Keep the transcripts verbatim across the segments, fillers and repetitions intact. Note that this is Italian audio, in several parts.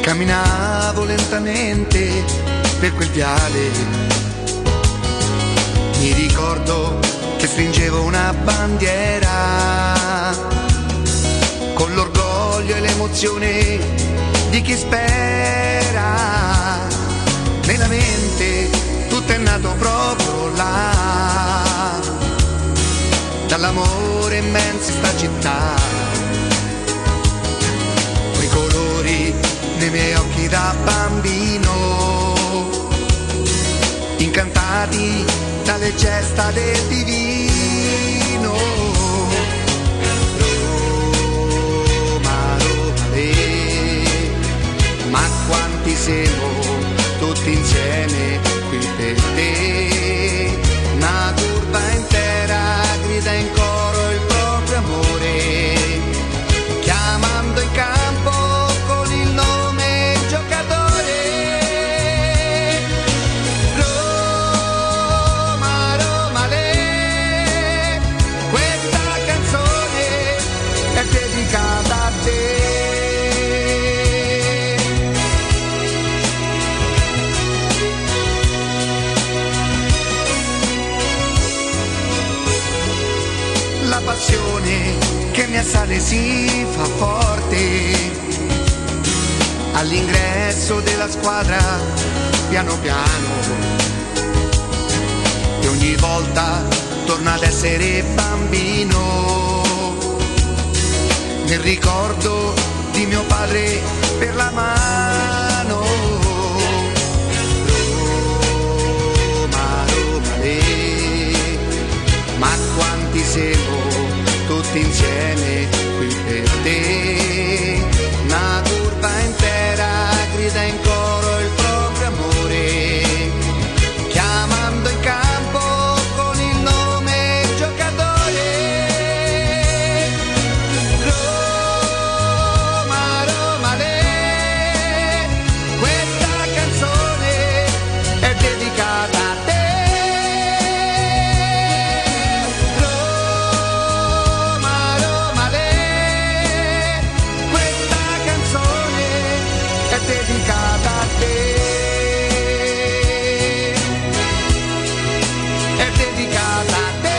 Camminavo lentamente per quel viale, mi ricordo che stringevo una bandiera con l'orgoglio e l'emozione di chi spera. Nella mente tutto è nato proprio là, dall'amore immenso in sta città. Quei colori nei miei occhi da bambino, incantati dalle gesta del divino. Roma, Roma, le, ma quanti siamo tutti insieme qui per te. Una curva intera grida in coro il proprio amore, chiamando in campo con il nome giocatore. Roma, Roma, le, questa canzone è dedicata a te. La passione che mi assale si fa forte all'ingresso della squadra, piano piano, e ogni volta torna ad essere bambino nel ricordo di mio padre per la mano. Roma, Roma, le, ma quanti siamo tutti insieme qui per te. Una curva intera grida in coro il proprio amore, chiamando in campo con il nome giocatore. Roma, Roma, le, questa canzone è dedicata a te. Dedicata a te, è dedicata a te.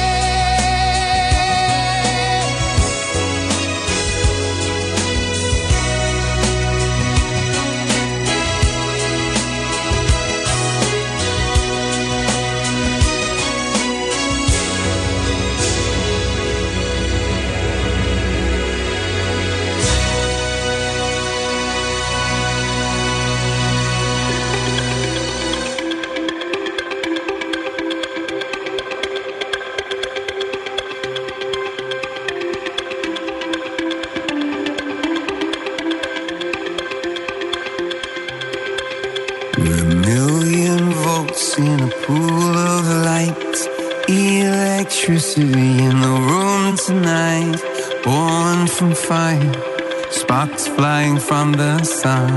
In a pool of light, electricity in the room tonight, born from fire, sparks flying from the sun.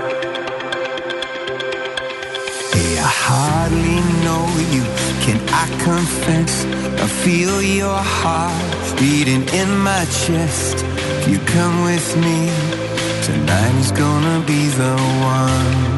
Hey, I hardly know you, can I confess? I feel your heart beating in my chest. If you come with me, tonight is gonna be the one.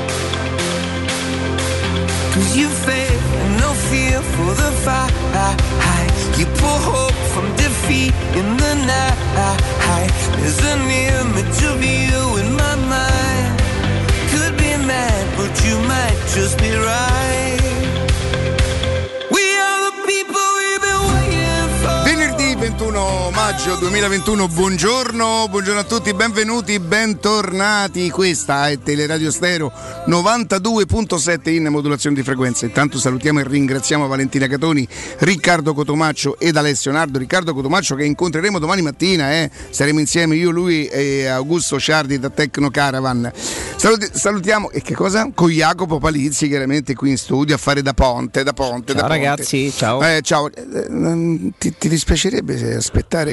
'Cause you fail, no fear for the fight. You pull hope from defeat in the night. There's an image of you in my mind. Could be mad, but you might just be right. We are the people we've been waiting for. Venerdì ventuno maggio duemilaventuno, buongiorno, buongiorno a tutti, benvenuti, bentornati. Questa è Teleradio Stereo novantadue virgola sette in modulazione di frequenza. Intanto salutiamo e ringraziamo Valentina Catoni, Riccardo Cotomaccio ed Alessio Nardo. Riccardo Cotomaccio che incontreremo domani mattina, eh? Saremo insieme io, lui e Augusto Ciardi da Tecno Caravan. Saluti, salutiamo e che cosa? Con Jacopo Palizzi, chiaramente qui in studio a fare da ponte, da ponte. Ciao da ragazzi, ponte. ciao. Eh, ciao. Eh, ti, ti dispiacerebbe aspettare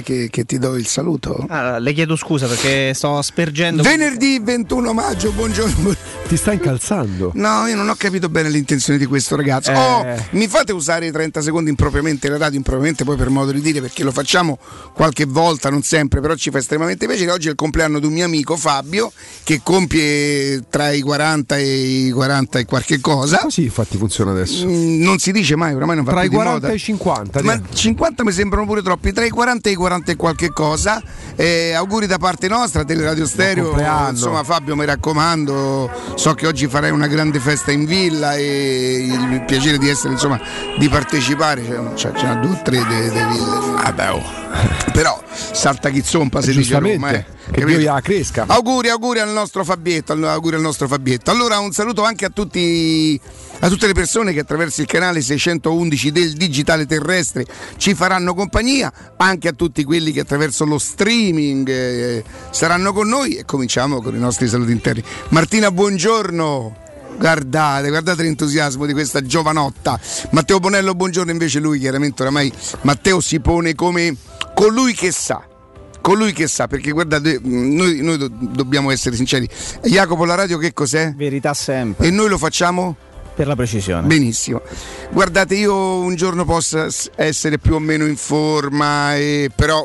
che, che ti do il saluto. Ah, le chiedo scusa perché sto aspergendo. Venerdì ventuno maggio, buongiorno. Ti sta incalzando? No, io non ho capito bene l'intenzione di questo ragazzo. Eh. Oh, mi fate usare i trenta secondi impropriamente la radio, impropriamente poi per modo di dire, perché lo facciamo qualche volta, non sempre, però ci fa estremamente piacere. Oggi è il compleanno di un mio amico Fabio che compie tra i quaranta e i quaranta e qualche cosa. Così infatti funziona adesso. Mm, non si dice mai, oramai non fa Tra più i di quaranta moda. e i cinquanta. Ma dai. cinquanta mi sembrano pure troppi, tra i quaranta e i quaranta e qualche cosa. Eh, auguri da parte nostra, Teleradio Stereo. compleanno. Insomma, Fabio, mi raccomando, so che oggi farai una grande festa in villa e il piacere di essere, insomma, di partecipare. C'è, c'è, c'è due o tre de, de ville. Ah, beh, oh. Però salta chi zompa, si dice a Roma, eh. che Dio gliela cresca. Auguri, auguri al nostro Fabietto, auguri al nostro Fabietto. Allora un saluto anche a tutti, a tutte le persone che attraverso il canale seicentoundici del Digitale Terrestre ci faranno compagnia, anche a tutti quelli che attraverso lo streaming eh, saranno con noi, e cominciamo con i nostri saluti interni. Martina, buongiorno. Guardate, guardate l'entusiasmo di questa giovanotta. Matteo Bonello, buongiorno. Invece lui chiaramente oramai Matteo si pone come colui che sa. Colui che sa, perché guardate, noi, noi do, dobbiamo essere sinceri. Jacopo, la radio che cos'è? Verità sempre. E noi lo facciamo? Per la precisione. Benissimo. Guardate, io un giorno posso essere più o meno in forma, e però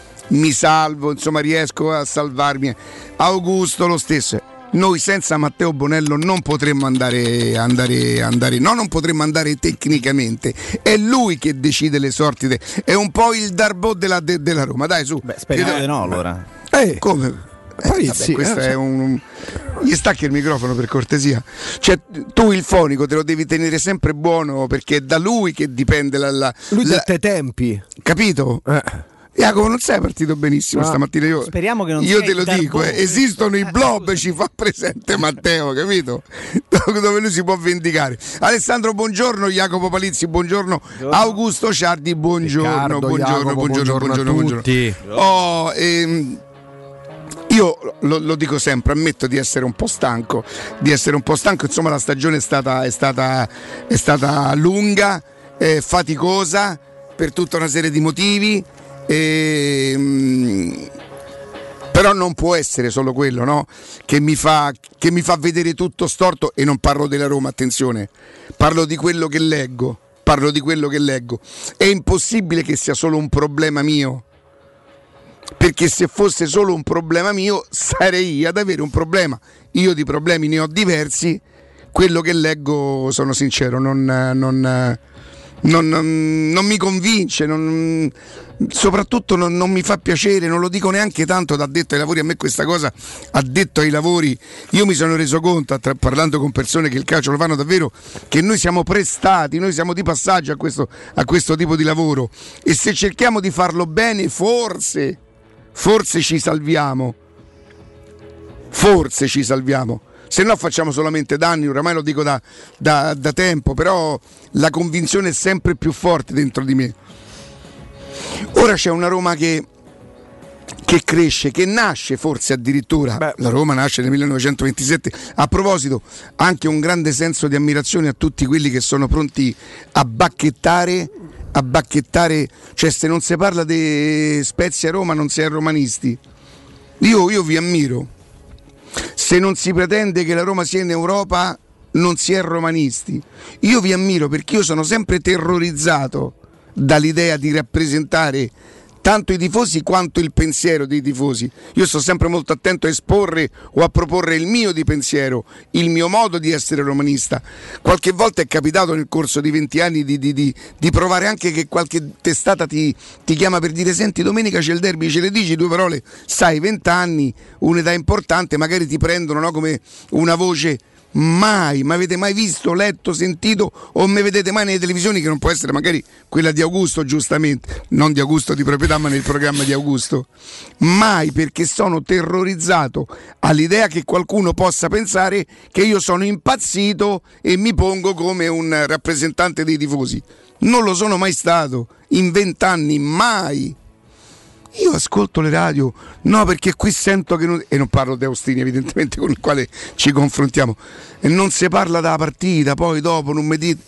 mi salvo, insomma riesco a salvarmi. Augusto lo stesso. Noi senza Matteo Bonello non potremmo andare, andare, andare, no, non potremmo andare tecnicamente. È lui che decide le sorti, de, è un po' il Darbo della, de, della Roma. Dai, su. Beh, speriamo di no, allora. Eh, come? Eh, Poi vabbè, sì, questo eh, è un. Gli stacchi il microfono per cortesia. Cioè, tu il fonico te lo devi tenere sempre buono, perché è da lui che dipende la. la Lui la, dette tempi. Capito? Eh. Jacopo, non sei partito benissimo No. stamattina. Io, Speriamo che non io sia te il lo dico, Darbo. eh, esistono i blob, ci fa presente Matteo, capito? Dove lui si può vendicare. Alessandro, buongiorno. Jacopo Palizzi, buongiorno. Buongiorno. Augusto Ciardi, buongiorno. Riccardo, buongiorno, Jacopo, buongiorno, buongiorno buongiorno, a tutti. buongiorno. Oh, ehm, io lo, lo dico sempre, ammetto di essere un po' stanco, di essere un po' stanco. Insomma, la stagione è stata, è stata, è stata lunga, eh, faticosa per tutta una serie di motivi. E, mh, però non può essere solo quello, no? Che mi fa, che mi fa vedere tutto storto. E non parlo della Roma, attenzione, parlo di quello che leggo. Parlo di quello che leggo. È impossibile che sia solo un problema mio, perché se fosse solo un problema mio sarei ad avere un problema. Io di problemi ne ho diversi. Quello che leggo, sono sincero, non, non Non, non, non mi convince, non, soprattutto non, non mi fa piacere, non lo dico neanche tanto da addetto ai lavori. A me questa cosa, addetto ai lavori, io mi sono reso conto, tra, parlando con persone che il calcio lo fanno davvero, che noi siamo prestati, noi siamo di passaggio a questo, a questo tipo di lavoro, e se cerchiamo di farlo bene forse, forse ci salviamo, forse ci salviamo. Se no facciamo solamente danni, oramai lo dico da, da, da tempo, però la convinzione è sempre più forte dentro di me. Ora c'è una Roma che, che cresce, che nasce forse addirittura. Beh, la Roma nasce nel millenovecentoventisette. A proposito, anche un grande senso di ammirazione a tutti quelli che sono pronti a bacchettare, a bacchettare, cioè se non si parla di Spezia Roma non si è romanisti. Io, io vi ammiro. Se non si pretende che la Roma sia in Europa, non si è romanisti. Io vi ammiro, perché io sono sempre terrorizzato dall'idea di rappresentare tanto i tifosi quanto il pensiero dei tifosi. Io sto sempre molto attento a esporre o a proporre il mio di pensiero, il mio modo di essere romanista. Qualche volta è capitato nel corso di venti anni di, di, di, di provare anche che qualche testata ti, ti chiama per dire: senti, domenica c'è il derby, ce le dici due parole? Sai, venti anni, un'età importante, magari ti prendono, no, come una voce. Mai, ma avete mai visto, letto, sentito, o mi vedete mai nelle televisioni, che non può essere magari quella di Augusto, giustamente, non di Augusto di proprietà, ma nel programma di Augusto? Mai, perché sono terrorizzato all'idea che qualcuno possa pensare che io sono impazzito e mi pongo come un rappresentante dei tifosi. Non lo sono mai stato, in vent'anni, mai. Io ascolto le radio, no, perché qui sento che non, e non parlo di Austini evidentemente, con il quale ci confrontiamo, e non si parla della partita, poi dopo non mi dite.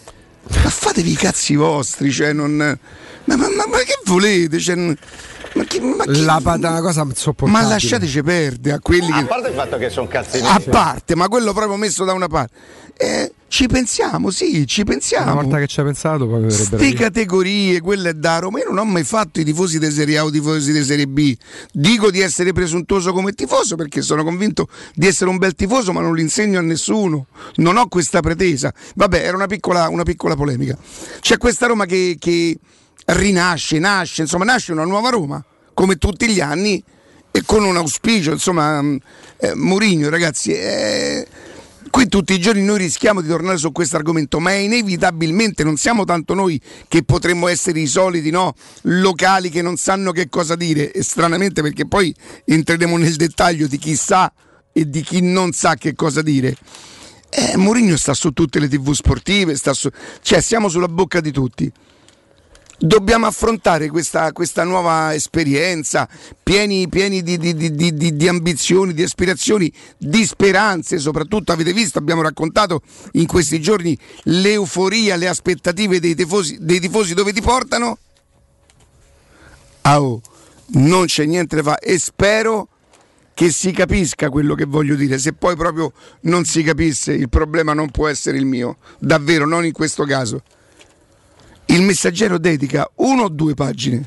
ma fatevi i cazzi vostri, cioè non. Ma, ma, ma, ma che volete? Cioè, ma chi, ma chi, La pata è una cosa insopportabile. ma lasciateci perdere a quelli che. A parte il fatto che sono cazzini. A parte, ma quello proprio messo da una parte. Eh, ci pensiamo, sì, ci pensiamo. Una volta che ci hai pensato, poi Ste vedrebbero. categorie, quelle è da Roma. Io non ho mai fatto i tifosi di Serie A o i tifosi di Serie B. Dico di essere presuntuoso come tifoso perché sono convinto di essere un bel tifoso, ma non l'insegno a nessuno. Non ho questa pretesa. Vabbè, era una piccola, una piccola polemica. C'è questa Roma che, che rinasce, nasce, insomma, nasce una nuova Roma, come tutti gli anni, e con un auspicio, insomma, eh, Mourinho, ragazzi. Eh, Qui tutti i giorni noi rischiamo di tornare su questo argomento, ma è inevitabilmente, non siamo tanto noi che potremmo essere i soliti, no, locali che non sanno che cosa dire, e stranamente, perché poi entreremo nel dettaglio di chi sa e di chi non sa che cosa dire. Eh, Mourinho sta su tutte le tivù sportive, sta su, cioè siamo sulla bocca di tutti. Dobbiamo affrontare questa, questa nuova esperienza, pieni, pieni di, di, di, di, di ambizioni, di aspirazioni, di speranze. Soprattutto avete visto, abbiamo raccontato in questi giorni l'euforia, le aspettative dei tifosi, dei tifosi dove ti portano. Ah, oh, non c'è niente da fare e spero che si capisca quello che voglio dire. Se poi proprio non si capisse, il problema non può essere il mio, davvero, non in questo caso. Il Messaggero dedica uno o due pagine.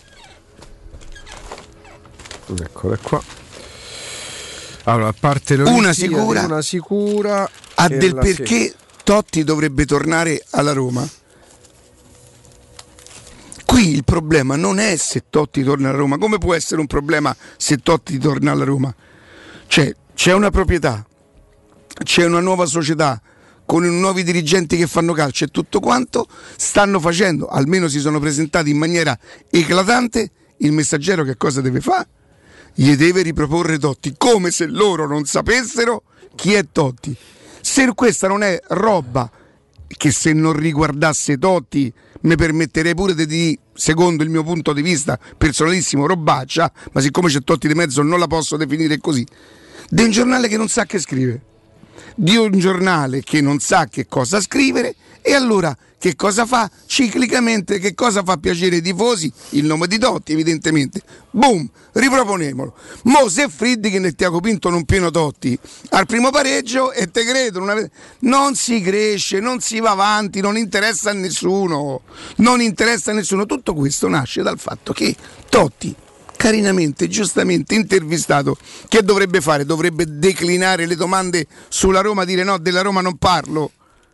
Eccole qua. Allora, a parte le Una Olimpiadi, sicura. una sicura Ha e del la perché Totti dovrebbe tornare alla Roma. Qui il problema non è se Totti torna alla Roma. Come può essere un problema se Totti torna alla Roma? Cioè, c'è una proprietà, c'è una nuova società con i nuovi dirigenti che fanno calcio e tutto quanto stanno facendo, almeno si sono presentati in maniera eclatante. Il Messaggero che cosa deve fare? Gli deve riproporre Totti, come se loro non sapessero chi è Totti. Se questa non è roba che, se non riguardasse Totti, mi permetterei pure di, secondo il mio punto di vista personalissimo, robaccia, ma siccome c'è Totti di mezzo non la posso definire così, di un giornale che non sa che scrive, di un giornale che non sa che cosa scrivere, e allora che cosa fa? Ciclicamente, che cosa fa piacere ai tifosi? Il nome di Totti, evidentemente. Boom, riproponiamolo. Mo se Friedkin e Tiago Pinto non pieno Totti al primo pareggio, e te credo, non, avete... non si cresce, non si va avanti, non interessa a nessuno, non interessa a nessuno. Tutto questo nasce dal fatto che Totti, carinamente, giustamente intervistato, che dovrebbe fare? Dovrebbe declinare le domande sulla Roma, dire no, della Roma non parlo.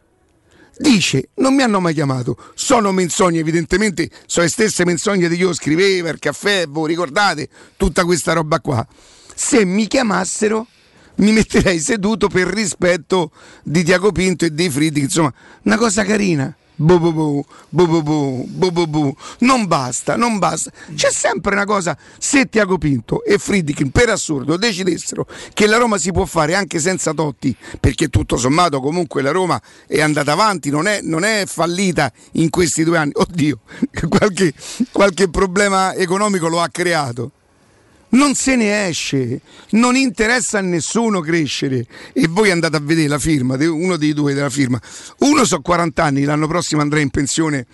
Dice, non mi hanno mai chiamato, sono menzogne, evidentemente sono le stesse menzogne di io scriveva, il caffè, voi ricordate, tutta questa roba qua. Se mi chiamassero mi metterei seduto per rispetto di Tiago Pinto e dei Friedkin, insomma, una cosa carina. Bu bu bu, bu bu bu, bu bu bu. Non basta, non basta. C'è sempre una cosa, se Tiago Pinto e Friedkin per assurdo decidessero che la Roma si può fare anche senza Totti, perché tutto sommato comunque la Roma è andata avanti, non è, non è fallita in questi due anni. Oddio, qualche, qualche problema economico lo ha creato. Non se ne esce, non interessa a nessuno crescere. E voi andate a vedere la firma, uno dei due della firma. Uno so quaranta anni, l'anno prossimo andrà in pensione.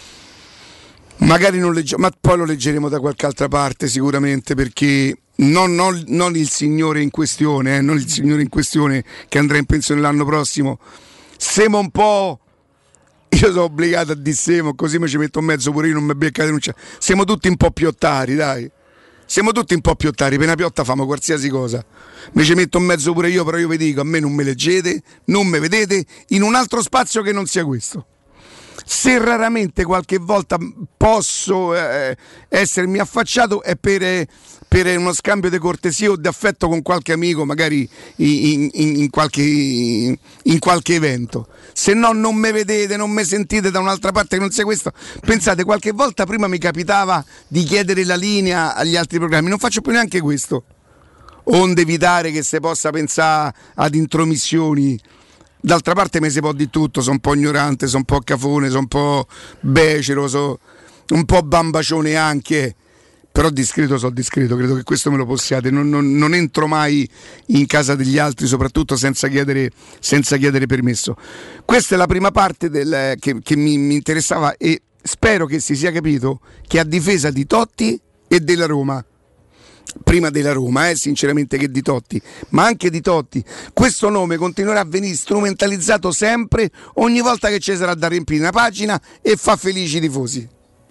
Magari non leggiamo, ma poi lo leggeremo da qualche altra parte sicuramente, perché non, non, non il signore in questione, eh, non il signore in questione che andrà in pensione l'anno prossimo. Siamo un po'. Io sono obbligato a dire Semo, così mi ci metto in mezzo pure io, non mi becca denuncia. Siamo tutti un po' piottari, dai. Siamo tutti un po' piottari, per una piotta famo qualsiasi cosa. Mi ci metto in mezzo pure io, però io vi dico, a me non me leggete, non me vedete in un altro spazio che non sia questo. Se raramente qualche volta posso eh, essermi affacciato è per, eh, per uno scambio di cortesia o di affetto con qualche amico, magari in, in, in, qualche, in qualche evento. Se no non me vedete, non me sentite da un'altra parte che non sia questo. Pensate, qualche volta prima mi capitava di chiedere la linea agli altri programmi, non faccio più neanche questo, onde evitare che si possa pensare ad intromissioni. D'altra parte me si può di tutto, sono un po' ignorante, sono un po' cafone, sono un po' becero, sono un po' bambacione anche, però discreto so discreto, credo che questo me lo possiate, non, non, non entro mai in casa degli altri, soprattutto senza chiedere, senza chiedere permesso. Questa è la prima parte del, che, che mi, mi interessava, e spero che si sia capito che a difesa di Totti e della Roma, prima della Roma, eh, sinceramente, che di Totti, ma anche di Totti, questo nome continuerà a venire strumentalizzato sempre, ogni volta che ci sarà da riempire una pagina e fa felici i tifosi.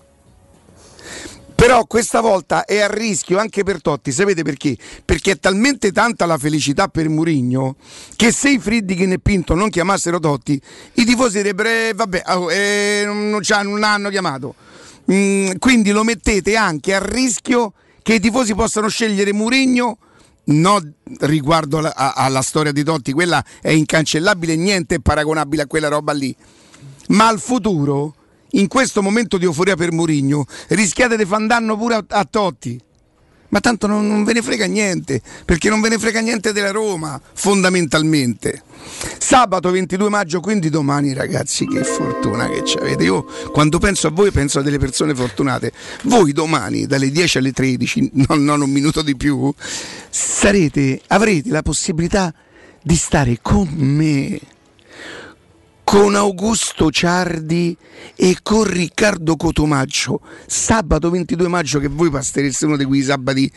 Però questa volta è a rischio anche per Totti, sapete perché? Perché è talmente tanta la felicità per Mourinho che se i Friedkin e Pinto non chiamassero Totti, i tifosi direbbero eh, vabbè, oh, eh, non, non l'hanno chiamato. Mm, quindi lo mettete anche a rischio che i tifosi possano scegliere Mourinho, no, riguardo alla, a, alla storia di Totti, quella è incancellabile, niente è paragonabile a quella roba lì, ma al futuro, in questo momento di euforia per Mourinho, rischiate di far danno pure a, a Totti, ma tanto non, non ve ne frega niente, perché non ve ne frega niente della Roma, fondamentalmente. Sabato ventidue maggio, quindi domani, ragazzi, che fortuna che avete. Io quando penso a voi penso a delle persone fortunate. Voi domani dalle dieci alle tredici, non, non un minuto di più, sarete, avrete la possibilità di stare con me, con Augusto Ciardi e con Riccardo Cotomaggio, sabato ventidue maggio, che voi passereste uno di quei sabati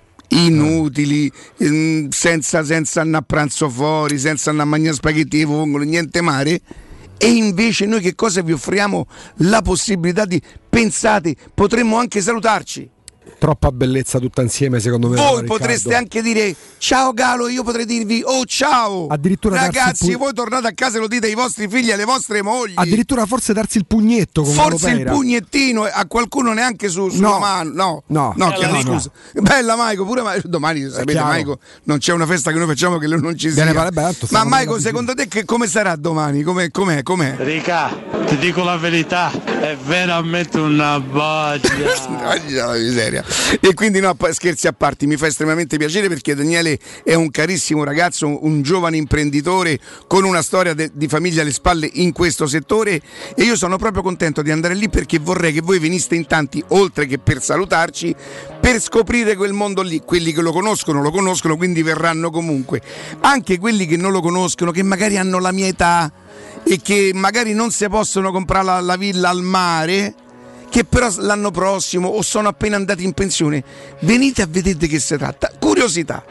inutili, ehm, senza, senza andare a pranzo fuori, senza andare a mangiare spaghetti e vongole, niente mare. E invece noi che cosa vi offriamo? La possibilità di, pensate, potremmo anche salutarci. Troppa bellezza tutta insieme, secondo me. Voi potreste Riccardo anche dire ciao Galo, io potrei dirvi oh ciao. Addirittura ragazzi, pu- voi tornate a casa e lo dite ai vostri figli e alle vostre mogli. Addirittura forse darsi il pugnetto come forse il pugnettino a qualcuno neanche su, sulla no. mano. No, no, no, Bella, chiedo no, scusa. No. Bella Maico, pure Ma- domani sapete Maico, non c'è una festa che noi facciamo che non ci sia. Pare, beh, ma Maico, secondo te che come sarà domani? Com'è, com'è, com'è? Rica, ti dico la verità, è veramente una baggia. La miseria. E quindi no, scherzi a parte, mi fa estremamente piacere perché Daniele è un carissimo ragazzo, un giovane imprenditore con una storia de- di famiglia alle spalle in questo settore, e io sono proprio contento di andare lì perché vorrei che voi veniste in tanti, oltre che per salutarci, per scoprire quel mondo lì. Quelli che lo conoscono lo conoscono, quindi verranno comunque. Anche quelli che non lo conoscono, che magari hanno la mia età e che magari non si possono comprare la, la villa al mare, che però l'anno prossimo o sono appena andati in pensione, venite a vedere di che si tratta. Curiosità,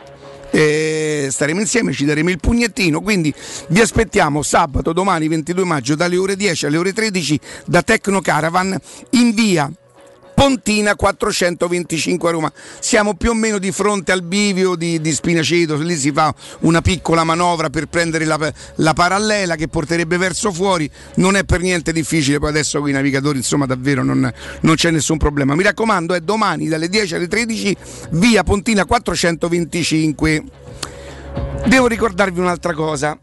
eh, staremo insieme, ci daremo il pugnettino, quindi vi aspettiamo sabato, domani ventidue maggio, dalle ore dieci alle ore tredici da Tecno Caravan in via Pontina quattrocentoventicinque a Roma. Siamo più o meno di fronte al bivio di, di Spinaceto, lì si fa una piccola manovra per prendere la, la parallela che porterebbe verso fuori, non è per niente difficile, poi adesso con i navigatori insomma davvero non, non c'è nessun problema. Mi raccomando, è domani dalle dieci alle tredici via Pontina quattrocentoventicinque. Devo ricordarvi un'altra cosa,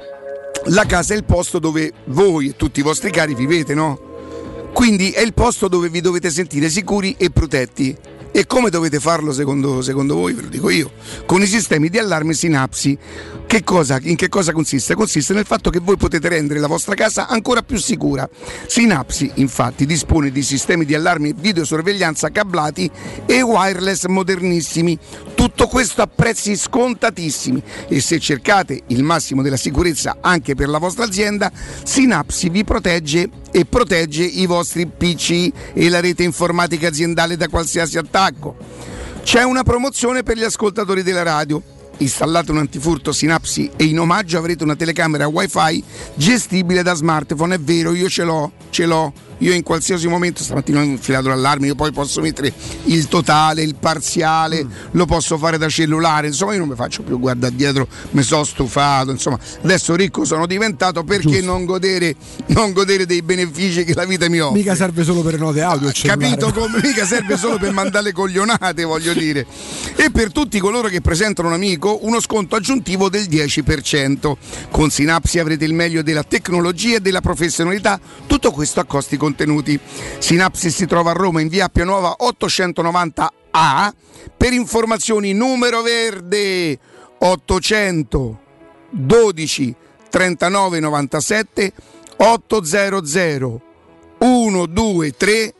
la casa è il posto dove voi e tutti i vostri cari vivete, no? Quindi è il posto dove vi dovete sentire sicuri e protetti. E come dovete farlo secondo, secondo voi? Ve lo dico io. Con i sistemi di allarme Synapsi. Che cosa, in che cosa consiste? Consiste nel fatto che voi potete rendere la vostra casa ancora più sicura. Synapsi infatti dispone di sistemi di allarme e videosorveglianza cablati e wireless modernissimi. Tutto questo a prezzi scontatissimi, e se cercate il massimo della sicurezza anche per la vostra azienda, Synapsi vi protegge e protegge i vostri P C e la rete informatica aziendale da qualsiasi attacco. C'è una promozione per gli ascoltatori della radio. Installate un antifurto Synapsi e in omaggio avrete una telecamera wifi gestibile da smartphone. È vero, io ce l'ho, ce l'ho. Io in qualsiasi momento, stamattina ho infilato l'allarme, io poi posso mettere il totale, il parziale, mm. lo posso fare da cellulare, insomma io non mi faccio più guardare dietro, mi sono stufato, insomma adesso ricco sono diventato, perché non godere, non godere dei benefici che la vita mi offre. Mica serve solo per note audio, capito come? Mica serve solo per mandare le coglionate, voglio dire. E per tutti coloro che presentano un amico, uno sconto aggiuntivo del dieci per cento. Con Synapsi avrete il meglio della tecnologia e della professionalità, tutto questo a costi contenuti. Synapsi si trova a Roma in via Appia Nuova ottocentonovanta A. Per informazioni numero verde ottocento dodici trentanove novantasette ottocento uno due tre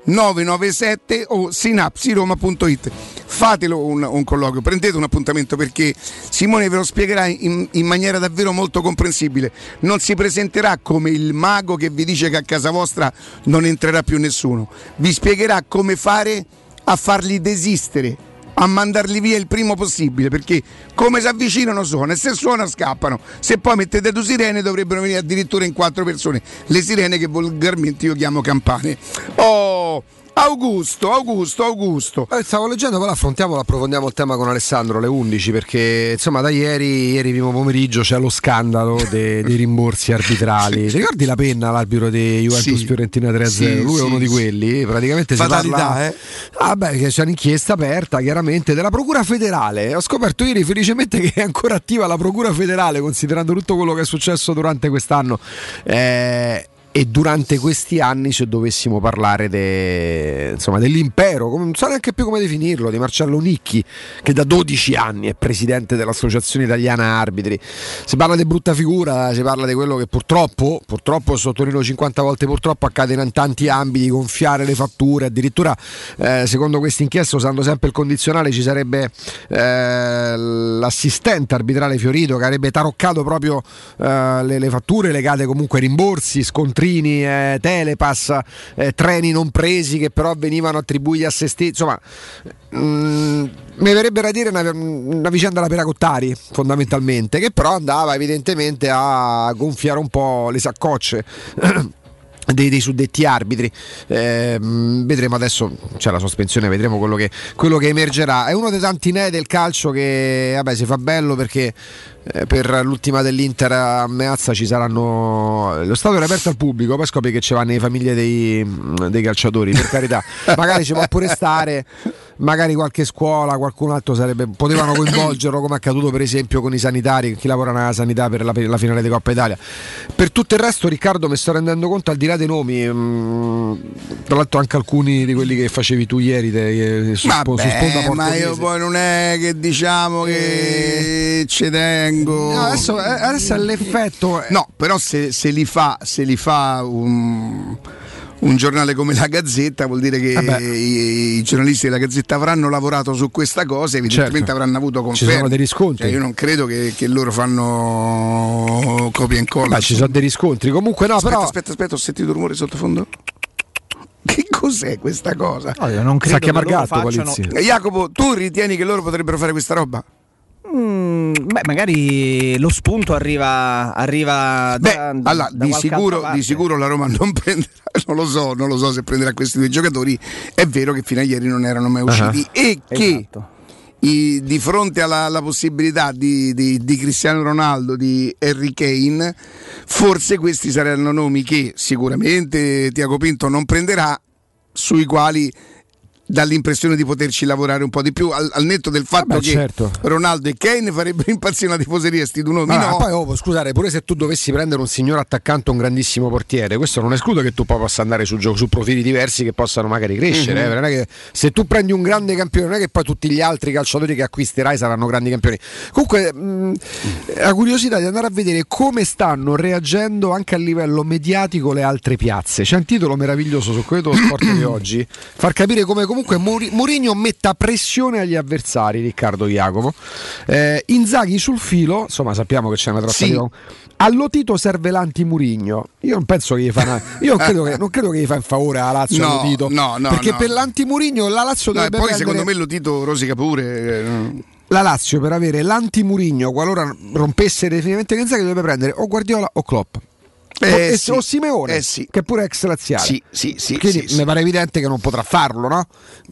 nove nove sette o sinapsiroma punto it. Fatelo un, un colloquio, prendete un appuntamento, perché Simone ve lo spiegherà in, in maniera davvero molto comprensibile. Non si presenterà come il mago che vi dice che a casa vostra non entrerà più nessuno, vi spiegherà come fare a farli desistere, a mandarli via il primo possibile, perché come si avvicinano suona, e se suona scappano. Se poi mettete due sirene dovrebbero venire addirittura in quattro persone, le sirene che volgarmente io chiamo campane. Oh, Augusto, Augusto, Augusto. Eh, stavo leggendo, però affrontiamo, approfondiamo il tema con Alessandro alle undici, perché insomma da ieri, ieri primo pomeriggio c'è lo scandalo de, dei rimborsi arbitrali. Ti ricordi la penna, l'arbitro di Juventus sì. Fiorentina tre a zero? Sì, Lui sì, è uno di quelli, praticamente fatalità, si parla, eh? Ah beh, che c'è un'inchiesta aperta chiaramente della Procura Federale. Ho scoperto ieri felicemente che è ancora attiva la Procura Federale, considerando tutto quello che è successo durante quest'anno. Eh, E durante questi anni, se dovessimo parlare de, insomma, dell'impero, non so neanche più come definirlo, di Marcello Nicchi, che da dodici anni è presidente dell'Associazione Italiana Arbitri, si parla di brutta figura, si parla di quello che purtroppo, purtroppo sottolineo cinquanta volte purtroppo, accade in tanti ambiti, gonfiare le fatture, addirittura eh, secondo questa inchiesta, usando sempre il condizionale, ci sarebbe eh, l'assistente arbitrale Fiorito che avrebbe taroccato proprio eh, le, le fatture legate comunque ai rimborsi, scontrini, eh, telepass, eh, treni non presi che però venivano attribuiti a se stessi. Insomma, mm, mi verrebbe da dire una, una vicenda alla Peracottari, fondamentalmente, che però andava evidentemente a gonfiare un po' le saccocce Dei, dei suddetti arbitri. Eh, vedremo adesso, c'è la sospensione, vedremo quello che, quello che emergerà. È uno dei tanti nei del calcio che vabbè, si fa bello, perché eh, per l'ultima dell'Inter a Meazza ci saranno, lo stadio è aperto al pubblico, poi scopri che ci vanno le famiglie dei, dei calciatori, per carità, magari ci può pure stare, magari qualche scuola, qualcun altro sarebbe, potevano coinvolgerlo, come è accaduto per esempio con i sanitari, chi lavora nella sanità per la, per la finale di Coppa Italia. Per tutto il resto, Riccardo, mi sto rendendo conto, al di là dei nomi, mh, tra l'altro anche alcuni di quelli che facevi tu ieri te, su, Vabbè, su sponda ma io poi non è che diciamo che ci tengo. No, adesso, adesso è l'effetto. No, però se, se li fa, se li fa un un giornale come la Gazzetta, vuol dire che i, i giornalisti della Gazzetta avranno lavorato su questa cosa, evidentemente certo. avranno avuto conferme. Ci sono dei riscontri. Cioè, io non credo che, che loro fanno copia e incolla. Beh, ci sono dei riscontri. Comunque no, aspetta, però aspetta, aspetta, ho sentito rumore sottofondo. Che cos'è questa cosa? No, io non credo sa chiamar che loro gatto, facciano... Eh, Jacopo, tu ritieni che loro potrebbero fare questa roba? Mm, beh, magari lo spunto arriva, arriva beh, da, allora, da di, sicuro, di sicuro la Roma non prenderà, non lo so, non lo so se prenderà questi due giocatori. È vero che fino a ieri non erano mai usciti, uh-huh. e che esatto. i, di fronte alla, alla possibilità di, di, di Cristiano Ronaldo, di Harry Kane, forse questi saranno nomi che sicuramente Tiago Pinto non prenderà, sui quali dà l'impressione di poterci lavorare un po' di più, al, al netto del fatto Vabbè, che certo. Ronaldo e Kane farebbero impazzire una tifoseria, sti due nomi. Ah, no. poi oh, scusate, pure se tu dovessi prendere un signor attaccante, un grandissimo portiere, questo non esclude che tu poi possa andare su, su profili diversi che possano magari crescere. Mm-hmm. eh, non è che se tu prendi un grande campione, non è che poi tutti gli altri calciatori che acquisterai saranno grandi campioni. Comunque mh, la curiosità di andare a vedere come stanno reagendo anche a livello mediatico le altre piazze. C'è un titolo meraviglioso su quello dello sport di oggi, far capire come comunque Mourinho metta pressione agli avversari, Riccardo Jacopo. eh, Inzaghi sul filo, insomma sappiamo che c'è una trattativa. Sì. All'Otito serve l'anti-Mourinho. Io non penso che gli fa una... Io non credo che, non credo che gli fa in favore a Lazio. No, All'Otito, no, no, perché no. per l'anti-Mourinho la Lazio no, dovrebbe e poi prendere... secondo me l'Otito rosica pure. La Lazio, per avere l'anti-Mourinho, qualora rompesse definitivamente Inzaghi, dovrebbe prendere o Guardiola o Klopp. Eh, o, sì. o Simeone, eh, sì. che pure è ex laziale. Sì, sì, sì, Quindi sì, mi sì. pare evidente che non potrà farlo, no?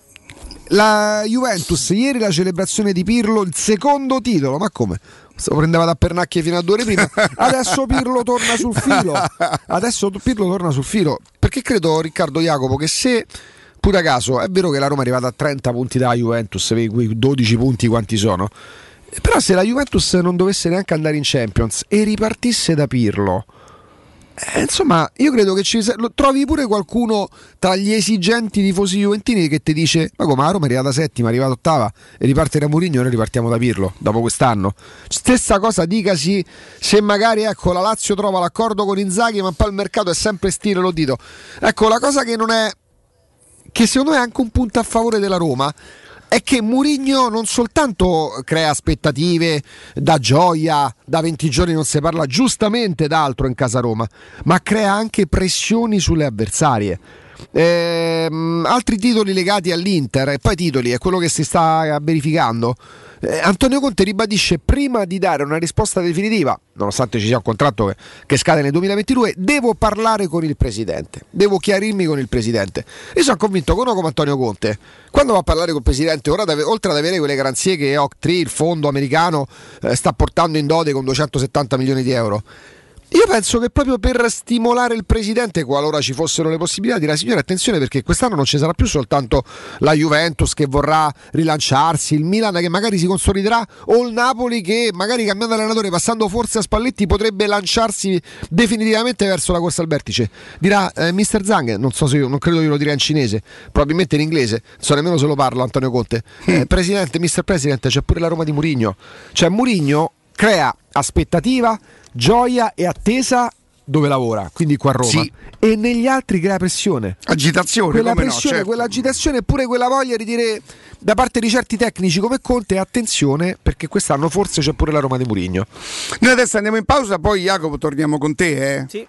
La Juventus, ieri la celebrazione di Pirlo, il secondo titolo, ma come? Lo prendeva da pernacchie fino a due ore prima. Adesso Pirlo torna sul filo. Adesso Pirlo torna sul filo. Perché credo, Riccardo Jacopo, che se pure a caso è vero che la Roma è arrivata a trenta punti dalla Juventus, quei dodici punti quanti sono, però se la Juventus non dovesse neanche andare in Champions e ripartisse da Pirlo, Eh, insomma, io credo che ci trovi pure qualcuno tra gli esigenti tifosi juventini che ti dice: ma come, la Roma è arrivata settima, è arrivata ottava e riparte da Mourinho e noi ripartiamo da Pirlo dopo quest'anno. Stessa cosa dicasi se magari, ecco, la Lazio trova l'accordo con Inzaghi, ma poi il mercato è sempre stile, lo dito. Ecco, la cosa che non è che secondo me è anche un punto a favore della Roma, è che Mourinho non soltanto crea aspettative, dà gioia, da venti giorni non si parla giustamente d'altro in casa Roma, ma crea anche pressioni sulle avversarie. Ehm, altri titoli legati all'Inter, e poi titoli, è quello che si sta verificando. eh, Antonio Conte ribadisce: prima di dare una risposta definitiva, nonostante ci sia un contratto che, che scade nel duemilaventidue, devo parlare con il presidente, devo chiarirmi con il presidente. Io sono convinto che uno come Antonio Conte, quando va a parlare col presidente, ora deve, oltre ad avere quelle garanzie che Oaktree, il fondo americano, eh, sta portando in dote con duecentosettanta milioni di euro, io penso che proprio per stimolare il presidente, qualora ci fossero le possibilità, dirà: signore, attenzione, perché quest'anno non ci sarà più soltanto la Juventus che vorrà rilanciarsi, il Milan che magari si consoliderà, o il Napoli che magari, cambiando allenatore, passando forse a Spalletti, potrebbe lanciarsi definitivamente verso la corsa al vertice. Dirà eh, mister Zhang, non so se io, non credo io lo dirà in cinese, probabilmente in inglese, non so nemmeno se lo parlo Antonio Conte. eh, Presidente, mister Presidente, c'è pure la Roma di Mourinho. Cioè Mourinho crea aspettativa, gioia e attesa dove lavora, quindi qua a Roma, sì. E negli altri crea pressione, agitazione, quella come pressione, no, certo. Quell'agitazione e pure quella voglia di dire da parte di certi tecnici come Conte: attenzione, perché quest'anno forse c'è pure la Roma di Mourinho. Noi adesso andiamo in pausa, poi Jacopo torniamo con te, eh? Sì.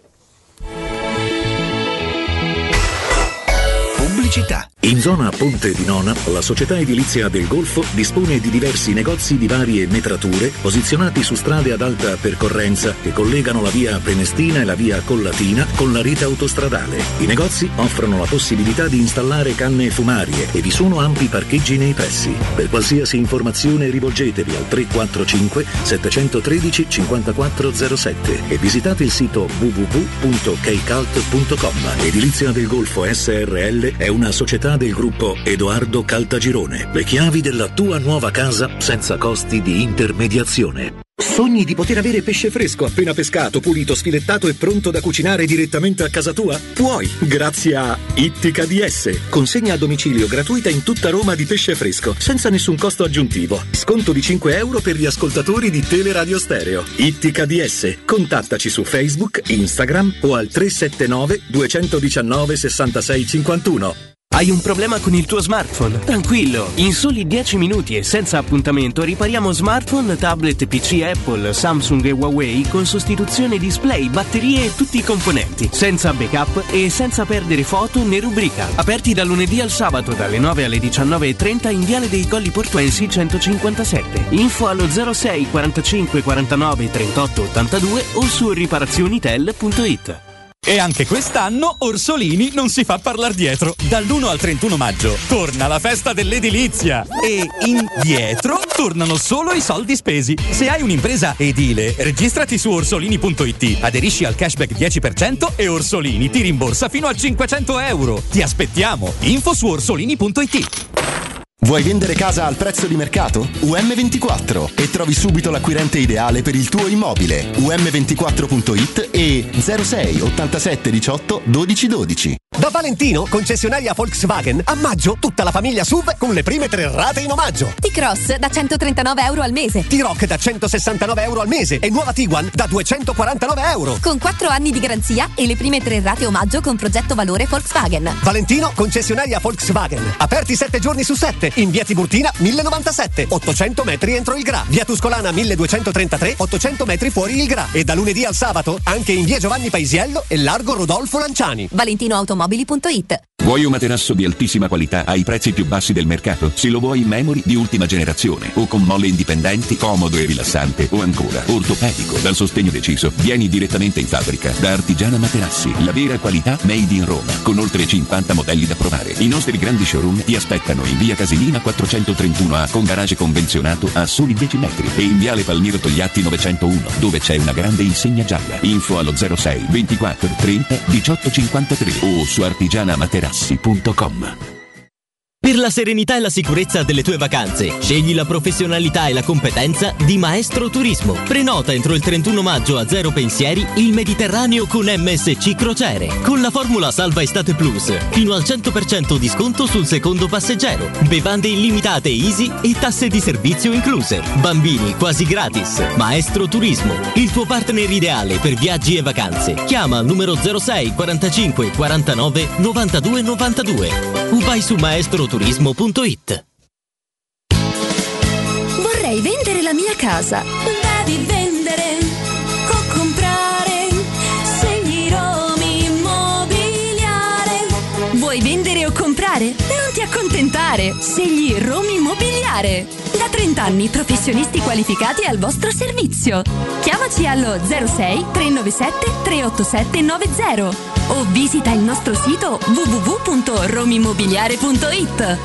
Pubblicità. In zona Ponte di Nona, la società edilizia del Golfo dispone di diversi negozi di varie metrature posizionati su strade ad alta percorrenza che collegano la via Prenestina e la via Collatina con la rete autostradale. I negozi offrono la possibilità di installare canne fumarie e vi sono ampi parcheggi nei pressi. Per qualsiasi informazione rivolgetevi al tre quattro cinque sette uno tre cinque zero sette e visitate il sito w w w punto keicalt punto com. Edilizia del Golfo S R L è una società del gruppo Edoardo Caltagirone. Le chiavi della tua nuova casa senza costi di intermediazione. Sogni di poter avere pesce fresco appena pescato, pulito, sfilettato e pronto da cucinare direttamente a casa tua? Puoi, grazie a Ittica D S. Consegna a domicilio gratuita in tutta Roma di pesce fresco, senza nessun costo aggiuntivo. Sconto di cinque euro per gli ascoltatori di Teleradio Stereo. Ittica D S. Contattaci su Facebook, Instagram o al tre sette nove due uno nove sei sei cinque uno. Hai un problema con il tuo smartphone? Tranquillo! In soli dieci minuti e senza appuntamento ripariamo smartphone, tablet, P C Apple, Samsung e Huawei con sostituzione display, batterie e tutti i componenti, senza backup e senza perdere foto né rubrica. Aperti dal lunedì al sabato dalle nove alle diciannove e trenta in Viale dei Colli Portuensi centocinquantasette. Info allo zero sei quarantacinque quarantanove trentotto ottantadue o su riparazionitel punto it. E anche quest'anno Orsolini non si fa parlar dietro. Dall'primo al trentuno maggio torna la festa dell'edilizia e indietro tornano solo i soldi spesi. Se hai un'impresa edile, registrati su orsolini punto it, aderisci al cashback dieci per cento e Orsolini ti rimborsa fino a cinquecento euro. Ti aspettiamo. Info su orsolini punto it. Vuoi vendere casa al prezzo di mercato? U M ventiquattro e trovi subito l'acquirente ideale per il tuo immobile. u m ventiquattro punto it e zero sei ottantasette diciotto dodici dodici. Da Valentino, concessionaria Volkswagen, a maggio tutta la famiglia S U V con le prime tre rate in omaggio. T-Cross da centotrentanove euro al mese. T-Roc da centosessantanove euro al mese e nuova Tiguan da duecentoquarantanove euro. Con quattro anni di garanzia e le prime tre rate omaggio con progetto valore Volkswagen. Valentino, concessionaria Volkswagen. Aperti sette giorni su sette. In via Tiburtina mille novantasette, ottocento metri entro il Gra. Via Tuscolana milleduecentotrentatré, ottocento metri fuori il Gra. E da lunedì al sabato anche in via Giovanni Paisiello e largo Rodolfo Lanciani. valentino automobili punto it. Vuoi un materasso di altissima qualità ai prezzi più bassi del mercato? Se lo vuoi in memory di ultima generazione o con molle indipendenti, comodo e rilassante, o ancora ortopedico dal sostegno deciso, vieni direttamente in fabbrica da Artigiana Materassi, la vera qualità made in Roma, con oltre cinquanta modelli da provare. I nostri grandi showroom ti aspettano in via Casilina quattrocentotrentuno A con garage convenzionato a soli dieci metri e in viale Palmiro Togliatti novecentouno dove c'è una grande insegna gialla. Info allo zero sei ventiquattro trenta diciotto cinquantatré o su artigiana materassi punto com. Per la serenità e la sicurezza delle tue vacanze, scegli la professionalità e la competenza di Maestro Turismo. Prenota entro il trentuno maggio a zero pensieri il Mediterraneo con M S C Crociere. Con la formula Salva Estate Plus, fino al cento per cento di sconto sul secondo passeggero. Bevande illimitate easy e tasse di servizio incluse. Bambini quasi gratis. Maestro Turismo, il tuo partner ideale per viaggi e vacanze. Chiama al numero zero sei quarantacinque quarantanove novantadue novantadue o vai su maestro turismo punto it. Vorrei vendere la mia casa. Devi vendere o comprare. Scegli Romi Immobiliare. Vuoi vendere o comprare? Non ti accontentare. Scegli Romi Immobiliare. Da trenta anni professionisti qualificati al vostro servizio. Chiamaci allo zero sei tre nove sette tre otto sette nove zero o visita il nostro sito w w w punto romimmobiliare punto it.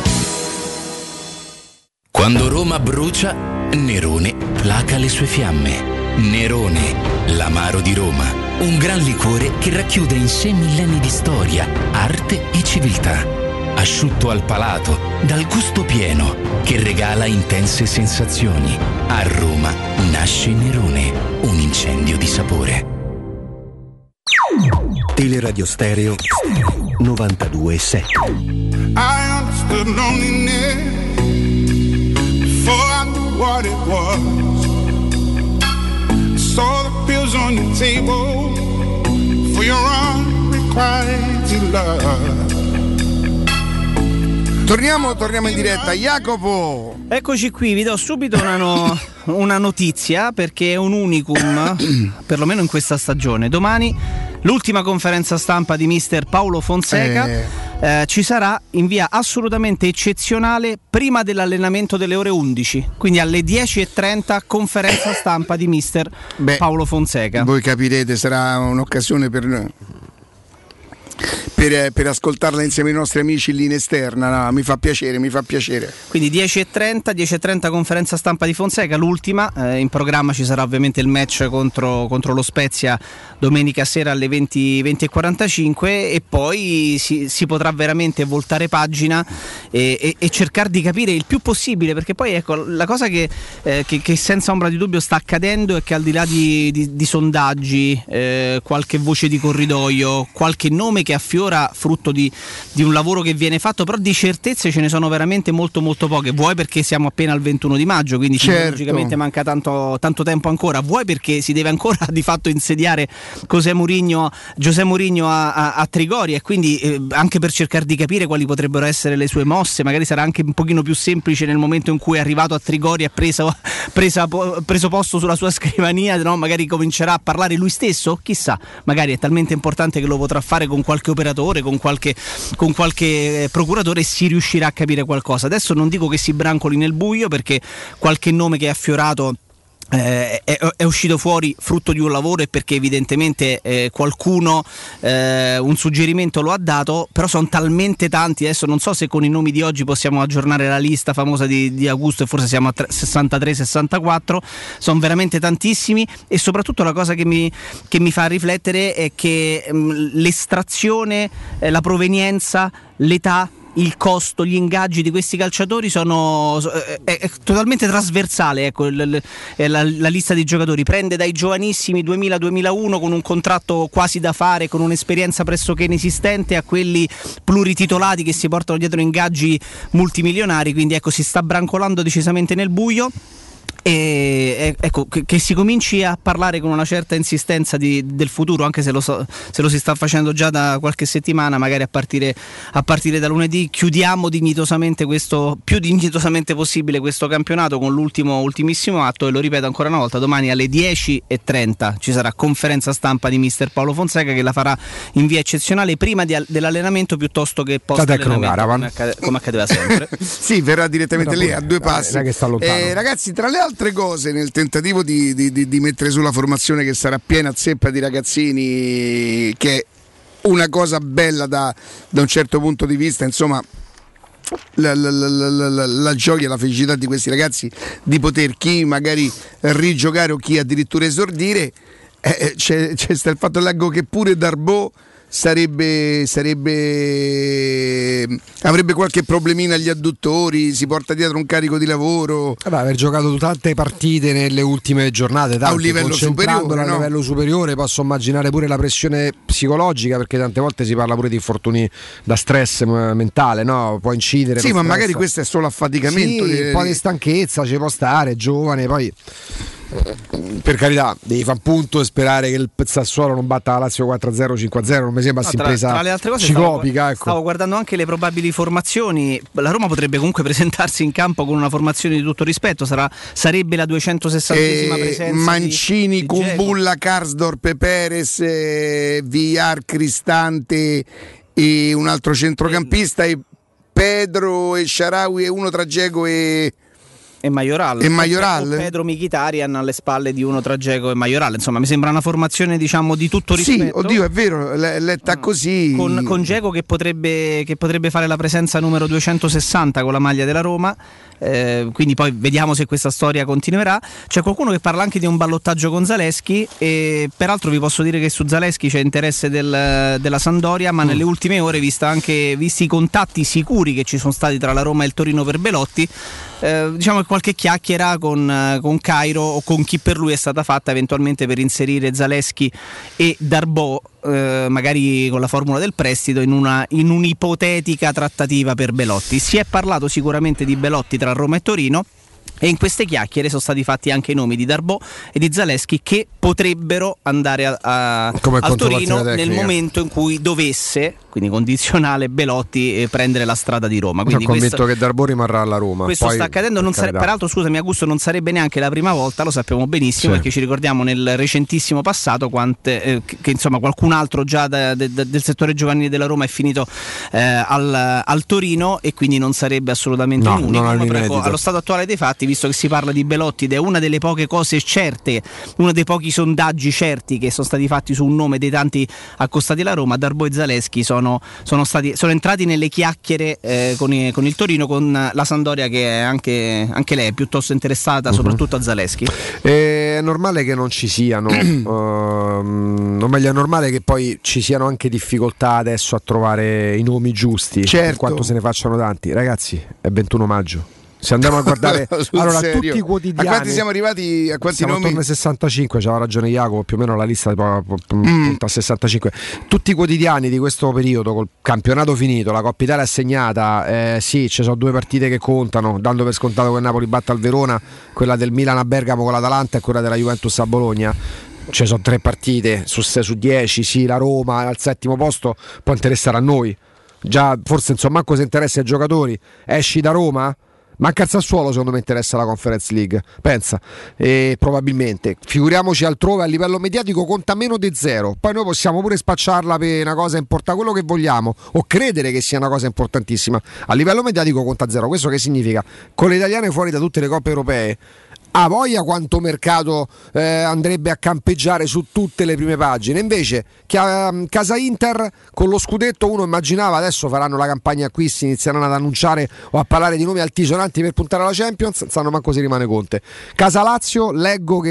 Quando Roma brucia, Nerone placa le sue fiamme. Nerone, l'amaro di Roma. Un gran liquore che racchiude in sé millenni di storia, arte e civiltà. Asciutto al palato, dal gusto pieno, che regala intense sensazioni. A Roma nasce Nerone, un incendio di sapore. Teleradio Stereo novantadue sette. I understood loneliness before I knew what it was. I saw the pills on your table for your unrequited love. Torniamo, torniamo in diretta. Jacopo! Eccoci qui, vi do subito una, no, una notizia perché è un unicum, perlomeno in questa stagione. Domani l'ultima conferenza stampa di mister Paolo Fonseca. Eh. Eh, ci sarà in via assolutamente eccezionale prima dell'allenamento delle ore undici, quindi alle dieci e trenta conferenza stampa di mister Beh, Paolo Fonseca. Voi capirete, sarà un'occasione per noi. Per, per ascoltarla insieme ai nostri amici lì in esterna, no, mi fa piacere, mi fa piacere. Quindi dieci e trenta, dieci e trenta conferenza stampa di Fonseca, l'ultima, eh, in programma ci sarà ovviamente il match contro, contro lo Spezia domenica sera alle venti, venti e quarantacinque e poi si, si potrà veramente voltare pagina e, e, e cercare di capire il più possibile, perché poi ecco la cosa che, eh, che, che senza ombra di dubbio sta accadendo è che al di là di, di, di sondaggi, eh, qualche voce di corridoio, qualche nome che affiora frutto di, di un lavoro che viene fatto, però di certezze ce ne sono veramente molto molto poche, vuoi perché siamo appena al ventuno di maggio, quindi certo, logicamente manca tanto, tanto tempo ancora, vuoi perché si deve ancora di fatto insediare José Mourinho, José Mourinho a, a, a Trigoria e quindi eh, anche per cercare di capire quali potrebbero essere le sue mosse, magari sarà anche un pochino più semplice nel momento in cui è arrivato a Trigoria e preso, preso, preso posto sulla sua scrivania, no? Magari comincerà a parlare lui stesso, chissà, magari è talmente importante che lo potrà fare con qualche operatore, con qualche, con qualche procuratore, si riuscirà a capire qualcosa. Adesso non dico che si brancoli nel buio perché qualche nome che è affiorato Eh, è, è uscito fuori frutto di un lavoro e perché evidentemente eh, qualcuno eh, un suggerimento lo ha dato, però sono talmente tanti, adesso non so se con i nomi di oggi possiamo aggiornare la lista famosa di, di Augusto e forse siamo a sessantatré sessantaquattro, sono veramente tantissimi e soprattutto la cosa che mi, che mi fa riflettere è che mh, l'estrazione, eh, la provenienza, l'età, il costo, gli ingaggi di questi calciatori sono è, è totalmente trasversale, ecco, il, il, la, la lista di giocatori prende dai giovanissimi duemila duemilauno con un contratto quasi da fare, con un'esperienza pressoché inesistente, a quelli plurititolati che si portano dietro ingaggi multimilionari, quindi ecco si sta brancolando decisamente nel buio. E ecco che, che si cominci a parlare con una certa insistenza di, del futuro, anche se lo, so, se lo si sta facendo già da qualche settimana, magari a partire, a partire da lunedì chiudiamo dignitosamente questo, più dignitosamente possibile questo campionato con l'ultimo ultimissimo atto. E lo ripeto ancora una volta, domani alle dieci e trenta ci sarà conferenza stampa di mister Paolo Fonseca che la farà in via eccezionale prima di, dell'allenamento piuttosto che post allenamento, come, accade, come accadeva sempre. Sì, verrà direttamente lì a due passi. Che sta lontano. Eh, ragazzi, tra le altre cose, nel tentativo di, di, di, di mettere sulla formazione che sarà piena zeppa di ragazzini, che è una cosa bella da, da un certo punto di vista, insomma la, la, la, la, la, la gioia, la felicità di questi ragazzi di poter chi magari rigiocare o chi addirittura esordire, eh, c'è, c'è sta il fatto, leggo che pure Darboe sarebbe, sarebbe avrebbe qualche problemina agli adduttori, si porta dietro un carico di lavoro. Vabbè, aver giocato tante partite nelle ultime giornate, tante, a un livello superiore, a no? livello superiore, posso immaginare pure la pressione psicologica, perché tante volte si parla pure di infortuni da stress mentale, no? Può incidere. Sì, ma stress. magari questo è solo affaticamento. Sì, di... un po' di stanchezza ci può stare, giovane, poi per carità devi fare punto e sperare che il Sassuolo non batta la Lazio quattro a zero, cinque a zero, non mi sembra No, sia tra, impresa tra le altre cose ciclopica. stavo, ecco. stavo guardando anche le probabili formazioni. La Roma potrebbe comunque presentarsi in campo con una formazione di tutto rispetto, sarà, sarebbe la duecentosessantesima eh, presenza Mancini, di, di Kumbulla, Karsdorp, Perez, eh, Villar, Cristante e un altro centrocampista e Pedro e Shaarawy e uno tra Dzeko e e Majoral, e Majoral? O Pedro Mkhitaryan alle spalle di uno tra Dzeko e Majoral. Insomma, mi sembra una formazione, diciamo, di tutto rispetto. Sì, oddio, è vero, l- letta così. Con, con Dzeko che potrebbe, che potrebbe fare la presenza numero duecentosessanta con la maglia della Roma. Eh, quindi poi vediamo se questa storia continuerà. C'è qualcuno che parla anche di un ballottaggio con Zalewski, e peraltro vi posso dire che su Zalewski c'è interesse del, della Sampdoria, ma mm. nelle ultime ore, vista anche, visti i contatti sicuri che ci sono stati tra la Roma e il Torino per Belotti, eh, diciamo che qualche chiacchiera con, con Cairo o con chi per lui è stata fatta eventualmente per inserire Zalewski e Darboe, eh, magari con la formula del prestito, in, una, in un'ipotetica trattativa per Belotti. Si è parlato sicuramente di Belotti tra Roma e Torino, e in queste chiacchiere sono stati fatti anche i nomi di Darboe e di Zalewski, che potrebbero andare a, a, al Torino nel momento in cui dovesse, quindi condizionale, Belotti eh, prendere la strada di Roma. Quindi Sono convinto questo, che Darboe rimarrà alla Roma. Questo Poi, sta accadendo, non sare, peraltro scusami Augusto, non sarebbe neanche la prima volta, lo sappiamo benissimo, sì, perché ci ricordiamo nel recentissimo passato quante, eh, che, che insomma qualcun altro già da, da, del settore giovanile della Roma è finito eh, al, al Torino, e quindi non sarebbe assolutamente no, un unico. non Prego, allo stato attuale dei fatti, visto che si parla di Belotti ed è una delle poche cose certe, uno dei pochi sondaggi certi che sono stati fatti su un nome dei tanti accostati alla Roma, Darboe e Zalewski sono, sono, stati, sono entrati nelle chiacchiere eh, con, i, con il Torino, con la Sampdoria che è anche, anche lei è piuttosto interessata, uh-huh, soprattutto a Zalewski. È normale che non ci siano, uh, o meglio è normale che poi ci siano anche difficoltà adesso a trovare i nomi giusti, certo, per quanto se ne facciano tanti. Ragazzi, è ventuno maggio. Se andiamo a guardare allora serio? tutti i quotidiani, a quanti siamo arrivati? A quanti siamo nomi? attorno ai sessantacinque, c'aveva ragione Jacopo, più o meno la lista mm. a sessantacinque. Tutti i quotidiani di questo periodo, col campionato finito, la Coppa Italia assegnata, eh, sì, ci sono due partite che contano, dando per scontato che il Napoli batta il Verona, quella del Milan a Bergamo con l'Atalanta e quella della Juventus a Bologna. Ci sono tre partite su sei su dieci, sì, la Roma al settimo posto può interessare a noi. Già forse insomma manco se interessa ai giocatori, esci da Roma? Manca il Sassuolo, secondo me interessa la Conference League, pensa, e probabilmente, figuriamoci altrove, a livello mediatico conta meno di zero, poi noi possiamo pure spacciarla per una cosa importante, quello che vogliamo, o credere che sia una cosa importantissima, a livello mediatico conta zero. Questo che significa? Con le italiane fuori da tutte le coppe europee, a voglia quanto mercato eh, andrebbe a campeggiare su tutte le prime pagine. Invece Casa Inter con lo scudetto uno immaginava, adesso faranno la campagna acquisti, inizieranno ad annunciare o a parlare di nomi altisonanti per puntare alla Champions, non sanno manco se rimane Conte. Casa Lazio, leggo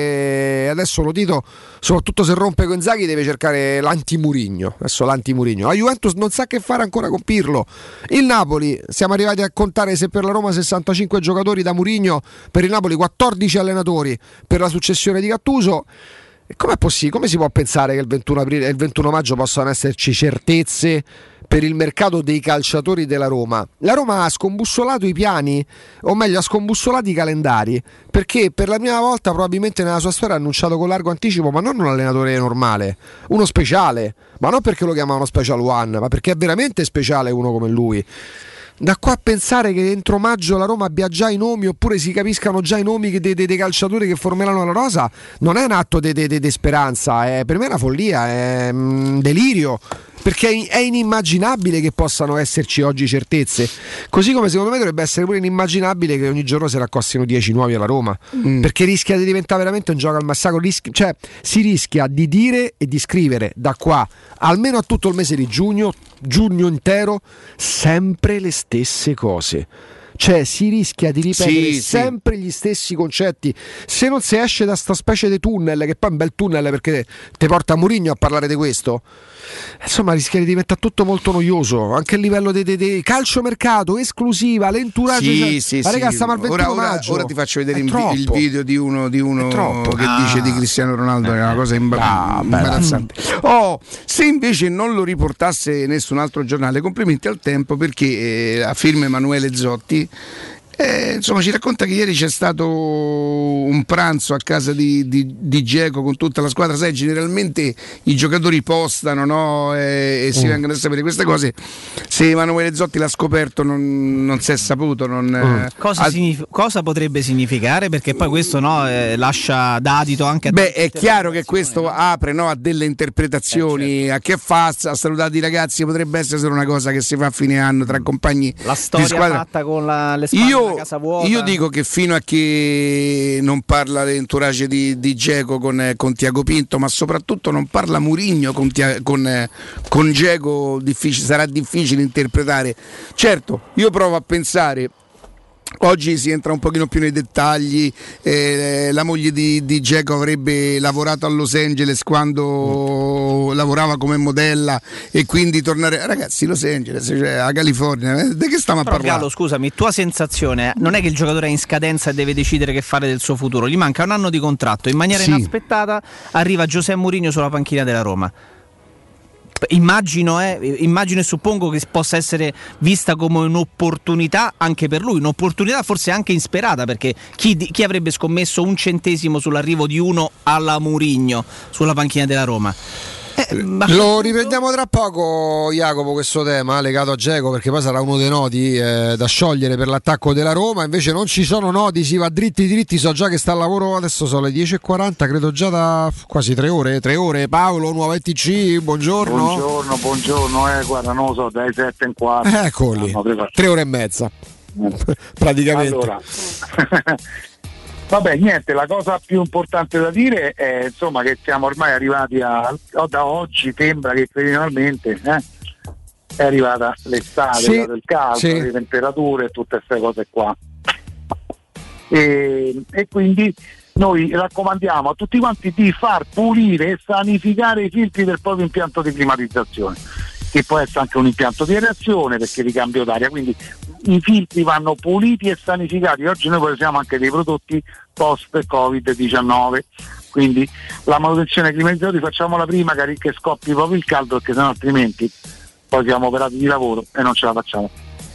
che adesso lo dito, soprattutto se rompe con Inzaghi, deve cercare l'anti-Murigno, adesso l'anti-Murigno. La Juventus non sa che fare ancora con Pirlo. Il Napoli, siamo arrivati a contare se per la Roma sessantacinque giocatori da Murigno, per il Napoli quattordici allenatori per la successione di Gattuso. Com'è possibile? Come si può pensare che il ventuno aprile e il ventuno maggio possano esserci certezze per il mercato dei calciatori della Roma? La Roma ha scombussolato i piani, o meglio ha scombussolato i calendari, perché per la prima volta probabilmente nella sua storia ha annunciato con largo anticipo, ma non un allenatore normale, uno speciale, ma non perché lo chiamavano Special One, ma perché è veramente speciale uno come lui. Da qua a pensare che entro maggio la Roma abbia già i nomi, oppure si capiscano già i nomi dei, dei, dei calciatori che formeranno la rosa, non è un atto di de, de, de speranza, è, per me è una follia, è un delirio, perché è inimmaginabile che possano esserci oggi certezze, così come secondo me dovrebbe essere pure inimmaginabile che ogni giorno si raccostino dieci nuovi alla Roma, mm. perché rischia di diventare veramente un gioco al massacro, rischi- cioè si rischia di dire e di scrivere da qua almeno a tutto il mese di giugno, giugno intero, sempre le stesse cose. Cioè si rischia di ripetere Sì, sempre sì. gli stessi concetti. Se non si esce da sta specie di tunnel, che poi è un bel tunnel perché ti porta Mourinho a parlare di questo, insomma rischia di diventare tutto molto noioso, anche a livello di calciomercato, esclusiva, l'entourage. Sì, sì, ma raga, sì. stiamo al ventuno ora, ora, maggio. ora ti faccio vedere È il, troppo. il video di uno, di uno che Ah. dice di Cristiano Ronaldo, è una cosa imba- Ah, imbarazzante. Oh, se invece non lo riportasse nessun altro giornale, complimenti al Tempo, perché eh, a firma Emanuele Zotti. Eh, insomma, ci racconta che ieri c'è stato un pranzo a casa di, di, di Dzeko con tutta la squadra. Sai, generalmente i giocatori postano, no? E, e si Mm. vengono a sapere queste cose. Se Emanuele Zotti l'ha scoperto, non, non si è saputo. Non, eh, Cosa, al- signif- cosa potrebbe significare? Perché poi questo no, eh, lascia d'adito anche a Beh, è chiaro che questo apre, no, a delle interpretazioni. A che fa? Ha salutato i ragazzi, potrebbe essere solo una cosa che si fa a fine anno tra compagni la di storia squadra. fatta con la, le spalle Io, della casa vuota. io dico che fino a che non parla l'entourage di, di Dzeko con, eh, con Tiago Pinto, ma soprattutto non parla Mourinho con, Tia- con, eh, con Dzeko, difficile- sarà difficile interpretare. Certo, io provo a pensare. Oggi si entra un pochino più nei dettagli, eh, la moglie di, di Dzeko avrebbe lavorato a Los Angeles quando lavorava come modella e quindi tornare, ragazzi, Los Angeles, cioè a California, eh, di che stiamo a Però parlare? Gallo, scusami, tua sensazione non è che il giocatore è in scadenza e deve decidere che fare del suo futuro, gli manca un anno di contratto, in maniera Sì. inaspettata arriva José Mourinho sulla panchina della Roma. Immagino, eh, immagino e suppongo che possa essere vista come un'opportunità anche per lui, un'opportunità forse anche insperata, perché chi, di- chi avrebbe scommesso un centesimo sull'arrivo di uno alla Mourinho sulla panchina della Roma? Eh, ma- Lo riprendiamo tra poco, Jacopo, questo tema legato a Dzeko, perché poi sarà uno dei nodi eh, da sciogliere per l'attacco della Roma. Invece non ci sono nodi, si va dritti dritti. So già che sta al lavoro, adesso sono le dieci e quaranta, credo già da quasi tre ore. Tre ore. Paolo, nuova E T C, buongiorno. Buongiorno, buongiorno, eh, guarda, non lo so, dai sette e un quarto. Eccoli, tre ore e mezza. Praticamente. Allora, vabbè, niente, la cosa più importante da dire è insomma che siamo ormai arrivati a, da oggi sembra che finalmente eh, è arrivata l'estate, Sì, del caldo, sì. le temperature e tutte queste cose qua. E, e quindi noi raccomandiamo a tutti quanti di far pulire e sanificare i filtri del proprio impianto di climatizzazione, che può essere anche un impianto di aerazione perché ricambio d'aria, quindi i filtri vanno puliti e sanificati. Oggi noi usiamo anche dei prodotti post covid diciannove, quindi la manutenzione climatizzatori facciamola prima che scoppi proprio il caldo, perché sennò altrimenti poi siamo operati di lavoro e non ce la facciamo.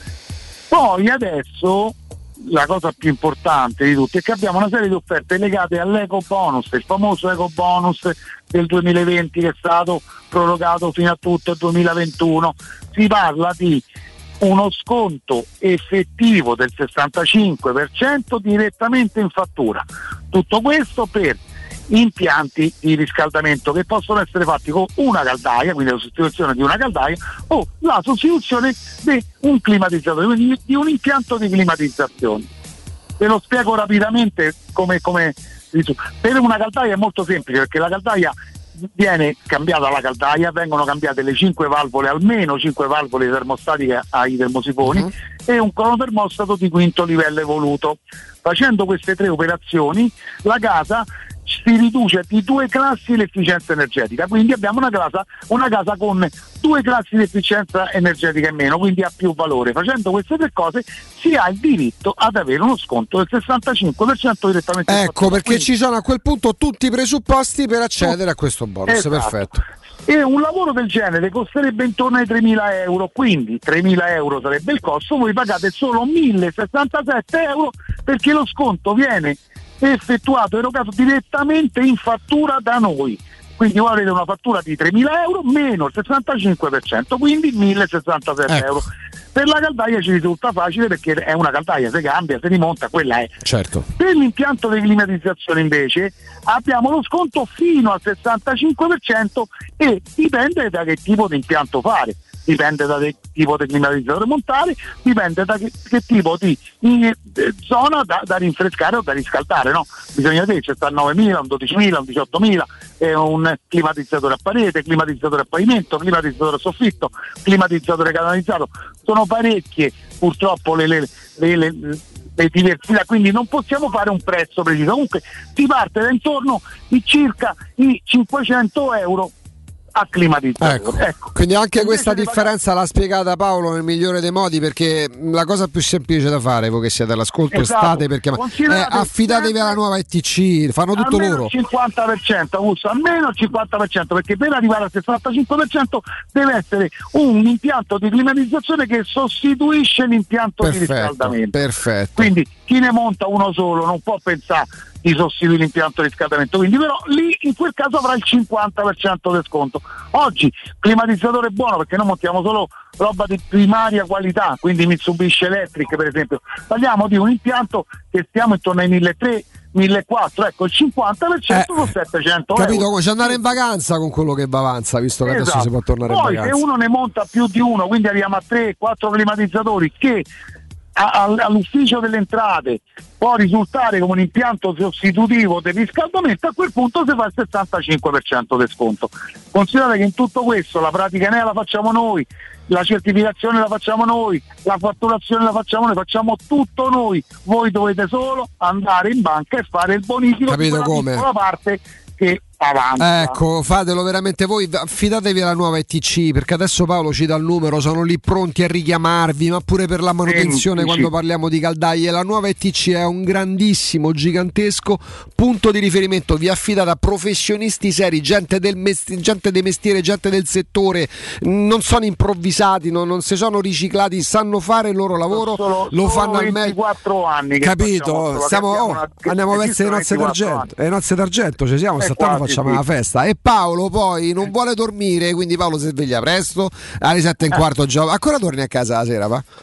Poi adesso la cosa più importante di tutte è che abbiamo una serie di offerte legate all'eco bonus, il famoso eco bonus del duemilaventi che è stato prorogato fino a tutto il duemilaventuno. Si parla di uno sconto effettivo del sessantacinque per cento direttamente in fattura. Tutto questo per impianti di riscaldamento che possono essere fatti con una caldaia, quindi la sostituzione di una caldaia, o la sostituzione di un climatizzatore, quindi di un impianto di climatizzazione. Ve lo spiego rapidamente come, come per una caldaia è molto semplice, perché la caldaia viene cambiata la caldaia, vengono cambiate le cinque valvole, almeno cinque valvole termostatiche ai termosifoni uh-huh. e un cronotermostato di quinto livello evoluto. Facendo queste tre operazioni la casa si riduce di due classi l'efficienza energetica, quindi abbiamo una casa, una casa con due classi di efficienza energetica in meno, quindi ha più valore. Facendo queste tre cose si ha il diritto ad avere uno sconto del sessantacinque per cento direttamente. Ecco, perché quindi, ci sono a quel punto tutti i presupposti per accedere a questo bonus. Esatto. Perfetto. E un lavoro del genere costerebbe intorno ai tremila euro, quindi tremila euro sarebbe il costo, voi pagate solo millesessantasette euro perché lo sconto viene effettuato, erogato direttamente in fattura da noi. Quindi voi avrete una fattura di tremila euro meno il sessantacinque per cento, quindi millesessantasette ecco. euro. Per la caldaia ci risulta facile perché è una caldaia, si cambia, si rimonta, quella è. Certo. Per l'impianto di climatizzazione invece abbiamo lo sconto fino al sessantacinque per cento e dipende da che tipo di impianto fare. Dipende da che tipo di climatizzatore montare, dipende da che, che tipo di in, eh, zona da, da rinfrescare o da riscaldare, no? Bisogna vedere, c'è sta novemila, un dodicimila, un diciottomila, è un climatizzatore a parete, climatizzatore a pavimento, climatizzatore a soffitto, climatizzatore canalizzato. Sono parecchie purtroppo le, le, le, le, le diversità, quindi non possiamo fare un prezzo preciso. Comunque si parte da intorno di circa i cinquecento euro a climatizzatore. Ecco. Ecco. Quindi anche Invece questa di differenza pagare... l'ha spiegata Paolo nel migliore dei modi, perché la cosa più semplice da fare, voi che siete all'ascolto, Esatto. state perché eh, affidatevi alla nuova E T C, fanno tutto almeno loro. Il cinquanta per cento, Augusto, almeno il cinquanta per cento, perché per arrivare al sessantacinque per cento deve essere un impianto di climatizzazione che sostituisce l'impianto Perfetto, di riscaldamento. perfetto. Quindi chi ne monta uno solo non può pensare di sostituire l'impianto di riscaldamento, quindi però lì in quel caso avrà il cinquanta per cento di sconto. Oggi climatizzatore buono, perché noi montiamo solo roba di primaria qualità, quindi Mitsubishi Electric per esempio, parliamo di un impianto che stiamo intorno ai milletrecento millequattrocento, ecco il cinquanta per cento Eh, su settecento Capito euro. come c'è andare in vacanza con quello che va avanza, visto che Esatto. adesso si può tornare Poi in vacanza. se uno ne monta più di uno, quindi arriviamo a tre quattro climatizzatori che a- a- all'ufficio delle entrate può risultare come un impianto sostitutivo del riscaldamento, a quel punto si fa il sessantacinque per cento di sconto. Considerate che in tutto questo la pratica Enea la facciamo noi, la certificazione la facciamo noi, la fatturazione la facciamo noi, facciamo tutto noi. Voi dovete solo andare in banca e fare il bonifico. Capito di quella come? piccola parte che avanza. Ecco, fatelo veramente voi, affidatevi alla nuova E T C, perché adesso Paolo ci dà il numero, sono lì pronti a richiamarvi, ma pure per la manutenzione Sì, quando sì. parliamo di caldaie. La nuova E T C è un grandissimo, gigantesco punto di riferimento, vi affidate a professionisti seri, gente del mesti- gente dei mestieri, gente del settore, non sono improvvisati, non, non si sono riciclati, sanno fare il loro lavoro, Solo- lo solo fanno al meglio. ventiquattro anni che Capito? facciamo, Stiamo, che oh, abbiamo una- che andiamo verso le nozze esistono ventiquattro d'argento, le nozze d'argento ci siamo, Eh, quest'anno quasi, facciamo sì. la festa. E Paolo poi non vuole dormire, quindi Paolo si sveglia presto, alle sette e un quarto già. Ancora torni a casa la sera, va?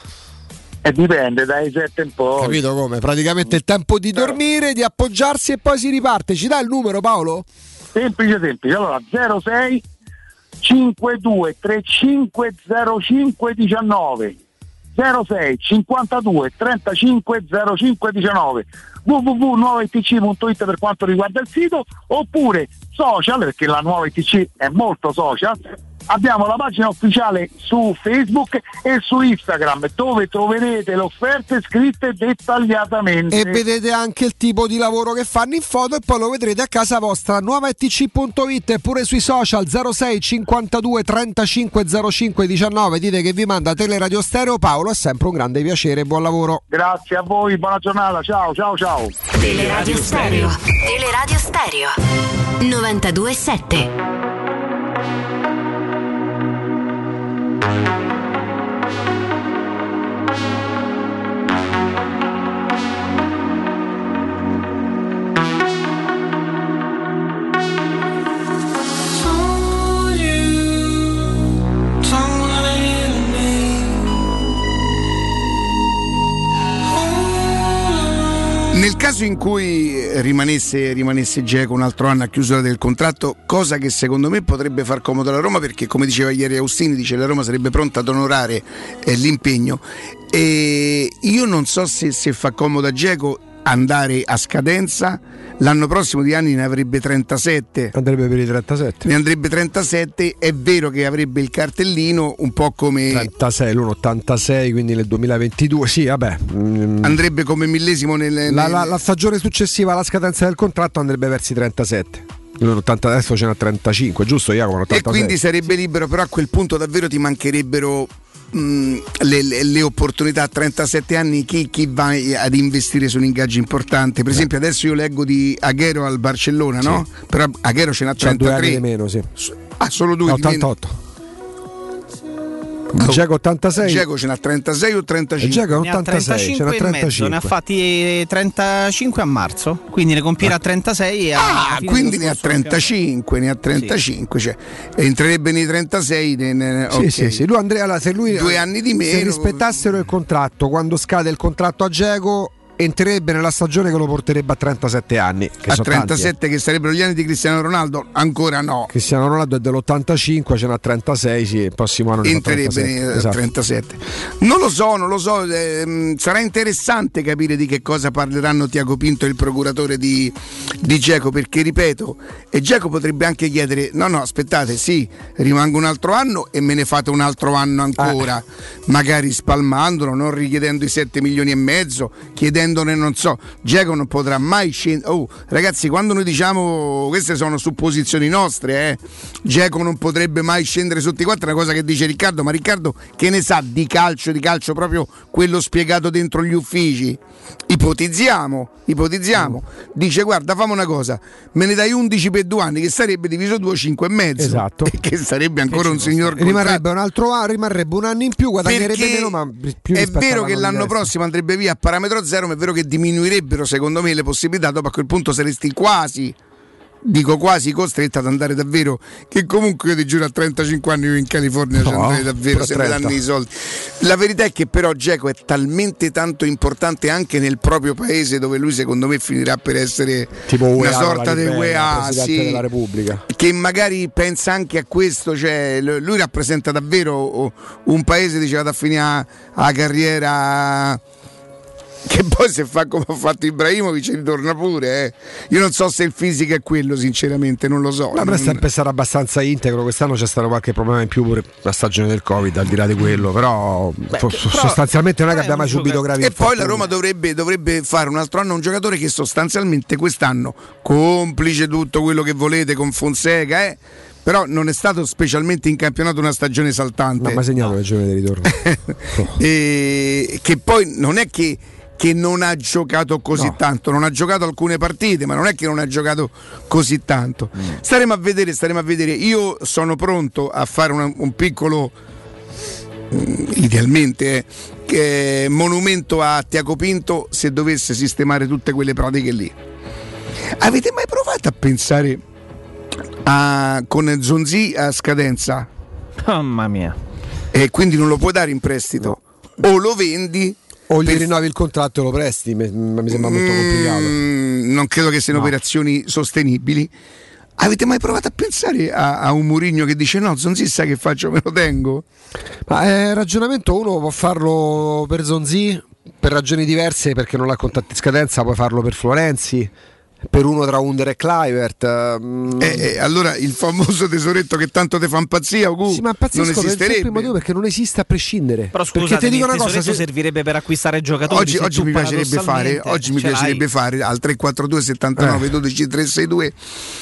E dipende dai sette in poi. Capito come? Praticamente il tempo di dormire, di appoggiarsi e poi si riparte. Ci dai il numero, Paolo? Semplice semplice. Allora zero sei cinquantadue trentacinque zero cinque diciannove zero sei cinquantadue trentacinque zero cinque diciannove w w w punto nuova e t c punto i t per quanto riguarda il sito, oppure social, perché la nuova E T C è molto social. Abbiamo la pagina ufficiale su Facebook e su Instagram, dove troverete le offerte scritte dettagliatamente. E vedete anche il tipo di lavoro che fanno in foto e poi lo vedrete a casa vostra. nuova e t c punto i t e pure sui social. Zero sei cinquantadue trentacinque zero cinque diciannove. Dite che vi manda Teleradio Stereo. Paolo, è sempre un grande piacere, buon lavoro. Grazie a voi, buona giornata, ciao ciao ciao. Teleradio Stereo. Teleradio Stereo. novantadue sette. Nel caso in cui rimanesse, rimanesse Dzeko un altro anno a chiusura del contratto, cosa che secondo me potrebbe far comodo alla Roma, perché come diceva ieri Austini, dice la Roma sarebbe pronta ad onorare eh, l'impegno, e io non so se, se fa comodo a Dzeko andare a scadenza. L'anno prossimo di anni ne avrebbe trentasette, andrebbe per i trentasette, ne andrebbe trentasette. È vero che avrebbe il cartellino un po' come trentasei, l'uno ottantasei, quindi nel duemilaventidue, sì, vabbè, mm, andrebbe come millesimo nel, nel... La, la, la stagione successiva alla scadenza del contratto andrebbe verso i trentasette. ottanta, adesso ce n'ha trentacinque, giusto Jacopo? E quindi sarebbe libero, però a quel punto davvero ti mancherebbero mh, le, le, le opportunità. A trentasette anni chi, chi va ad investire su un ingaggio importante? Per esempio adesso io leggo di Aguero al Barcellona, no? Sì. Però Aguero ce n'ha C'ha due trentatré. anni di meno, sì. Ah, solo due ottantotto. di meno. Dzeko ottantasei. Dzeko ce n'ha trentasei o trentacinque? Dzeko è Ne ha ottantasei, ce n'ha trentacinque e mezzo, trentacinque. ne ha fatti trentacinque a marzo, quindi ne compierà trentasei e Ah, alla fine quindi dello ne ha scorso trentacinque, ne ha trentacinque, cioè entrerebbe nei trentasei. Ne, ne, Sì, okay. sì, sì. Lui Andrea, allora, se lui Due anni di meno. se rispettassero il contratto, quando scade il contratto a Dzeko entrerebbe nella stagione che lo porterebbe a trentasette anni. Che a sono trentasette tanti, eh. che sarebbero gli anni di Cristiano Ronaldo? Ancora no. Cristiano Ronaldo è dell'ottantacinque, ce n'ha trentasei, sì, il prossimo anno entrerebbe a esatto. trentasette. Non lo so, non lo so, eh, sarà interessante capire di che cosa parleranno Tiago Pinto e il procuratore di, di Dzeko, perché ripeto, e Dzeko potrebbe anche chiedere no no aspettate, sì, rimango un altro anno e me ne fate un altro anno ancora, eh. magari spalmandolo, non richiedendo i sette milioni e mezzo, chiedendone non so. Dzeko non potrà mai scendere. Oh, ragazzi, quando noi diciamo queste sono supposizioni nostre, eh Dzeko non potrebbe mai scendere sotto i quattro, è una cosa che dice Riccardo, ma Riccardo che ne sa di calcio, di calcio proprio quello spiegato dentro gli uffici? Ipotizziamo, ipotizziamo. Mm. Dice guarda, fammi una cosa, me ne dai undici per due anni, che sarebbe diviso due, cinque e mezzo. Esatto. Che sarebbe ancora che un signor contratto. Rimarrebbe un altro anno, rimarrebbe un anno in più, guadagnerebbe perché meno, ma più è vero che l'anno diverso. prossimo andrebbe via a parametro zero, ma è vero che diminuirebbero secondo me le possibilità, dopo a quel punto saresti quasi, dico quasi costretto ad andare davvero, che comunque io ti giuro a trentacinque anni io in California ci no, andrei davvero se mi danno i soldi. La verità è che però Dzeko è talmente tanto importante anche nel proprio paese, dove lui secondo me finirà per essere tipo U E A, una sorta di U E A, Presidente sì, della Repubblica, che magari pensa anche a questo, cioè lui rappresenta davvero un paese, diceva, da finire la carriera, che poi se fa come ha fatto Ibrahimovic ritorna pure, eh. Io non so se il fisico è quello, sinceramente non lo so. Ma non... sempre sarà abbastanza integro. Quest'anno c'è stato qualche problema in più pure la stagione del Covid, al di là di quello, però, Beh, so, però sostanzialmente non è che abbia mai subito gravi e infortuni. poi la Roma dovrebbe, dovrebbe fare un altro anno un giocatore che sostanzialmente quest'anno, complice tutto quello che volete con Fonseca, eh, però non è stato specialmente in campionato una stagione saltante. Non mi ha segnato la giornata di ritorno. E che poi non è che che non ha giocato così no. tanto, non ha giocato alcune partite, ma non è che non ha giocato così tanto. Mm. Staremo a vedere, staremo a vedere. Io sono pronto a fare una, un piccolo, mm, idealmente, eh, monumento a Tiago Pinto se dovesse sistemare tutte quelle pratiche lì. Avete mai provato a pensare a, con Zonzi a scadenza? Mamma mia. E quindi non lo puoi dare in prestito, no. O lo vendi o gli per... rinnovi il contratto e lo presti, mi, mi sembra molto complicato. Mm, non credo che siano no. operazioni sostenibili. Avete mai provato a pensare a, a un Mourinho che dice no, Zonzi sa che faccio, me lo tengo? Ma eh, ragionamento uno può farlo per Zonzi per ragioni diverse, perché non l'ha contatti in scadenza, puoi farlo per Florenzi, per uno tra Under e Kluivert. Mm. Eh, eh, allora il famoso tesoretto che tanto te fa impazzia, Ugu, sì, ma non esisterebbe. Il primo perché non esiste a prescindere. Però scusate, perché ti dico il una cosa, se... servirebbe per acquistare giocatori. Oggi, oggi mi piacerebbe fare, oggi mi piacerebbe l'hai. fare al tre quattro due settantanove eh. dodici tre sei due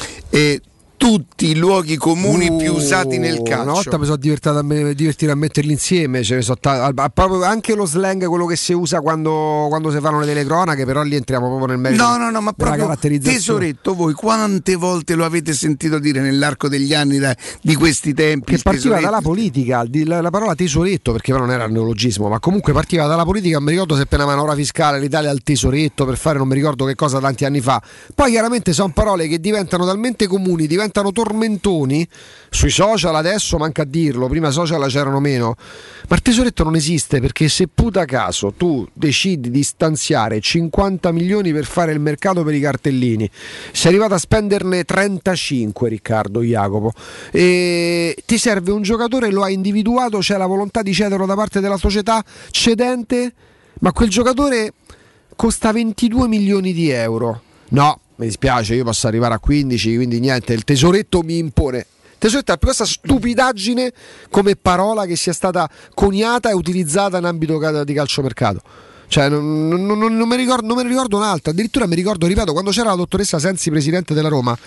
e tutti i luoghi comuni uh, più usati nel calcio. Una volta mi sono divertito a, me, divertito a metterli insieme, cioè, so ta- proprio anche lo slang, quello che si usa quando, quando si fanno le telecronache, però lì entriamo proprio nel merito. No, no, no, ma proprio tesoretto, voi quante volte lo avete sentito dire nell'arco degli anni da, di questi tempi? Che partiva tesoretto. Dalla politica, di, la, la parola tesoretto, perché però non era il neologismo, ma comunque partiva dalla politica. Mi ricordo se per una manovra fiscale l'Italia ha il tesoretto per fare non mi ricordo che cosa tanti anni fa. Poi chiaramente sono parole che diventano talmente comuni, diventano tormentoni sui social adesso, manca a dirlo, prima social c'erano meno, ma il tesoretto non esiste, perché se puta caso tu decidi di stanziare cinquanta milioni per fare il mercato per i cartellini, sei arrivato a spenderne trentacinque, Riccardo, Jacopo, e ti serve un giocatore, lo hai individuato, c'è la volontà di cederlo da parte della società cedente, ma quel giocatore costa ventidue milioni di euro. No, mi dispiace, io posso arrivare a quindici, quindi niente, il tesoretto mi impone. Il tesoretto è questa stupidaggine come parola che sia stata coniata e utilizzata in ambito di calciomercato. Cioè non, non, non, non, mi ricordo, non me ne ricordo un'altra, addirittura mi ricordo, ripeto, quando c'era la dottoressa Sensi, presidente della Roma,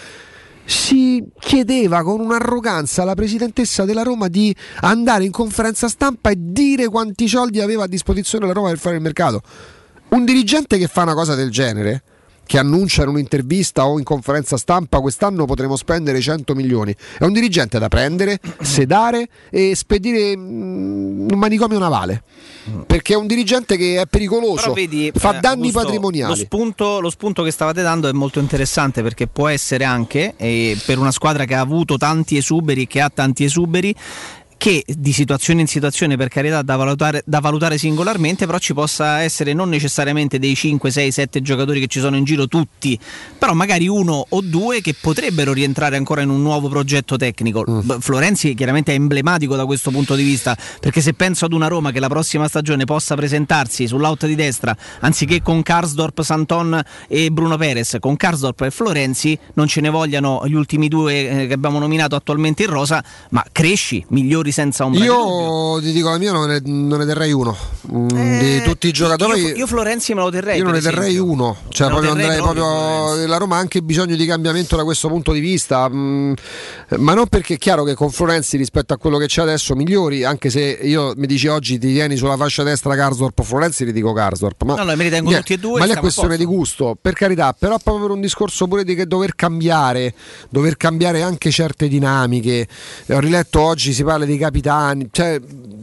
si chiedeva con un'arroganza alla presidentessa della Roma di andare in conferenza stampa e dire quanti soldi aveva a disposizione la Roma per fare il mercato. Un dirigente che fa una cosa del genere, che annuncia in un'intervista o in conferenza stampa quest'anno potremo spendere cento milioni, è un dirigente da prendere, sedare e spedire un manicomio navale, perché è un dirigente che è pericoloso. Però vedi, fa eh, danni Augusto, patrimoniali. Lo spunto, lo spunto che stavate dando è molto interessante, perché può essere anche, eh, per una squadra che ha avuto tanti esuberi e che ha tanti esuberi, che di situazione in situazione, per carità, da valutare, da valutare singolarmente, però ci possa essere non necessariamente dei cinque, sei, sette giocatori che ci sono in giro tutti, però magari uno o due che potrebbero rientrare ancora in un nuovo progetto tecnico. mm. Florenzi chiaramente è emblematico da questo punto di vista, perché se penso ad una Roma che la prossima stagione possa presentarsi sull'out di destra anziché con Karsdorp, Santon e Bruno Perez, con Karsdorp e Florenzi, non ce ne vogliano gli ultimi due che abbiamo nominato attualmente in rosa, ma cresci, migliori senza ombra di dubbio. Io ti dico la mia, non ne, non ne terrei uno eh, di tutti i giocatori. Io, io Florenzi me lo terrei. Io non ne terrei esempio. uno, cioè me proprio andrei proprio. proprio La Roma ha anche bisogno di cambiamento da questo punto di vista, mh, ma non perché è chiaro che con Florenzi rispetto a quello che c'è adesso migliori, anche se io mi dici oggi ti tieni sulla fascia destra Karsdorp o Florenzi, ti dico Karsdorp. Ma no, no, me li tengo tutti e due. Ma è questione di gusto, per carità, però proprio per un discorso pure di che dover cambiare, dover cambiare anche certe dinamiche. Ho riletto oggi, si parla dei capitani, cioè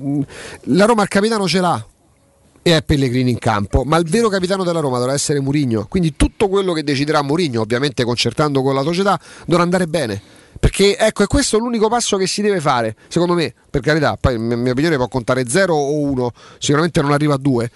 la Roma il capitano ce l'ha e è Pellegrini in campo, ma il vero capitano della Roma dovrà essere Mourinho, quindi tutto quello che deciderà Mourinho, ovviamente concertando con la società, dovrà andare bene, perché ecco, è questo l'unico passo che si deve fare, secondo me, per carità, poi in mia opinione può contare zero o uno, sicuramente non arriva a due,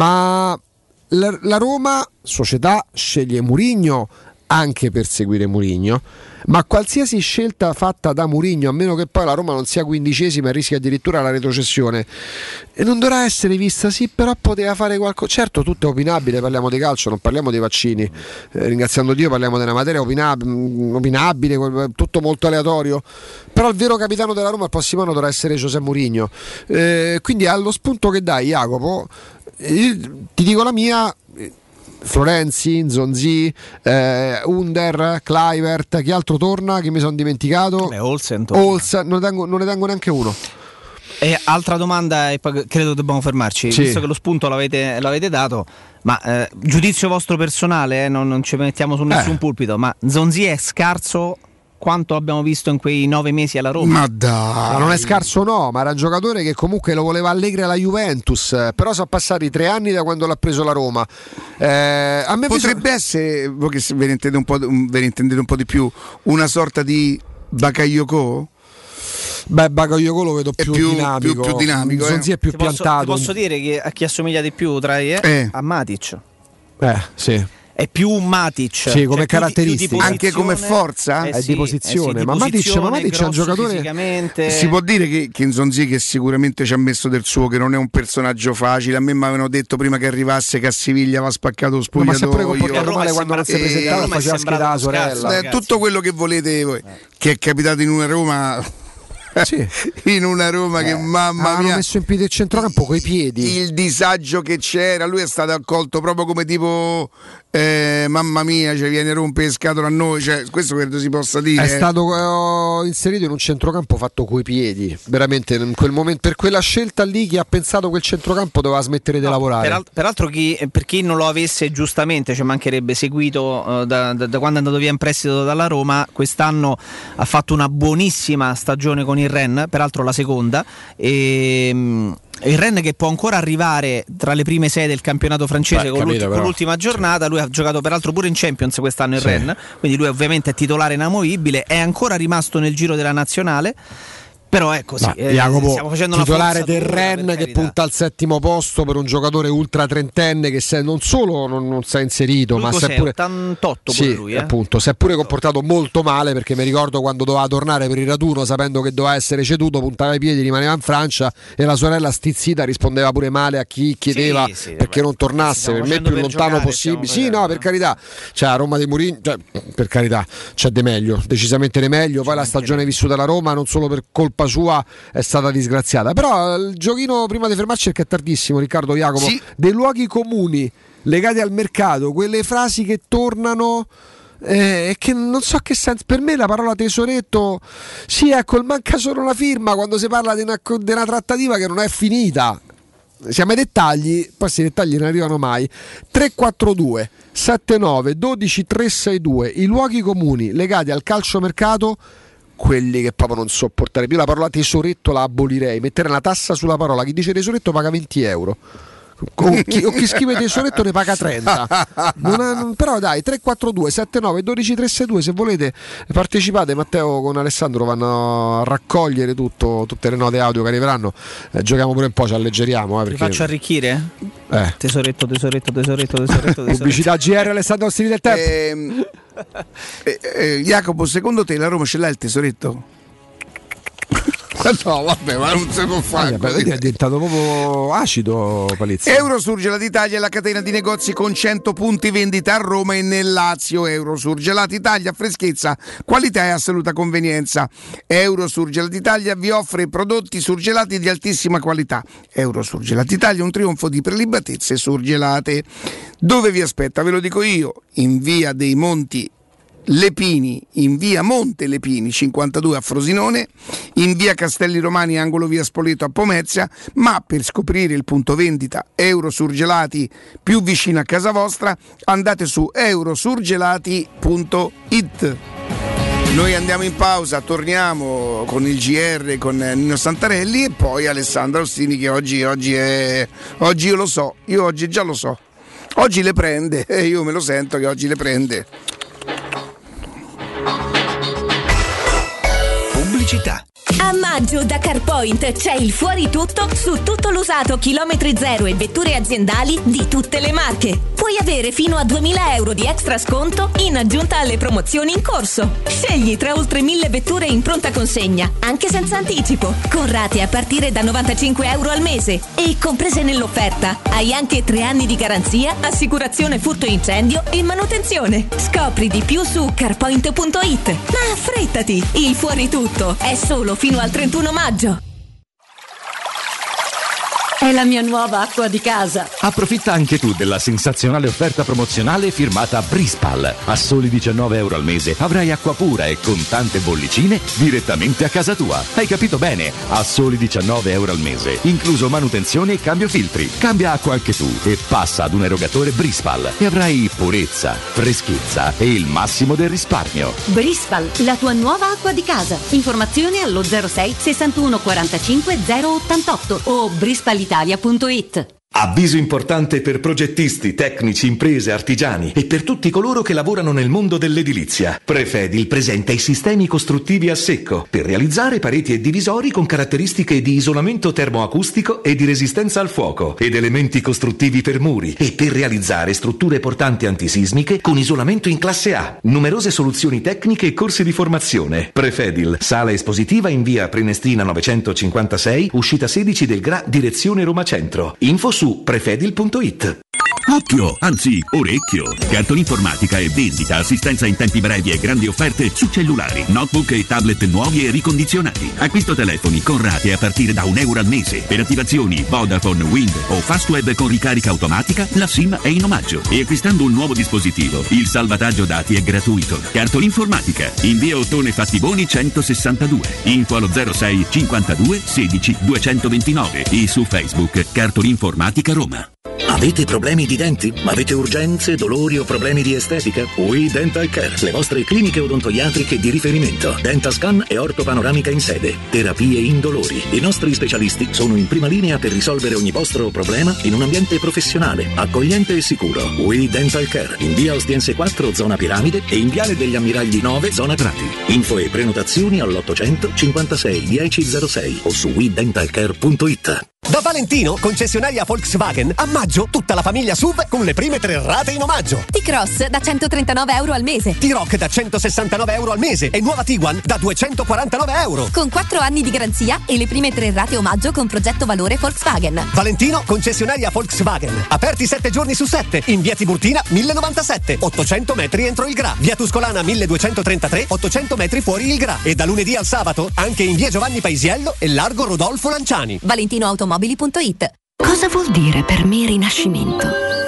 ma la, la Roma, società, sceglie Mourinho anche per seguire Mourinho, ma qualsiasi scelta fatta da Mourinho, a meno che poi la Roma non sia quindicesima e rischia addirittura la retrocessione, e non dovrà essere vista, sì, però poteva fare qualcosa. Certo, tutto è opinabile, parliamo di calcio, non parliamo dei vaccini, eh, ringraziando Dio parliamo della materia opinab- opinabile, tutto molto aleatorio, però il vero capitano della Roma il prossimo anno dovrà essere José Mourinho, eh, quindi allo spunto che dai, Jacopo, eh, ti dico la mia. Florenzi, Nzonzi, eh, Under, Kluivert, chi altro torna? Che mi sono dimenticato? Beh, Olsen, Olsen, non ne tengo, non ne tengo neanche uno. E altra domanda, e poi credo dobbiamo fermarci, sì. Visto che lo spunto l'avete, l'avete dato, ma eh, giudizio vostro personale, eh, non, non ci mettiamo su nessun eh. pulpito, ma Nzonzi è scarso quanto abbiamo visto in quei nove mesi alla Roma? Ma dai, ma non è scarso, no, ma era un giocatore che comunque lo voleva Allegri alla Juventus, però sono passati tre anni da quando l'ha preso la Roma. Eh, a me potrebbe bisogna... essere, voi che ve ne intendete un po', ve ne intendete un po' di più, una sorta di Bakayoko? Beh, Bakayoko lo vedo più, più dinamico, più, più dinamico, Zonzi eh. è più ti piantato. Posso, ti posso dire che a chi assomiglia di più tra i eh? Eh. A Matic. Eh, sì. È più un Matic, sì, come cioè caratteristiche, anche come forza, eh è sì, di posizione. Eh sì, di ma Matic, ma Matic è un giocatore. Si può dire che, che Nzonzi, che sicuramente ci ha messo del suo, che non è un personaggio facile. A me mi avevano detto prima che arrivasse che a Siviglia va spaccato lo spogliatoio. Ma si è pure comportato male quando non si è presentato, faceva schedare la sorella. Eh, tutto quello che volete voi, eh. che è capitato in una Roma. Sì. In una Roma eh, che mamma mia, hanno messo in piedi il centrocampo coi piedi, il disagio che c'era, lui è stato accolto proprio come tipo eh, mamma mia, cioè viene a rompere le scatole a noi, cioè, questo credo si possa dire. È stato uh, inserito in un centrocampo fatto coi piedi, veramente in quel momento, per quella scelta lì chi ha pensato che il centrocampo doveva smettere di no, lavorare. Peraltro, peraltro chi, per chi non lo avesse giustamente, ci mancherebbe, seguito uh, da, da, da quando è andato via in prestito dalla Roma, quest'anno ha fatto una buonissima stagione con il Rennes, peraltro la seconda, e um, il Rennes che può ancora arrivare tra le prime sei del campionato francese. Beh, con, capito, l'ultima, con l'ultima giornata. Lui ha giocato peraltro pure in Champions quest'anno il sì. Rennes, quindi lui ovviamente è titolare inamovibile, è ancora rimasto nel giro della nazionale. Però è così, Ma, eh, Jacopo, stiamo facendo titolare una del Rennes che punta al settimo posto per un giocatore ultra trentenne che se, non solo non, non si è inserito, lui ma si è pure ottantotto sì, pure lui, eh? appunto, si è pure comportato molto male, perché mi ricordo quando doveva tornare per il raduno sapendo che doveva essere ceduto, puntava i piedi, rimaneva in Francia e la sorella stizzita rispondeva pure male a chi chiedeva sì, sì, perché vabbè, non tornasse, per me più per lontano giocare, possibile. Sì, no, per carità, cioè a Roma di Mourinho, cioè, per carità, c'è di meglio, decisamente di meglio, poi la stagione vissuta da Roma non solo per colpa sua è stata disgraziata, però il giochino prima di fermarci, perché è tardissimo, Riccardo, Jacopo, sì. dei luoghi comuni legati al mercato, quelle frasi che tornano e eh, che non so che senso, per me la parola tesoretto, sì, ecco, manca solo una firma quando si parla di una, di una trattativa che non è finita. Siamo ai dettagli, poi questi dettagli non arrivano mai. Tre quattro due sette nove uno due tre sei due, i luoghi comuni legati al calciomercato, quelli che proprio non sopportare più. La parola tesoretto la abolirei, mettere una tassa sulla parola, chi dice tesoretto paga venti euro. o chi, o chi scrive tesoretto ne paga trenta. Non ha, non, però dai, tre quattro due sette nove uno due tre sei due, se volete partecipate. Matteo con Alessandro vanno a raccogliere tutto, tutte le note audio che arriveranno. Eh, giochiamo pure un po', ci alleggeriamo. Eh, perché... Ti faccio arricchire? Eh. Tesoretto, tesoretto, tesoretto, tesoretto, tesoretto. Pubblicità G R, Alessandro Ostini del Tempo. Eh, eh, eh, Jacopo, secondo te la Roma ce l'ha il tesoretto? No, vabbè, ma non si può fare. Ah, è diventato proprio acido, Palizzi. Eurosurgelati Italia è la catena di negozi con cento punti vendita a Roma e nel Lazio. Eurosurgelati Italia, freschezza, qualità e assoluta convenienza. Eurosurgelati Italia vi offre prodotti surgelati di altissima qualità. Eurosurgelati Italia, un trionfo di prelibatezze surgelate. Dove vi aspetta? Ve lo dico io, in via dei Monti Lepini, in via Monte Lepini cinquantadue a Frosinone, in via Castelli Romani angolo via Spoleto a Pomezia, ma per scoprire il punto vendita Eurosurgelati più vicino a casa vostra andate su eurosurgelati punto it. Noi andiamo in pausa, torniamo con il G R con Nino Santarelli e poi Alessandro Ostini che oggi, oggi è oggi io lo so, io oggi già lo so, oggi le prende e io me lo sento che oggi le prende. Pubblicità. A maggio da CarPoint c'è il fuori tutto su tutto l'usato chilometri zero e vetture aziendali di tutte le marche. Puoi avere fino a duemila euro di extra sconto in aggiunta alle promozioni in corso. Scegli tra oltre mille vetture in pronta consegna, anche senza anticipo, con rate a partire da novantacinque euro al mese. E comprese nell'offerta hai anche tre anni di garanzia, assicurazione furto incendio e manutenzione. Scopri di più su carpoint punto it. Ma affrettati, il fuori tutto è solo fino al trentuno maggio. È la mia nuova acqua di casa. Approfitta anche tu della sensazionale offerta promozionale firmata Brispal. A soli diciannove euro al mese avrai acqua pura e con tante bollicine direttamente a casa tua. Hai capito bene? A soli diciannove euro al mese, incluso manutenzione e cambio filtri. Cambia acqua anche tu e passa ad un erogatore Brispal e avrai purezza, freschezza e il massimo del risparmio. Brispal, la tua nuova acqua di casa. Informazioni allo zero sei sessantuno quarantacinque zero ottantotto o brispalitalia punto it. Avviso importante per progettisti, tecnici, imprese, artigiani e per tutti coloro che lavorano nel mondo dell'edilizia. Prefedil presenta i sistemi costruttivi a secco per realizzare pareti e divisori con caratteristiche di isolamento termoacustico e di resistenza al fuoco ed elementi costruttivi per muri e per realizzare strutture portanti antisismiche con isolamento in classe A. Numerose soluzioni tecniche e corsi di formazione. Prefedil, sala espositiva in via Prenestina novecentocinquantasei, uscita sedici del Gra, direzione Roma Centro. Info su su prefedil punto it. Occhio, anzi orecchio. Cartolinformatica e vendita, assistenza in tempi brevi e grandi offerte su cellulari, notebook e tablet nuovi e ricondizionati. Acquisto telefoni con rate a partire da un euro al mese. Per attivazioni Vodafone, Wind o Fastweb con ricarica automatica, la SIM è in omaggio. E acquistando un nuovo dispositivo, il salvataggio dati è gratuito. Cartolinformatica, in via Ottone Fattiboni centosessantadue. Info allo zero sei cinquantadue sedici duecentoventinove e su Facebook Cartolinformatica Roma. Avete problemi di denti? Avete urgenze, dolori o problemi di estetica? We Dental Care, le vostre cliniche odontoiatriche di riferimento. Dentascan e ortopanoramica in sede. Terapie indolori. I nostri specialisti sono in prima linea per risolvere ogni vostro problema in un ambiente professionale, accogliente e sicuro. We Dental Care, in via Ostiense quattro, zona Piramide e in viale degli Ammiragli nove, zona Prati. Info e prenotazioni all'ottocento cinquantasei dieci zero sei o su we dental care punto it. Da Valentino, concessionaria Volkswagen, a maggio tutta la famiglia S U V con le prime tre rate in omaggio. T-Cross da centotrentanove euro al mese. T-Roc da centosessantanove euro al mese e nuova Tiguan da duecentoquarantanove euro. Con quattro anni di garanzia e le prime tre rate omaggio con progetto valore Volkswagen. Valentino, concessionaria Volkswagen. Aperti sette giorni su sette. In via Tiburtina mille novantasette, ottocento metri entro il Gra. Via Tuscolana milleduecentotrentatré, ottocento metri fuori il Gra. E da lunedì al sabato anche in via Giovanni Paisiello e largo Rodolfo Lanciani. Valentino Automobili punto it. Cosa vuol dire per me rinascimento?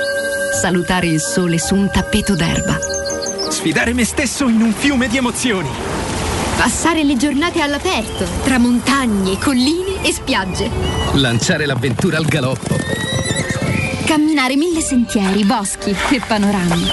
Salutare il sole su un tappeto d'erba. Sfidare me stesso in un fiume di emozioni. Passare le giornate all'aperto, tra montagne, colline e spiagge. Lanciare l'avventura al galoppo. Camminare mille sentieri, boschi e panorami.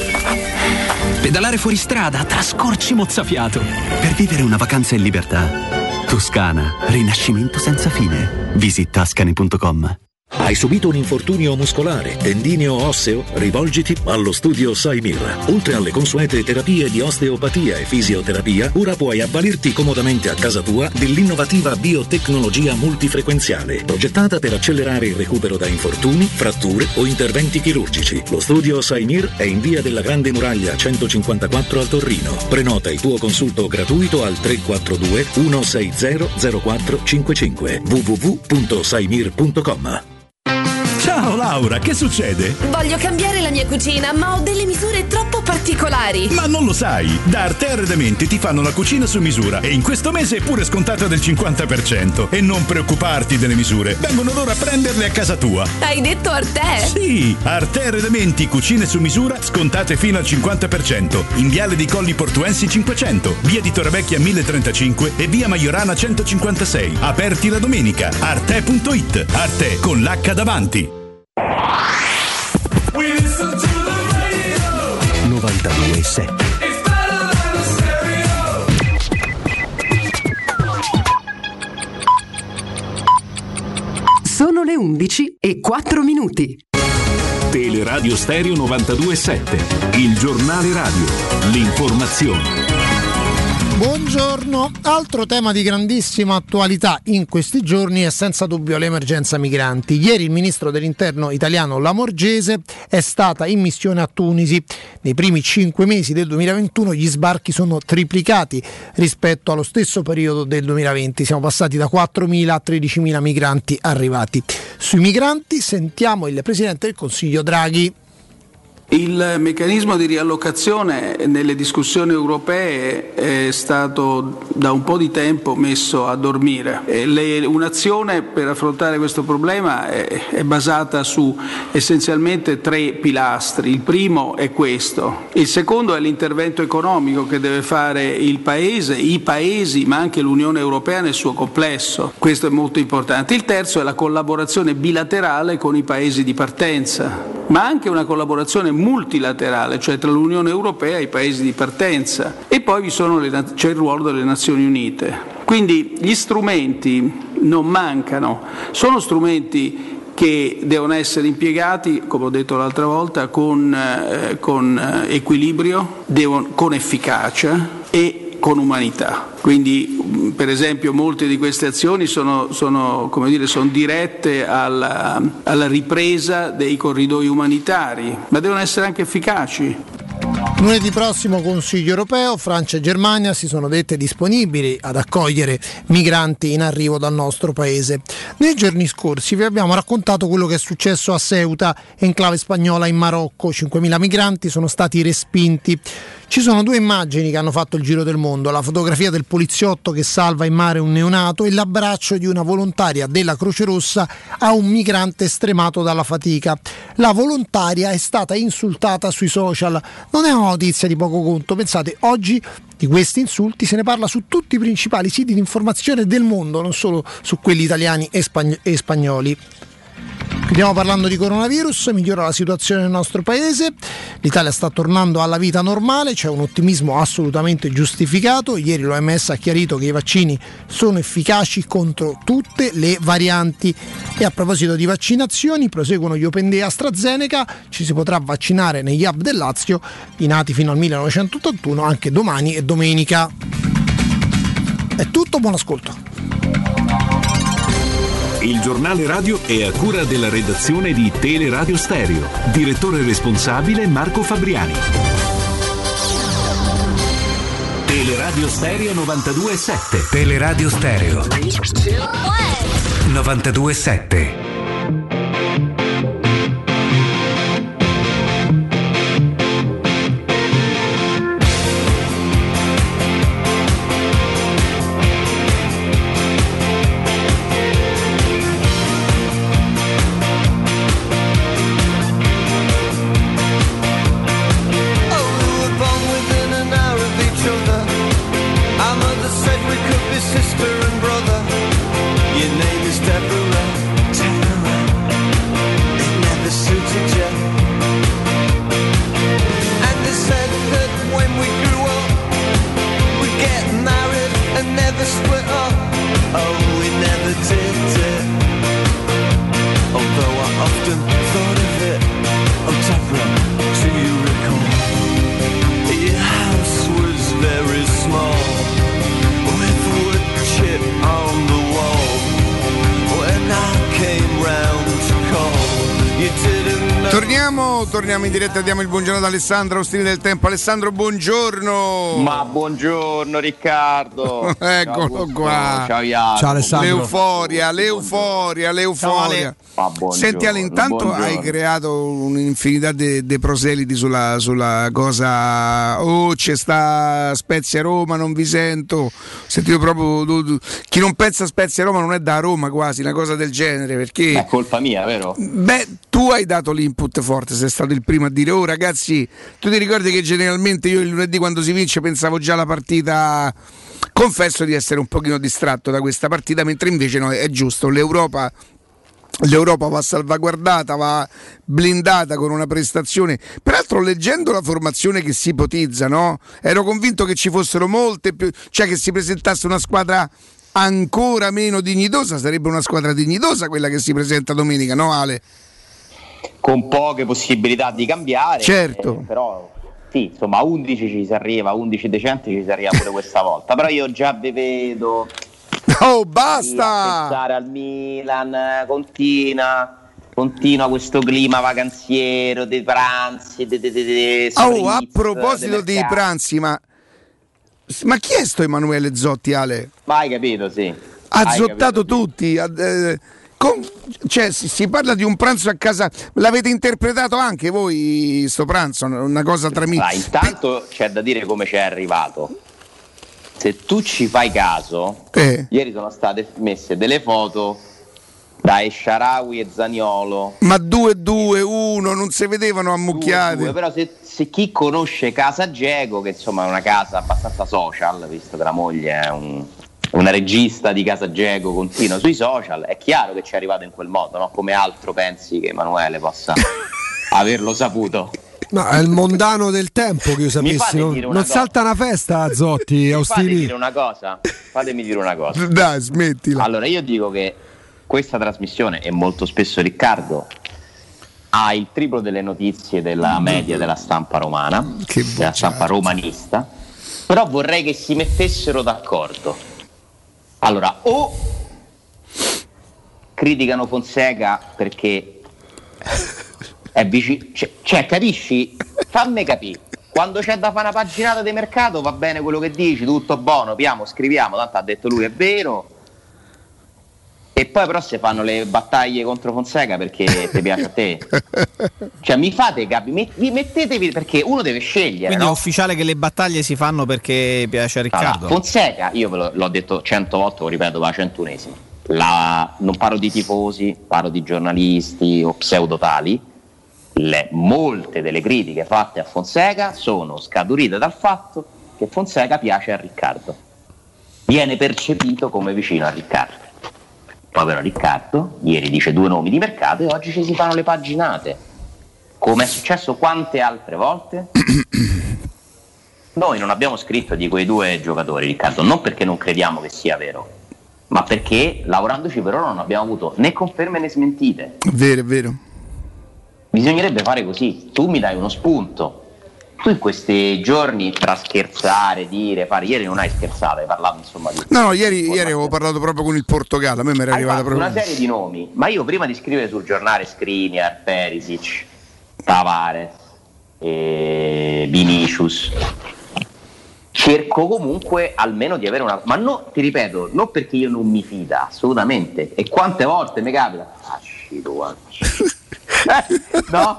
Pedalare fuori strada tra scorci mozzafiato. Per vivere una vacanza in libertà. Toscana, rinascimento senza fine. Visit Tuscany punto com. Hai subito un infortunio muscolare, tendineo o osseo? Rivolgiti allo studio Saimir. Oltre alle consuete terapie di osteopatia e fisioterapia, ora puoi avvalerti comodamente a casa tua dell'innovativa biotecnologia multifrequenziale, progettata per accelerare il recupero da infortuni, fratture o interventi chirurgici. Lo studio Saimir è in via della Grande Muraglia centocinquantaquattro a Torino. Prenota il tuo consulto gratuito al tre quattro due uno sei zero zero quattro cinque cinque w w w punto saimir punto com. Ciao Laura, che succede? Voglio cambiare la mia cucina, ma ho delle misure troppo particolari. Ma non lo sai, da Arte Arredamenti ti fanno la cucina su misura e in questo mese è pure scontata del cinquanta per cento. E non preoccuparti delle misure, vengono loro a prenderle a casa tua. Hai detto Arte? Sì, Arte Arredamenti, cucine su misura, scontate fino al cinquanta per cento. In Viale dei Colli Portuensi cinquecento, via di Torrevecchia mille trentacinque e via Maiorana centocinquantasei. Aperti la domenica. arte punto it. Arte con l'H davanti. novantadue e sette. Sono le undici e quattro minuti. Teleradio Stereo novantadue e sette, il giornale radio, l'informazione. Buongiorno, altro tema di grandissima attualità in questi giorni è senza dubbio l'emergenza migranti. Ieri il ministro dell'interno italiano Lamorgese è stata in missione a Tunisi. Nei primi cinque mesi del duemilaventuno gli sbarchi sono triplicati rispetto allo stesso periodo del duemilaventi. Siamo passati da quattromila a tredicimila migranti arrivati. Sui migranti sentiamo il Presidente del Consiglio Draghi. Il meccanismo di riallocazione nelle discussioni europee è stato da un po' di tempo messo a dormire. Le, un'azione per affrontare questo problema è, è basata su essenzialmente tre pilastri. Il primo è questo, il secondo è l'intervento economico che deve fare il Paese, i Paesi, ma anche l'Unione Europea nel suo complesso. Questo è molto importante. Il terzo è la collaborazione bilaterale con i Paesi di partenza, ma anche una collaborazione multilaterale, cioè tra l'Unione Europea e i paesi di partenza, e poi vi sono le, c'è il ruolo delle Nazioni Unite. Quindi gli strumenti non mancano, sono strumenti che devono essere impiegati, come ho detto l'altra volta, con, eh, con equilibrio, devono, con efficacia e con umanità. Quindi per esempio molte di queste azioni sono, sono, come dire, sono dirette alla, alla ripresa dei corridoi umanitari, ma devono essere anche efficaci. Lunedì prossimo Consiglio europeo, Francia e Germania si sono dette disponibili ad accogliere migranti in arrivo dal nostro paese. Nei giorni scorsi vi abbiamo raccontato quello che è successo a Ceuta, enclave spagnola in Marocco. cinquemila migranti sono stati respinti. Ci sono due immagini che hanno fatto il giro del mondo: la fotografia del poliziotto che salva in mare un neonato e l'abbraccio di una volontaria della Croce Rossa a un migrante stremato dalla fatica. La volontaria è stata insultata sui social. Non è una notizia di poco conto, pensate, oggi di questi insulti se ne parla su tutti i principali siti di informazione del mondo, non solo su quelli italiani e, spagn- e spagnoli. Stiamo parlando di coronavirus, migliora la situazione nel nostro paese, l'Italia sta tornando alla vita normale, c'è un ottimismo assolutamente giustificato. Ieri l'O M S ha chiarito che i vaccini sono efficaci contro tutte le varianti. E a proposito di vaccinazioni, proseguono gli Open Day AstraZeneca, ci si potrà vaccinare negli hub del Lazio, i nati fino al millenovecentottantuno, anche domani e domenica. È tutto, buon ascolto. Il giornale radio è a cura della redazione di Teleradio Stereo. Direttore responsabile Marco Fabriani. Teleradio Stereo novantadue e sette. Teleradio Stereo novantadue e sette. Sister and brother, your name is Deborah. torniamo in diretta, diamo il buongiorno ad Alessandro Ostini del Tempo. Alessandro, buongiorno. Ma buongiorno Riccardo. Eccolo ciao, qua. Ciao, Iago. Ciao Alessandro. L'euforia, l'euforia, l'euforia. Ma Senti Ale, intanto buongiorno. hai creato un'infinità di proseliti sulla, sulla cosa. Oh, c'è sta Spezia Roma, non vi sento. Sentito proprio tu, tu. Chi non pensa a Spezia Roma non è da Roma, quasi una cosa del genere, perché è colpa mia, vero? Beh, tu hai dato l'input forte, sei stato il primo a dire oh ragazzi, tu ti ricordi che generalmente io il lunedì quando si vince pensavo già alla partita, confesso di essere un pochino distratto da questa partita, mentre invece no, è giusto, l'Europa L'Europa va salvaguardata, va blindata con una prestazione. Peraltro, leggendo la formazione che si ipotizza, no? Ero convinto che ci fossero molte più, cioè che si presentasse una squadra ancora meno dignitosa. Sarebbe una squadra dignitosa quella che si presenta domenica, no Ale? Con poche possibilità di cambiare. Certo. Eh, però sì, insomma, a undici ci si arriva, a undici decenti ci si arriva pure questa volta. Però io già vi vedo. Oh, basta! Pensare al Milan, continua, continua questo clima vacanziero dei pranzi, dei, dei, dei oh, a proposito dei pranzi, ma, ma chi è sto Emanuele Zotti, Ale? Ma hai capito, sì. Ha hai zottato capito, tutti. Eh, con, cioè, si, si parla di un pranzo a casa. L'avete interpretato anche voi, sto pranzo? Una cosa tra allora, intanto c'è da dire come ci è arrivato. Se tu ci fai caso, eh. ieri sono state messe delle foto da Esharawi e Zaniolo. Ma due due uno non si vedevano ammucchiate. Due, due, però se, se chi conosce Casa Geco, che insomma è una casa abbastanza social, visto che la moglie è un, una regista di Casa Geco, continua sui social, è chiaro che ci è arrivato in quel modo, no? Come altro pensi che Emanuele possa averlo saputo? No, è il mondano del tempo che io sapessi. Non, non cosa. salta una festa a Zotti, Austini. Fatemi dire una cosa. Fatemi dire una cosa. Dai, smettila. Allora, io dico che questa trasmissione, e molto spesso Riccardo, ha il triplo delle notizie della media della stampa romana, che della stampa romanista, però vorrei che si mettessero d'accordo. Allora, o criticano Fonseca perché è vicino, cioè, cioè capisci? Fammi capire. Quando c'è da fare una paginata di mercato va bene quello che dici, tutto buono, piamo, scriviamo, tanto ha detto lui, è vero. E poi però si fanno le battaglie contro Fonseca perché ti piace a te. Cioè mi fate capire, mi mettetevi, perché uno deve scegliere. Quindi no? È ufficiale che le battaglie si fanno perché piace a Riccardo. Allora, Fonseca, io ve lo, l'ho detto cento volte, lo ripeto, va centunesimo. La, non parlo di tifosi, parlo di giornalisti o pseudotali. Le, molte delle critiche fatte a Fonseca sono scaturite dal fatto che Fonseca piace a Riccardo, viene percepito come vicino a Riccardo. Povero Riccardo, ieri dice due nomi di mercato e oggi ci si fanno le paginate, come è successo quante altre volte. Noi non abbiamo scritto di quei due giocatori, Riccardo, non perché non crediamo che sia vero, ma perché lavorandoci per ora non abbiamo avuto né conferme né smentite. È vero, è vero. Bisognerebbe fare così, tu mi dai uno spunto, tu in questi giorni tra scherzare, dire, fare, ieri non hai scherzato, hai parlato insomma di... No, no, ieri, ieri avevo parlato proprio con il Portogallo, a me mi era hai arrivata fatto proprio... una serie di nomi, ma io prima di scrivere sul giornale Skriniar, Perisic, Tavares, eh, Vinicius, cerco comunque almeno di avere una... Ma no, ti ripeto, non perché io non mi fida, assolutamente, e quante volte mi capita... No?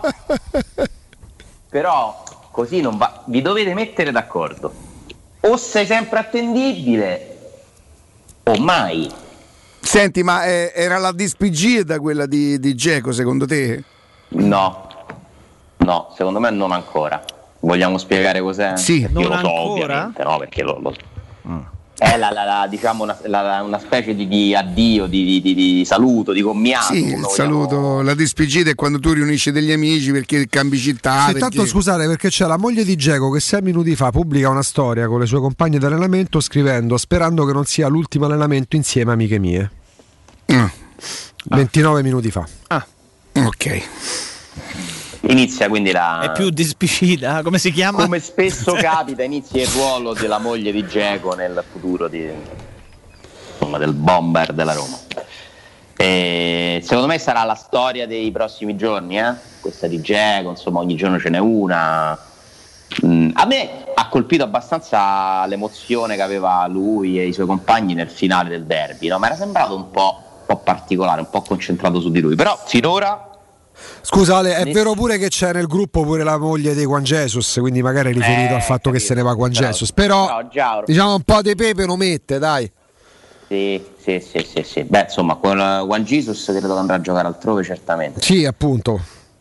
Però così non va, vi dovete mettere d'accordo, o sei sempre attendibile o mai. Senti, ma eh, era la dispigida quella di, di Dzeko secondo te? No, no, secondo me non ancora. Vogliamo spiegare cos'è? Sì, io non lo so ancora? ovviamente, no, perché lo, lo... Mm. È la, la, la, diciamo una, la, una specie di, di addio, di, di, di saluto, di commiato. Sì, il saluto, la dispigita è quando tu riunisci degli amici perché cambi città. Sì, perché... tanto scusate, perché c'è la moglie di Dzeko che sei minuti fa pubblica una storia con le sue compagne di allenamento scrivendo sperando che non sia l'ultimo allenamento insieme amiche mie. Mm. ventinove ah. minuti fa. Ah, ok. Inizia quindi la... È più dispicita, come si chiama? Come spesso capita, inizia il ruolo della moglie di Dzeko nel futuro di, insomma, del bomber della Roma. E secondo me sarà la storia dei prossimi giorni, eh? Questa di Dzeko, insomma ogni giorno ce n'è una. Mm, a me ha colpito abbastanza l'emozione che aveva lui e i suoi compagni nel finale del derby, no? Mi era sembrato un po', un po' particolare, un po' concentrato su di lui, però finora. Scusa Ale, è ne... vero pure che c'è nel gruppo pure la moglie di Juan Jesus, quindi magari è riferito eh, al fatto capito, che se ne va Juan però, Jesus, però, però già... diciamo un po' di pepe lo mette, dai. Sì, sì, sì, sì, sì. Beh, insomma, con Juan Jesus credo che andrà a giocare altrove certamente. Sì, appunto.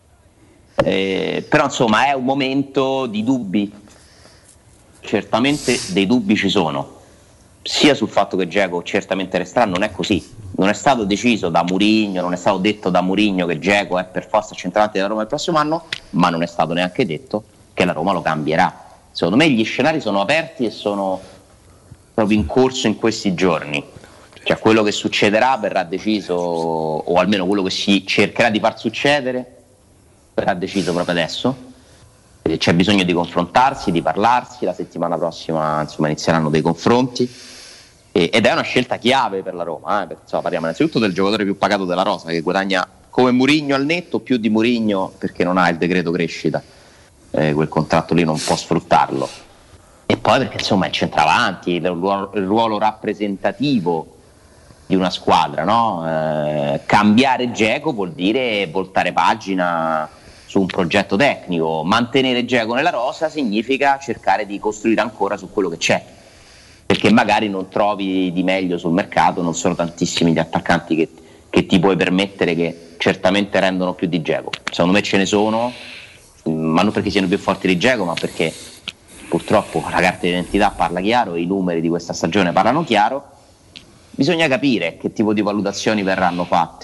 Eh, però insomma è un momento di dubbi. Certamente dei dubbi ci sono. Sia sul fatto che Dzeko certamente resterà, non è così. Non è stato deciso da Mourinho, non è stato detto da Mourinho che Dzeko è per forza centravanti della Roma il prossimo anno, ma non è stato neanche detto che la Roma lo cambierà. Secondo me gli scenari sono aperti e sono proprio in corso in questi giorni. Cioè quello che succederà verrà deciso, o almeno quello che si cercherà di far succedere verrà deciso proprio adesso. E c'è bisogno di confrontarsi, di parlarsi. La settimana prossima insomma inizieranno dei confronti e, ed è una scelta chiave per la Roma, eh? Perché, insomma, parliamo innanzitutto del giocatore più pagato della rosa, che guadagna come Mourinho al netto, più di Mourinho perché non ha il decreto crescita, eh, quel contratto lì non può sfruttarlo, e poi perché insomma è il centravanti, il ruolo, il ruolo rappresentativo di una squadra, no? Eh, cambiare Dzeko vuol dire voltare pagina su un progetto tecnico. Mantenere Dzeko nella rosa significa cercare di costruire ancora su quello che c'è, perché magari non trovi di meglio sul mercato, non sono tantissimi gli attaccanti che, che ti puoi permettere, che certamente rendono più di Dzeko. Secondo me ce ne sono, ma non perché siano più forti di Dzeko, ma perché purtroppo la carta d'identità parla chiaro, i numeri di questa stagione parlano chiaro. Bisogna capire che tipo di valutazioni verranno fatte,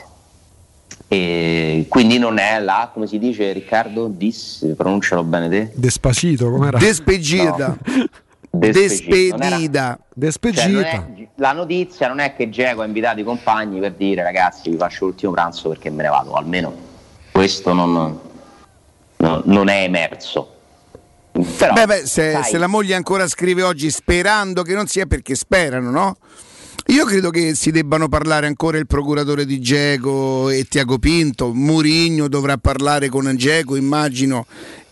e quindi non è la, come si dice Riccardo, dis, pronuncialo bene te? Despacito, com'era? Despedida. No. Despedida. Despedida. Cioè, la notizia non è che Dzeko ha invitato i compagni per dire ragazzi vi faccio l'ultimo pranzo perché me ne vado, almeno questo non, non, non è emerso. Però, beh, beh, se, se la moglie ancora scrive oggi sperando che non sia, perché sperano, no? Io credo che si debbano parlare ancora il procuratore di Dzeko e Tiago Pinto. Mourinho dovrà parlare con Dzeko, immagino.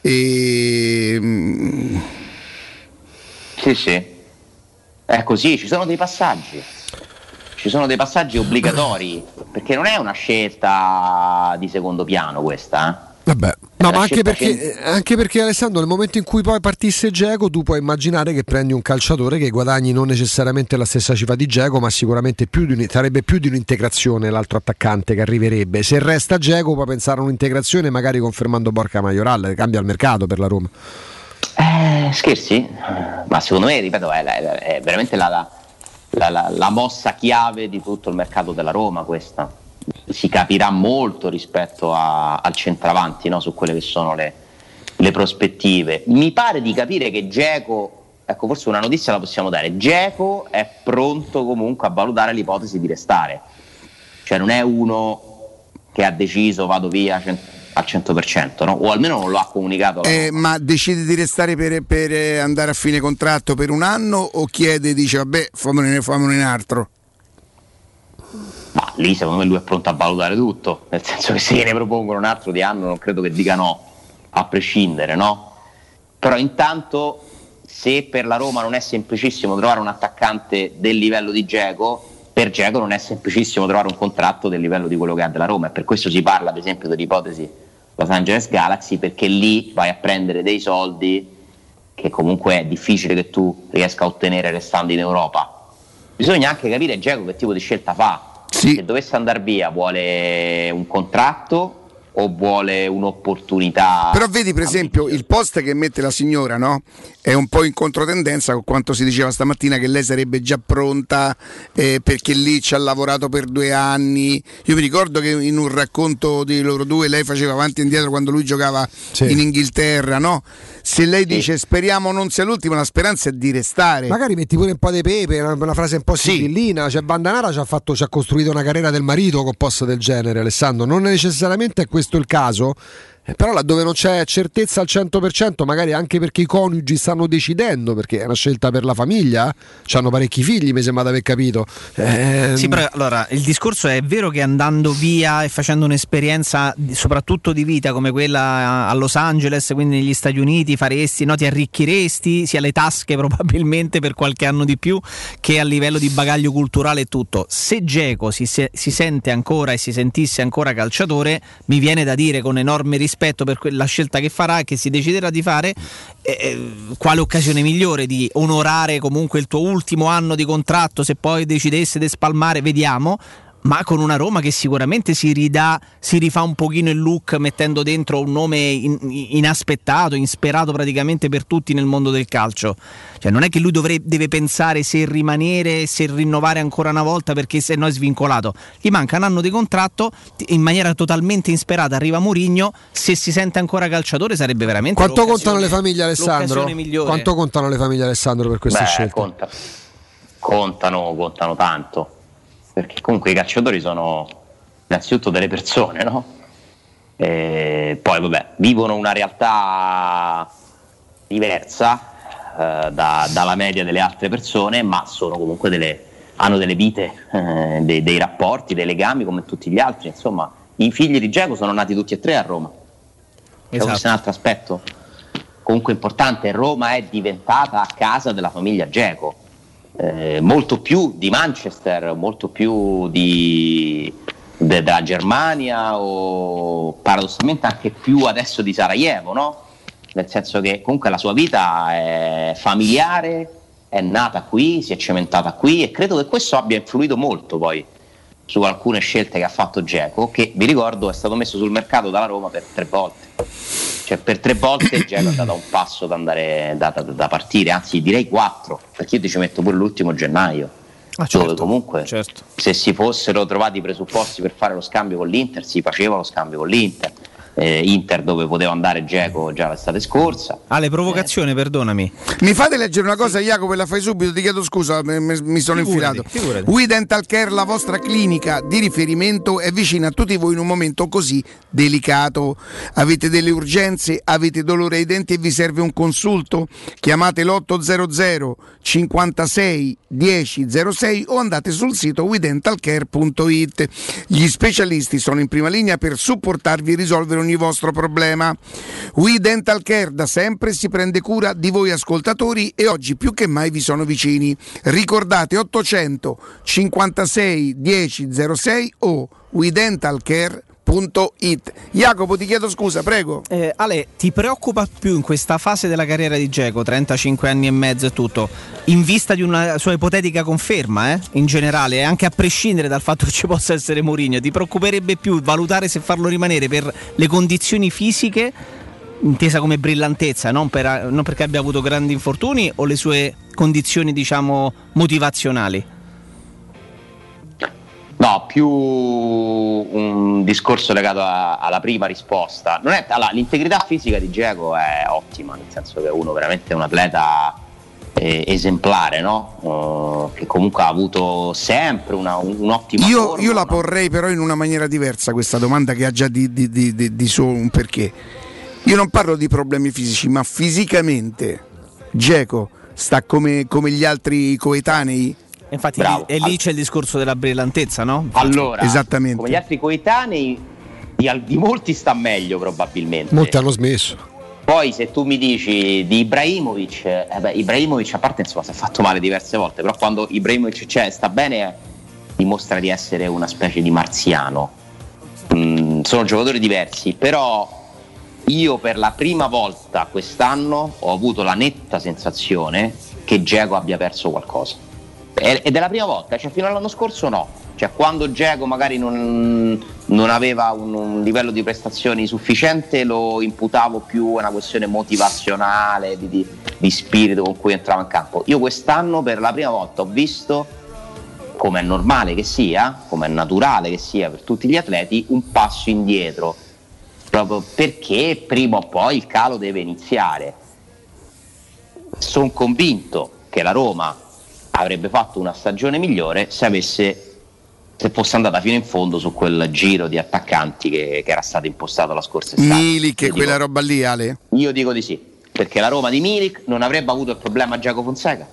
E... Sì, sì, è così, ci sono dei passaggi. Ci sono dei passaggi obbligatori, perché non è una scelta di secondo piano questa, eh? Vabbè, no, ma anche perché, anche perché Alessandro, nel momento in cui poi partisse Dzeko, tu puoi immaginare che prendi un calciatore che guadagni non necessariamente la stessa cifra di Dzeko, ma sicuramente più di un, sarebbe più di un'integrazione l'altro attaccante che arriverebbe. Se resta Dzeko puoi pensare a un'integrazione magari confermando Borja Majoral, cambia il mercato per la Roma. Eh, scherzi? Ma secondo me, ripeto, è, è, è veramente la, la, la, la mossa chiave di tutto il mercato della Roma questa. Si capirà molto rispetto a, al centravanti, no? Su quelle che sono le, le prospettive. Mi pare di capire che Dzeko, ecco, forse una notizia la possiamo dare, Dzeko è pronto comunque a valutare l'ipotesi di restare, cioè non è uno che ha deciso vado via al cento per cento, no? O almeno non lo ha comunicato. Eh, ma decide di restare per, per andare a fine contratto per un anno, o chiede, dice vabbè famone, famone un altro? Ma lì secondo me lui è pronto a valutare tutto, nel senso che se ne propongono un altro di anno non credo che dica no, a prescindere, no? Però intanto, se per la Roma non è semplicissimo trovare un attaccante del livello di Dzeko, per Dzeko non è semplicissimo trovare un contratto del livello di quello che ha della Roma, e per questo si parla ad esempio dell'ipotesi Los Angeles Galaxy, perché lì vai a prendere dei soldi che comunque è difficile che tu riesca a ottenere restando in Europa. Bisogna anche capire Dzeko che tipo di scelta fa. Sì. Se dovesse andare via, vuole un contratto o vuole un'opportunità? Però vedi per esempio il post che mette la signora, no? È un po' in controtendenza con quanto si diceva stamattina, che lei sarebbe già pronta eh, perché lì ci ha lavorato per due anni. Io mi ricordo che in un racconto di loro due lei faceva avanti e indietro quando lui giocava sì. in Inghilterra, no? Se lei dice sì. speriamo non sia l'ultima, la speranza è di restare. Magari metti pure un po' di pepe, una, una frase un po' sibillina. Cioè Bandanara ci ha, fatto, ci ha costruito una carriera del marito con post del genere, Alessandro. Non necessariamente è questo il caso, Eh, però laddove non c'è certezza al cento per cento, magari anche perché i coniugi stanno decidendo, perché è una scelta per la famiglia, hanno parecchi figli, mi sembra di aver capito. Eh, sì, però allora il discorso è vero che andando via e facendo un'esperienza soprattutto di vita come quella a Los Angeles, quindi negli Stati Uniti, faresti, no, ti arricchiresti sia le tasche probabilmente per qualche anno di più che a livello di bagaglio culturale e tutto. Se Dzeko si, si, si sente ancora e si sentisse ancora calciatore, mi viene da dire con enorme rispetto per la scelta che farà e che si deciderà di fare, eh, quale occasione migliore di onorare comunque il tuo ultimo anno di contratto, se poi decidesse di spalmare, vediamo, ma con una Roma che sicuramente si ridà, si rifà un pochino il look mettendo dentro un nome in, inaspettato, insperato praticamente per tutti nel mondo del calcio. Cioè non è che lui dovrebbe, deve pensare se rimanere, se rinnovare ancora una volta, perché se no è svincolato. Gli manca un anno di contratto, in maniera totalmente insperata arriva Mourinho, se si sente ancora calciatore sarebbe veramente quanto contano le famiglie, Alessandro? Migliore. Quanto contano le famiglie, Alessandro, per queste Beh, scelte? Conta, contano, contano tanto. Perché comunque i calciatori sono innanzitutto delle persone, no? E poi vabbè, vivono una realtà diversa eh, da, dalla media delle altre persone, ma sono comunque delle, hanno delle vite, eh, dei, dei rapporti, dei legami come tutti gli altri. Insomma, i figli di Dzeko sono nati tutti e tre a Roma. Esatto. Questo è un altro aspetto comunque importante. Roma è diventata a casa della famiglia Dzeko. Eh, molto più di Manchester, molto più di de, della Germania o paradossalmente anche più adesso di Sarajevo, no? Nel senso che comunque la sua vita è familiare, è nata qui, si è cementata qui e credo che questo abbia influito molto poi su alcune scelte che ha fatto Dzeko, che vi ricordo è stato messo sul mercato dalla Roma per tre volte. Cioè per tre volte Dzeko è andato a un passo da, andare, da, da, da partire, anzi direi quattro, perché io ti ci metto pure l'ultimo gennaio, ah, certo, dove comunque certo. Se si fossero trovati i presupposti per fare lo scambio con l'Inter, si faceva lo scambio con l'Inter. Eh, Inter dove poteva andare Dzeko già l'estate scorsa. Ah, le provocazioni, eh. Perdonami. Mi fate leggere una cosa, Jacopo, e la fai subito, ti chiedo scusa, mi, mi sono figurati, infilato. Figurati. We Dental Care, la vostra clinica di riferimento, è vicina a tutti voi in un momento così delicato. Avete delle urgenze, avete dolore ai denti e vi serve un consulto? Chiamate l'ottocento cinquantasei dieci zero sei o andate sul sito we dental care punto it. Gli specialisti sono in prima linea per supportarvi e risolvere ogni vostro problema. We Dental Care da sempre si prende cura di voi ascoltatori e oggi più che mai vi sono vicini. Ricordate ottocento cinquantasei dieci zero sei o we dental care punto it. Jacopo, ti chiedo scusa, prego. Eh, Ale, ti preoccupa più in questa fase della carriera di Dzeko, trentacinque anni e mezzo e tutto, in vista di una sua ipotetica conferma, eh, in generale, anche a prescindere dal fatto che ci possa essere Mourinho, ti preoccuperebbe più valutare se farlo rimanere per le condizioni fisiche, intesa come brillantezza, non, per, non perché abbia avuto grandi infortuni, o le sue condizioni, diciamo, motivazionali? No, più un discorso legato a, alla prima risposta. Non è, allora, l'integrità fisica di Dzeko è ottima, nel senso che è uno veramente un atleta eh, esemplare, no? Uh, che comunque ha avuto sempre una, un, un'ottima io, forma. Io la porrei però in una maniera diversa questa domanda, che ha già di, di, di, di, di suo un perché. Io non parlo di problemi fisici, ma fisicamente Dzeko sta come, come gli altri coetanei? Infatti Bravo. E lì c'è il discorso della brillantezza, no? Allora, esattamente. Come gli altri coetanei, di, di molti sta meglio probabilmente. Molti hanno smesso. Poi se tu mi dici di Ibrahimovic, eh beh, Ibrahimovic a parte insomma si è fatto male diverse volte, però quando Ibrahimovic c'è, sta bene, dimostra di essere una specie di marziano. Mm, sono giocatori diversi, però io per la prima volta quest'anno ho avuto la netta sensazione che Dzeko abbia perso qualcosa. Ed è la prima volta, cioè fino all'anno scorso no, cioè quando Dzeko magari non, non aveva un, un livello di prestazioni sufficiente lo imputavo più a una questione motivazionale, di, di, di spirito con cui entrava in campo. Io quest'anno per la prima volta ho visto, come è normale che sia, come è naturale che sia per tutti gli atleti, un passo indietro, proprio perché prima o poi il calo deve iniziare. Sono convinto che la Roma avrebbe fatto una stagione migliore se avesse se fosse andata fino in fondo su quel giro di attaccanti che, che era stato impostato la scorsa estate. Milik e quella roba lì, Ale? Io dico di sì, perché la Roma di Milik non avrebbe avuto il problema Giacomo Fonseca,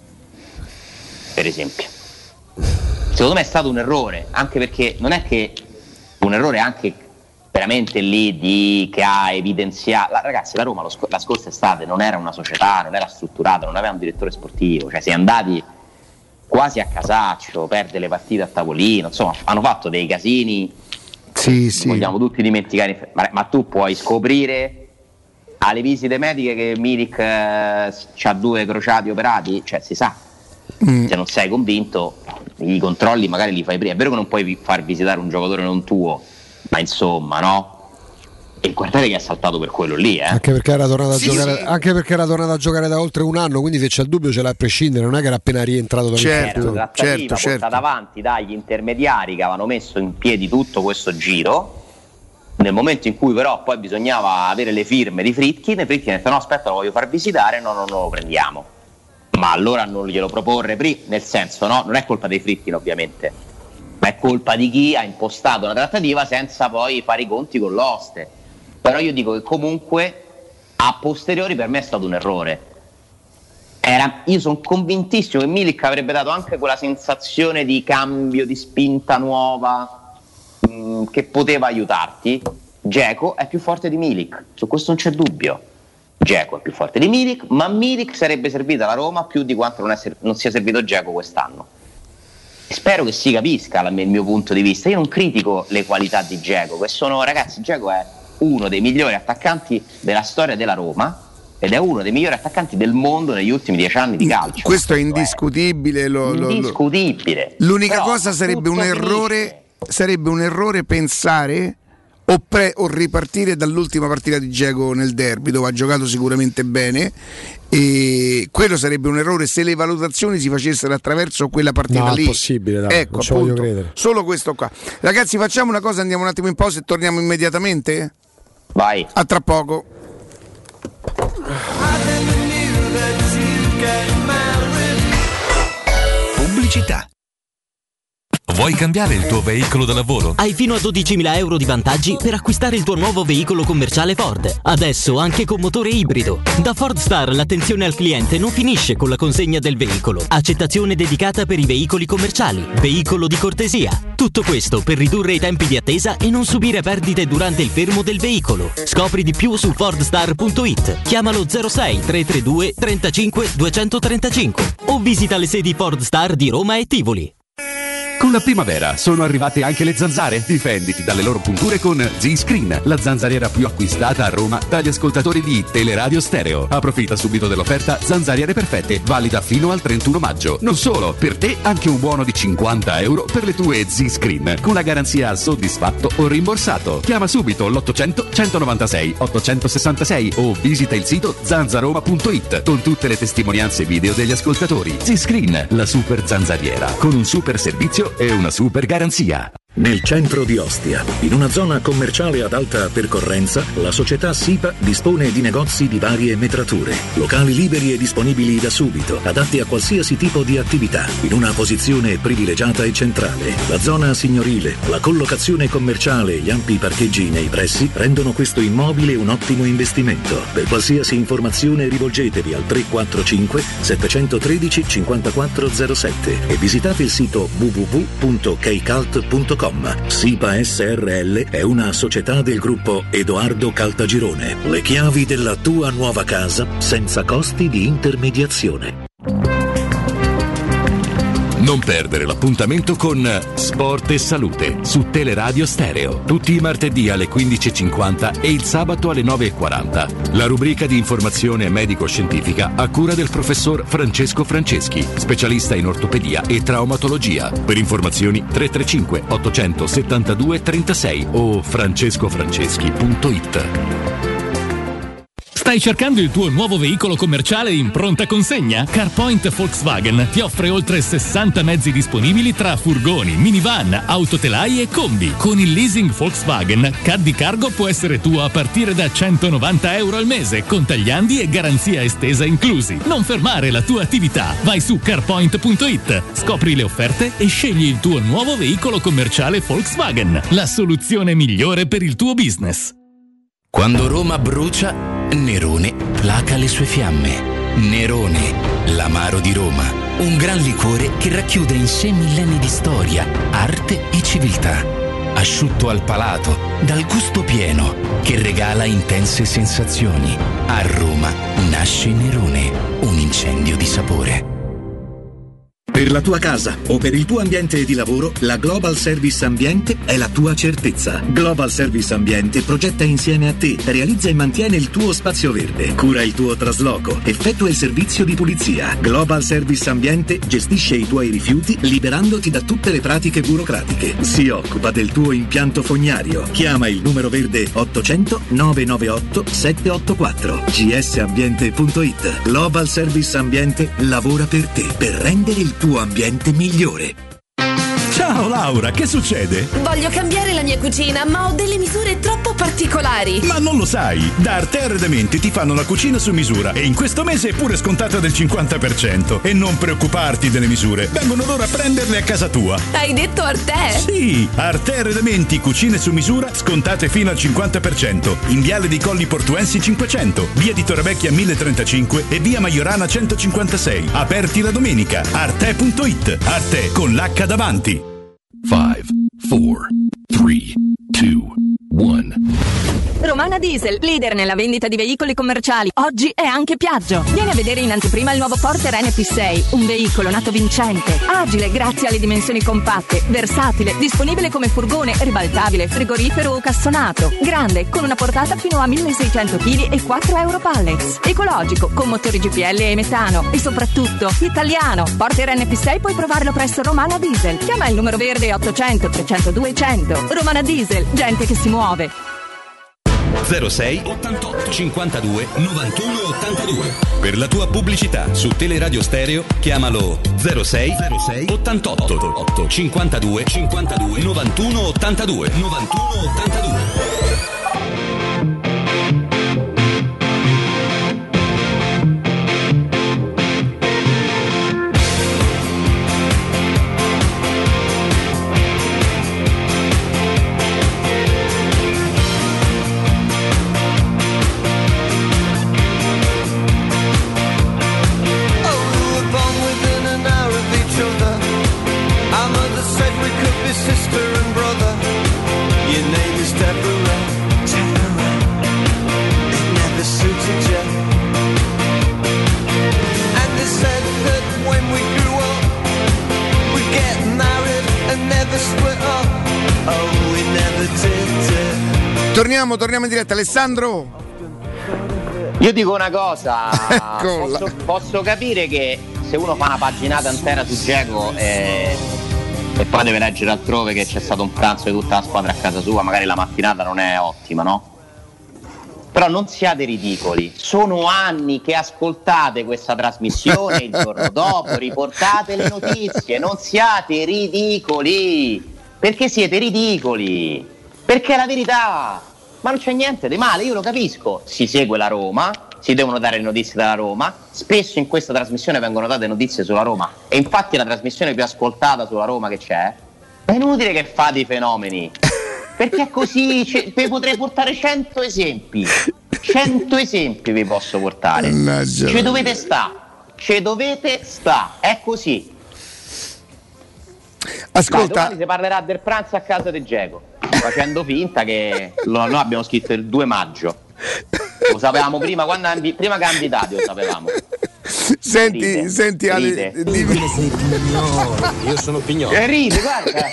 per esempio. Secondo me è stato un errore, anche perché non è che un errore anche veramente lì di che ha evidenziato la, ragazzi, la Roma lo sc- la scorsa estate non era una società, non era strutturata, non aveva un direttore sportivo, cioè si è andati quasi a casaccio, perde le partite a tavolino, insomma hanno fatto dei casini, sì, sì. vogliamo tutti dimenticare, ma, ma tu puoi scoprire alle visite mediche che Milik eh, ha due crociati operati, cioè si sa, mm. se non sei convinto i controlli magari li fai prima. È vero che non puoi far visitare un giocatore non tuo, ma insomma, no? E guardate che è saltato per quello lì, eh? Anche perché era tornato a sì, giocare, sì. anche perché era tornato a giocare da oltre un anno, quindi se c'è il dubbio ce l'ha a prescindere, non è che era appena rientrato da certo, era una trattativa certo, portata certo. avanti dagli intermediari che avevano messo in piedi tutto questo giro. Nel momento in cui però poi bisognava avere le firme di Friedkin, e Friedkin ha detto no, aspetta, lo voglio far visitare, no, no, no, lo prendiamo. Ma allora non glielo proporre prima, nel senso, no, non è colpa dei Friedkin ovviamente, ma è colpa di chi ha impostato una trattativa senza poi fare i conti con l'oste. Però io dico che comunque a posteriori per me è stato un errore. Era, io sono convintissimo che Milik avrebbe dato anche quella sensazione di cambio, di spinta nuova mh, che poteva aiutarti. Dzeko è più forte di Milik, su questo non c'è dubbio. Dzeko è più forte di Milik, ma Milik sarebbe servita alla Roma più di quanto non, è ser- non sia servito Dzeko quest'anno. Spero che si capisca la, il mio punto di vista. Io non critico le qualità di Dzeko, che sono, ragazzi, Dzeko è uno dei migliori attaccanti della storia della Roma ed è uno dei migliori attaccanti del mondo negli ultimi dieci anni di calcio. Questo è indiscutibile. Lo, lo, indiscutibile. L'unica Però cosa sarebbe un errore, sarebbe un errore pensare o, pre, o ripartire dall'ultima partita di Dzeko nel derby, dove ha giocato sicuramente bene, e quello sarebbe un errore se le valutazioni si facessero attraverso quella partita no, lì. È possibile, dai, ecco, non ci voglio credere. Solo questo qua. Ragazzi, facciamo una cosa, andiamo un attimo in pausa e torniamo immediatamente. Vai. A tra poco. Pubblicità. Vuoi cambiare il tuo veicolo da lavoro? Hai fino a dodicimila euro di vantaggi per acquistare il tuo nuovo veicolo commerciale Ford. Adesso anche con motore ibrido. Da Ford Star l'attenzione al cliente non finisce con la consegna del veicolo. Accettazione dedicata per i veicoli commerciali. Veicolo di cortesia. Tutto questo per ridurre i tempi di attesa e non subire perdite durante il fermo del veicolo. Scopri di più su fordstar punto it. Chiamalo zero sei tre tre due trentacinque duecentotrentacinque o visita le sedi Ford Star di Roma e Tivoli. Con la primavera sono arrivate anche le zanzare. Difenditi dalle loro punture con Z-Screen, la zanzariera più acquistata a Roma dagli ascoltatori di Teleradio Stereo. Approfitta subito dell'offerta Zanzariere Perfette, valida fino al trentuno maggio. Non solo, per te anche un buono di cinquanta euro per le tue Z-Screen, con la garanzia soddisfatto o rimborsato. Chiama subito l'ottocento centonovantasei ottocentosessantasei o visita il sito zanzaroma punto it con tutte le testimonianze video degli ascoltatori. Z-Screen, la super zanzariera, con un super servizio e una super garanzia. Nel centro di Ostia, in una zona commerciale ad alta percorrenza, la società SIPA dispone di negozi di varie metrature, locali liberi e disponibili da subito, adatti a qualsiasi tipo di attività, in una posizione privilegiata e centrale. La zona signorile, la collocazione commerciale e gli ampi parcheggi nei pressi rendono questo immobile un ottimo investimento. Per qualsiasi informazione rivolgetevi al tre quattro cinque sette uno tre cinque zero sette e visitate il sito w w w punto keycult punto com. SIPA S R L è una società del gruppo Edoardo Caltagirone. Le chiavi della tua nuova casa senza costi di intermediazione. Non perdere l'appuntamento con Sport e Salute su Teleradio Stereo, tutti i martedì alle quindici e cinquanta e il sabato alle nove e quaranta. La rubrica di informazione medico-scientifica a cura del professor Francesco Franceschi, specialista in ortopedia e traumatologia. Per informazioni tre tre cinque ottocentosettantadue trentasei o francescofranceschi punto it. Stai Stai cercando il tuo nuovo veicolo commerciale in pronta consegna? CarPoint Volkswagen ti offre oltre sessanta mezzi disponibili tra furgoni, minivan, autotelai e combi. Con il leasing Volkswagen, Caddy Cargo può essere tuo a partire da centonovanta euro al mese, con tagliandi e garanzia estesa inclusi. Non fermare la tua attività. Vai su carpoint punto it, scopri le offerte e scegli il tuo nuovo veicolo commerciale Volkswagen. La soluzione migliore per il tuo business. Quando Roma brucia, Nerone placa le sue fiamme. Nerone, l'amaro di Roma. Un gran liquore che racchiude in sé millenni di storia, arte e civiltà. Asciutto al palato, dal gusto pieno, che regala intense sensazioni. A Roma nasce Nerone, un incendio di sapore. Per la tua casa o per il tuo ambiente di lavoro, la Global Service Ambiente è la tua certezza. Global Service Ambiente progetta insieme a te, realizza e mantiene il tuo spazio verde, cura il tuo trasloco, effettua il servizio di pulizia. Global Service Ambiente gestisce i tuoi rifiuti liberandoti da tutte le pratiche burocratiche. Si occupa del tuo impianto fognario. Chiama il numero verde ottocento nove nove otto sette otto quattro g s ambiente punto it. Global Service Ambiente lavora per te, per rendere il tuo ambiente migliore. Ciao Laura, che succede? Voglio cambiare la mia cucina, ma ho delle misure troppo particolari. Ma non lo sai, da Arte Arredamenti ti fanno la cucina su misura e in questo mese è pure scontata del cinquanta per cento. E non preoccuparti delle misure, vengono loro a prenderle a casa tua. Hai detto Arte? Sì, Arte Arredamenti, cucine su misura, scontate fino al cinquanta per cento. In Viale dei Colli Portuensi cinquecento, via di Torrevecchia mille trentacinque e via Maiorana centocinquantasei. Aperti la domenica. arte punto it. Arte con l'H davanti. five, four, three, two, one. Romana Diesel, leader nella vendita di veicoli commerciali. Oggi è anche Piaggio. Vieni a vedere in anteprima il nuovo Porter N P sei, un veicolo nato vincente, agile grazie alle dimensioni compatte, versatile, disponibile come furgone, ribaltabile, frigorifero o cassonato, grande, con una portata fino a milleseicento chili e quattro euro pallets, ecologico, con motori G P L e metano e soprattutto italiano. Porter N P sei puoi provarlo presso Romana Diesel. Chiama il numero verde ottocento trecentodue cento. Romana Diesel, gente che si muove. zero sei ottantotto cinquantadue novantuno ottantadue. Per la tua pubblicità su Teleradio Stereo chiamalo zero sei ottantotto cinquantadue cinquantadue novantuno ottantadue novantuno ottantadue. Torniamo, torniamo in diretta. Alessandro? Io dico una cosa, Eccola. posso, posso capire che se uno fa una paginata intera su Dzeko e, e poi deve leggere altrove che c'è stato un pranzo di tutta la squadra a casa sua, magari la mattinata non è ottima, no? Però non siate ridicoli, sono anni che ascoltate questa trasmissione, il giorno dopo riportate le notizie, non siate ridicoli, perché siete ridicoli, perché è la verità, ma non c'è niente di male, io lo capisco, si segue la Roma, si devono dare le notizie dalla Roma, spesso in questa trasmissione vengono date notizie sulla Roma e infatti è la trasmissione più ascoltata sulla Roma che c'è, è inutile che fate i fenomeni. Perché così vi potrei portare cento esempi. Cento esempi vi posso portare. Ci dovete sta. Ci dovete sta. È così. Ascolta. Dai, domani si parlerà del pranzo a casa di Dzeko, facendo finta che lo, noi abbiamo scritto il due maggio. Lo sapevamo prima, quando prima che invitati lo sapevamo. Senti, ride, senti Ale, ride. dimmi. Io sono Pignolo. E ride, guarda.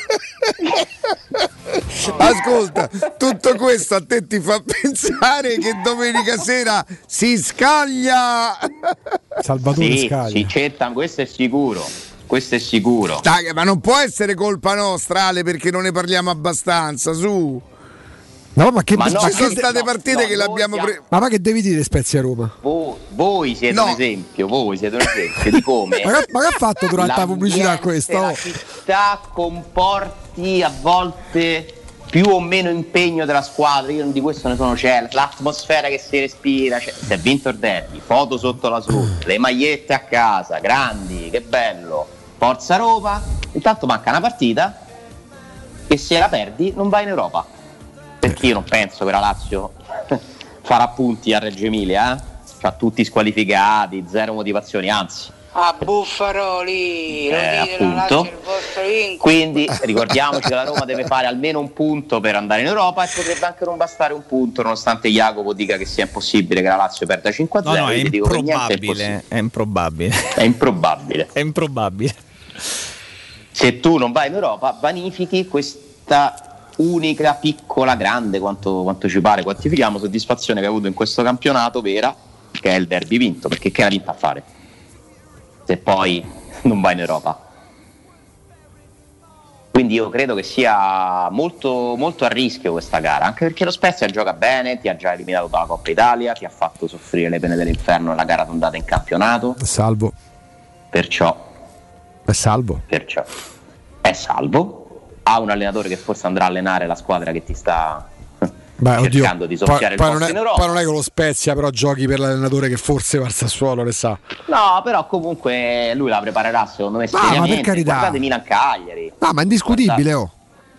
Ascolta, tutto questo a te ti fa pensare che domenica sera si scaglia Salvatore sì, Scaglia. Sì, certo, questo è sicuro. Questo è sicuro. Dai, ma non può essere colpa nostra, Ale, perché non ne parliamo abbastanza, su. No, ma che Ma ma no, ci che sono no, state no, partite no, che noi l'abbiamo siamo- pre- Ma va che devi dire Spezia Roma? Voi, voi siete No. un esempio, voi siete un esempio di come Ma che, ma che ha fatto durante la pubblicità l'ambiente, questo? la città comporti a volte più o meno impegno della squadra. Io di questo ne sono certo. L'atmosfera che si respira, cioè, si è vinto il derby, foto sotto la sud, le magliette a casa, grandi, che bello, forza Roma. Intanto manca una partita e se la perdi non vai in Europa, perché io non penso che la Lazio farà punti a Reggio Emilia, eh? C'ha tutti squalificati, zero motivazioni, anzi. A Buffaroli, lo Eh, dite la appunto. Lazio il vostro vincolo. Quindi ricordiamoci che la Roma deve fare almeno un punto per andare in Europa e potrebbe anche non bastare un punto, nonostante Jacopo dica che sia impossibile che la Lazio perda cinque a No, zero. no, è Io ti dico che niente è improbabile. È improbabile. È improbabile. È improbabile. Se tu non vai in Europa, vanifichi questa unica, piccola, grande, quanto, quanto ci pare, quantifichiamo, soddisfazione che hai avuto in questo campionato vera, che è il derby vinto, perché che hai vinto a fare? Se poi non vai in Europa. Quindi io credo che sia molto, molto a rischio questa gara, anche perché lo Spezia gioca bene, ti ha già eliminato dalla Coppa Italia, ti ha fatto soffrire le pene dell'inferno nella gara d'andata in campionato, È salvo. perciò È salvo. perciò è salvo, ha un allenatore che forse andrà a allenare la squadra che ti sta Beh, oddio. cercando di soffiare Poi, poi il non posto è, in Europa. poi non è con lo Spezia, però giochi per l'allenatore che forse va al Sassuolo, ne sa. No, però comunque lui la preparerà secondo me Ah, ma per seriamente. carità. Guardate Milan-Cagliari. No, ma è indiscutibile, oh.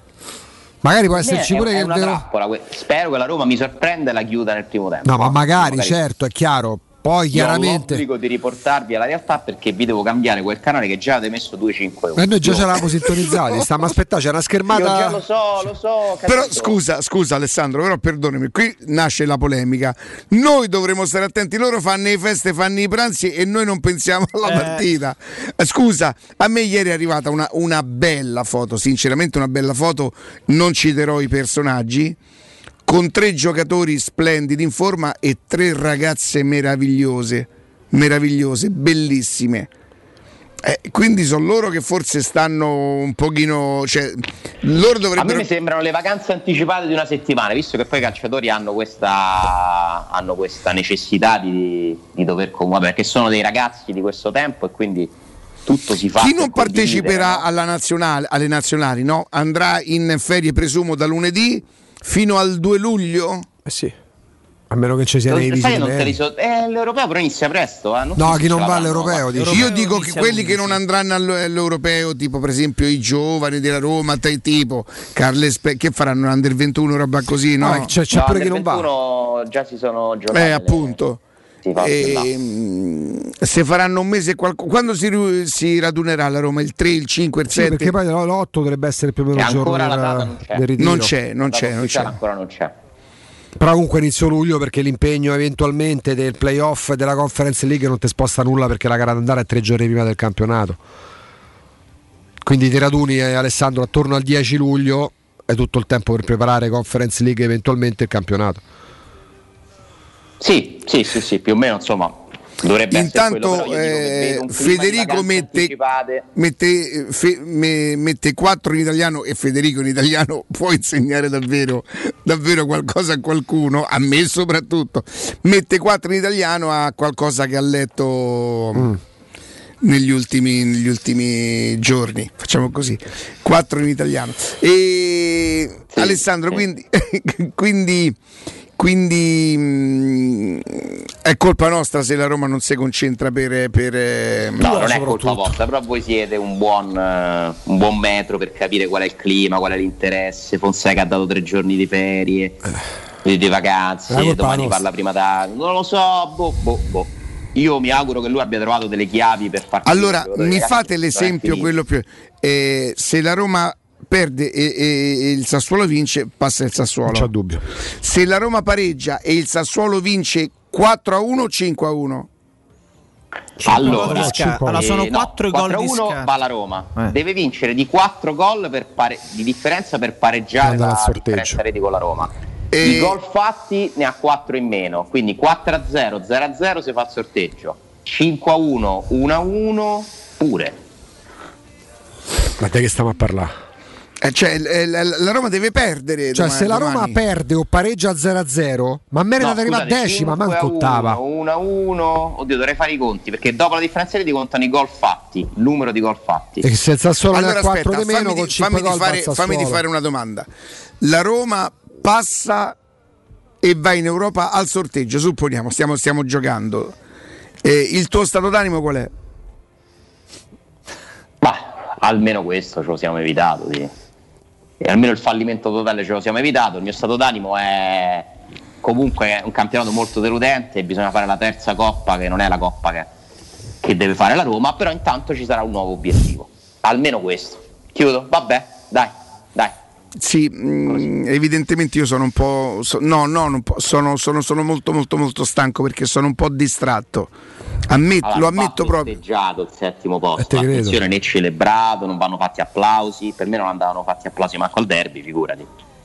Magari può esserci È- pure è che una devo- trappola, que- spero che la Roma mi sorprenda e la chiuda nel primo tempo. No, ma magari, certo, è chiaro. Poi Io ho chiaramente l'obbligo di riportarvi alla realtà perché vi devo cambiare quel canale che già avete messo due cinque euro. E noi già ce l'avevamo sintonizzati, stiamo aspettando, c'è una Io schermata. già lo so, lo so. Però capito? scusa, scusa Alessandro, però perdonami, qui nasce la polemica. Noi dovremo stare attenti, loro fanno le feste, fanno i pranzi e noi non pensiamo alla Eh. partita. Eh, Scusa, a me ieri è arrivata una, una bella foto, sinceramente una bella foto, non citerò i personaggi, con tre giocatori splendidi in forma e tre ragazze meravigliose, meravigliose, bellissime. Eh, quindi sono loro che forse stanno un pochino, cioè loro A me dovrebbero mi sembrano le vacanze anticipate di una settimana, visto che poi i calciatori hanno questa, hanno questa necessità di, di dover comunicare, perché sono dei ragazzi di questo tempo e quindi tutto si fa. Chi per non parteciperà condividere, no? alla nazionale, alle nazionali, no? Andrà in ferie, presumo, da lunedì fino al due luglio? Eh sì. A meno che ci sia Lo- nei sai che non visite. te li so- eh, l'europeo però inizia presto. Eh? Non No, so se chi ce non la va fanno, all'europeo, ma- dici. Io dico che quelli che non andranno all- all'europeo, tipo per esempio i giovani della Roma, te- tipo Carles Pe- che faranno under ventuno, roba così, no? No, c'è, c'è No, pure chi nel non va. ventuno già si sono giocati. Eh, appunto. Si fa E, mh, se faranno un mese qualco- quando si, ru- si radunerà la Roma? Il tre, il cinque, il Sì, sette? perché poi l'otto dovrebbe essere più o meno E il giorno ancora la del, data non c'è. del ritiro. non c'è, non La c'è, non ufficiale c'è. ancora non c'è. Però comunque inizio luglio, perché l'impegno eventualmente del playoff della Conference League non ti sposta nulla, perché la gara d'andare è tre giorni prima del campionato. Quindi ti raduni, eh, Alessandro, attorno al dieci luglio, è tutto il tempo per preparare Conference League e eventualmente il campionato. Sì, sì, sì, sì, più o meno insomma. Dovrebbe Intanto essere quello, però io dico che eh, vedo un clima di Federico vacanze mette, anticipate. mette, fe- me- mette quattro in italiano, e Federico in italiano può insegnare davvero, davvero qualcosa a qualcuno, a me soprattutto. Mette quattro in italiano a qualcosa che ha letto Mm. negli, ultimi, negli ultimi giorni. Facciamo così, quattro in italiano. E Sì, Alessandro, sì. quindi, quindi quindi mh, è colpa nostra se la Roma non si concentra per, per eh, No, non è colpa vostra, però voi siete un buon, eh, un buon metro per capire qual è il clima, qual è l'interesse. Fonseca ha dato tre giorni di ferie, di, di vacanze, È colpa domani nostra. parla prima da... Non lo so, boh, boh, boh. Io mi auguro che lui abbia trovato delle chiavi per far allora capire ai mi ragazzi fate che l'esempio non è quello più eh, se la Roma perde e, e- e il Sassuolo vince, passa il Sassuolo. Non c'è dubbio. Se la Roma pareggia e il Sassuolo vince quattro a uno o cinque a uno? Allora, Di Sca- allora, sono eh, no, quattro i gol quattro a di uno Sca- va alla Roma, Eh. deve vincere di quattro gol per pare- di differenza per pareggiare Andare al la sorteggio. differenza reti con la Roma. E- I gol fatti ne ha quattro in meno, quindi quattro a zero, zero a zero si fa il sorteggio, cinque a uno, uno a uno pure. Ma te che stiamo a parlare? Eh, cioè, la, la Roma deve perdere. Cioè, domani, se la Roma domani. perde o pareggia zero a zero, ma merita No, di arrivare a scusate, decima, cinque manco a uno, ottava. uno a uno, oddio, dovrei fare i conti perché dopo la differenziale ti contano i gol fatti, il numero di gol fatti. E se il Sassuolo ne Allora ha quattro aspetta, di meno, fammi, con di, cinque fammi, di gol fare, va al fammi di Sassuolo. fare una domanda. La Roma passa e va in Europa al sorteggio, supponiamo, stiamo, stiamo giocando. Eh, il tuo stato d'animo qual è? Ma almeno questo ce lo siamo evitato, sì. E almeno il fallimento totale ce lo siamo evitato. Il mio stato d'animo è comunque un campionato molto deludente, bisogna fare la terza coppa che non è la coppa che, che deve fare la Roma, però intanto ci sarà un nuovo obiettivo, almeno questo. Chiudo? Vabbè, dai, dai. Sì, mh, evidentemente io sono un po'. So, no, no, non po', sono, sono, sono molto, molto, molto stanco perché sono un po' distratto. Ammetto, Allora, lo ammetto va proprio. festeggiato il settimo Eh, posto, te credo. attenzione, né celebrato, non vanno fatti applausi. Per me non andavano fatti applausi manco al derby, figurati.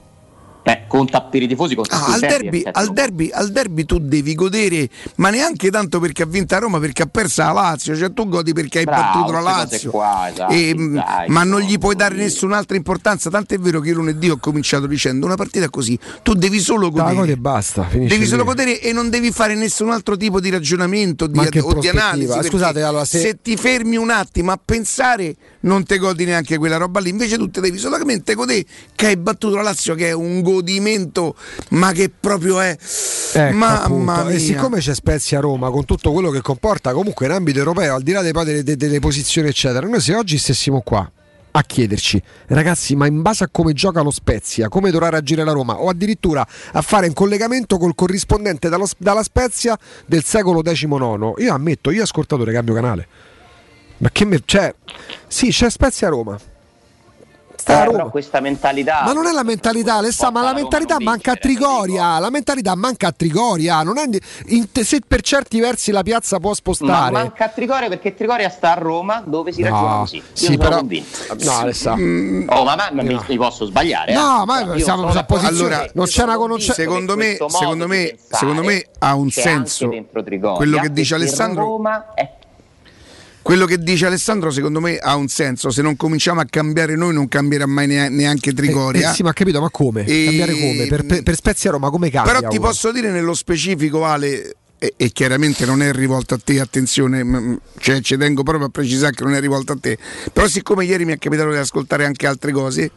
Eh, conta per i tifosi, conta Ah, sul al, derby, è il al, settimo derby, al derby tu devi godere, ma neanche tanto perché ha vinto a Roma, perché ha perso la Lazio, cioè tu godi perché hai Bravo, battuto la queste cose Lazio. qua, esatto, E, mh, dai, ma non no, gli puoi dare sì. nessun'altra importanza, tant'è vero che io lunedì ho cominciato dicendo una partita così, tu devi solo La godere. godi e basta, finisce Devi solo lì. godere e non devi fare nessun altro tipo di ragionamento di, Ma anche o di prospettiva. analisi. perché Scusate, allora, se- se ti fermi un attimo a pensare non te godi neanche quella roba lì, invece tu te devi solamente godere che hai battuto la Lazio, che è un godimento, ma che proprio è Ecco, mamma appunto. mia. E siccome c'è Spezia Roma con tutto quello che comporta comunque in ambito europeo, al di là dei, delle, delle, delle posizioni eccetera, noi se oggi stessimo qua a chiederci, ragazzi, ma in base a come gioca lo Spezia, come dovrà reagire la Roma, o addirittura a fare un collegamento col corrispondente dallo, dalla Spezia del secolo diciannove, io ammetto, io ascoltatore cambio canale, ma che me, cioè, sì, c'è Spezia Roma. Sta a Eh, Roma. però questa mentalità. Ma non è la mentalità, Alessà, ma la mentalità manca a Trigoria. La mentalità manca a Trigoria. Non è, in, se per certi versi la piazza può Ma spostare. manca a Trigoria perché Trigoria sta a Roma dove si ragiona No, così. Io sì, sono però- convinto. no, Alessà. Oh, ma, ma, ma mi, mi posso sbagliare? No, eh? ma Io siamo sono in d'accordo. posizione. Allora, non c'è una conoscenza. secondo me, questo modo secondo di me, pensare secondo me ha un c'è senso anche dentro Trigoria, quello che dice perché Alessandro. Roma è Quello che dice Alessandro secondo me ha un senso, se non cominciamo a cambiare noi non cambierà mai nea- neanche Trigoria. Eh, eh, sì, ma ha capito, ma come? E- Cambiare come? Per, per, per Spezia Roma come cambia? Però ti ora? posso dire nello specifico, Ale, e, e chiaramente non è rivolto a te, attenzione, m- cioè ci tengo proprio a precisare che non è rivolto a te, però siccome ieri mi è capitato di ascoltare anche altre cose,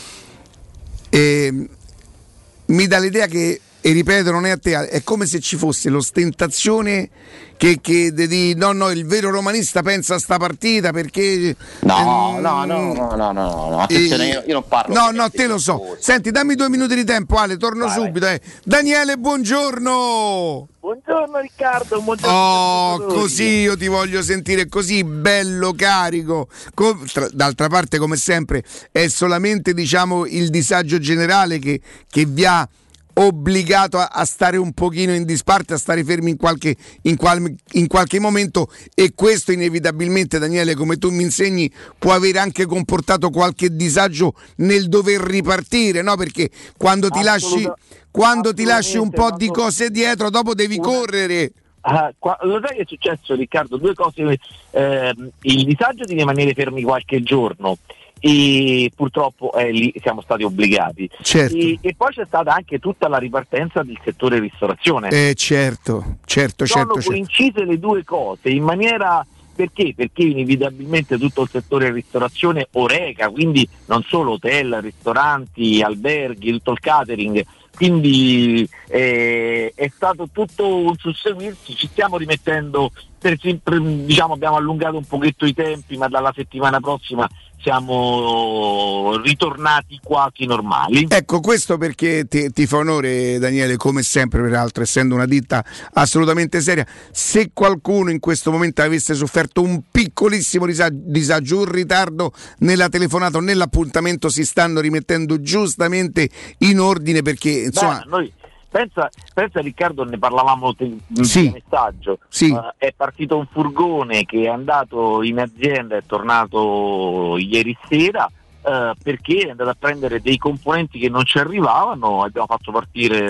eh, mi dà l'idea che, e ripeto, non è a te, è come se ci fosse l'ostentazione che, che di no, no, il vero romanista pensa a sta partita perché No, ehm, no, no, no, no, no, no. Attenzione, eh, io, io non parlo. No, no, te lo so. Senti, dammi due minuti di tempo, Ale, torno Vai, subito. Eh. Daniele, buongiorno. Buongiorno Riccardo, buongiorno. Oh, così io ti voglio sentire così bello, carico. Co- tra- d'altra parte, come sempre, è solamente, diciamo, il disagio generale che, che vi ha obbligato a, a stare un pochino in disparte, a stare fermi in qualche, in, qual, in qualche momento, e questo inevitabilmente, Daniele, come tu mi insegni, può aver anche comportato qualche disagio nel dover ripartire, no? Perché quando ti lasci Assoluta- quando ti lasci un po' di quando- cose dietro, dopo devi Una- correre. Ah, qua- lo sai che è successo Riccardo? Due cose, ehm, il disagio di rimanere fermi qualche giorno e purtroppo eh, lì siamo stati obbligati. Certo. E, e poi c'è stata anche tutta la ripartenza del settore ristorazione. Eh, certo, certo, Sono certo, certo. coincise le due cose in maniera. Perché? Perché inevitabilmente tutto il settore ristorazione oreca, quindi non solo hotel, ristoranti, alberghi, tutto il catering, quindi eh, è stato tutto un susseguirsi, ci stiamo rimettendo, per, per, diciamo abbiamo allungato un pochetto i tempi, ma dalla settimana prossima siamo ritornati quasi normali. Ecco, questo perché ti, ti fa onore, Daniele, come sempre, peraltro, essendo una ditta assolutamente seria. Se qualcuno in questo momento avesse sofferto un piccolissimo disagio, disagio un ritardo nella telefonata o nell'appuntamento, si stanno rimettendo giustamente in ordine, perché insomma. Beh, noi, pensa, pensa Riccardo, ne parlavamo te, Sì. in messaggio, Sì. Uh, è partito un furgone che è andato in azienda, è tornato ieri sera uh, perché è andato a prendere dei componenti che non ci arrivavano, abbiamo fatto partire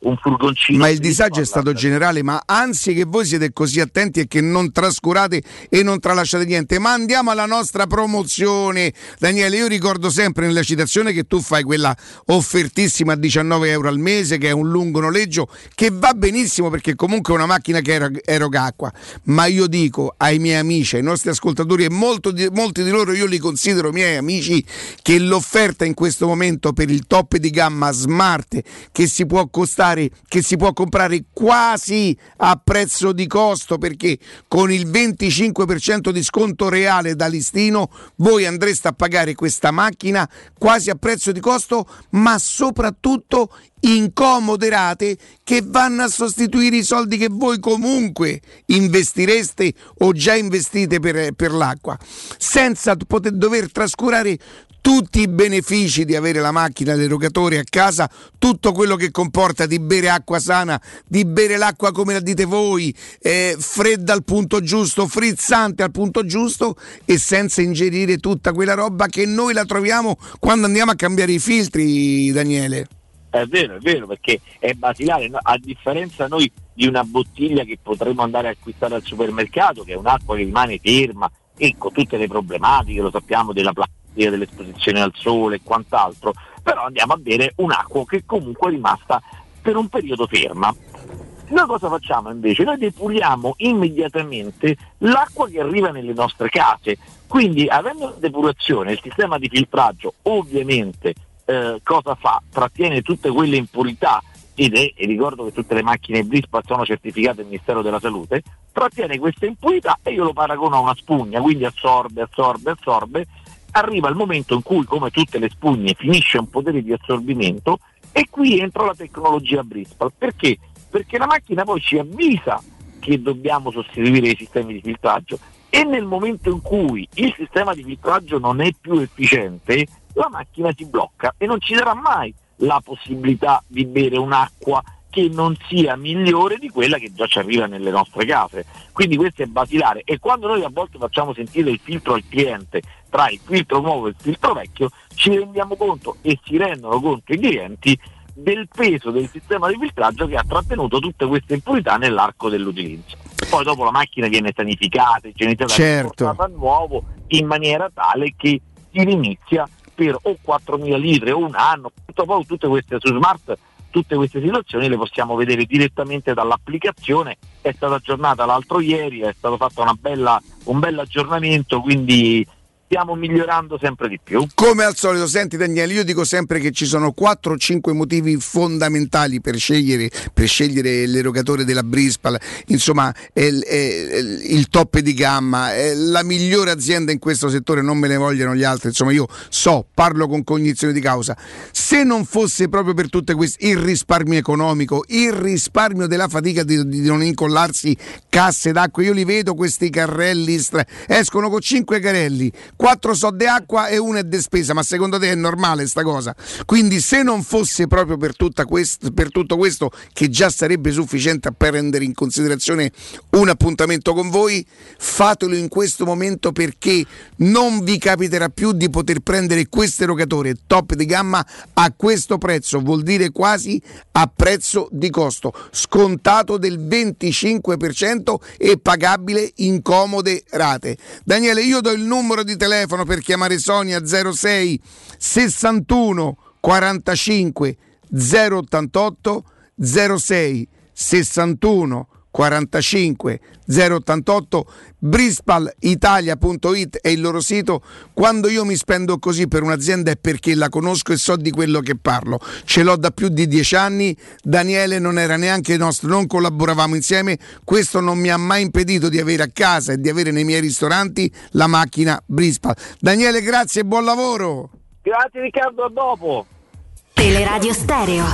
un furgoncino. Ma il disagio è stato generale, ma anzi che voi siete così attenti e che non trascurate e non tralasciate niente. Ma andiamo alla nostra promozione. Daniele, io ricordo sempre nella citazione che tu fai quella offertissima a diciannove euro al mese, che è un lungo noleggio, che va benissimo perché comunque è una macchina che eroga, eroga acqua. Ma io dico ai miei amici, ai nostri ascoltatori, e molto di, molti di loro io li considero miei amici, che l'offerta in questo momento per il top di gamma Smart, che si può costare che si può comprare quasi a prezzo di costo, perché con il venticinque per cento di sconto reale da listino voi andreste a pagare questa macchina quasi a prezzo di costo, ma soprattutto in comode rate che vanno a sostituire i soldi che voi comunque investireste o già investite per, per l'acqua, senza poter dover trascurare tutti i benefici di avere la macchina dell'erogatore a casa, tutto quello che comporta di bere acqua sana, di bere l'acqua come la dite voi, eh, fredda al punto giusto, frizzante al punto giusto, e senza ingerire tutta quella roba che noi la troviamo quando andiamo a cambiare i filtri, Daniele. È vero, è vero, perché è basilare, no? A differenza noi di una bottiglia che potremmo andare a acquistare al supermercato, che è un'acqua che rimane ferma e con tutte le problematiche, lo sappiamo, della plastica, dell'esposizione al sole e quant'altro, però andiamo a bere un'acqua che comunque è rimasta per un periodo ferma. Noi cosa facciamo invece? Noi depuriamo immediatamente l'acqua che arriva nelle nostre case, quindi avendo la depurazione, il sistema di filtraggio ovviamente eh, cosa fa? Trattiene tutte quelle impurità, ed è, e ricordo che tutte le macchine Brispal sono certificate dal Ministero della Salute, trattiene queste impurità e io lo paragono a una spugna, quindi assorbe, assorbe, assorbe. Arriva il momento in cui, come tutte le spugne, finisce un potere di assorbimento, e qui entra la tecnologia Brispal. Perché? Perché la macchina poi ci avvisa che dobbiamo sostituire i sistemi di filtraggio, e nel momento in cui il sistema di filtraggio non è più efficiente, la macchina si blocca e non ci darà mai la possibilità di bere un'acqua che non sia migliore di quella che già ci arriva nelle nostre case. Quindi questo è basilare, e quando noi a volte facciamo sentire il filtro al cliente tra il filtro nuovo e il filtro vecchio, ci rendiamo conto, e si rendono conto i clienti, del peso del sistema di filtraggio che ha trattenuto tutte queste impurità nell'arco dell'utilizzo. Poi dopo la macchina viene sanificata, igienizzata, certo, portata a nuovo in maniera tale che si inizia per o quattromila litri o un anno. Poi tutte queste su Smart, tutte queste situazioni le possiamo vedere direttamente dall'applicazione. È stata aggiornata l'altro ieri, è stato fatto una bella, un bel aggiornamento, quindi stiamo migliorando sempre di più. Come al solito, senti Daniele, io dico sempre che ci sono quattro o cinque motivi fondamentali per scegliere, per scegliere l'erogatore della Brispal. Insomma, è, è, è il top di gamma, è la migliore azienda in questo settore, non me ne vogliono gli altri. Insomma, io so, parlo con cognizione di causa. Se non fosse proprio per tutte queste, il risparmio economico, il risparmio della fatica di, di non incollarsi casse d'acqua, io li vedo questi carrelli, stra- escono con cinque carrelli, quattro so di acqua e uno è di spesa, ma secondo te è normale sta cosa? Quindi se non fosse proprio per, tutta quest- per tutto questo, che già sarebbe sufficiente a prendere in considerazione un appuntamento con voi, fatelo in questo momento, perché non vi capiterà più di poter prendere questo erogatore top di gamma a questo prezzo, vuol dire quasi a prezzo di costo, scontato del venticinque per cento e pagabile in comode rate. Daniele, io do il numero di telefono per chiamare Sonia: zero sei sessantuno quarantacinque zero ottantotto, zero sei sessantuno quarantacinque zero ottantotto. brispal italia punto it è il loro sito. Quando io mi spendo così per un'azienda è perché la conosco e so di quello che parlo, ce l'ho da più di dieci anni. Daniele non era neanche nostro, non collaboravamo insieme, questo non mi ha mai impedito di avere a casa e di avere nei miei ristoranti la macchina Brispal. Daniele, grazie e buon lavoro. Grazie Riccardo, a dopo. Teleradio Stereo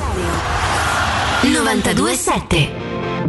novantadue sette.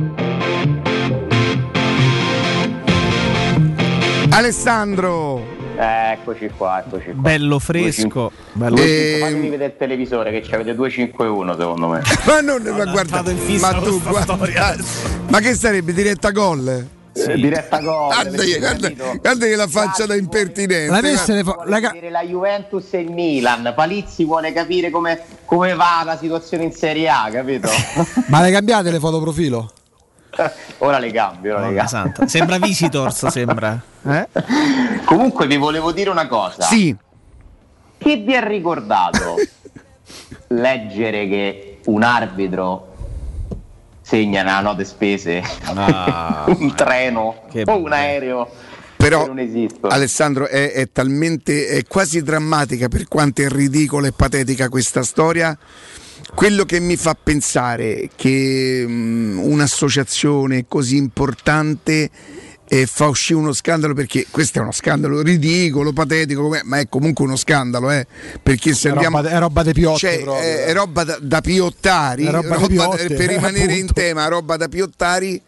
Alessandro, eccoci qua, eccoci qua. Bello fresco, bello. E... fatemi vedere il televisore, che c'avete due cinque uno secondo me. Ma non, ma guarda, ma tu guarda, ma che sarebbe diretta gol? Sì. Diretta gol. Guarda, guarda, guarda che la faccia da impertinente. La messa le fa, vuole la, vedere la Juventus e il Milan. Palizzi vuole capire come, come va la situazione in Serie A, capito? Ma le cambiate le foto profilo? Ora le cambio, ora Oh, le cambio. Santa. Sembra Visitors, sembra. Eh? Comunque vi volevo dire una cosa. Sì. Che vi è ricordato leggere che un arbitro segna nella nota spese Ah, un treno che o un aereo? Però non esistono. Alessandro è, è talmente è quasi drammatica per quanto è ridicola e patetica questa storia. Quello che mi fa pensare che um, un'associazione così importante eh, fa uscire uno scandalo, perché questo è uno scandalo ridicolo, patetico, com'è, ma è comunque uno scandalo, eh, perché se è andiamo roba, è roba de Piotti, cioè, proprio, è, è roba da, da piottari, è roba roba de Piotti, da, per rimanere in appunto. tema, roba da piottari.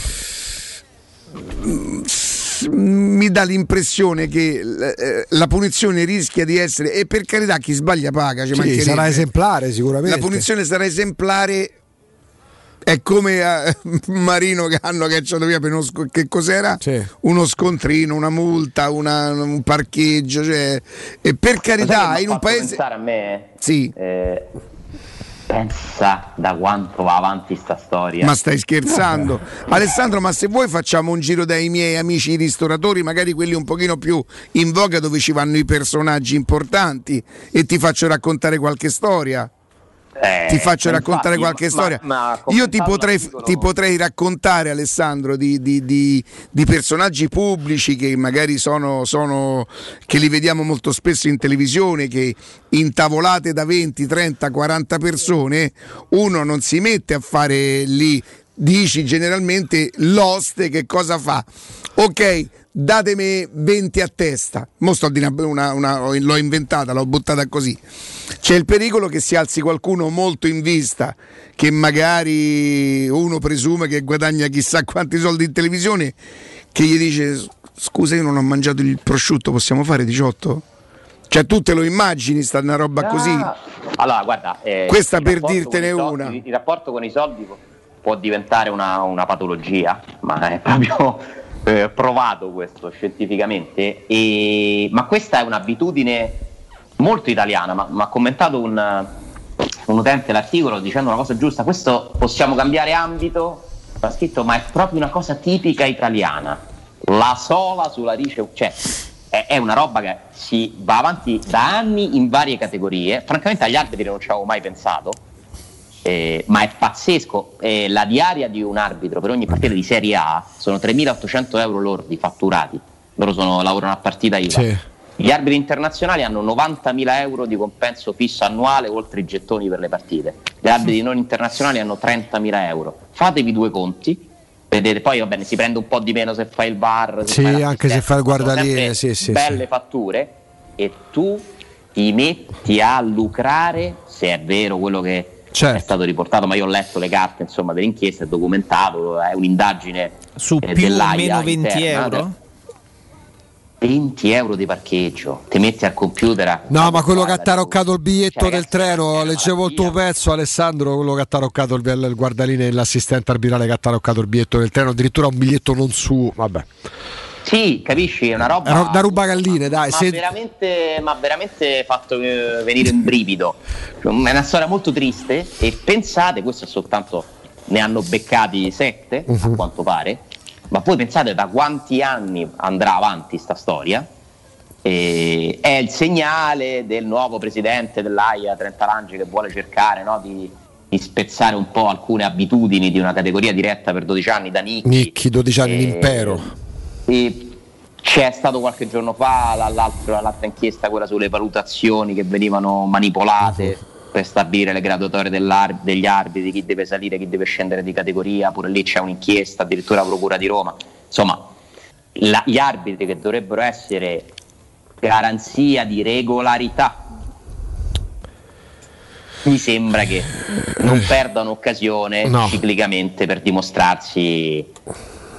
Mi dà l'impressione che la punizione rischia di essere, e per carità chi sbaglia paga, sì, sarà esemplare sicuramente. La punizione sarà esemplare. È come a Marino che hanno cacciato via per uno sc- che cos'era? Sì. Uno scontrino, una multa, una, un parcheggio, cioè, e per carità in un paese pensare a me, sì. eh, pensa da quanto va avanti sta storia. Ma stai scherzando? Alessandro, ma se vuoi facciamo un giro dai miei amici ristoratori, magari quelli un pochino più in voga, dove ci vanno i personaggi importanti, e ti faccio raccontare qualche storia. Eh, ti faccio infatti, raccontare qualche ma, storia. ma, ma Io ti potrei, dicono... ti potrei raccontare, Alessandro, di, di, di, di personaggi pubblici che magari sono, sono che li vediamo molto spesso in televisione, che in tavolate da venti, trenta, quaranta persone uno non si mette a fare lì, dici generalmente l'oste che cosa fa? Ok, datemi venti a testa, mo sto di una, una, l'ho inventata, l'ho buttata così. C'è il pericolo che si alzi qualcuno molto in vista, che magari uno presume che guadagna chissà quanti soldi in televisione, che gli dice: scusa, io non ho mangiato il prosciutto, possiamo fare diciotto? Cioè tu te lo immagini, sta una roba così? Allora guarda, eh, questa per rapporto dirtene con i soldi, una. il rapporto con i soldi può diventare una, una patologia, ma è proprio eh, provato questo scientificamente, e, ma questa è un'abitudine molto italiana. Ma mi ha commentato un, un utente l'articolo dicendo una cosa giusta: questo possiamo cambiare ambito, ha scritto, ma è proprio una cosa tipica italiana, la sola sulla rice, cioè è, è una roba che si va avanti da anni in varie categorie. Francamente agli arbitri non ci avevo mai pensato, eh, ma è pazzesco. Eh, la diaria di un arbitro per ogni partita di Serie A sono tremilaottocento euro lordi fatturati, loro sono, lavorano a partita I V A. Sì. Gli arbitri internazionali hanno novantamila euro di compenso fisso annuale, oltre i gettoni per le partite. Gli arbitri non internazionali hanno trentamila euro. Fatevi due conti, vedete, poi va bene, si prende un po' di meno se fai il V A R, se sì, fai anche se fai il guardaline, sì, sì, belle sì. fatture, e tu ti metti a lucrare, se è vero quello che certo. è stato riportato, ma io ho letto le carte, insomma, dell'inchiesta, è documentato, è un'indagine su eh, più o dell'A I A meno venti interna, euro? venti euro di parcheggio, ti metti al computer a... No, ma quello che ha taroccato il biglietto cioè, del ragazzi, treno, leggevo il tuo pezzo, Alessandro, quello che ha taroccato il, il guardaline e l'assistente arbitrale che ha taroccato il biglietto del treno, addirittura un biglietto non suo, vabbè. Sì, capisci, è una roba... È da rubagalline, dai. Ma, se... veramente, ma veramente fatto venire un brivido. È una storia molto triste, e pensate, questo è soltanto, ne hanno beccati sette, uh-huh. a quanto pare, ma poi pensate da quanti anni andrà avanti sta storia. E è il segnale del nuovo presidente dell'A I A, Trentalangi, che vuole cercare, no, di, di spezzare un po' alcune abitudini di una categoria diretta per dodici anni da Nicchi. Nicchi, dodici anni e, l'impero. E c'è stato qualche giorno fa l'altra, l'altra inchiesta, quella sulle valutazioni che venivano manipolate uh-huh. per stabilire le graduatorie degli arbitri, chi deve salire, chi deve scendere di categoria. Pure lì c'è un'inchiesta, addirittura la Procura di Roma. Insomma, la, gli arbitri, che dovrebbero essere garanzia di regolarità, mi sembra che non perdano occasione no. ciclicamente per dimostrarsi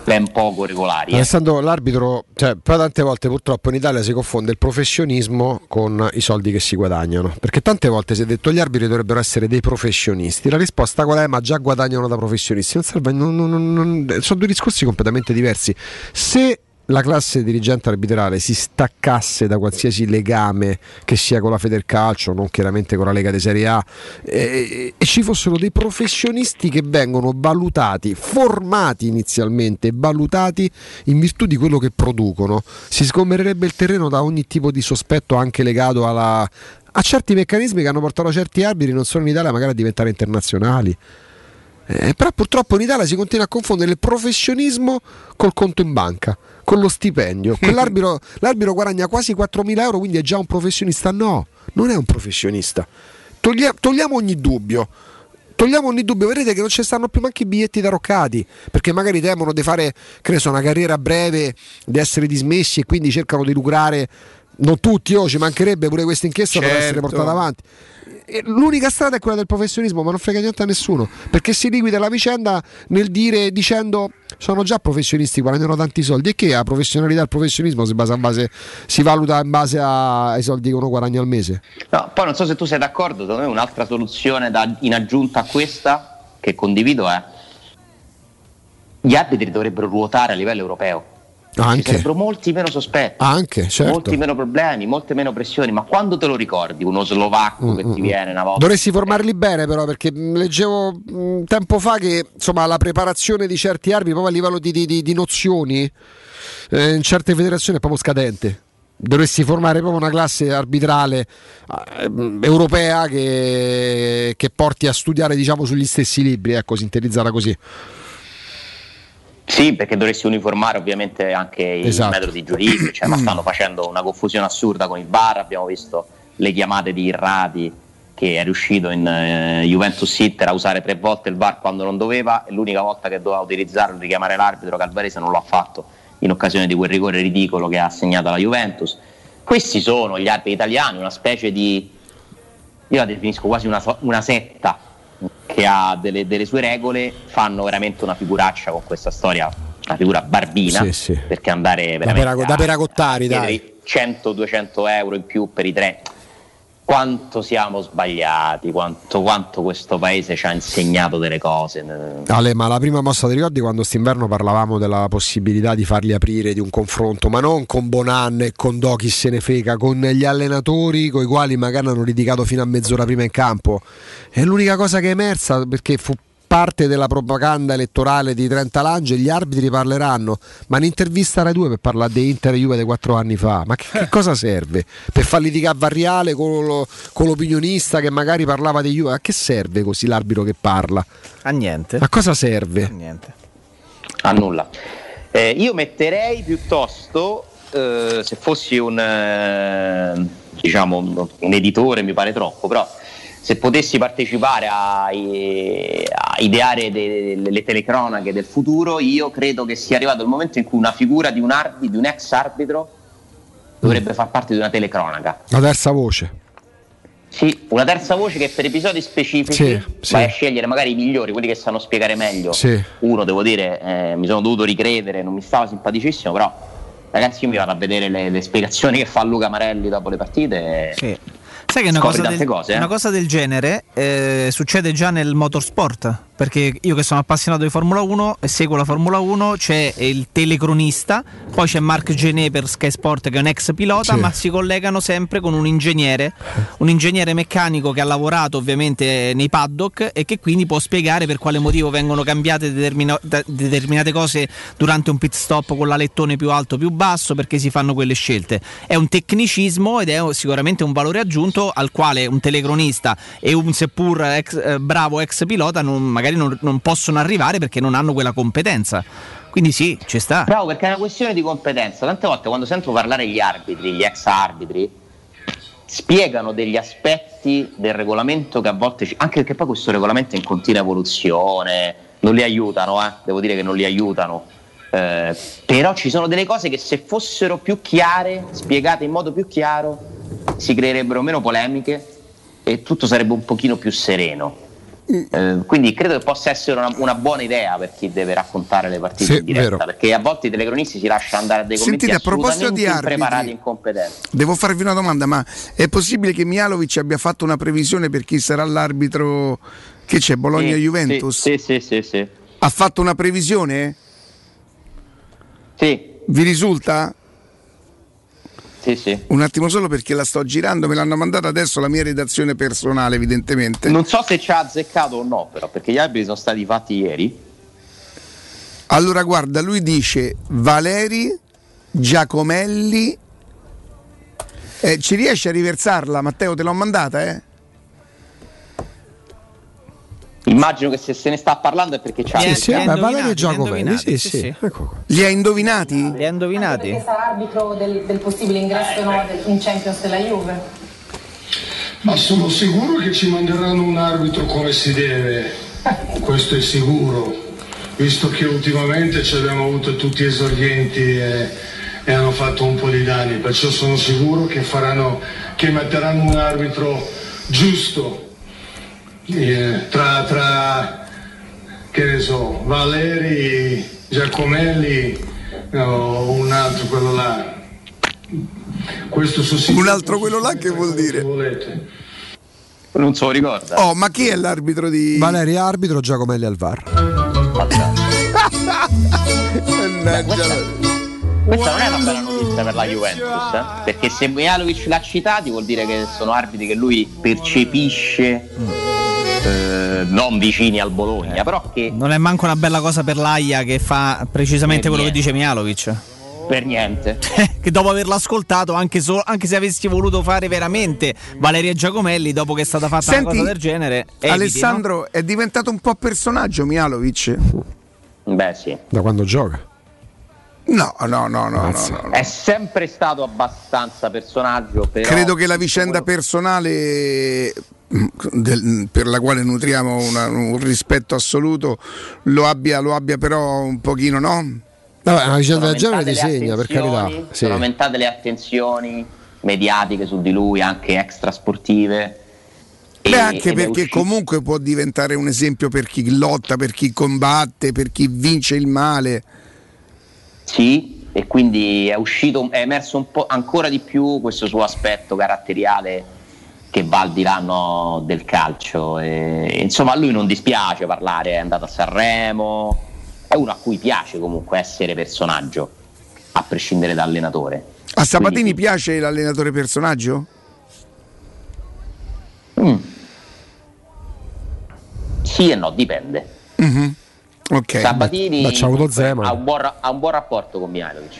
ben poco regolari. Eh. Alessandro, l'arbitro, cioè, poi tante volte purtroppo in Italia si confonde il professionismo con i soldi che si guadagnano, perché tante volte si è detto gli arbitri dovrebbero essere dei professionisti. La risposta qual è? Ma già guadagnano da professionisti. Non serve, non, non, non, sono due discorsi completamente diversi. Se la classe dirigente arbitrale si staccasse da qualsiasi legame che sia con la Federcalcio, non chiaramente con la Lega di Serie A, e, e ci fossero dei professionisti che vengono valutati, formati inizialmente, valutati in virtù di quello che producono, si sgombererebbe il terreno da ogni tipo di sospetto anche legato alla, a certi meccanismi che hanno portato certi arbitri non solo in Italia magari a diventare internazionali. Eh, però purtroppo in Italia si continua a confondere il professionismo col conto in banca, con lo stipendio. Quell'arbitro, l'arbitro guadagna quasi quattromila euro, quindi è già un professionista. No, non è un professionista. Toglia, togliamo ogni dubbio. Togliamo ogni dubbio, vedete che non ci stanno più manco i biglietti taroccati, perché magari temono di fare, che ne so, una carriera breve, di essere dismessi e quindi cercano di lucrare. Non tutti, oh, ci mancherebbe, pure questa inchiesta certo. deve essere portata avanti. L'unica strada è quella del professionismo, ma non frega niente a nessuno, perché si liquida la vicenda nel dire, dicendo sono già professionisti, guadagnano tanti soldi, e che la professionalità e il professionismo si basa in base, si valuta in base a, ai soldi che uno guadagna al mese. No, poi non so se tu sei d'accordo, secondo me un'altra soluzione da, in aggiunta a questa, che condivido, è gli arbitri dovrebbero ruotare a livello europeo. Anche. Ci sarebbero molti meno sospetti, Anche, certo. molti meno problemi, molte meno pressioni. Ma quando te lo ricordi uno slovacco mm, che mm, ti viene una volta? Dovresti formarli bene, però, perché leggevo mh, tempo fa che insomma la preparazione di certi arbitri proprio a livello di, di, di nozioni eh, in certe federazioni è proprio scadente. Dovresti formare proprio una classe arbitrale eh, europea che, che porti a studiare, diciamo, sugli stessi libri, ecco, sintetizzata così. Sì, perché dovresti uniformare ovviamente anche esatto. il metodi giuridici, cioè, ma stanno facendo una confusione assurda con il V A R. Abbiamo visto le chiamate di Irrati, che è riuscito in eh, Juventus Sitter a usare tre volte il V A R quando non doveva, e l'unica volta che doveva utilizzarlo, richiamare l'arbitro Calvarese, non lo ha fatto in occasione di quel rigore ridicolo che ha assegnato alla Juventus. Questi sono gli arbitri italiani, una specie di, io la definisco quasi una, una setta, che ha delle, delle sue regole, fanno veramente una figuraccia con questa storia, una figura barbina, sì, sì. perché andare veramente da, perago, da peragottari, a dai. cento duecento euro in più per i tre, quanto siamo sbagliati, quanto, quanto questo paese ci ha insegnato delle cose. Ale, ma la prima mossa ti ricordi quando st'inverno parlavamo della possibilità di farli aprire di un confronto, ma non con Bonan e con Do chi se ne frega, con gli allenatori con i quali magari hanno litigato fino a mezz'ora prima in campo? È l'unica cosa che è emersa, perché fu parte della propaganda elettorale di Trenta Lange. Gli arbitri parleranno, ma un'intervista Rai due per parlare di Inter e Juve dei quattro anni fa, ma che, che cosa serve? Per far litigare Varriale con, lo, con l'opinionista che magari parlava di Juve? A che serve così l'arbitro che parla? A niente. A cosa serve? A niente. A nulla. Eh, io metterei piuttosto, eh, se fossi un eh, diciamo un editore, mi pare troppo, però se potessi partecipare a, a ideare de, de, le telecronache del futuro, io credo che sia arrivato il momento in cui una figura di un, arbitro, di un ex arbitro dovrebbe mm. far parte di una telecronaca. La terza voce. Sì, una terza voce che per episodi specifici sì, vai sì. a scegliere magari i migliori, quelli che sanno spiegare meglio. Sì. Uno, devo dire, eh, mi sono dovuto ricredere, non mi stava simpaticissimo, però ragazzi io mi vado a vedere le, le spiegazioni che fa Luca Marelli dopo le partite. Sì. Sai che una cosa, del, cose, eh? una cosa del genere eh, succede già nel motorsport, perché io che sono appassionato di Formula uno e seguo la Formula uno, c'è il telecronista, poi c'è Marc Gené per Sky Sport che è un ex pilota, sì. ma si collegano sempre con un ingegnere, un ingegnere meccanico che ha lavorato ovviamente nei paddock e che quindi può spiegare per quale motivo vengono cambiate determina- determinate cose durante un pit stop con l'alettone più alto più basso, perché si fanno quelle scelte. È un tecnicismo ed è sicuramente un valore aggiunto al quale un telecronista e un seppur ex, eh, bravo ex pilota non, magari non, non possono arrivare perché non hanno quella competenza. Quindi sì, ci sta. Bravo, perché è una questione di competenza. Tante volte quando sento parlare gli arbitri, gli ex arbitri, spiegano degli aspetti del regolamento che a volte, anche perché poi questo regolamento è in continua evoluzione, non li aiutano, eh? devo dire che non li aiutano. Eh, però ci sono delle cose che se fossero più chiare, spiegate in modo più chiaro, si creerebbero meno polemiche e tutto sarebbe un pochino più sereno. Eh, quindi credo che possa essere una, una buona idea per chi deve raccontare le partite Sì, in diretta, vero. perché a volte i telecronisti si lasciano andare a dei commenti Sentite, a proposito di assolutamente impreparati e arbitri, incompetenti. devo farvi una domanda, ma è possibile che Mihajlovic abbia fatto una previsione per chi sarà l'arbitro? Che c'è, Bologna-Juventus? Sì, sì, sì, sì. Ha fatto una previsione? Sì. Vi risulta? Sì, sì. Un attimo solo perché la sto girando, me l'hanno mandata adesso la mia redazione personale, evidentemente. Non so se ci ha azzeccato o no, però, perché gli arbitri sono stati fatti ieri. Allora guarda, lui dice Valeri, Giacomelli. Eh, ci riesci a riversarla, Matteo? Te l'ho mandata, eh? Immagino che se se ne sta parlando è perché c'ha Sì, sì, vabbè, Valerio Giacomelli, sì, sì. Ecco qua. Li ha indovinati? Li ha indovinati? Perché sarà arbitro del, del possibile ingresso no, del, in Champions della Juve? Ma sono sicuro che ci manderanno un arbitro come si deve, questo è sicuro, visto che ultimamente ci abbiamo avuto tutti esordienti e, e hanno fatto un po' di danni, perciò sono sicuro che faranno, che metteranno un arbitro giusto. Eh, tra, tra che ne so, Valeri, Giacomelli, no, un altro quello là. Questo un altro quello là che vuol dire? Volete. Non se lo ricorda. Oh, ma chi è l'arbitro di Valeri arbitro, Giacomelli al V A R. Questa non è una bella notizia per la Juventus, eh? Perché se Mihajlovic l'ha citati vuol dire che sono arbitri che lui percepisce eh, non vicini al Bologna, però che non è manco una bella cosa per l'Aia che fa precisamente Per quello niente. che dice Mihajlovic. per niente. Che dopo averlo ascoltato, anche, so, anche se avessi voluto fare veramente Valeria Giacomelli, dopo che è stata fatta Senti, una cosa del genere, eviti, Alessandro, no? è diventato un po' personaggio Mihajlovic? Beh, sì. Da quando gioca? No, no, no, no, no, no. È sempre stato abbastanza personaggio, però Credo che la vicenda personale del, per la quale nutriamo una, un rispetto assoluto lo abbia, lo abbia però un pochino, no? Vabbè, una vicenda sono del genere aumentate le disegna, per carità. attenzioni, Sì. Sono aumentate le attenzioni mediatiche su di lui, anche extrasportive. Beh, E- anche ed è perché uscito- comunque può diventare un esempio per chi lotta, per chi combatte, per chi vince il male. Sì, e quindi è uscito, è emerso un po' ancora di più questo suo aspetto caratteriale che va al di là, no, del calcio. E, insomma, a lui non dispiace parlare, è andato a Sanremo, è uno a cui piace comunque essere personaggio, a prescindere dall'allenatore. A Sabatini Quindi- piace l'allenatore personaggio? Mm. Sì e no, dipende. Mhm. Ok. Sabatini Beh, c'ha avuto Zeman. ha un, buon, ra- ha un buon rapporto con Mihajlovic.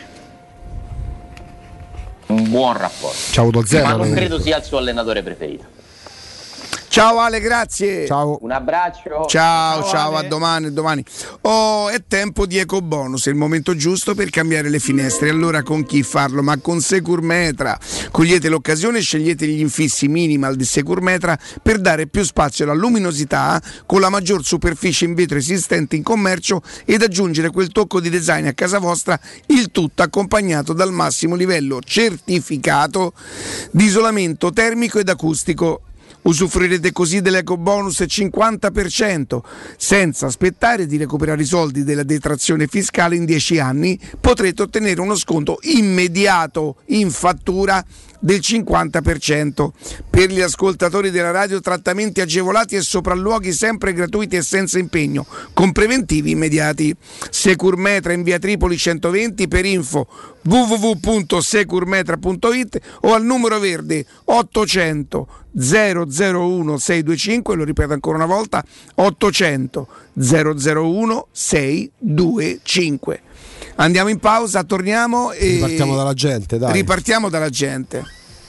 Un buon rapporto. C'ha avuto Ma Zeman. non credo sia il suo allenatore preferito. Ciao Ale, grazie. Ciao. Un abbraccio. Ciao, ciao, Ale. a domani, a domani. Oh, è tempo di ecobonus, è il momento giusto per cambiare le finestre. Allora con chi farlo? Ma con Securmetra. Cogliete l'occasione e scegliete gli infissi minimal di Securmetra per dare più spazio alla luminosità con la maggior superficie in vetro esistente in commercio ed aggiungere quel tocco di design a casa vostra, il tutto accompagnato dal massimo livello certificato di isolamento termico ed acustico. Usufruirete così dell'ecobonus cinquanta per cento. Senza aspettare di recuperare i soldi della detrazione fiscale in dieci anni, potrete ottenere uno sconto immediato in fattura del cinquanta per cento. Per gli ascoltatori della radio, trattamenti agevolati e sopralluoghi sempre gratuiti e senza impegno, con preventivi immediati. Securmetra in via Tripoli centoventi, per info w w w punto securmetra punto i t o al numero verde ottocento zero zero uno sei due cinque, lo ripeto ancora una volta, ottocento zero zero uno sei due cinque. Andiamo in pausa, torniamo e Ripartiamo dalla gente, dai. ripartiamo dalla gente.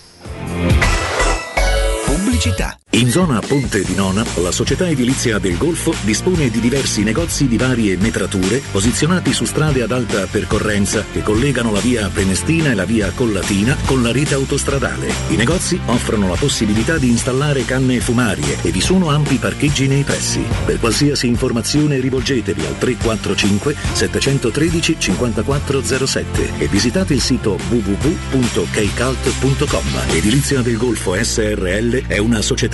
Pubblicità. In zona Ponte di Nona, la società edilizia del Golfo dispone di diversi negozi di varie metrature posizionati su strade ad alta percorrenza che collegano la via Prenestina e la via Collatina con la rete autostradale. I negozi offrono la possibilità di installare canne fumarie e vi sono ampi parcheggi nei pressi. Per qualsiasi informazione rivolgetevi al tre quattro cinque sette uno tre cinque zero sette e visitate il sito w w w punto keicalt punto com. Edilizia del Golfo S R L è una società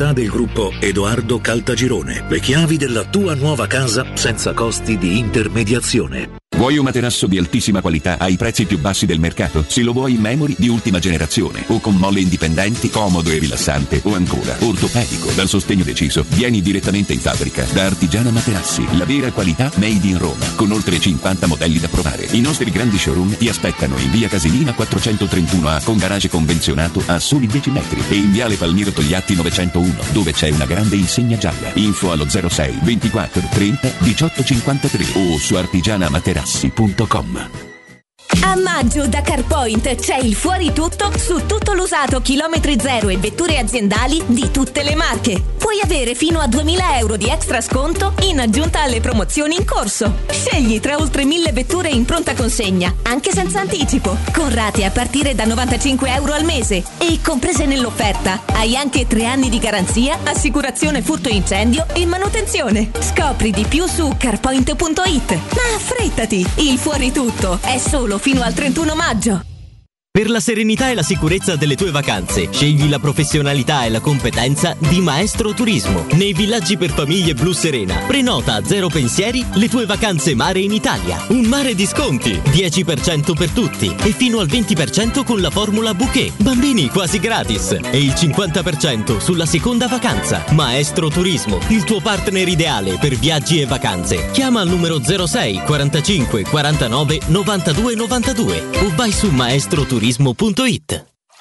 proprietà del gruppo Edoardo Caltagirone. Le chiavi della tua nuova casa senza costi di intermediazione. Vuoi un materasso di altissima qualità ai prezzi più bassi del mercato? Se lo vuoi in memory di ultima generazione o con molle indipendenti, comodo e rilassante, o ancora ortopedico dal sostegno deciso, vieni direttamente in fabbrica da Artigiana Materassi, la vera qualità made in Roma, con oltre cinquanta modelli da provare. I nostri grandi showroom ti aspettano in via Casilina quattrocentotrentuno A con garage convenzionato a soli dieci metri e in viale Palmiro Togliatti novecentouno, dove c'è una grande insegna gialla. Info allo zero sei ventiquattro trenta diciotto cinquantatré o su artigiana materassi punto com. A maggio da CarPoint c'è il fuori tutto su tutto l'usato chilometri zero e vetture aziendali di tutte le marche. Puoi avere fino a duemila euro di extra sconto in aggiunta alle promozioni in corso. Scegli tra oltre mille vetture in pronta consegna, anche senza anticipo, con rate a partire da novantacinque euro al mese e comprese nell'offerta. Hai anche tre anni di garanzia, assicurazione furto incendio e manutenzione. Scopri di più su carpoint punto it. Ma affrettati, il fuori tutto è solo fino al trentuno maggio. Per la serenità e la sicurezza delle tue vacanze, scegli la professionalità e la competenza di Maestro Turismo. Nei villaggi per famiglie Blu Serena, prenota a zero pensieri le tue vacanze mare in Italia. Un mare di sconti, dieci per cento per tutti e fino al venti per cento con la formula bouquet. Bambini quasi gratis e il cinquanta per cento sulla seconda vacanza. Maestro Turismo, il tuo partner ideale per viaggi e vacanze. Chiama al numero zero sei quarantacinque quarantanove novantadue novantadue o vai su maestro turismo punto it.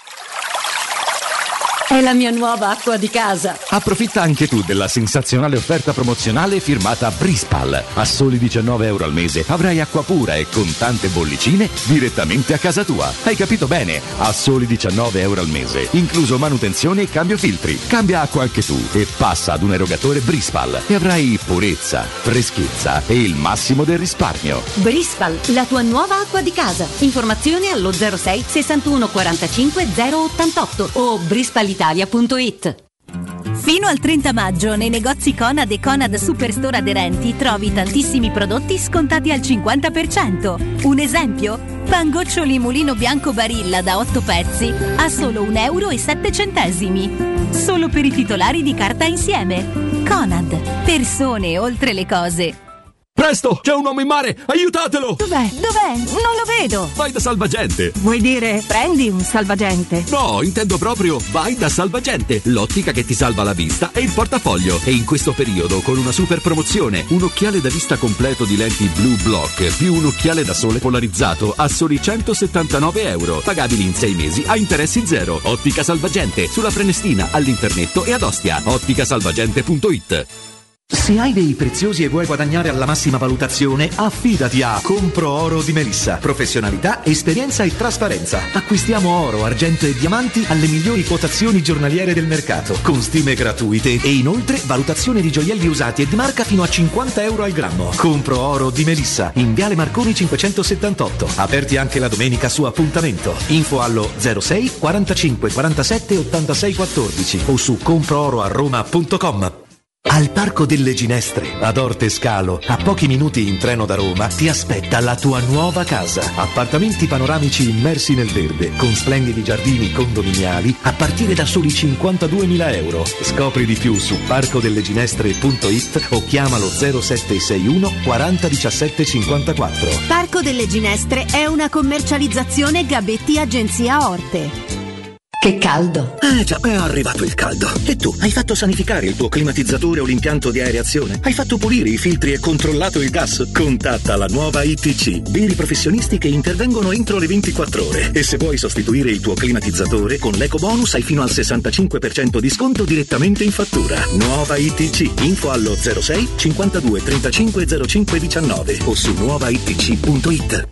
È la mia nuova acqua di casa. Approfitta anche tu della sensazionale offerta promozionale firmata Brispal. A soli diciannove euro al mese avrai acqua pura e con tante bollicine direttamente a casa tua. Hai capito bene? A soli diciannove euro al mese, incluso manutenzione e cambio filtri. Cambia acqua anche tu e passa ad un erogatore Brispal e avrai purezza, freschezza e il massimo del risparmio. Brispal, la tua nuova acqua di casa. Informazioni allo zero sei sessantuno quarantacinque zero ottantotto o brispalitalia punto it. Fino al trenta maggio nei negozi Conad e Conad Superstore aderenti trovi tantissimi prodotti scontati al cinquanta per cento. Un esempio? Pangoccioli Mulino Bianco Barilla da otto pezzi a solo un euro e sette centesimi. Solo per i titolari di carta insieme. Conad, persone oltre le cose. Presto, c'è un uomo in mare, aiutatelo! Dov'è? Dov'è? Non lo vedo! Vai da Salvagente! Vuoi dire prendi un salvagente? No, intendo proprio vai da Salvagente, l'ottica che ti salva la vista e il portafoglio. E in questo periodo con una super promozione, un occhiale da vista completo di lenti Blue Block più un occhiale da sole polarizzato a soli centosettantanove euro, pagabili in sei mesi a interessi zero. Ottica Salvagente, sulla Prenestina, all'Internetto e ad Ostia. ottica salvagente punto it. Se hai dei preziosi e vuoi guadagnare alla massima valutazione, affidati a Compro Oro di Melissa. Professionalità, esperienza e trasparenza. Acquistiamo oro, argento e diamanti alle migliori quotazioni giornaliere del mercato, con stime gratuite e inoltre valutazione di gioielli usati e di marca fino a cinquanta euro al grammo. Compro Oro di Melissa, in Viale Marconi cinquecentosettantotto. Aperti anche la domenica su appuntamento. Info allo zero sei quarantacinque quarantasette ottantasei quattordici o su compro oro a roma punto com. Al Parco delle Ginestre, ad Orte Scalo, a pochi minuti in treno da Roma, ti aspetta la tua nuova casa. Appartamenti panoramici immersi nel verde, con splendidi giardini condominiali, a partire da soli cinquantaduemila euro. Scopri di più su parco delle ginestre punto it o chiamalo zero sette sei uno quaranta diciassette cinquantaquattro. Parco delle Ginestre è una commercializzazione Gabetti Agenzia Orte. Che caldo! Eh già, è arrivato il caldo. E tu, hai fatto sanificare il tuo climatizzatore o l'impianto di aerazione? Hai fatto pulire i filtri e controllato il gas? Contatta la nuova I T C, veri professionisti che intervengono entro le ventiquattro ore. E se vuoi sostituire il tuo climatizzatore, con l'eco bonus hai fino al sessantacinque per cento di sconto direttamente in fattura. Nuova I T C, info allo zero sei cinquantadue trentacinque zero cinque diciannove o su nuova i t c punto it.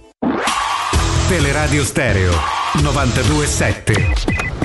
Teleradio Stereo novantadue sette.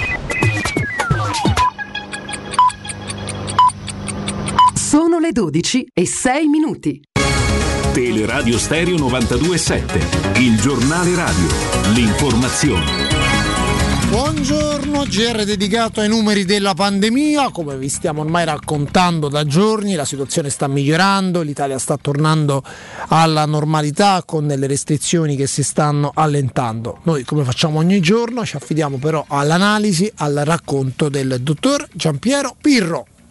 Sono le dodici e sei minuti. Teleradio Stereo novantadue sette, il giornale radio, l'informazione. Buongiorno, G R dedicato ai numeri della pandemia. Come vi stiamo ormai raccontando da giorni, la situazione sta migliorando, l'Italia sta tornando alla normalità con delle restrizioni che si stanno allentando. Noi, come facciamo ogni giorno, ci affidiamo però all'analisi, al racconto del dottor Giampiero Pirro.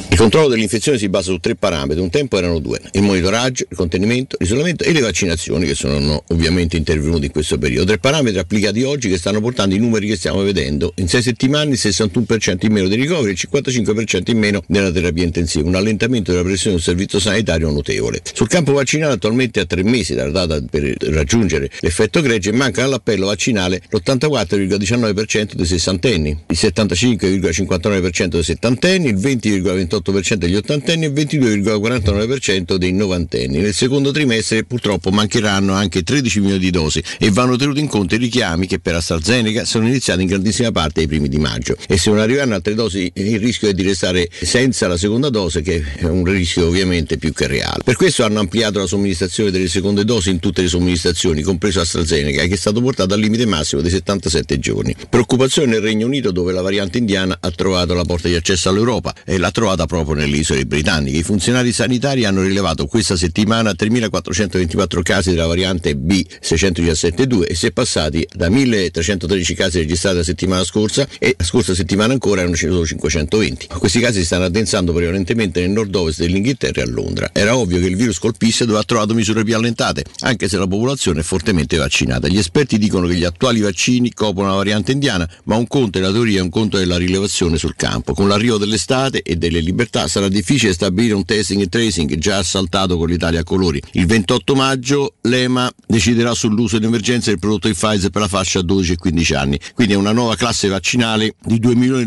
Il controllo dell'infezione si basa su tre parametri, un tempo erano due: il monitoraggio, il contenimento, l'isolamento e le vaccinazioni, che sono ovviamente intervenute in questo periodo. Tre parametri applicati oggi che stanno portando i numeri che stiamo vedendo. In sei settimane il sessantuno per cento in meno dei ricoveri e il cinquantacinque per cento in meno nella terapia intensiva, un allentamento della pressione del servizio sanitario notevole. Sul campo vaccinale attualmente a tre mesi dalla data per raggiungere l'effetto gregge manca all'appello vaccinale l'ottantaquattro virgola diciannove per cento dei sessantenni, il settantacinque virgola cinquantanove per cento dei settantenni, il venti virgola ventotto per cento degli ottantenni e il ventidue virgola quarantanove per cento dei novantenni. Nel secondo trimestre purtroppo mancheranno anche tredici milioni di dosi e vanno tenuti in conto i richiami che per AstraZeneca sono iniziati in grandissima parte ai primi di maggio, e se non arriveranno altre dosi il rischio è di restare senza la seconda dose, che è un rischio ovviamente più che reale. Per questo hanno ampliato la somministrazione delle seconde dosi in tutte le somministrazioni, compreso AstraZeneca, che è stato portato al limite massimo dei settantasette giorni. Preoccupazione nel Regno Unito, dove la variante indiana ha trovato la porta di accesso all'Europa e l'ha trovata proprio nelle isole britanniche. I funzionari sanitari hanno rilevato questa settimana tremilaquattrocentoventiquattro casi della variante B seicentodiciassette due e si è passati da milletrecentotredici casi registrati la settimana scorsa, e la scorsa settimana ancora erano solo cinquecentoventi. Questi casi si stanno addensando prevalentemente nel nord-ovest dell'Inghilterra e a Londra. Era ovvio che il virus colpisse dove ha trovato misure più allentate, anche se la popolazione è fortemente vaccinata. Gli esperti dicono che gli attuali vaccini coprono la variante indiana, ma un conto è la teoria e un conto è la rilevazione sul campo. Con l'arrivo dell'estate e delle libertà sarà difficile stabilire un testing e tracing già assaltato con l'Italia a colori. Il ventotto maggio l'E M A deciderà sull'uso in emergenza del prodotto di Pfizer per la fascia dodici e quindici anni, quindi è una nuova classe vaccinale di due milioni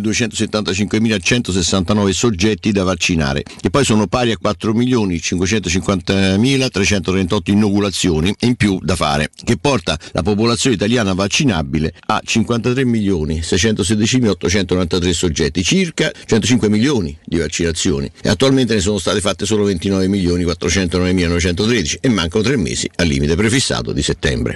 duecentosettantacinquemilacentosessantanove soggetti da vaccinare, che poi sono pari a quattro milioni cinquecentocinquantamila trecentotrentotto inoculazioni in più da fare, che porta la popolazione italiana vaccinabile a cinquantatré milioni seicentosedicimilaottocentonovantatré soggetti, circa centocinque milioni di vaccinazioni, e attualmente ne sono state fatte solo ventinove milioni quattrocentonovemilanovecentododici e mancano tre mesi al limite prefissato di settembre.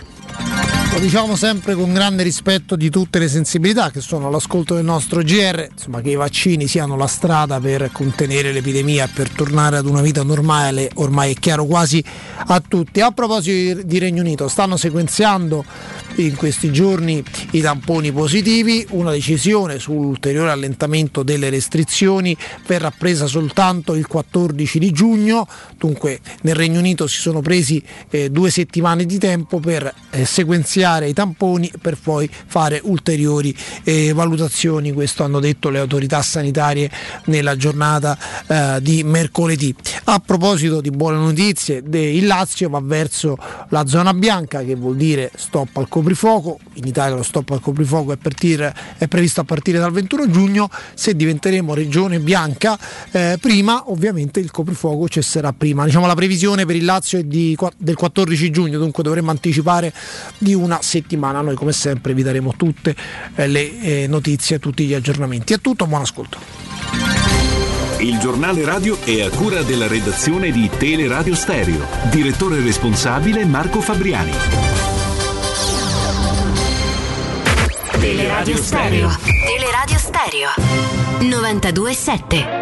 Lo diciamo sempre con grande rispetto di tutte le sensibilità che sono all'ascolto del nostro G R, insomma, che i vaccini siano la strada per contenere l'epidemia e per tornare ad una vita normale ormai è chiaro quasi a tutti. A proposito di Regno Unito, stanno sequenziando in questi giorni i tamponi positivi, una decisione sull'ulteriore allentamento delle restrizioni verrà presa soltanto il quattordici di giugno, dunque nel Regno Unito si sono presi eh, due settimane di tempo per eh, sequenziare i tamponi per poi fare ulteriori eh, valutazioni, questo hanno detto le autorità sanitarie nella giornata eh, di mercoledì. A proposito di buone notizie, il Lazio va verso la zona bianca, che vuol dire stop al coprifuoco. In Italia lo stop al coprifuoco è, partire, è previsto a partire dal ventuno giugno. Se diventeremo regione bianca eh, prima, ovviamente il coprifuoco cesserà prima. Diciamo la previsione per il Lazio è di, del quattordici giugno, dunque dovremmo anticipare di una settimana. Noi come sempre vi daremo tutte eh, le eh, notizie, tutti gli aggiornamenti. È tutto, buon ascolto. Il giornale radio è a cura della redazione di Teleradio Stereo. Direttore responsabile Marco Fabriani. Teleradio Stereo. Teleradio Stereo. novantadue sette.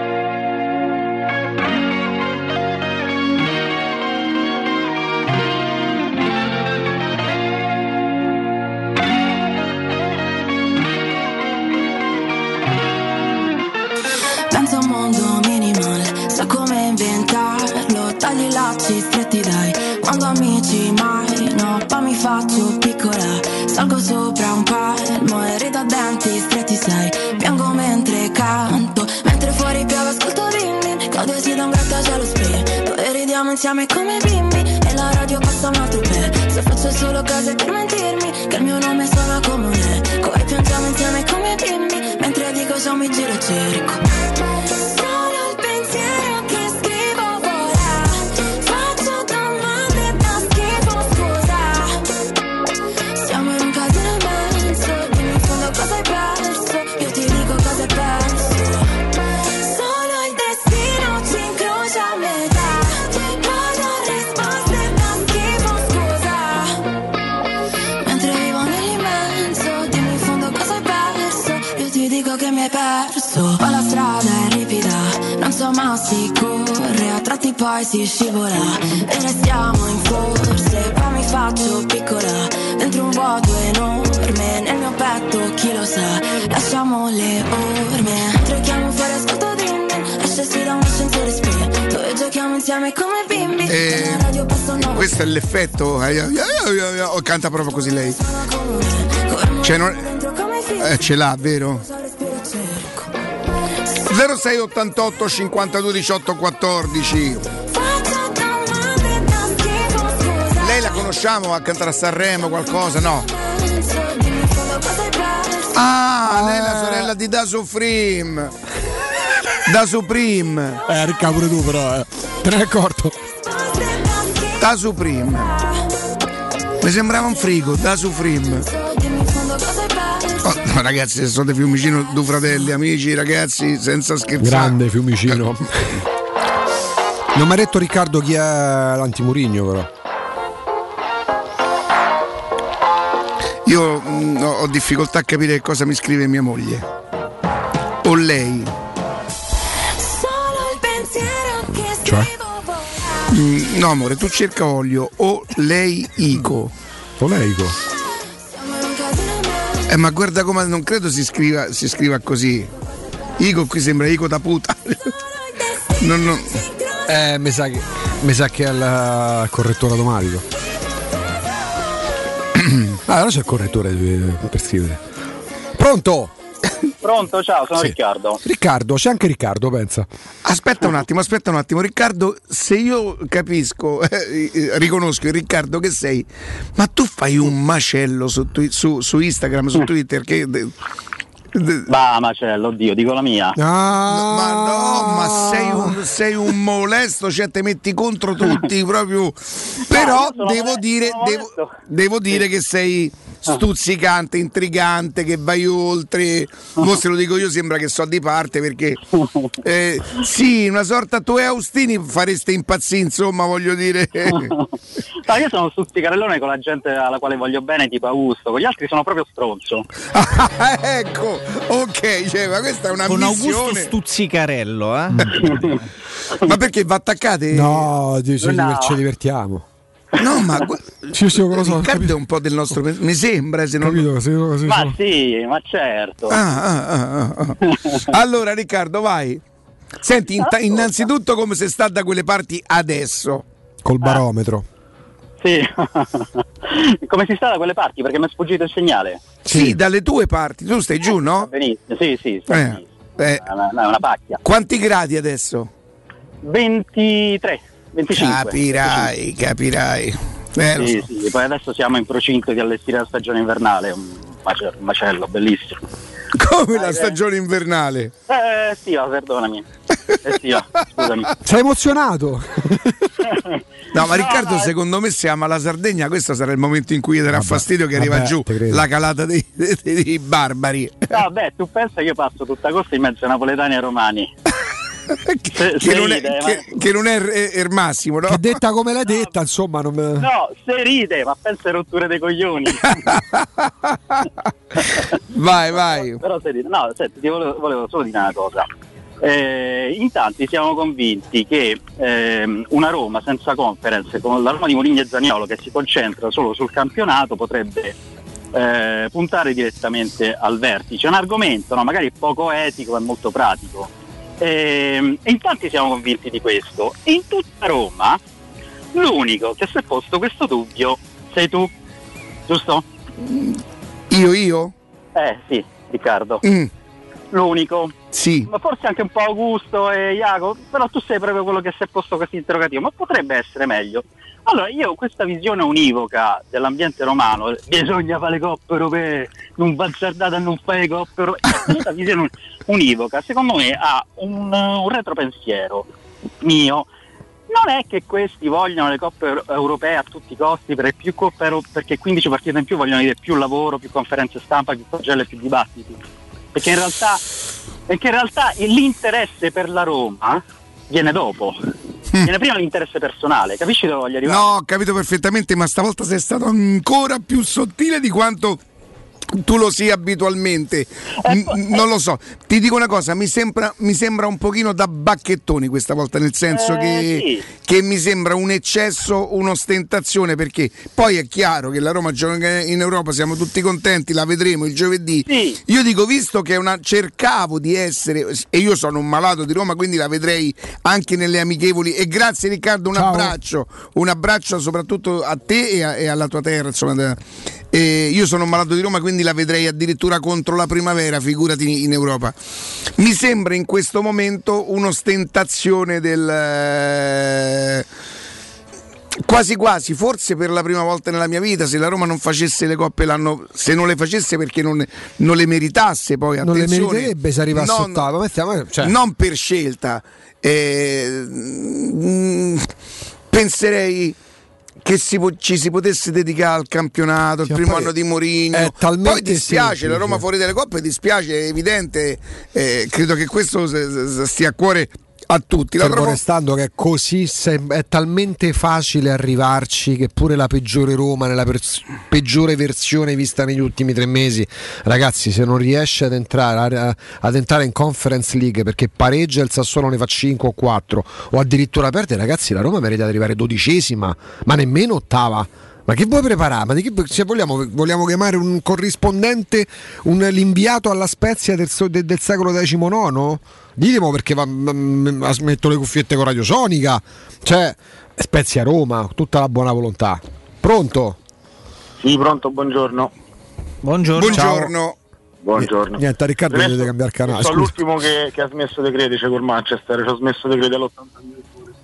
Penso a un mondo minimal, so come inventarlo. Tagli i lacci stretti dai, quando amici mai, no, poi mi faccio piccola. Salgo sopra un palmo e rido a denti stretti sai. Piango mentre canto, mentre fuori piove ascolto Din Din. Cado si da un grattacielo spray, dove ridiamo insieme come bimbi. E la radio passa un altro pe. Se faccio solo cose per mentirmi, che il mio nome suona come un eco. E piangiamo insieme come bimbi, mentre dico ciao mi giro e cerco. Che mi hai perso, poi la strada è ripida, non so ma si corre, a tratti poi si scivola e restiamo in forse, poi mi faccio piccola, dentro un vuoto enorme, nel mio petto chi lo sa, lasciamo le orme, mentre chiamo fuori ascolto Din Din, esce si da un insieme come bimbi. Eh, questo è l'effetto. O canta proprio così lei? Cioè non... eh, ce l'ha, vero? zero sei ottantotto cinquantadue diciotto quattordici. Lei la conosciamo a cantare a Sanremo qualcosa? No. Ah, lei è la sorella di Da Supreme. Da Supreme. Eh, ricca pure tu però, eh. Te ne hai accorto? Da Supreme. Mi sembrava un frigo, Da Supreme. Oh, no, ragazzi, se sono di Fiumicino, due fratelli, amici, ragazzi, senza scherzare. Grande Fiumicino. Non mi ha detto Riccardo chi è l'antimurigno però. Io mh, ho difficoltà a capire cosa mi scrive mia moglie. O lei. Cioè? Mm, no amore, tu cerca olio. O lei Ico. O lei Ico. Eh ma guarda come non credo si scriva, si scriva così. Ico qui sembra Ico da puta. non, non. Eh mi sa che mi sa che è il correttore automatico. Ah, allora c'è il correttore per scrivere. Pronto? Pronto, ciao, sono Sì. Riccardo. Riccardo, c'è anche Riccardo, pensa. Aspetta un attimo, aspetta un attimo, Riccardo, se io capisco, eh, eh, riconosco il Riccardo che sei, ma tu fai un macello su, twi- su, su Instagram, su Twitter che... Bah, macello, oddio, dico la mia. Ah. Ma no, ma sei un, sei un molesto, cioè te metti contro tutti proprio. Però No, devo molesto, dire, devo, devo dire che sei stuzzicante, intrigante, che vai oltre. Mo se lo dico io sembra che so di parte perché eh, sì, una sorta tu e Austini fareste impazzire, insomma, voglio dire. No, io sono stuzzicarellone con la gente alla quale voglio bene, tipo Augusto, con gli altri sono proprio stronzo. Ecco, ok, cioè, ma questa è una con missione. Augusto Stuzzicarello, eh? Ma perché va attaccate? No, dice, No. ci divertiamo. No, ma Sì, sì, lo so, Riccardo è un po' del nostro, mi sembra, se non capito, sì, sì, Ma sì. sì, ma certo. Ah, ah, ah, ah. Allora Riccardo, vai. Senti, inta- innanzitutto come si sta da quelle parti adesso? Col barometro. Sì. Come si sta da quelle parti? Perché mi è sfuggito il segnale. Sì, dalle tue parti. Tu stai giù, no? Benissimo, sì, sì. sta Eh, benissimo. eh, È una, è una pacchia. Quanti gradi adesso? ventitré, venticinque. Capirai, capirai. Eh, lo Sì, so. sì, poi adesso siamo in procinto di allestire la stagione invernale, un macello, un macello bellissimo. Come la eh. stagione invernale? Eh, Stiva, perdonami. Eh, Stiva, scusami. Sei emozionato? No, ma Riccardo, secondo me se ama la Sardegna, questo sarà il momento in cui darà Vabbè, fastidio che arriva vabbè, giù te credo. la calata dei, dei- dei barbari. Vabbè, tu pensa che io passo tutta costa in mezzo ai napoletani e ai romani. Se- che, se non è, ride, ma- che, che non è er, er Massimo, no? Che detta come l'hai detta, insomma, non me... No, se ride, ma pensa a rotture dei coglioni. Vai, vai. Però se ride. No, senti, ti volevo, volevo solo dire una cosa. Eh, in tanti siamo convinti che ehm, una Roma senza conference, con la Roma di Mourinho e Zaniolo che si concentra solo sul campionato, potrebbe eh, puntare direttamente al vertice. È un argomento, no? Magari poco etico e molto pratico. E, e in tanti siamo convinti di questo. In tutta Roma l'unico che si è posto questo dubbio sei tu, giusto? Io, io? Eh sì, Riccardo. Mm. L'unico. Sì. Ma forse anche un po' Augusto e Jacopo, però tu sei proprio quello che si è posto questo interrogativo, ma potrebbe essere meglio. Allora, io ho questa visione univoca dell'ambiente romano, bisogna fare le coppe europee, non va azzardata a non fare le coppe europee. Questa visione univoca, secondo me, ha un, un retropensiero mio. Non è che questi vogliono le coppe euro- europee a tutti i costi per più coppe euro- perché quindici partite in più vogliono dire più lavoro, più conferenze stampa, più pagelle e più dibattiti. Perché in realtà, perché in realtà l'interesse per la Roma viene dopo. Viene prima l'interesse personale, capisci dove voglio arrivare? No, ho capito perfettamente, ma stavolta sei stato ancora più sottile di quanto tu lo sia abitualmente, N- non lo so. Ti dico una cosa, mi sembra, mi sembra un pochino da bacchettoni questa volta, nel senso Eh, che, sì. che mi sembra un eccesso, un'ostentazione, perché poi è chiaro che la Roma gioca in Europa, siamo tutti contenti, la vedremo il giovedì. Sì. Io dico, visto che una, cercavo di essere, e io sono un malato di Roma, quindi la vedrei anche nelle amichevoli, e grazie Riccardo, un Ciao. abbraccio, un abbraccio soprattutto a te e, a, e alla tua terra, insomma. da- e io sono un malato di Roma, quindi la vedrei addirittura contro la primavera, figurati in Europa. Mi sembra in questo momento un'ostentazione del eh, quasi quasi, forse per la prima volta nella mia vita, se la Roma non facesse le coppe l'anno, se non le facesse perché non, non le meritasse, poi Non le attenzione, meriterebbe se arrivasse non- ottavo. Mettiamo, cioè, non per scelta, eh, mm, penserei che si po- ci si potesse dedicare al campionato, il Sì, primo poi anno di Mourinho. è talmente Poi dispiace, semplice. la Roma fuori dalle coppe dispiace, è evidente, eh, credo che questo s- s- stia a cuore a tutti. La fermo trovo- restando che è così sem- è talmente facile arrivarci che pure la peggiore Roma nella pers- peggiore versione vista negli ultimi tre mesi, ragazzi, se non riesce ad entrare a- ad entrare in Conference League perché pareggia il Sassuolo, ne fa cinque o quattro o addirittura perde, ragazzi, la Roma merita di arrivare dodicesima, ma nemmeno ottava. Ma che vuoi preparare? Ma di che, se vogliamo, vogliamo chiamare un corrispondente, un, l'inviato alla Spezia del, so- del, del secolo diciannove? Ditemo, perché va, m- m- metto le cuffiette con Radio Sonica. Cioè, Spezia Roma, tutta la buona volontà. Pronto? Sì, pronto, buongiorno. Buongiorno. Buongiorno. Buongiorno. Niente, a Riccardo Adesso deve cambiare canale. sono Scusa. l'ultimo che, che ha smesso di credere col Manchester, ci ho smesso di credere all'ottantadue.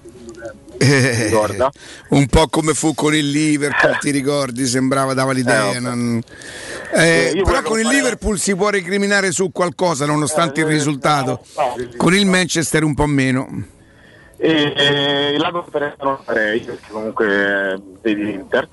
Eh, Ricorda? un po' come fu con il Liverpool, ti ricordi? Sembrava, dava l'idea. Eh, non- Eh, Eh, io però volevo con il fare- Liverpool si può recriminare su qualcosa nonostante Eh, il risultato. eh, no, Con il Manchester un po' meno. E, e la conferenza non la farei perché comunque eh, vedi l'Inter.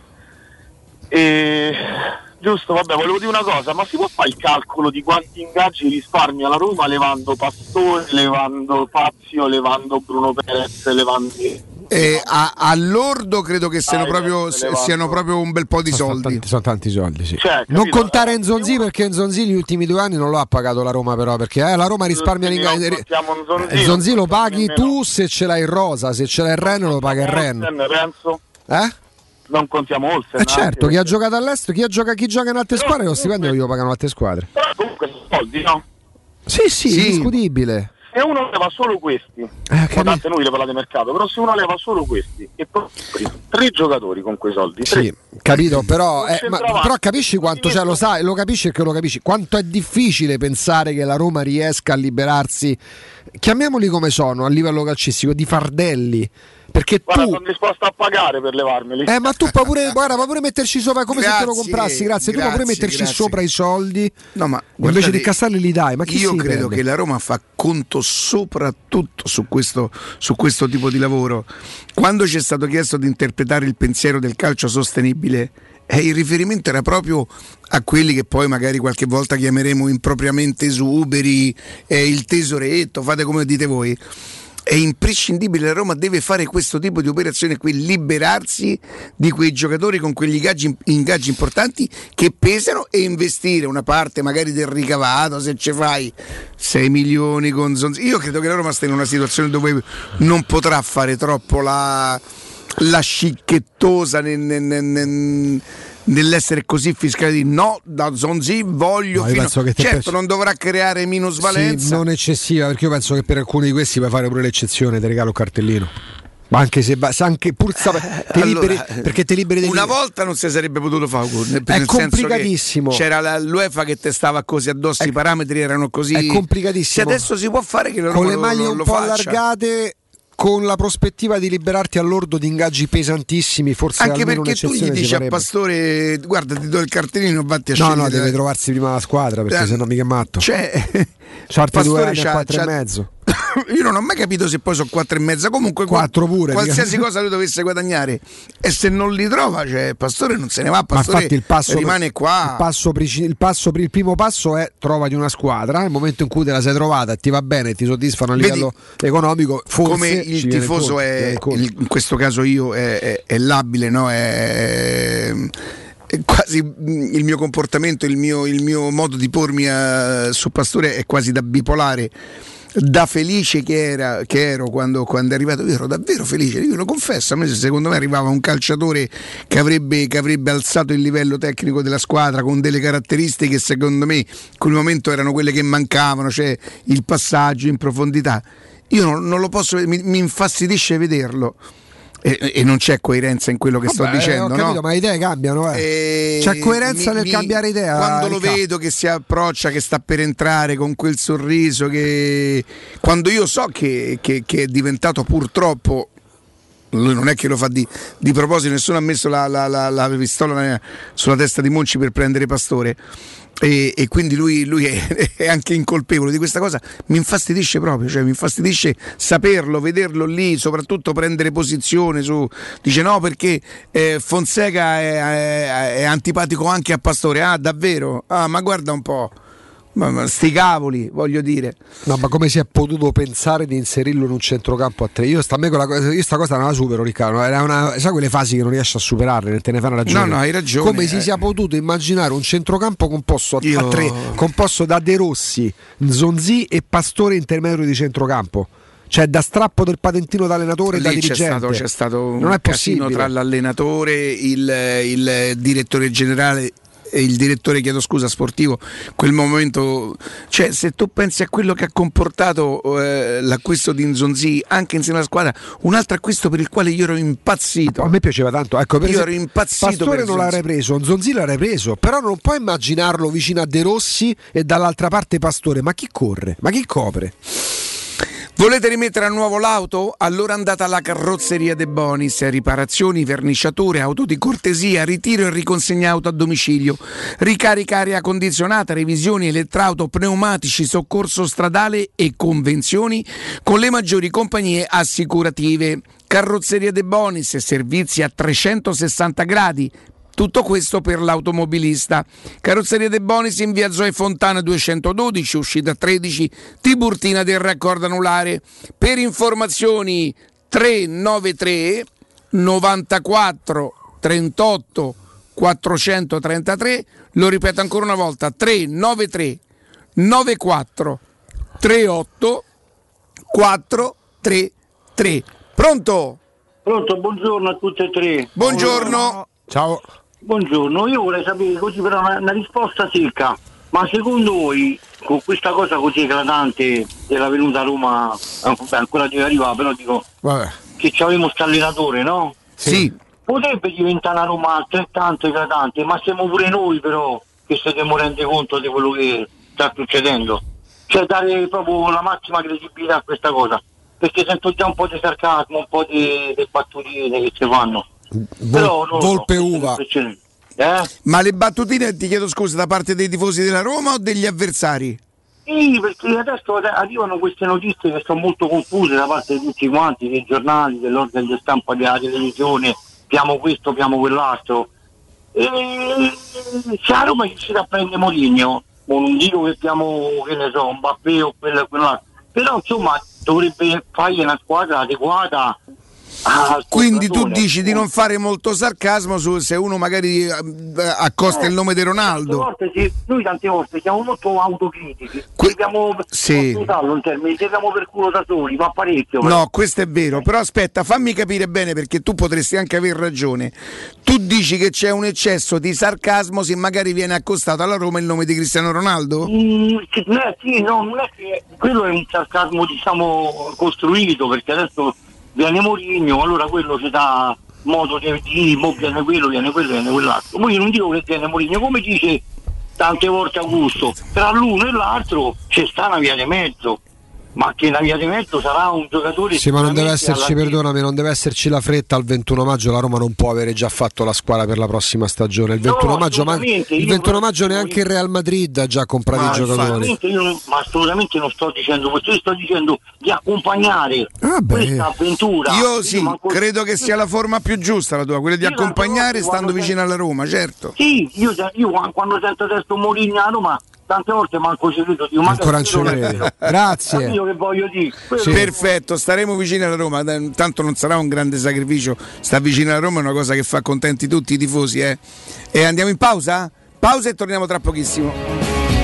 E giusto, vabbè, volevo dire una cosa, ma si può fare il calcolo di quanti ingaggi risparmia la Roma levando Pastore, levando Fazio, levando Bruno Perez, levando Eh, a, all'ordo credo che siano Dai, proprio, se ne vanno. siano proprio un bel po' di Sono soldi. tanti, sono tanti soldi, sì. Cioè, Non capito? contare Nzonzi, perché Nzonzi gli ultimi due anni non lo ha pagato la Roma, però, perché eh, la Roma risparmia Non l'ingaggio. contiamo Nzonzi, Nzonzi non lo paghi contiamo tu se ce l'hai in rosa, se ce l'hai in Ren lo paga il Ren. Olsen, penso. Eh? Non contiamo Olsen. Eh certo, anche, chi ha perché- giocato all'estero, chi, ha gioca, chi gioca in altre Però squadre lo comunque- stipendio glielo pagano altre squadre. Però comunque sono soldi, no? Sì, sì, Sì. indiscutibile. Se uno leva solo questi, Eh, ma capito. tanto noi le parlate di mercato, però se uno leva solo questi e poi tre giocatori con quei soldi, tre, Sì, capito, però, Un eh, ma, centravanti. però capisci quanto, cioè, lo sai, lo capisci perché lo capisci, quanto è difficile pensare che la Roma riesca a liberarsi, chiamiamoli come sono a livello calcistico, di fardelli. Perché guarda, tu, sono disposto a pagare per levarmeli. eh, ma tu puoi pure, guarda, puoi pure metterci sopra come se te lo Grazie, comprassi, grazie, tu puoi pure grazie, metterci grazie. sopra i soldi, No, ma invece guardate, di incassarli li dai. Ma chi io si credo prende? che la Roma fa conto soprattutto su questo, su questo tipo di lavoro. Quando ci è stato chiesto di interpretare il pensiero del calcio sostenibile, eh, il riferimento era proprio a quelli che poi magari qualche volta chiameremo impropriamente esuberi, eh, il tesoretto, fate come dite voi. È imprescindibile, la Roma deve fare questo tipo di operazione qui, liberarsi di quei giocatori con quegli ingaggi, ingaggi importanti che pesano e investire una parte magari del ricavato, se ci fai sei milioni con Zonzi. Io credo che la Roma stia in una situazione dove non potrà fare troppo la, la scicchettosa nel, nel, nel, nell'essere così fiscale di no, da Zonzi voglio No, io fino... penso che te certo pensi- non dovrà creare minusvalenza. Sì, non eccessiva, perché io penso che per alcuni di questi puoi fare pure l'eccezione, ti regalo un cartellino. Ma anche se, va- se anche pur sa- te liberi, Allora, perché te liberi degli- una volta non si sarebbe potuto fare nel È senso che complicatissimo. c'era la, l'UEFA che testava così addosso, i parametri erano così. È complicatissimo. Se adesso si può fare che la con Roma le lo- maglie lo- un lo po' faccia. allargate, con la prospettiva di liberarti all'ordo di ingaggi pesantissimi, forse Anche almeno perché tu gli un'eccezione si dici a farebbe. Pastore guarda ti do il cartellino, vatti a No, scegliere. no, deve trovarsi prima la squadra, perché Eh, sennò mica è matto. Cioè, C'ha altri due Pastore anni a c'ha- quattro c'ha- e mezzo. Io non ho mai capito se poi sono quattro e mezza. Comunque, Quattro pure, qualsiasi dica. cosa lui dovesse guadagnare, e se non li trova, cioè Pastore non se ne va. Ma Pastore infatti il passo rimane qua. Il, passo, prici- il, passo, il primo passo è trovati una squadra. Nel momento in cui te la sei trovata e ti va bene, ti soddisfano a Vedi, livello economico, forse come ci il viene tifoso incontro, viene è, incontro. il- in questo caso io, è, è- è labile, no? è, quasi il mio comportamento, il mio, il mio modo di pormi a, su Pastore è quasi da bipolare. Da felice che, era, che ero quando, quando è arrivato, io ero davvero felice, io lo confesso, a me secondo me arrivava un calciatore che avrebbe, che avrebbe alzato il livello tecnico della squadra con delle caratteristiche che secondo me in quel momento erano quelle che mancavano, cioè il passaggio in profondità. Io non, non lo posso, mi, mi infastidisce vederlo. E, e non c'è coerenza in quello che Vabbè, sto dicendo, ho capito, no? Ma le idee cambiano, eh. E C'è coerenza mi, nel mi, cambiare idea. Quando lo Riccardo. vedo che si approccia, che sta per entrare con quel sorriso, che quando io so che, che, che è diventato purtroppo, lui non è che lo fa di, di proposito, nessuno ha messo la, la, la, la pistola sulla testa di Monci per prendere Pastore. E, e quindi lui, lui è, è anche incolpevole di questa cosa, mi infastidisce proprio, cioè mi infastidisce saperlo, vederlo lì, soprattutto prendere posizione su, dice no perché eh, Fonseca è, è, è antipatico anche a Pastore, ah davvero? Ah ma guarda un po', ma, ma sti cavoli, voglio dire. No, ma come si è potuto pensare di inserirlo in un centrocampo a tre? Io sta, me quella cosa, io sta cosa non la supero, Riccardo. Era una, sai quelle fasi che non riesci a superare, te ne fai una ragione. No, no, hai ragione. Come si eh. sia potuto immaginare un centrocampo composto a, Io... a tre, composto da De Rossi, Nzonzi e Pastore intermedio di centrocampo? Cioè da strappo del patentino da allenatore e da Lì c'è dirigente. stato, c'è stato un non è casino possibile. tra l'allenatore, il, il direttore generale e il direttore, chiedo scusa, sportivo. Quel momento, cioè se tu pensi a quello che ha comportato eh, l'acquisto di Nzonzi anche insieme alla squadra, un altro acquisto per il quale io ero impazzito. A me piaceva tanto, ecco, per io esempio, ero impazzito. Pastore per non l'avrei preso, Nzonzi l'avrei preso, però non puoi immaginarlo vicino a De Rossi e dall'altra parte Pastore. Ma chi corre? Ma chi copre? Volete rimettere a nuovo l'auto? Allora andate alla Carrozzeria De Bonis, riparazioni, verniciature, auto di cortesia, ritiro e riconsegna auto a domicilio, ricarica aria condizionata, revisioni elettrauto, pneumatici, soccorso stradale e convenzioni con le maggiori compagnie assicurative. Carrozzeria De Bonis, servizi a trecentosessanta gradi. Tutto questo per l'automobilista. Carrozzeria De Bonis in via Zoe Fontana duecentododici, uscita tredici, Tiburtina del raccordo anulare. Per informazioni tre nove tre novantaquattro trentotto quattrocentotrentatré, lo ripeto ancora una volta, tre nove tre novantaquattro trentotto quattrocentotrentatré. Pronto? Pronto, buongiorno a tutte e tre. Buongiorno. Ciao. Buongiorno, io vorrei sapere così però una, una risposta secca, ma secondo voi con questa cosa così eclatante della venuta a Roma, eh, beh, ancora deve arrivare, però dico Vabbè. che ci avevamo sta allenatore, no? Sì. Potrebbe diventare una Roma altrettanto eclatante, ma siamo pure noi però che se dobbiamo rendere conto di quello che sta succedendo, cioè dare proprio la massima credibilità a questa cosa, perché sento già un po' di sarcasmo, un po' di, di battutine che si fanno. Però, Vol- Volpe so, uva. Eh? Ma le battutine, ti chiedo scusa, da parte dei tifosi della Roma o degli avversari? Sì, perché adesso arrivano queste notizie che sono molto confuse da parte di tutti quanti, dei giornali, dell'ordine di stampa, della televisione, piamo questo, piamo quell'altro. E se a Roma riuscirà a prendere Mourinho, non dico che piamo, che ne so, Mbappé o quello e quell'altro, però insomma dovrebbe fargli una squadra adeguata. Ah, quindi tu dici di non fare molto sarcasmo su se uno magari eh, accosta eh, il nome di Ronaldo. Tante volte, sì, noi tante volte siamo molto autocritici, que- abbiamo sì. un termine, tiriamo per culo da soli, ma parecchio. Però. No, questo è vero, però aspetta, fammi capire bene, perché tu potresti anche aver ragione. Tu dici che c'è un eccesso di sarcasmo se magari viene accostato alla Roma il nome di Cristiano Ronaldo? Mm, sì, sì, no, non è che quello è un sarcasmo diciamo costruito, perché adesso viene Mourinho, allora quello ci dà modo di dire, mo viene quello, viene quello, viene quell'altro. Poi io non dico che viene Mourinho, come dice tante volte Augusto, tra l'uno e l'altro c'è sta una via di mezzo, ma che una via di mezzo sarà un giocatore. Sì, ma non deve esserci, perdonami, non deve esserci la fretta al ventuno maggio, la Roma non può avere già fatto la squadra per la prossima stagione. Il ventuno no, maggio, ma il ventuno maggio neanche il Real Madrid ha già comprato ma i giocatori. Io non, ma assolutamente non sto dicendo questo, io sto dicendo di accompagnare ah, questa avventura. Io sì, io manco... credo che sia la forma più giusta la tua, quella di io accompagnare stando vicino alla Roma, certo. Sì, io, io quando sento adesso Mourinho a Roma tante volte manco ci credo, dico, ma ancora non ci credo. Grazie. Capito che voglio dire? Sì. Perfetto, staremo vicini alla Roma, tanto non sarà un grande sacrificio, sta vicino alla Roma è una cosa che fa contenti tutti i tifosi, eh. E andiamo in pausa? Pausa e torniamo tra pochissimo.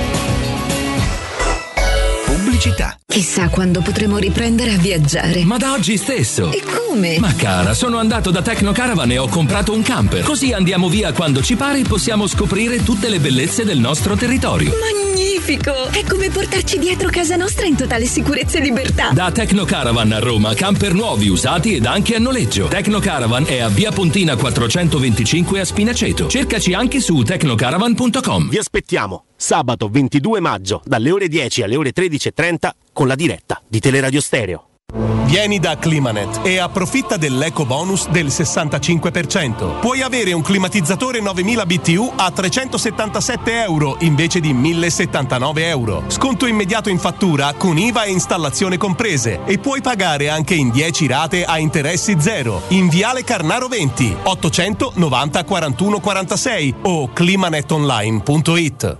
Pubblicità. Chissà quando potremo riprendere a viaggiare. Ma da oggi stesso. E come? Ma cara, sono andato da Tecnocaravan e ho comprato un camper. Così andiamo via quando ci pare e possiamo scoprire tutte le bellezze del nostro territorio. Magnifico! È come portarci dietro casa nostra in totale sicurezza e libertà. Da Tecnocaravan a Roma, camper nuovi, usati ed anche a noleggio. Tecnocaravan è a Via Pontina quattrocentoventicinque a Spinaceto. Cercaci anche su tecnocaravan punto com. Vi aspettiamo sabato ventidue maggio dalle ore dieci alle ore tredici e trenta con la diretta di Teleradio Stereo. Vieni da Climanet e approfitta dell'eco bonus del sessantacinque per cento. Puoi avere un climatizzatore novemila B T U a trecentosettantasette euro invece di millesettantanove euro. Sconto immediato in fattura con I V A e installazione comprese e puoi pagare anche in dieci rate a interessi zero. In Viale Carnaro venti ottocentonovanta quarantuno quarantasei o climanetonline punto it.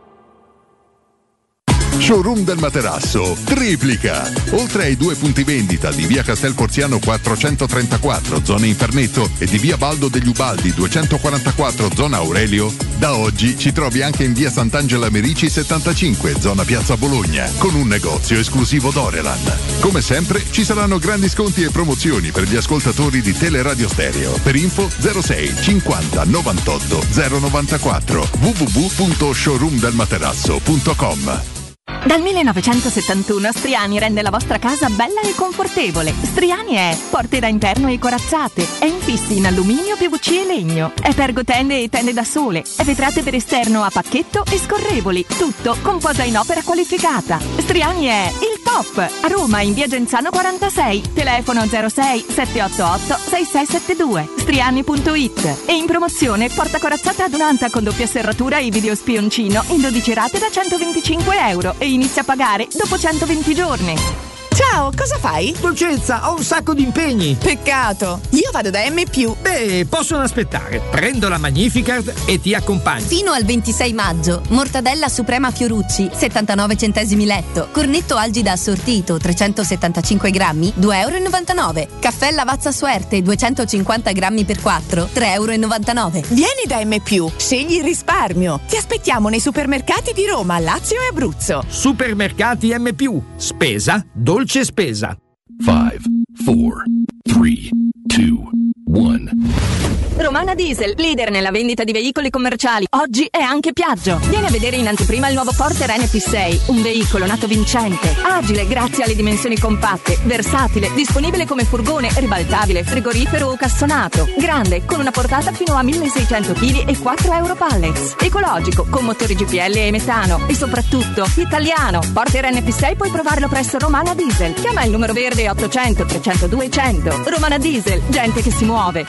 Showroom del Materasso triplica. Oltre ai due punti vendita di via Castel Porziano quattrocentotrentaquattro, zona Infernetto, e di via Baldo degli Ubaldi duecentoquarantaquattro, zona Aurelio, da oggi ci trovi anche in via Sant'Angela Merici settantacinque, zona Piazza Bologna, con un negozio esclusivo Dorelan. Come sempre ci saranno grandi sconti e promozioni per gli ascoltatori di Teleradio Stereo. Per info zero sei cinquanta novantotto zero novantaquattro w w w punto showroom del materasso punto com. Dal millenovecentosettantuno Striani rende la vostra casa bella e confortevole. Striani è porte da interno e corazzate, è infissi in alluminio, P V C e legno, è pergotende e tende da sole, è vetrate per esterno a pacchetto e scorrevoli, tutto con posa in opera qualificata. Striani è il top! A Roma in via Genzano quarantasei, telefono zero sei sette otto otto sei sei sette due, striani punto it. E in promozione porta corazzata adunata con doppia serratura e video spioncino in dodici rate da centoventicinque euro e inizia a pagare dopo centoventi giorni. Ciao, cosa fai? Dolcezza, ho un sacco di impegni. Peccato, io vado da M più. Beh, possono aspettare. Prendo la Magnificard e ti accompagno. Fino al ventisei maggio, mortadella suprema Fiorucci, settantanove centesimi letto. Cornetto algida assortito, trecentosettantacinque grammi, due e novantanove euro. Caffè Lavazza Suerte, duecentocinquanta grammi per quattro, tre e novantanove euro. Vieni da M più, scegli il risparmio. Ti aspettiamo nei supermercati di Roma, Lazio e Abruzzo. Supermercati M più. Spesa, dolce spesa. five, four, three, two, one. Romana Diesel, leader nella vendita di veicoli commerciali. Oggi è anche Piaggio. Vieni a vedere in anteprima il nuovo Porter N P sei, un veicolo nato vincente, agile grazie alle dimensioni compatte, versatile, disponibile come furgone, ribaltabile, frigorifero o cassonato, grande, con una portata fino a milleseicento chili e quattro euro pallets, ecologico, con motori G P L e metano e soprattutto italiano. Porter N P sei puoi provarlo presso Romana Diesel. Chiama il numero verde ottocento trecentodue cento. Romana Diesel, gente che si muove.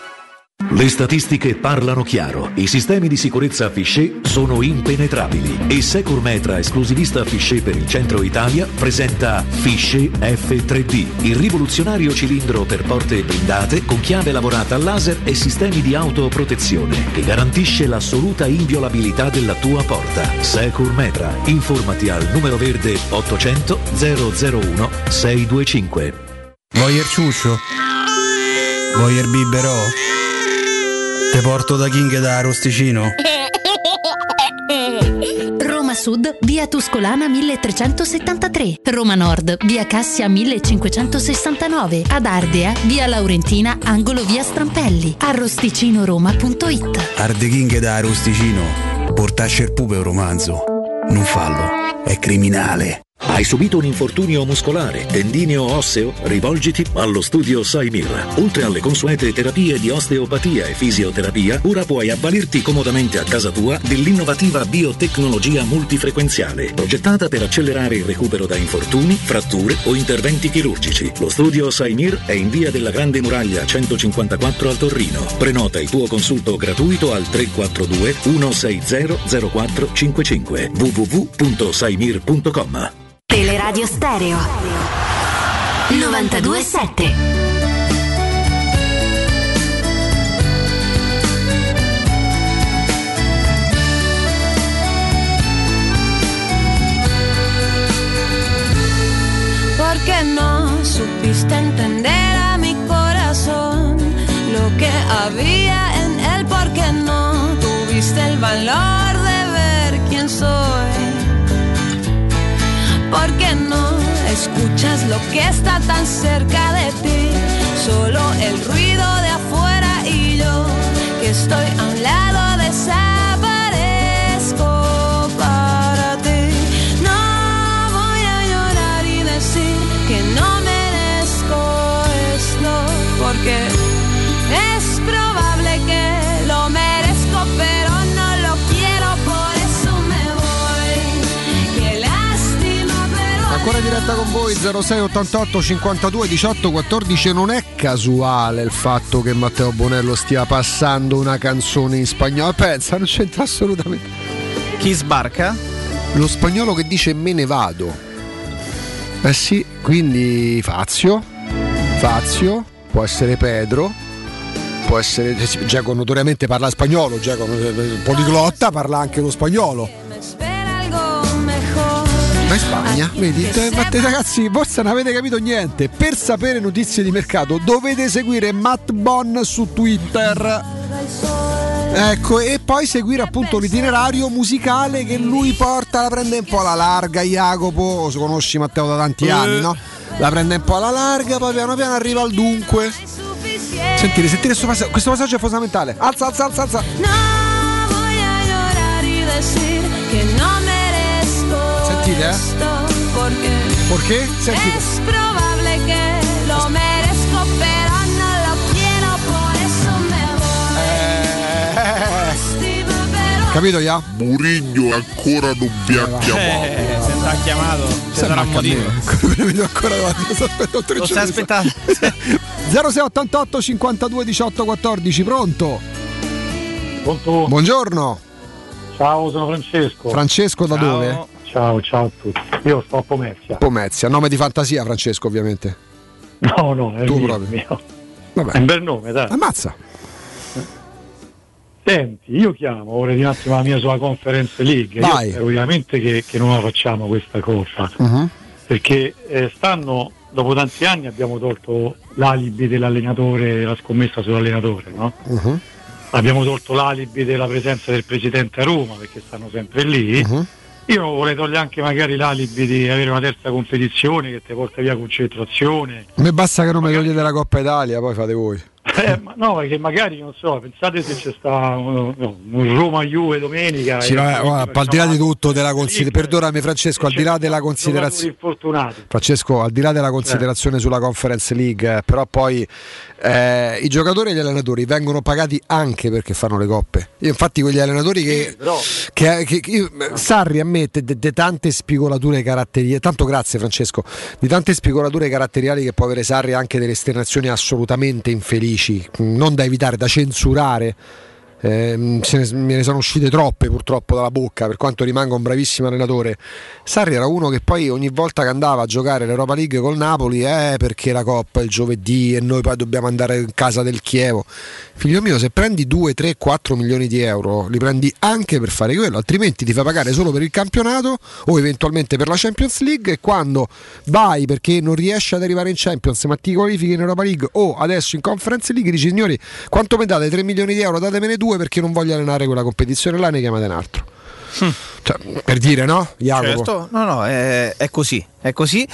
Le statistiche parlano chiaro. I sistemi di sicurezza Fichet sono impenetrabili e Securmetra, esclusivista Fichet per il centro Italia, presenta Fichet F tre D, il rivoluzionario cilindro per porte blindate con chiave lavorata a laser e sistemi di autoprotezione che garantisce l'assoluta inviolabilità della tua porta. Securmetra. Informati al numero verde ottocento zero zero uno sei due cinque. Voyer ciuscio? Voyer biberò? Te porto da King da Arosticino. Roma Sud, via Tuscolana milletrecentosettantatré. Roma Nord, via Cassia millecinquecentosessantanove. Ad Ardea, via Laurentina, angolo via Strampelli. Arrosticinoroma punto it. Arde King da Arosticino. Portasce il pupe un romanzo. Non fallo, è criminale. Hai subito un infortunio muscolare, tendineo o osseo? Rivolgiti allo studio Saimir. Oltre alle consuete terapie di osteopatia e fisioterapia, ora puoi avvalerti comodamente a casa tua dell'innovativa biotecnologia multifrequenziale, progettata per accelerare il recupero da infortuni, fratture o interventi chirurgici. Lo studio Saimir è in via della Grande Muraglia centocinquantaquattro al Torrino. Prenota il tuo consulto gratuito al tre quattro due uno sei zero zero quattro cinque cinque w w w punto saimir punto com. Teleradio Stereo novantadue sette. porque no supiste entender a mi corazón lo que había en él, porque no tuviste el valor de ver quién soy, porque no escuchas lo que está tan cerca de ti, solo el ruido de afuera y yo que estoy a un lado desaparezco para ti. No voy a llorar y decir que no merezco esto, porque es probable que lo merezco, pero no lo quiero, por eso me voy. Qué lástima, però ancora in diretta con voi zero sei ottantotto cinquantadue diciotto quattordici. Non è casuale il fatto che Matteo Bonello stia passando una canzone in spagnolo. Pensa, non c'entra assolutamente. Chi sbarca? Lo spagnolo che dice me ne vado. Eh sì, quindi Fazio Fazio, può essere Pedro, può essere Giacomo, notoriamente parla spagnolo, Giacomo poliglotta, parla anche lo spagnolo. Ma in Spagna, vedi, ma te, ragazzi, forse non avete capito niente. Per sapere notizie di mercato dovete seguire Matt Bon su Twitter. Ecco, e poi seguire appunto l'itinerario musicale che lui porta, la prende un po' alla larga. Jacopo, lo conosci Matteo da tanti anni, no? La prende un po' alla larga, poi piano piano arriva al dunque. Sentite, sentite questo passaggio, questo passaggio è fondamentale. Alza, alza, alza, alza. No voy a llorar y decir que no merezco. Sentite, eh? Porque Perché? Sentite. es probable que lo merezco, pero no lo quiero, por eso me voy. Eh. Capito, ya? Mourinho ancora non vi ha chiamato. Eh, se t'ha chiamato, se sarà un motivo. Ancora Lo stai aspettando? zero sei ottantotto cinquantadue diciotto quattordici, pronto? Pronto? Buongiorno. Ciao, sono Francesco. Francesco da Ciao. dove? Ciao, ciao a tutti. Io sto a Pomezia. Pomezia, nome di fantasia Francesco ovviamente. No, no, è tu mio, proprio. Mio. Vabbè. È un bel nome, dai. Ammazza. Senti, io chiamo, vorrei dire un attimo la mia sulla Conference League. Vai. Io spero ovviamente che, che non la facciamo questa coppa. Uh-huh. Perché eh, stanno, dopo tanti anni abbiamo tolto l'alibi dell'allenatore, della scommessa sull'allenatore, no? Uh-huh. Abbiamo tolto l'alibi della presenza del presidente a Roma, perché stanno sempre lì. Uh-huh. Io vorrei togliere anche magari l'alibi di avere una terza competizione che ti porta via concentrazione. A me basta che non mi togliete la Coppa Italia, poi fate voi. Eh, ma no, perché magari non so, pensate se c'è sta un, no, un Roma-Juve domenica. Sì, no, guarda, al di là di tutto, della consider- perdonami Francesco, al di là della considerazione, Francesco, al di là della considerazione sulla Conference League, eh, però poi eh, i giocatori e gli allenatori vengono pagati anche perché fanno le coppe. Io infatti quegli allenatori che, sì, però... che, che, che io, Sarri ammette di tante spigolature caratteriali, tanto grazie Francesco, di tante spigolature caratteriali che può avere Sarri, anche delle esternazioni assolutamente infelici, non da evitare, da censurare. Eh, se ne, me ne sono uscite troppe purtroppo dalla bocca, per quanto rimanga un bravissimo allenatore. Sarri era uno che poi ogni volta che andava a giocare l'Europa League col Napoli, eh perché la Coppa è il giovedì e noi poi dobbiamo andare in casa del Chievo. Figlio mio, se prendi due, tre, quattro milioni di euro li prendi anche per fare quello, altrimenti ti fai pagare solo per il campionato o eventualmente per la Champions League, e quando vai perché non riesci ad arrivare in Champions ma ti qualifichi in Europa League o adesso in Conference League, dici signori quanto mi date? tre milioni di euro, datemene due perché non voglio allenare quella competizione là, ne chiamate un altro. Hm. Cioè, per dire, no? Jacopo. Certo, no, no, è, è così, è così.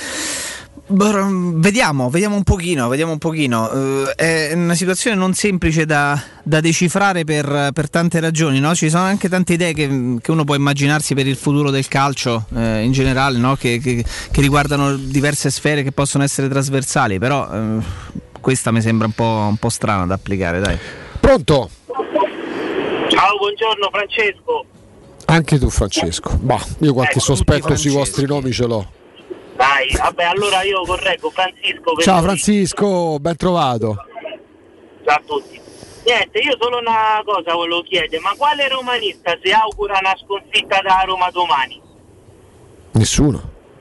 Vediamo, vediamo un pochino, vediamo un pochino. Uh, è una situazione non semplice da, da decifrare per, per tante ragioni, no? Ci sono anche tante idee che, che uno può immaginarsi per il futuro del calcio eh, in generale, no? Che, che, che riguardano diverse sfere che possono essere trasversali, però eh, questa mi sembra un po', un po' strana da applicare, dai. Pronto? Ciao, buongiorno Francesco. Anche tu Francesco. Bah, io qualche ecco, sospetto sui vostri nomi ce l'ho. Dai, vabbè, allora io correggo Francisco. Per Ciao Francisco, ben trovato. Ciao a tutti. Niente, io solo una cosa volevo chiedere, ma quale romanista si augura una sconfitta da Roma domani? Nessuno.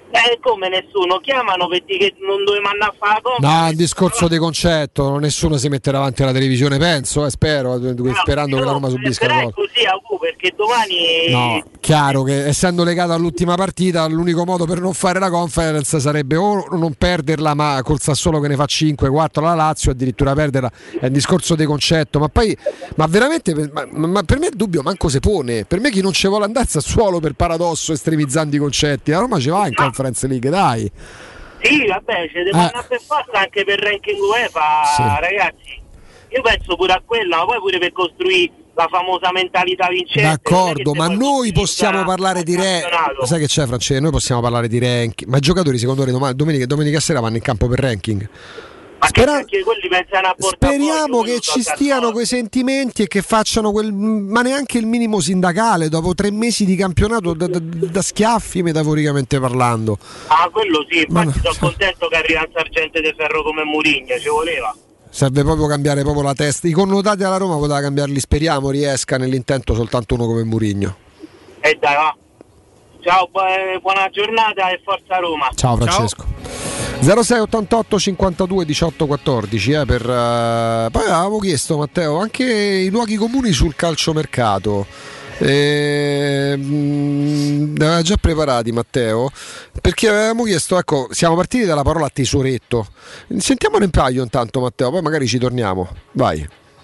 Eh, come nessuno? Chiamano per dire che non dovevamo andare a fare la No, è un discorso di concetto, nessuno si mette davanti alla televisione, penso, eh, spero, no, sperando no, che la Roma subisca la cosa. Così a U, perché domani... No, chiaro che essendo legato all'ultima partita, l'unico modo per non fare la conference sarebbe o non perderla, ma col Sassuolo che ne fa cinque quattro la Lazio, addirittura perderla, è un discorso di concetto, ma poi, ma veramente, ma, ma per me il dubbio manco si pone, per me chi non ci vuole andare al Sassuolo per paradosso, estremizzando i concetti, la Roma ci va in conference. Conference League, dai. Sì, vabbè, ci deve eh. andare per forza anche per ranking UEFA, sì. Ragazzi. Io penso pure a quella, ma poi pure per costruire la famosa mentalità vincente. D'accordo, ma noi possiamo parlare di ranking. Sai che c'è, Francesco? Noi possiamo parlare di ranking. Ma i giocatori, secondo te, domani, domenica, domenica sera vanno in campo per ranking? Ma Spera... che quelli pensano a Speriamo che ci stiano quei sentimenti e che facciano quel, ma neanche il minimo sindacale dopo tre mesi di campionato da, da, da schiaffi, metaforicamente parlando. Ah, quello sì, infatti ma... sono contento che arriva un sergente di ferro come Mourinho, ci voleva. Serve proprio cambiare proprio la testa. I connotati alla Roma poteva cambiarli, speriamo riesca nell'intento soltanto uno come Mourinho. E dai, va. Ciao, buona giornata e forza Roma. Ciao Francesco. Ciao. zero sei ottantotto cinquantadue diciotto quattordici eh, per, uh, poi avevamo chiesto, Matteo, anche i luoghi comuni sul calciomercato. Eh, mh, li aveva già preparati Matteo, perché avevamo chiesto, ecco, siamo partiti dalla parola tesoretto. Sentiamone un paio intanto, Matteo, poi magari ci torniamo. Vai.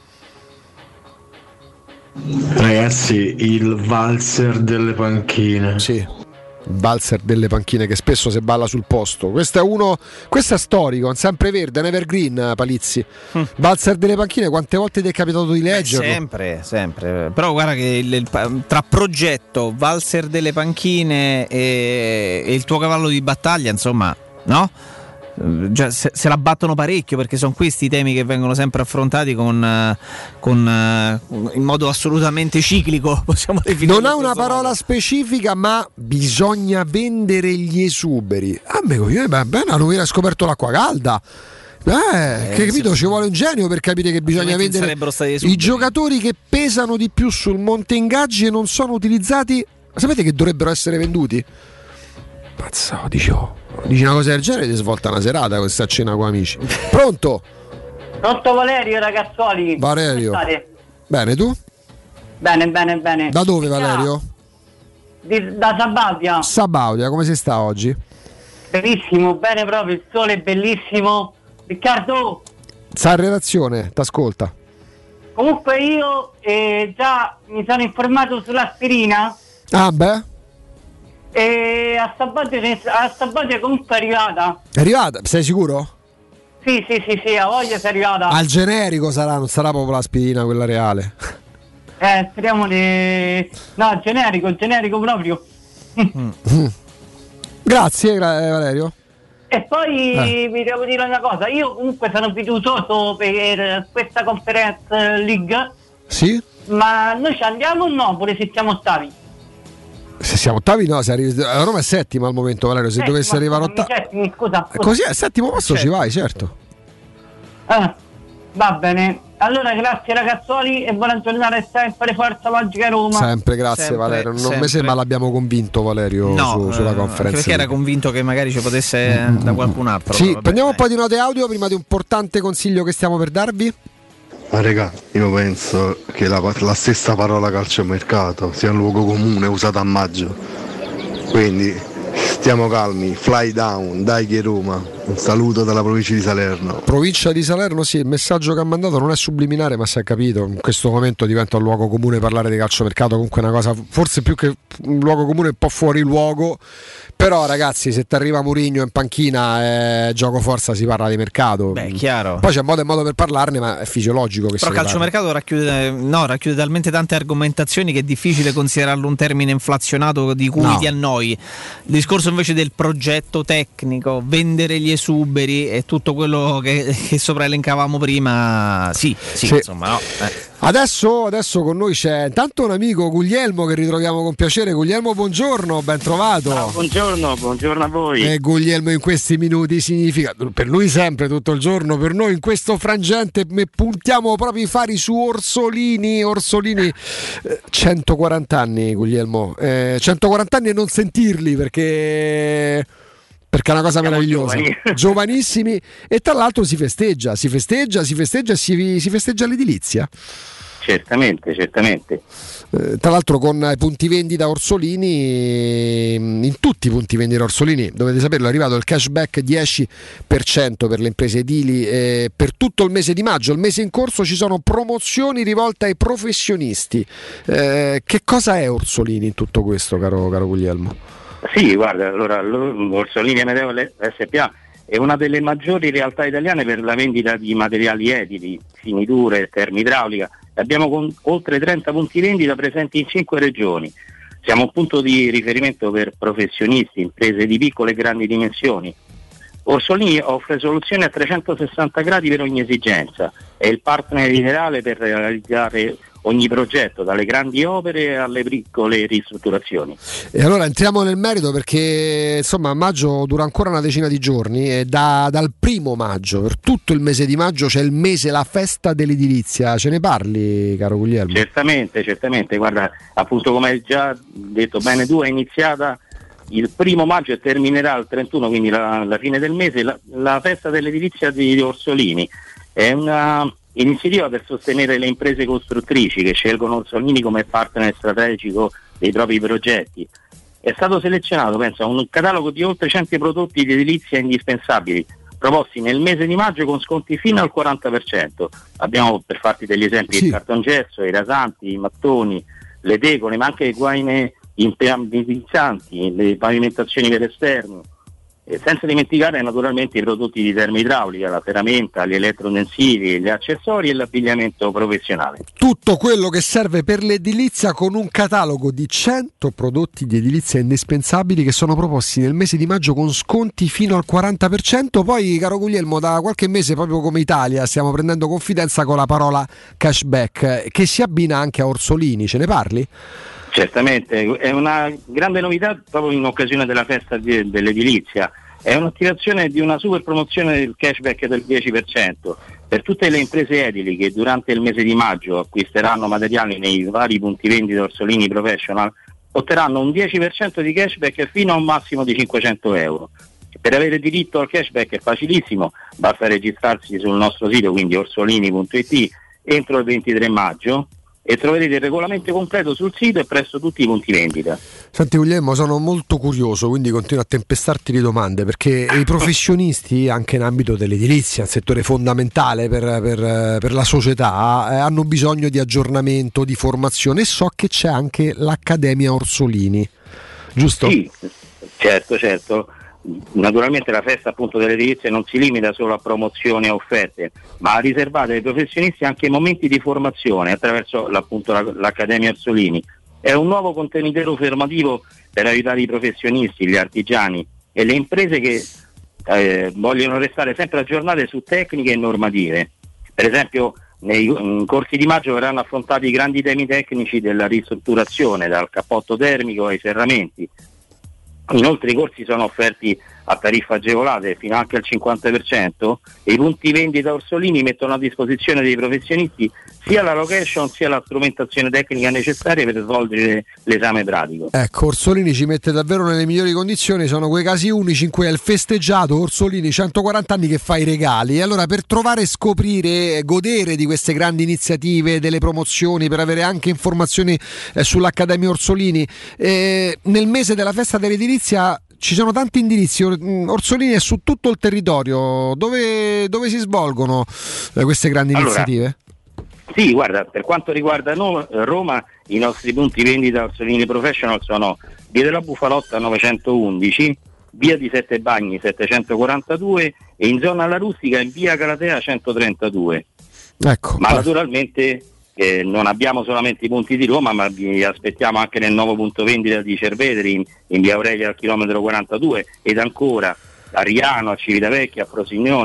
Ragazzi, il valzer delle panchine. Sì. Valzer delle panchine, che spesso si balla sul posto. Questo è uno, questo è storico, è sempre verde, è un evergreen, Palizzi. Mm. Valzer delle panchine, quante volte ti è capitato di leggerlo? Beh, sempre, sempre. Però guarda che il, il, tra progetto, valzer delle panchine e, e il tuo cavallo di battaglia, insomma, no? Già, se, se la battono parecchio, perché sono questi i temi che vengono sempre affrontati con, con in modo assolutamente ciclico, possiamo definire. Non ha una parola modo. specifica, ma bisogna vendere gli esuberi. A me bene, hanno appena scoperto l'acqua calda. Eh, eh, che capito, se... ci vuole un genio per capire che bisogna vendere i giocatori che pesano di più sul monte ingaggi e non sono utilizzati. Sapete che dovrebbero essere venduti? Pazzo, dicevo. Dici una cosa del genere e ti svolta una serata questa a cena con amici. Pronto? Pronto Valerio, ragazzoli. Valerio. Bene, tu? Bene, bene, bene. Da dove Valerio? Di, da Sabaudia. Sabaudia, come si sta oggi? Benissimo, bene proprio, il sole è bellissimo. Riccardo. Sa in redazione, t'ascolta. Comunque io eh, già mi sono informato sull'aspirina. Ah beh. E a Sabaudia, a Sabaudia comunque è arrivata. È arrivata? Sei sicuro? Sì, sì, sì, sì, a voglia sei arrivata. Al generico sarà, non sarà proprio l'aspirina quella reale. Eh, speriamo di... No, generico, generico proprio. Mm. Grazie Valerio. E poi eh. vi devo dire una cosa, io comunque sono fiducioso per questa Conference League. Sì? Ma noi ci andiamo o no, pure se siamo ottavi? Se siamo ottavi no, se arrivi... la Roma è settima al momento Valerio, se eh, dovesse arrivare ottavi... Settimi, scusa, scusa. Così al settimo posto certo. Ci vai, certo. Eh, va bene. Allora grazie ragazzoli e buona giornata e sempre forza Magica Roma. Sempre grazie sempre, Valerio. Non sempre. Mi sembra l'abbiamo convinto Valerio no, su, sulla eh, conferenza. Perché era convinto che magari ci potesse mm-hmm. da qualcun altro. Sì, vabbè, prendiamo un po' di note audio prima di un importante consiglio che stiamo per darvi. Ma regà, io penso che la, la stessa parola calciomercato sia un luogo comune usato a maggio. Quindi stiamo calmi, fly down, dai che Roma. Un saluto dalla provincia di Salerno. Provincia di Salerno, sì, il messaggio che ha mandato non è subliminare, ma si è capito. In questo momento diventa un luogo comune parlare di calciomercato, comunque è una cosa, forse più che un luogo comune, un po' fuori luogo. Però ragazzi, se ti arriva Mourinho in panchina e gioco forza si parla di mercato. Beh, chiaro. Poi c'è modo e modo per parlarne, ma è fisiologico che però il calciomercato racchiude, no, racchiude talmente tante argomentazioni che è difficile considerarlo un termine inflazionato di cui no. ti annoi. Il discorso invece del progetto tecnico, vendere gli esuberi e tutto quello che, che sopra elencavamo prima, sì, sì, sì. insomma, no. Eh. Adesso, adesso con noi c'è intanto un amico Guglielmo che ritroviamo con piacere. Guglielmo, buongiorno, ben trovato. Ciao, buongiorno, buongiorno a voi. E Guglielmo in questi minuti significa, per lui sempre tutto il giorno, per noi in questo frangente puntiamo proprio i fari su Orsolini. Orsolini, centoquaranta anni Guglielmo, eh, centoquaranta anni e non sentirli perché... perché è una cosa meravigliosa, giovani. Giovanissimi, e tra l'altro si festeggia, si festeggia, si festeggia e si, si festeggia l'edilizia. Certamente, certamente. Eh, tra l'altro con i punti vendita Orsolini, in tutti i punti vendita Orsolini, dovete saperlo, è arrivato il cashback dieci per cento per le imprese edili eh, per tutto il mese di maggio. Il mese in corso ci sono promozioni rivolte ai professionisti. Eh, che cosa è Orsolini in tutto questo, caro, caro Guglielmo? Sì, guarda, allora Orsolini Amedeo S P A è una delle maggiori realtà italiane per la vendita di materiali edili, finiture, termoidraulica. Abbiamo con oltre trenta punti vendita presenti in cinque regioni. Siamo un punto di riferimento per professionisti, imprese di piccole e grandi dimensioni. Orsolini offre soluzioni a trecentosessanta gradi per ogni esigenza. È il partner ideale per realizzare ogni progetto, dalle grandi opere alle piccole ristrutturazioni. E allora entriamo nel merito, perché insomma maggio dura ancora una decina di giorni e da, dal primo maggio per tutto il mese di maggio c'è il mese, la festa dell'edilizia. Ce ne parli, caro Guglielmo? Certamente, certamente. Guarda, appunto, come hai già detto bene tu, è iniziata il primo maggio e terminerà il trentuno, quindi la, la fine del mese, la, la festa dell'edilizia di Orsolini. È una iniziativa per sostenere le imprese costruttrici che scelgono Orsolini come partner strategico dei propri progetti. È stato selezionato, penso, un catalogo di oltre cento prodotti di edilizia indispensabili, proposti nel mese di maggio con sconti fino al quaranta per cento. Abbiamo, per farti degli esempi, sì, il cartongesso, i rasanti, i mattoni, le tegole, ma anche le guaine impermeabilizzanti, le pavimentazioni per esterno. E senza dimenticare naturalmente i prodotti di termoidraulica, la ferramenta, gli elettroutensili, gli accessori e l'abbigliamento professionale. Tutto quello che serve per l'edilizia, con un catalogo di cento prodotti di edilizia indispensabili che sono proposti nel mese di maggio con sconti fino al quaranta per cento. Poi, caro Guglielmo, da qualche mese, proprio come Italia, stiamo prendendo confidenza con la parola cashback, che si abbina anche a Orsolini. Ce ne parli? Certamente, è una grande novità proprio in occasione della festa di, dell'edilizia. È un'attivazione di una super promozione del cashback del dieci per cento per tutte le imprese edili che durante il mese di maggio acquisteranno materiali nei vari punti vendita Orsolini Professional. Otterranno un dieci per cento di cashback fino a un massimo di cinquecento euro. Per avere diritto al cashback è facilissimo, basta registrarsi sul nostro sito, quindi orsolini punto it, entro il ventitré maggio, e troverete il regolamento completo sul sito e presso tutti i punti vendita. Senti Guglielmo, sono molto curioso, quindi continuo a tempestarti di domande, perché i professionisti anche in ambito dell'edilizia, un settore fondamentale per, per, per la società, eh, hanno bisogno di aggiornamento, di formazione, e so che c'è anche l'Accademia Orsolini, giusto? Sì, certo, certo. Naturalmente la festa appunto dell'edilizia non si limita solo a promozioni e offerte, ma ha riservato ai professionisti anche momenti di formazione attraverso appunto l'Accademia Orsolini. È un nuovo contenitore formativo per aiutare i professionisti, gli artigiani e le imprese che eh, vogliono restare sempre aggiornate su tecniche e normative. Per esempio, nei in corsi di maggio verranno affrontati i grandi temi tecnici della ristrutturazione, dal cappotto termico ai serramenti. Inoltre i corsi sono offerti a tariffa agevolate fino anche al cinquanta per cento e i punti vendita Orsolini mettono a disposizione dei professionisti sia la location sia la strumentazione tecnica necessaria per svolgere l'esame pratico. Ecco, Orsolini ci mette davvero nelle migliori condizioni, sono quei casi unici in cui è il festeggiato Orsolini centoquaranta anni che fa i regali. E allora, per trovare, scoprire, godere di queste grandi iniziative, delle promozioni, per avere anche informazioni eh, sull'Accademia Orsolini, eh, nel mese della festa dell'edilizia ci sono tanti indirizzi. Orsolini è su tutto il territorio. Dove, dove si svolgono eh, queste grandi allora, iniziative? Sì, guarda, per quanto riguarda no, Roma, i nostri punti vendita Orsolini Professional sono via della Bufalotta novecentoundici, via di Sette Bagni settecentoquarantadue e in zona La Rustica in via Galatea centotrentadue. Ecco, ma parli. Eh, non abbiamo solamente i punti di Roma, ma vi aspettiamo anche nel nuovo punto vendita di Cerveteri in, in via Aurelia al chilometro quarantadue, ed ancora a Riano, a Civitavecchia, a Frosinone,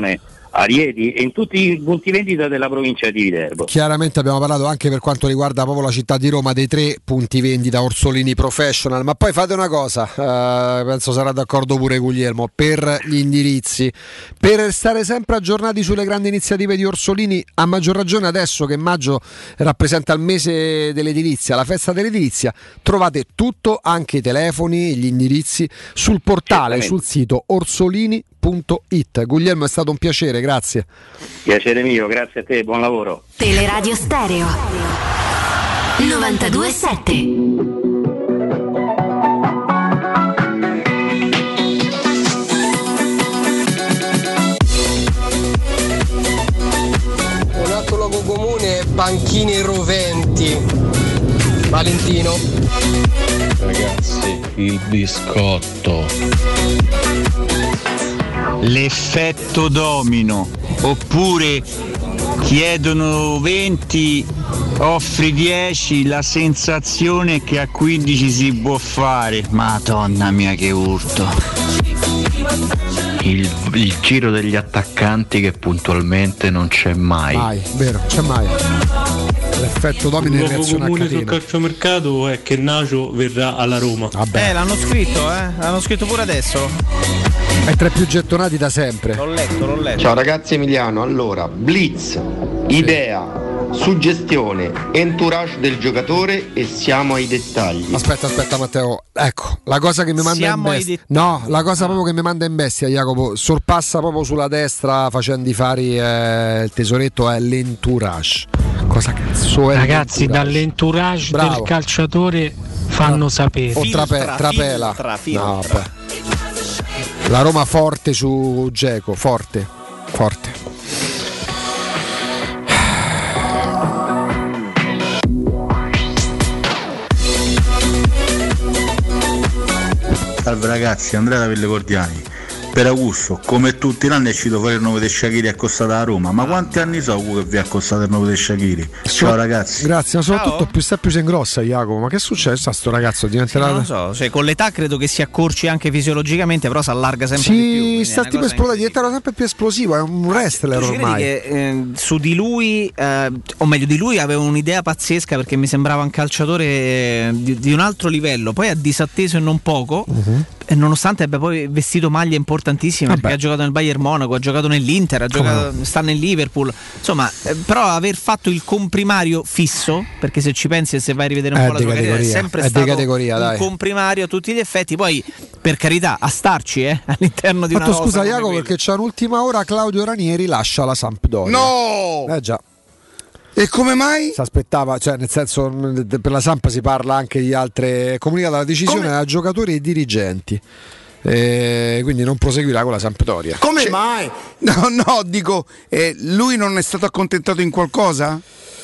a Rieti e in tutti i punti vendita della provincia di Viterbo. Chiaramente abbiamo parlato anche per quanto riguarda proprio la città di Roma dei tre punti vendita Orsolini Professional, ma poi fate una cosa, eh, penso sarà d'accordo pure Guglielmo, per gli indirizzi, per stare sempre aggiornati sulle grandi iniziative di Orsolini, a maggior ragione adesso che maggio rappresenta il mese dell'edilizia, la festa dell'edilizia, trovate tutto, anche i telefoni, gli indirizzi sul portale, sul sito orsolini punto it. Guglielmo, è stato un piacere, grazie. Piacere mio, grazie a te, buon lavoro. Teleradio Stereo novantadue sette. Un altro luogo comune, banchine roventi. Valentino. Ragazzi, il biscotto. L'effetto domino, oppure chiedono venti, offri dieci, la sensazione è che a quindici si può fare. Madonna mia che urto. Il, il giro degli attaccanti che puntualmente non c'è mai. Mai, vero, c'è mai. L'effetto domino in reazione a comune sul catena. calciomercato è che Nacio verrà alla Roma. Vabbè. Eh, l'hanno scritto, eh? L'hanno scritto pure adesso. È tra i più gettonati da sempre. L'ho letto, l'ho letto. Ciao ragazzi, Emiliano. Allora, blitz, idea, suggestione, entourage del giocatore e siamo ai dettagli. Aspetta, aspetta Matteo. Ecco, la cosa che mi manda Siamo in ai bestia. det- No, la cosa proprio che mi manda in bestia, Jacopo, sorpassa proprio sulla destra facendo i fari eh, il tesoretto è l'entourage. Cosa cazzo è? Ragazzi, l'entourage? dall'entourage Bravo. del calciatore fanno sapere. O trape- trapela. No, vabbè. La Roma forte su Dzeko, forte, forte. Salve ragazzi, Andrea da Ville Cordiani. Per Augusto, come tutti gli anni è uscito fuori il nome di Shaqiri accostato a Roma, ma quanti anni so che vi ha accostato il nome di Shaqiri? Ciao ragazzi. Grazie, ma soprattutto più sta più si ingrossa Jacopo, ma che è successo a sto ragazzo? Diventerà... Non lo so, cioè, con l'età credo che si accorci anche fisiologicamente, però si allarga sempre di più. Sì, quindi sta è una tipo cosa esplodendo, diventa sempre più esplosivo, è un wrestler Tu ci credi ormai. che eh, su di lui, eh, o meglio di lui, avevo un'idea pazzesca perché mi sembrava un calciatore eh, di, di un altro livello, poi ha disatteso e non poco, Uh-huh. e nonostante abbia poi vestito maglie importantissime, Vabbè. perché ha giocato nel Bayern Monaco, ha giocato nell'Inter, ha giocato, sta nel Liverpool, insomma, eh, però aver fatto il comprimario fisso, perché se ci pensi e se vai a rivedere un È po' la di sua carriera è categoria, sempre è di stato categoria, un dai. comprimario a tutti gli effetti, poi per carità a starci eh, all'interno di una Fatto rosa scusa come Jacopo quella. perché c'è un'ultima ora, Claudio Ranieri lascia la Sampdoria. No! Eh già. E come mai? Si aspettava, cioè nel senso mh, per la Samp si parla anche di altre, comunicata la decisione Come? da giocatori e dirigenti. Eh, quindi non proseguirà con la Sampdoria. Come mai? No, no, dico, eh, lui non è stato accontentato in qualcosa?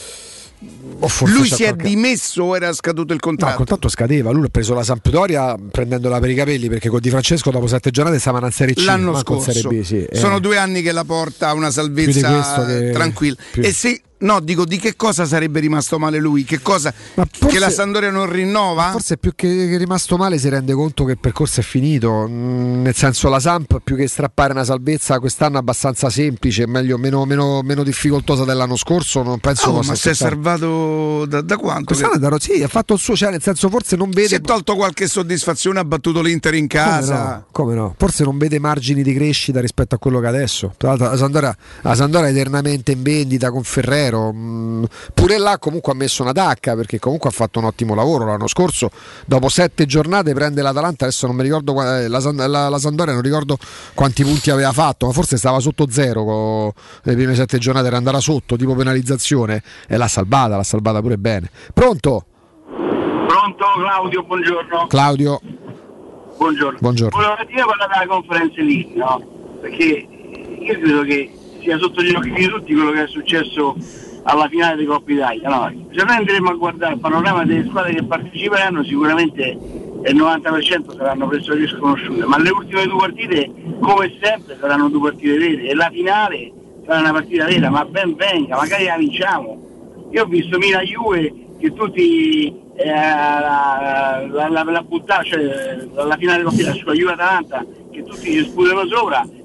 O forse Lui c'è si è qualche- dimesso o era scaduto il No, il contratto? contratto scadeva, lui ha preso la Sampdoria prendendola per i capelli perché con Di Francesco dopo sette giornate stavano in Serie C, L'anno manco in scorso Serie B, sì. Eh, sono due anni che la porta a una più di salvezza questo che- tranquilla. più- E se no, dico di che cosa sarebbe rimasto male lui? Che cosa? forse- che la Sampdoria non rinnova? Forse più che, che è rimasto male si rende conto che il percorso è finito, mm, nel senso la Samp più che strappare una salvezza quest'anno è abbastanza semplice, meglio, meno, meno, meno difficoltosa dell'anno scorso, non penso Oh, possa ma si è aspettare. salvato da, da quanto? Quest'anno è da- sì, ha fatto il suo, cioè nel senso forse non vede. Si è tolto qualche soddisfazione, ha battuto l'Inter in casa. Come no? Come no? Forse non vede margini di crescita rispetto a quello che adesso. Tra l'altro la Sampdoria, la Sampdoria è eternamente in vendita con Ferrero. mh, Pure là comunque ha messo una tacca perché comunque ha fatto un ottimo lavoro l'anno scorso. Dopo sette giornate prende l'Atalanta. Adesso non mi ricordo qua- eh, la, San- la, la Sampdoria non ricordo quanti punti aveva fatto, ma forse stava sotto zero con le prime sette giornate, era andata sotto tipo penalizzazione e l'ha salvata, l'ha salvata pure bene. Pronto? Pronto Claudio, buongiorno. Claudio? Buongiorno. Buongiorno. Volevo dire parlare della conferenza lì, no? Perché io credo che sia sotto gli occhi di tutti quello che è successo alla finale di Coppa Italia, no? Se noi andremo a guardare il panorama delle squadre che parteciperanno, sicuramente il novanta per cento saranno persone sconosciute, ma le ultime due partite, come sempre, saranno due partite vere e la finale sarà una partita vera, ma ben venga, magari la vinciamo. Io ho visto Milan Juve che tutti eh, la, la, la, la buttata, cioè la finale di Coppa Italia sulla Juve Atalanta, che tutti ci sputano sopra,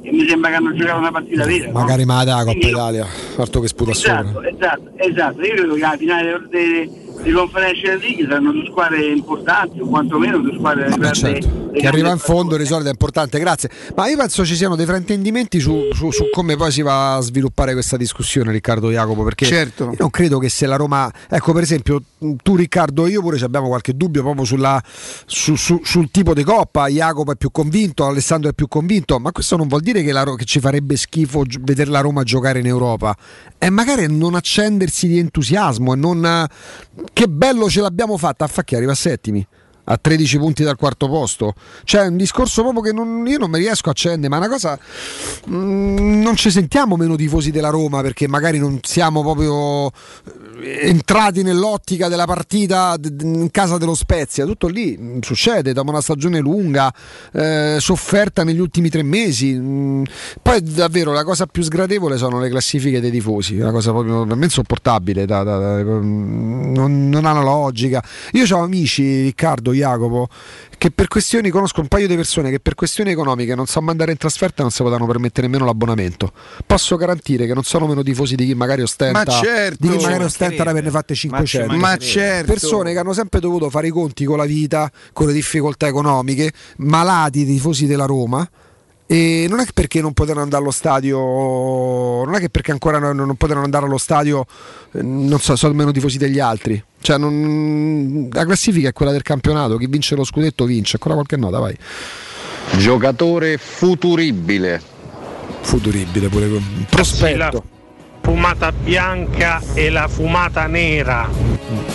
e mi sembra che hanno giocato una partita vera. Magari no? ma da Coppa Quindi, Italia, fatto che sputa esatto, sopra. esatto, esatto. Io credo che alla finale de, di Conference League saranno due squadre importanti, o quantomeno due squadre Vabbè, certo. Che arriva in fondo, risolve, è importante, grazie. Ma io penso ci siano dei fraintendimenti su, su, su come poi si va a sviluppare questa discussione, Riccardo Jacopo, perché certo. io non credo che se la Roma, ecco per esempio tu Riccardo e io pure abbiamo qualche dubbio proprio sulla, su, su, sul tipo di Coppa. Jacopo è più convinto, Alessandro è più convinto, ma questo non vuol dire che, la, che ci farebbe schifo vedere la Roma giocare in Europa, e magari non accendersi di entusiasmo e non che bello ce l'abbiamo fatta, a fa che arriva a settimi a tredici punti dal quarto posto, cioè un discorso proprio che non, io non mi riesco a accendere, ma è una cosa, mh, non ci sentiamo meno tifosi della Roma perché magari non siamo proprio entrati nell'ottica della partita in casa dello Spezia, tutto lì succede dopo una stagione lunga, eh, sofferta negli ultimi tre mesi. Mh, poi davvero la cosa più sgradevole sono le classifiche dei tifosi, una cosa proprio per me insopportabile, da, da, da, non, non ha una logica. Io ho amici, Riccardo, Jacopo, che per questioni, conosco un paio di persone che per questioni economiche non sanno andare in trasferta e non si potranno permettere nemmeno l'abbonamento. Posso garantire che non sono meno tifosi di chi magari ostenta, ma certo, di chi magari ostenta di averne fatte cinquecento. Ma certo. Persone che hanno sempre dovuto fare i conti con la vita, con le difficoltà economiche, malati tifosi della Roma. E non è perché non potevano andare allo stadio, non è che perché ancora non, non potevano andare allo stadio, non so, sono meno tifosi degli altri. Cioè non, la classifica è quella del campionato, chi vince lo scudetto vince, ancora qualche nota, vai. Giocatore futuribile. Futuribile pure, prospetto. La fumata bianca e la fumata nera.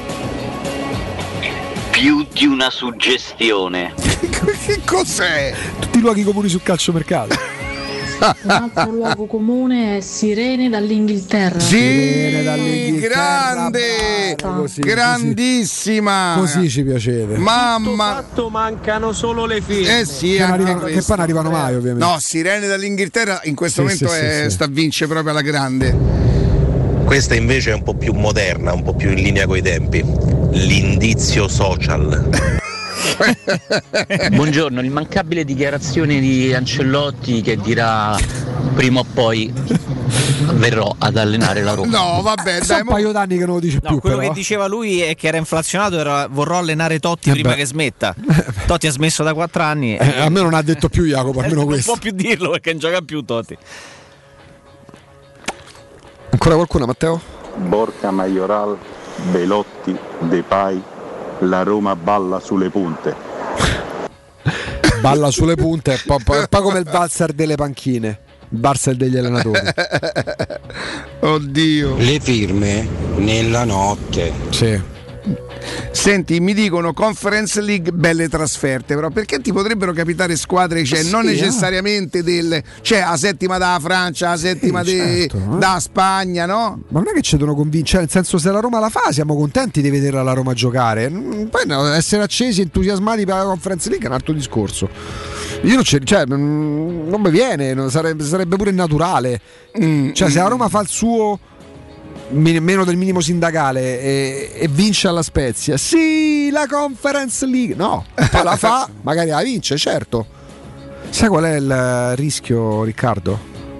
Più di una suggestione. Che cos'è? Tutti i luoghi comuni sul calciomercato. Un altro luogo comune è Sirene dall'Inghilterra. Sì, Sirene dall'Inghilterra, grande, così, grandissima. Così, così ci piaceva. Mamma. Fatto, mancano solo le firme. Eh sì, che, anche arrivano, che poi non arrivano mai, ovviamente. No, Sirene dall'Inghilterra in questo sì, momento sì, è, sì, sta a vincere proprio alla grande. Questa invece è un po' più moderna, un po' più in linea coi tempi. L'indizio social. Buongiorno, l'immancabile dichiarazione di Ancelotti che dirà prima o poi verrò ad allenare la Roma. No, vabbè, sono un paio d'anni che non lo dice no, più. Quello però. che diceva lui è che era inflazionato, era vorrò allenare Totti eh prima beh. che smetta. Totti ha smesso da quattro anni. Eh, a me non ha detto più Jacopo, almeno non questo. Non può più dirlo perché non gioca più Totti. Ancora qualcuno, Matteo? Borca Majoral, Belotti, Depay, la Roma balla sulle punte. Balla sulle punte, è un po', po' come il valzer delle panchine, il valzer degli allenatori. Oddio. Le firme nella notte. Sì. Senti, mi dicono Conference League, belle trasferte, però perché ti potrebbero capitare squadre, cioè sì, non eh. necessariamente del, cioè la settima da Francia, la settima sì, de, certo, eh. da Spagna, no? Ma non è che ci devono convincere, nel senso, se la Roma la fa siamo contenti di vedere la Roma giocare, poi no, essere accesi, entusiasmati per la Conference League è un altro discorso. Io non, cioè, non mi viene, sarebbe, sarebbe pure naturale, mm, cioè se la Roma fa il suo meno del minimo sindacale e, e vince alla Spezia, sì, la Conference League, no, poi la fa, magari la vince, certo. Sai qual è il rischio, Riccardo?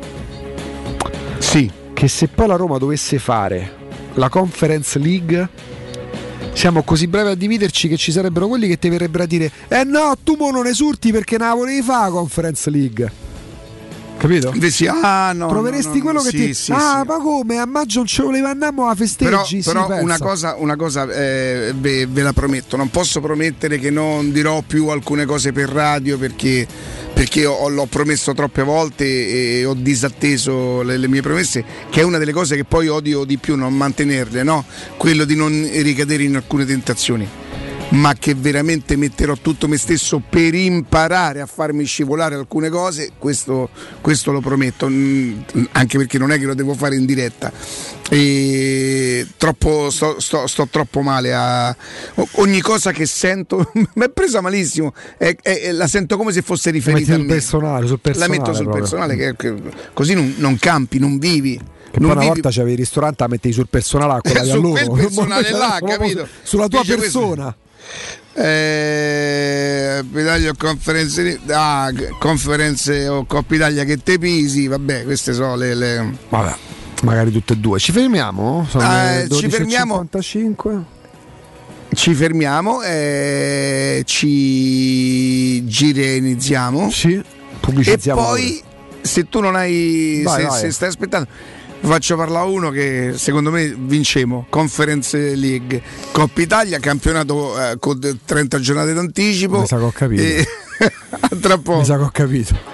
Sì, che se poi la Roma dovesse fare la Conference League siamo così bravi a dividerci che ci sarebbero quelli che ti verrebbero a dire eh no, tu mo non esulti perché non la volevi fare la Conference League. Capito? Sì, ah, no, troveresti no, no, quello no, che sì, ti sì, ah sì. ma come a maggio non ce lo voleva andare a festeggi. Però, sì, però una cosa, una cosa eh, ve, ve la prometto, non posso promettere che non dirò più alcune cose per radio perché, perché ho, l'ho promesso troppe volte e ho disatteso le, le mie promesse, che è una delle cose che poi odio di più, non mantenerle, no? Quello di non ricadere in alcune tentazioni, ma che veramente metterò tutto me stesso per imparare a farmi scivolare alcune cose, questo, questo lo prometto, anche perché non è che lo devo fare in diretta. E troppo, sto, sto, sto troppo male a ogni cosa che sento mi è presa malissimo, è, è, la sento come se fosse riferita a me. Personale, sul personale, la metto sul proprio. personale, che, che, così non, non campi, non vivi. Che poi una vivi... volta c'avevi il ristorante, la mettevi sul personale a quella di su loro. quel personale là, capito? Sulla tua Dice persona. Eh, Italia o conferenze, ah, conferenze o Coppa Italia che te pisi, vabbè, queste sono le, le... Vabbè, magari tutte e due. Ci fermiamo? Sono eh, ci fermiamo. cinquantacinque Ci fermiamo e ci gireniziamo. Sì, pubblicizziamo. E poi se tu non hai vai, se, vai. se stai aspettando, faccio parlare uno che secondo me vincemo. Conference League, Coppa Italia, campionato eh, con trenta giornate d'anticipo. Mi sa che ho capito. E... tra poco. Mi sa che ho capito.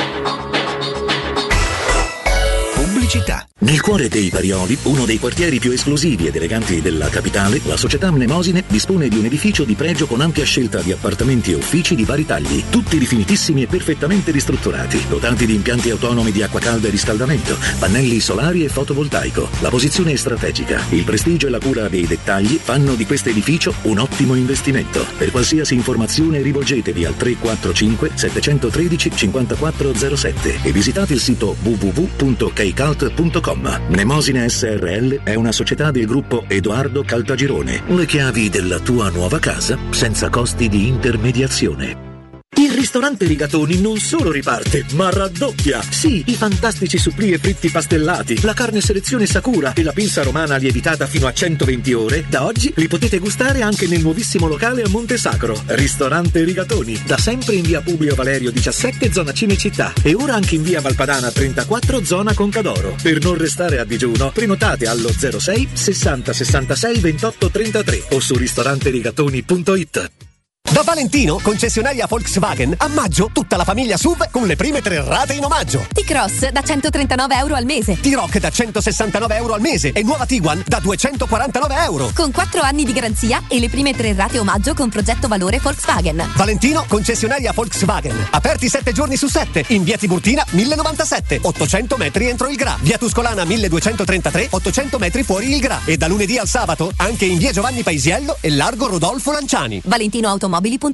Pubblicità. Nel cuore dei Parioli, uno dei quartieri più esclusivi ed eleganti della capitale, la società Mnemosine dispone di un edificio di pregio con ampia scelta di appartamenti e uffici di vari tagli, tutti rifinitissimi e perfettamente ristrutturati, dotati di impianti autonomi di acqua calda e riscaldamento, pannelli solari e fotovoltaico. La posizione è strategica, il prestigio e la cura dei dettagli fanno di questo edificio un ottimo investimento. Per qualsiasi informazione rivolgetevi al tre quattro cinque sette uno tre cinque zero sette e visitate il sito w w w punto keycult punto com. Mnemosine S R L è una società del gruppo Edoardo Caltagirone. Le chiavi della tua nuova casa senza costi di intermediazione. Il ristorante Rigatoni non solo riparte, ma raddoppia. Sì, i fantastici supplì e fritti pastellati, la carne selezione Sakura e la pinza romana lievitata fino a centoventi ore, da oggi li potete gustare anche nel nuovissimo locale a Monte Sacro. Ristorante Rigatoni, da sempre in via Publio Valerio diciassette, zona Cinecittà, e ora anche in via Valpadana trentaquattro, zona Concadoro. Per non restare a digiuno, prenotate allo zero sei sessanta sessantasei ventotto trentatré o su ristoranterigatoni punto it. Da Valentino, concessionaria Volkswagen, a maggio tutta la famiglia S U V con le prime tre rate in omaggio. T-Cross da centotrentanove euro al mese. T-Roc da centosessantanove euro al mese e nuova Tiguan da duecentoquarantanove euro. Con quattro anni di garanzia e le prime tre rate omaggio con progetto valore Volkswagen. Valentino, concessionaria Volkswagen. Aperti sette giorni su sette. In via Tiburtina mille novantasette, ottocento metri entro il Gra. Via Tuscolana milleduecentotrentatré, ottocento metri fuori il Gra. E da lunedì al sabato anche in via Giovanni Paisiello e largo Rodolfo Lanciani. Valentino Automobili.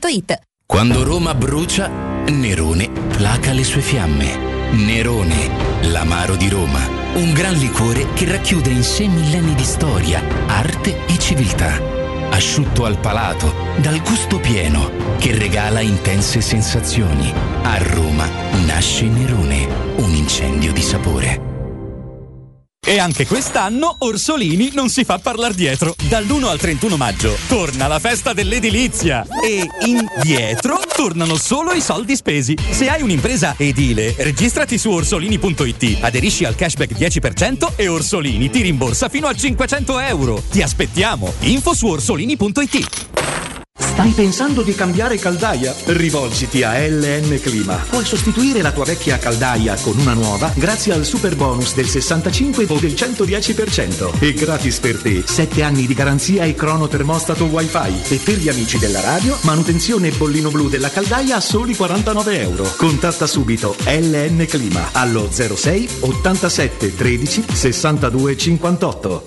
Quando Roma brucia, Nerone placa le sue fiamme. Nerone, l'amaro di Roma, un gran liquore che racchiude in sé millenni di storia, arte e civiltà. Asciutto al palato, dal gusto pieno, che regala intense sensazioni. A Roma nasce Nerone, un incendio di sapore. E anche quest'anno Orsolini non si fa parlar dietro. Dall'primo al trentuno maggio torna la festa dell'edilizia e indietro tornano solo i soldi spesi. Se hai un'impresa edile, registrati su orsolini punto it, aderisci al cashback dieci per cento e Orsolini ti rimborsa fino a cinquecento euro. Ti aspettiamo. Info su orsolini punto it. Stai pensando di cambiare caldaia? Rivolgiti a L N Clima. Puoi sostituire la tua vecchia caldaia con una nuova grazie al super bonus del sessantacinque o del centodieci per cento. E gratis per te sette anni di garanzia e cronotermostato wifi. E per gli amici della radio, manutenzione e bollino blu della caldaia a soli quarantanove euro. Contatta subito L N Clima allo zero sei ottantasette tredici sessantadue cinquantotto.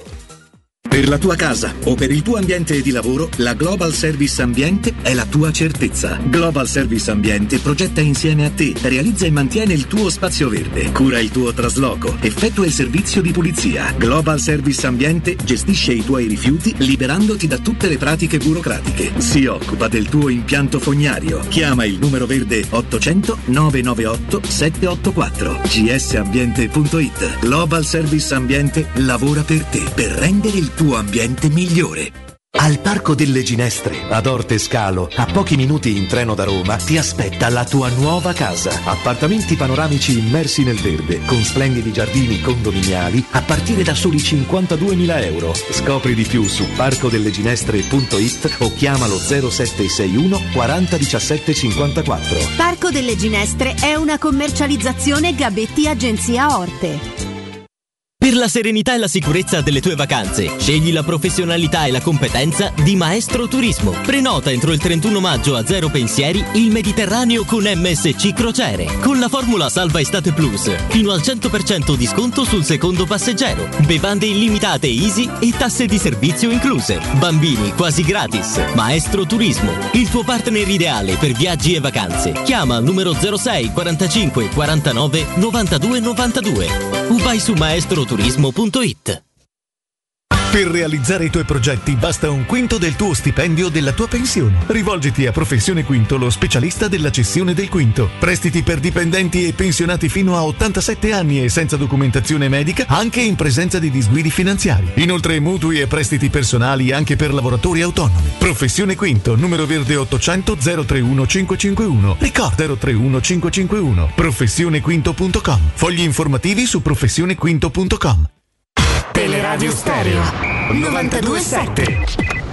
Per la tua casa o per il tuo ambiente di lavoro, la Global Service Ambiente è la tua certezza. Global Service Ambiente progetta insieme a te, realizza e mantiene il tuo spazio verde, cura il tuo trasloco, effettua il servizio di pulizia. Global Service Ambiente gestisce i tuoi rifiuti liberandoti da tutte le pratiche burocratiche. Si occupa del tuo impianto fognario. Chiama il numero verde ottocento nove nove otto sette otto quattro. g s ambiente punto it. Global Service Ambiente lavora per te, per rendere il tuo ambiente migliore. Al Parco delle Ginestre, ad Orte Scalo, a pochi minuti in treno da Roma, ti aspetta la tua nuova casa. Appartamenti panoramici immersi nel verde, con splendidi giardini condominiali, a partire da soli cinquantaduemila euro. Scopri di più su parco delle ginestre punto it o chiamalo zero sette sei uno quaranta diciassette cinquantaquattro. Parco delle Ginestre è una commercializzazione Gabetti Agenzia Orte. Per la serenità e la sicurezza delle tue vacanze, scegli la professionalità e la competenza di Maestro Turismo. Prenota entro il trentuno maggio a zero pensieri il Mediterraneo con M S C Crociere. Con la formula Salva Estate Plus, fino al cento per cento di sconto sul secondo passeggero. Bevande illimitate easy e tasse di servizio incluse. Bambini quasi gratis. Maestro Turismo, il tuo partner ideale per viaggi e vacanze. Chiama al numero zero sei quarantacinque quarantanove novantadue novantadue o vai su maestro turismo punto it. Per realizzare i tuoi progetti basta un quinto del tuo stipendio della tua pensione. Rivolgiti a Professione Quinto, lo specialista della cessione del quinto. Prestiti per dipendenti e pensionati fino a ottantasette anni e senza documentazione medica, anche in presenza di disguidi finanziari. Inoltre mutui e prestiti personali anche per lavoratori autonomi. Professione Quinto, numero verde ottocento zero trentuno cinquecentocinquantuno. Ricorda zero trentuno cinquecentocinquantuno. professione quinto punto com. Fogli informativi su professione quinto punto com. Teleradio Stereo novantadue sette.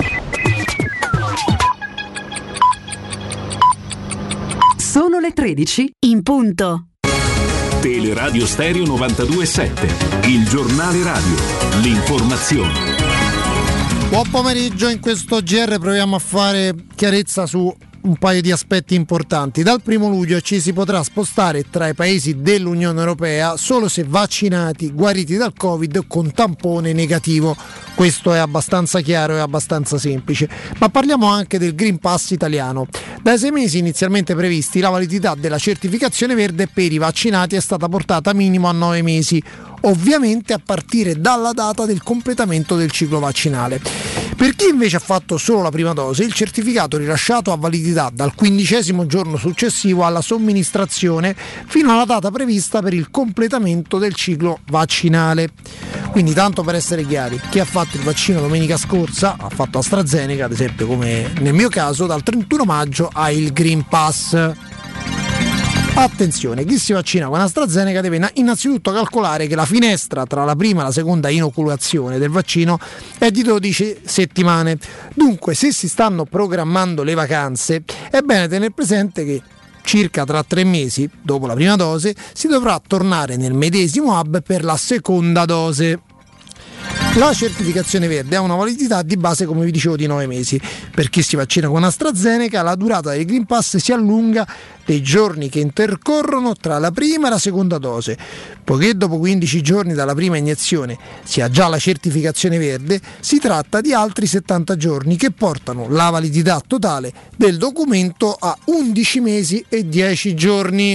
Sono le tredici in punto. Teleradio Stereo novantadue sette, il giornale radio, l'informazione. Buon pomeriggio, in questo G R proviamo a fare chiarezza su un paio di aspetti importanti. Dal primo luglio ci si potrà spostare tra i paesi dell'Unione Europea solo se vaccinati, guariti dal Covid con tampone negativo. Questo è abbastanza chiaro e abbastanza semplice. Ma parliamo anche del Green Pass italiano. Dai sei mesi inizialmente previsti, la validità della certificazione verde per i vaccinati è stata portata minimo a nove mesi, ovviamente a partire dalla data del completamento del ciclo vaccinale. Per chi invece ha fatto solo la prima dose, il certificato rilasciato ha validità dal quindicesimo giorno successivo alla somministrazione fino alla data prevista per il completamento del ciclo vaccinale. Quindi, tanto per essere chiari, chi ha fatto il vaccino domenica scorsa, ha fatto AstraZeneca ad esempio, come nel mio caso, dal trentuno maggio ha il Green Pass. Attenzione, chi si vaccina con AstraZeneca deve innanzitutto calcolare che la finestra tra la prima e la seconda inoculazione del vaccino è di dodici settimane. Dunque, se si stanno programmando le vacanze, è bene tenere presente che circa tra tre mesi, dopo la prima dose, si dovrà tornare nel medesimo hub per la seconda dose. La certificazione verde ha una validità di base, come vi dicevo, di nove mesi. Per chi si vaccina con AstraZeneca, la durata del Green Pass si allunga dei giorni che intercorrono tra la prima e la seconda dose. Poiché dopo quindici giorni dalla prima iniezione si ha già la certificazione verde, si tratta di altri settanta giorni che portano la validità totale del documento a undici mesi e dieci giorni.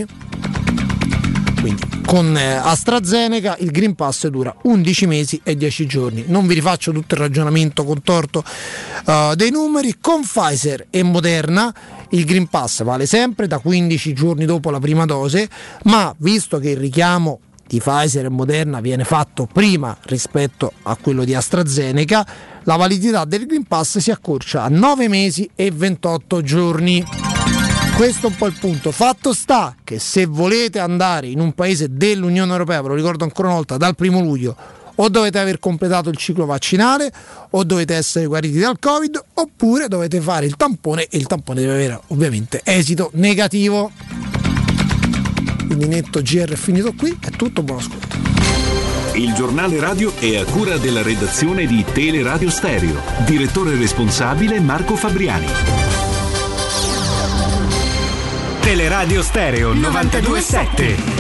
Quindi con AstraZeneca il Green Pass dura undici mesi e dieci giorni. Non vi rifaccio tutto il ragionamento contorto uh, dei numeri. Con Pfizer e Moderna il Green Pass vale sempre da quindici giorni dopo la prima dose, ma visto che il richiamo di Pfizer e Moderna viene fatto prima rispetto a quello di AstraZeneca, la validità del Green Pass si accorcia a nove mesi e ventotto giorni. Questo è un po' il punto. Fatto sta che se volete andare in un paese dell'Unione Europea, ve lo ricordo ancora una volta, dal primo luglio, o dovete aver completato il ciclo vaccinale, o dovete essere guariti dal Covid, oppure dovete fare il tampone, e il tampone deve avere ovviamente esito negativo. Quindi netto G R è finito qui, è tutto, buon ascolto. Il giornale radio è a cura della redazione di Teleradio Stereo. Direttore responsabile Marco Fabriani. Teleradio Stereo novantadue sette.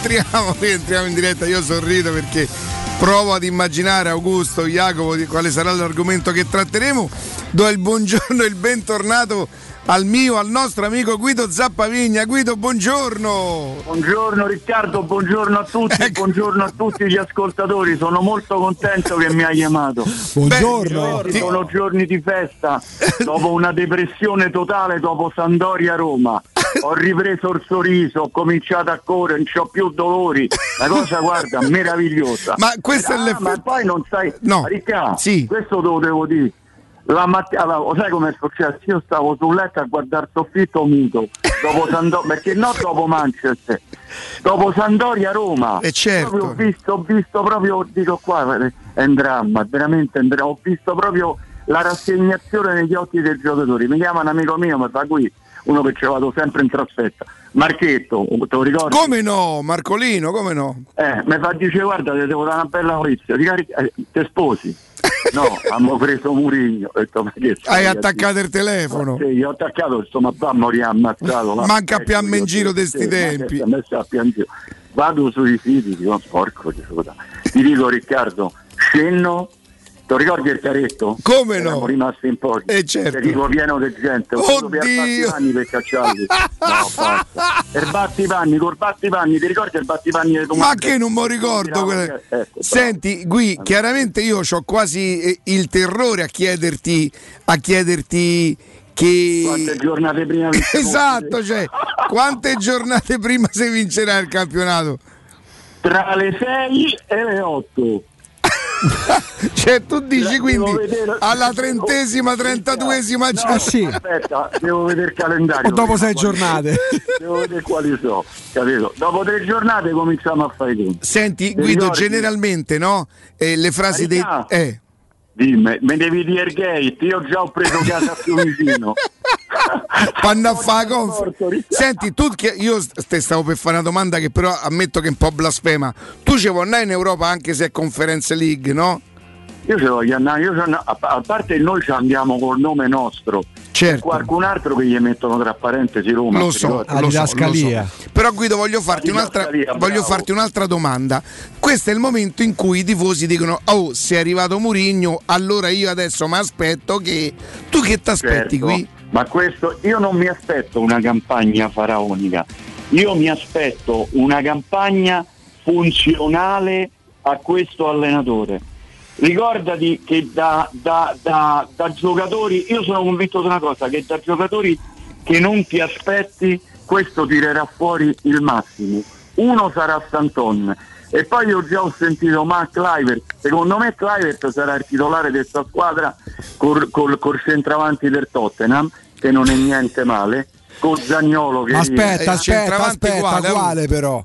rientriamo, rientriamo in diretta. Io sorrido perché provo ad immaginare, Augusto, Jacopo, di quale sarà l'argomento che tratteremo. Do il buongiorno e il bentornato al mio, al nostro amico Guido Zappavigna. Guido, buongiorno. Buongiorno Riccardo, buongiorno a tutti, ecco. Buongiorno a tutti gli ascoltatori, sono molto contento che mi hai chiamato. Buongiorno. Beh, sono giorni di festa, dopo una depressione totale dopo Sampdoria-Roma. Ho ripreso il sorriso, ho cominciato a correre, non c'ho più dolori. La cosa, guarda, meravigliosa. Ma questo ah, è l'effetto. Ma poi non sai, no. Riccardo, sì. questo te lo devo dire. La mattina, allora, sai com'è successo? Io stavo sul letto a guardare il soffitto muto dopo Sando- perché no dopo Manchester, dopo Sampdoria Roma. E certo. Proprio ho visto, ho visto proprio, dico qua, è un dramma, veramente un dramma. Ho visto proprio la rassegnazione negli occhi dei giocatori. Mi chiama un amico mio, mi fa qui, uno che ci vado sempre in trasferta. Marchetto, te lo ricordi? Come no, Marcolino, come no? Eh, mi fa, dice, guarda, ti devo dare una bella notizia, ti, carica, eh, ti sposi. No, abbiamo preso Mourinho. Ho detto, ma che hai attaccato il telefono? Sì, io ho attaccato, insomma, va a morire ammazzato. Manca a piamme in giro di sti tempi. Vado sui siti, dico, porco di soda. Ti dico, Riccardo, scenno. Ti ricordi il carretto? Come no? Siamo rimasti in pochi. Eh certo. Ti dico pieno di gente. Ho Oddio. Per battipanni per cacciarli. No, basta. Il battipanni, col battipanni, ti ricordi il battipanni di Ma che non mi ricordo quelle... ecco, Senti, Gui, allora, chiaramente io ho quasi il terrore a chiederti a chiederti che quante giornate prima esatto, cioè quante giornate prima si vincerà il campionato? Tra le sei e le otto. Cioè tu dici la, quindi vedere, alla trentesima, trentaduesima no, sì. Aspetta, devo vedere il calendario. O dopo sei giornate. Devo vedere quali sono, capito? Dopo tre giornate cominciamo a fare i conti. Senti, Ti Guido, ricordi? Generalmente, no? Eh, le frasi dei... Eh. Dimmi, me devi dire gate, io già ho preso casa più vicino. Panna fa conf- Senti, tu che io te stavo per fare una domanda che però ammetto che è un po' blasfema. Tu ci vuoi andare in Europa anche se è Conference League, no? Io ci voglio andare, io ci, a parte noi ci andiamo col nome nostro. Certo. Qualcun altro che gli mettono tra parentesi Roma. Lo so, lo so, lo so. Però Guido voglio farti un'altra voglio farti un'altra domanda. Questo è il momento in cui i tifosi dicono: "Oh, se è arrivato Mourinho, allora io adesso mi aspetto che tu che ti aspetti certo, qui?" Ma questo io non mi aspetto una campagna faraonica. Io mi aspetto una campagna funzionale a questo allenatore. Ricordati che da, da, da, da giocatori, io sono convinto di una cosa, che da giocatori che non ti aspetti questo tirerà fuori il massimo. Uno sarà Santon e poi io già ho sentito Mark Kluivert, secondo me Kluivert sarà il titolare di questa squadra col, col, col centravanti del Tottenham, che non è niente male, con Zaniolo che aspetta, aspetta, aspetta, uguale, uguale però.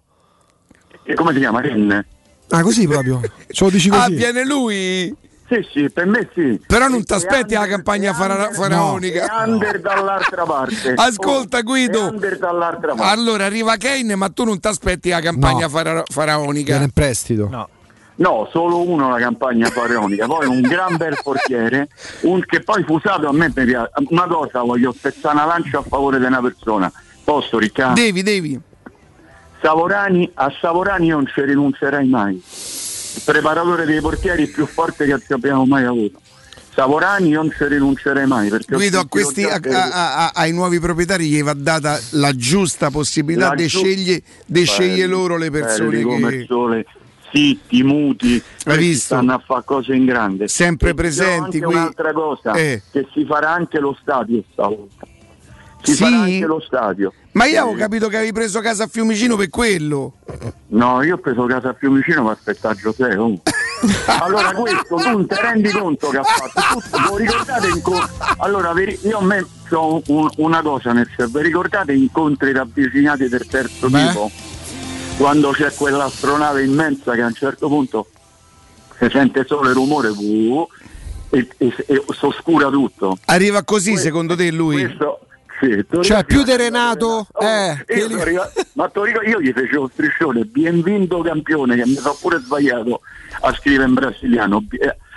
E come si chiama? Renne? Ah, così proprio? Ce lo dici così? Ah, viene lui? Sì, sì, per me sì. Però non ti aspetti la campagna fara- faraonica. No. Under dall'altra parte. Ascolta Guido. Under dall'altra parte. Allora arriva Kane, ma tu non ti aspetti la campagna no. fara- faraonica. Viene in prestito. No. No, solo uno la campagna faraonica, poi un gran bel portiere, un che poi Fusato a me mi piace. Una cosa, voglio spezzare una lancia a favore di una persona. Posso, Riccardo? Devi, devi. Savorani, a Savorani io non ci rinuncerai mai. Il preparatore dei portieri più forte che abbiamo mai avuto. Savorani io non ci rinuncerei mai. Perché Guido, a questi, a, a, a, ai nuovi proprietari gli va data la giusta possibilità di giu- scegliere sceglie loro le persone come che... il sole, zitti, muti, hai visto? Stanno a fare cose in grande. Sempre e presenti. Anche qui... un'altra cosa, eh. che si farà anche lo stadio stavolta. Si sì? farà anche lo stadio. Ma io avevo capito che avevi preso casa a Fiumicino per quello. No, io ho preso casa a Fiumicino per aspettare Giuseppe. Oh. Allora questo tu non ti rendi conto che ha fatto? Tu, lo ricordate inco- allora io a me ho un, una cosa nel cervello. Ricordate incontri ravvicinati del terzo Beh. tipo? Quando c'è quell'astronave immensa che a un certo punto si sente solo il rumore uh, e, e, e s'oscura tutto. Arriva così questo, secondo te lui? Questo, sì, cioè più di Renato oh, eh, io li... arrivato, ma io gli facevo striscione bienvenido campione, che mi sono pure sbagliato a scrivere in brasiliano,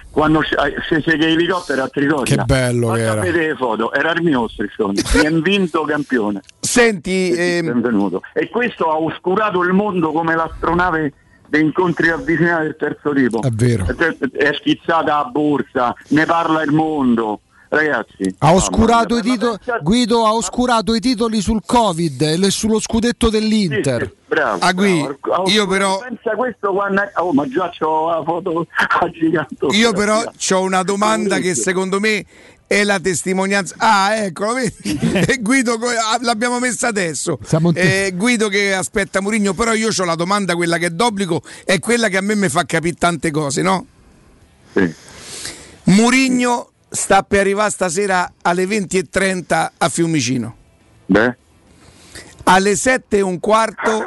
quando scese che elicottero a Trigoria. Che bello che era. Vedete le foto, era il mio striscione, mi ha vinto campione. Senti, ehm... benvenuto. E questo ha oscurato il mondo come l'astronave dei incontri avvicinati del terzo tipo. È vero. È schizzata a borsa, ne parla il mondo. Ragazzi, ha oscurato no, i titoli, Guido ha oscurato i titoli sul Covid e sullo scudetto dell'Inter. Sì, sì, bravo, ah, bravo. Io però pensa questo quando è... oh, ma già c'ho la foto a gigante. Io però c'ho una domanda che secondo me è la testimonianza. Ah, eccolo, vedi? Guido l'abbiamo messa adesso. Eh, Guido che aspetta Mourinho, però io c'ho la domanda, quella che è d'obbligo, è quella che a me mi fa capire tante cose, no? Sì. Mourinho sta per arrivare stasera alle venti e trenta a Fiumicino. Beh. Alle sette e un quarto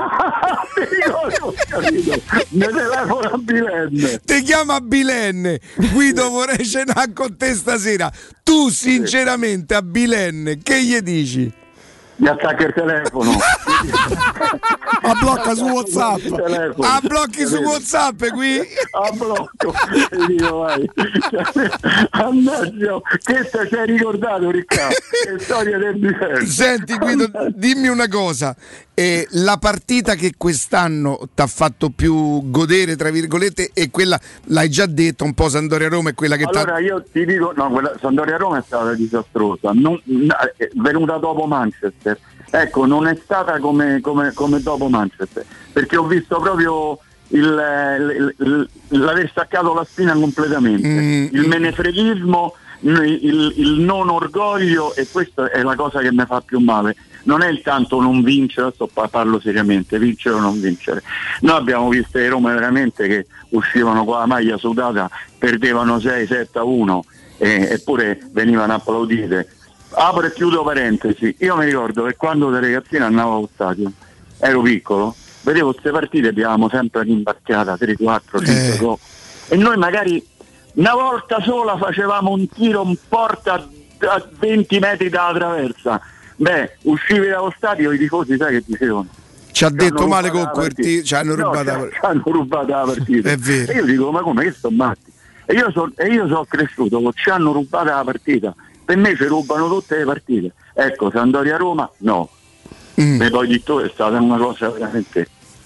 mi telefono a Bilenne. Ti chiama Bilenne. Guido, vorrei cenare con te stasera. Tu sinceramente a Bilenne che gli dici? Mi attacca il telefono. A blocca su WhatsApp. A blocchi su WhatsApp qui. A blocco. Io, vai. Andazio, che te sei ricordato, Riccardo? Che storia del Bilenne. Senti Guido, dimmi una cosa. Eh, la partita che quest'anno ti ha fatto più godere, tra virgolette, è quella, l'hai già detto, un po' Sampdoria-Roma è quella che allora t'ha... io ti dico, no, quella Sampdoria-Roma è stata disastrosa, non, è venuta dopo Manchester, ecco, non è stata come, come, come dopo Manchester, perché ho visto proprio il, il, il, l'aver staccato la spina completamente, mm. il menefreghismo, il, il non orgoglio, e questa è la cosa che mi fa più male. Non è il tanto non vincere, adesso parlo seriamente, vincere o non vincere. Noi abbiamo visto le Roma veramente che uscivano con la maglia sudata, perdevano sei sette a uno e, eppure venivano applaudite. Apro e chiudo parentesi, io mi ricordo che quando da ragazzino andavo allo stadio, ero piccolo, vedevo queste partite, abbiamo sempre l'imbarcata tre quattro cinque gol, e noi magari una volta sola facevamo un tiro in porta a venti metri dalla traversa. Beh, uscivi dallo stadio, i tifosi sai che dicevano? Ci ha detto male con quel tiro, ci hanno rubato no, la hanno rubato la partita. È vero. E io dico, ma come che sto matti? E io sono so cresciuto, ci hanno rubato la partita. Per me ci rubano tutte le partite. Ecco, Sampdoria-Roma, no. Mm. E poi di tu è stata una cosa veramente.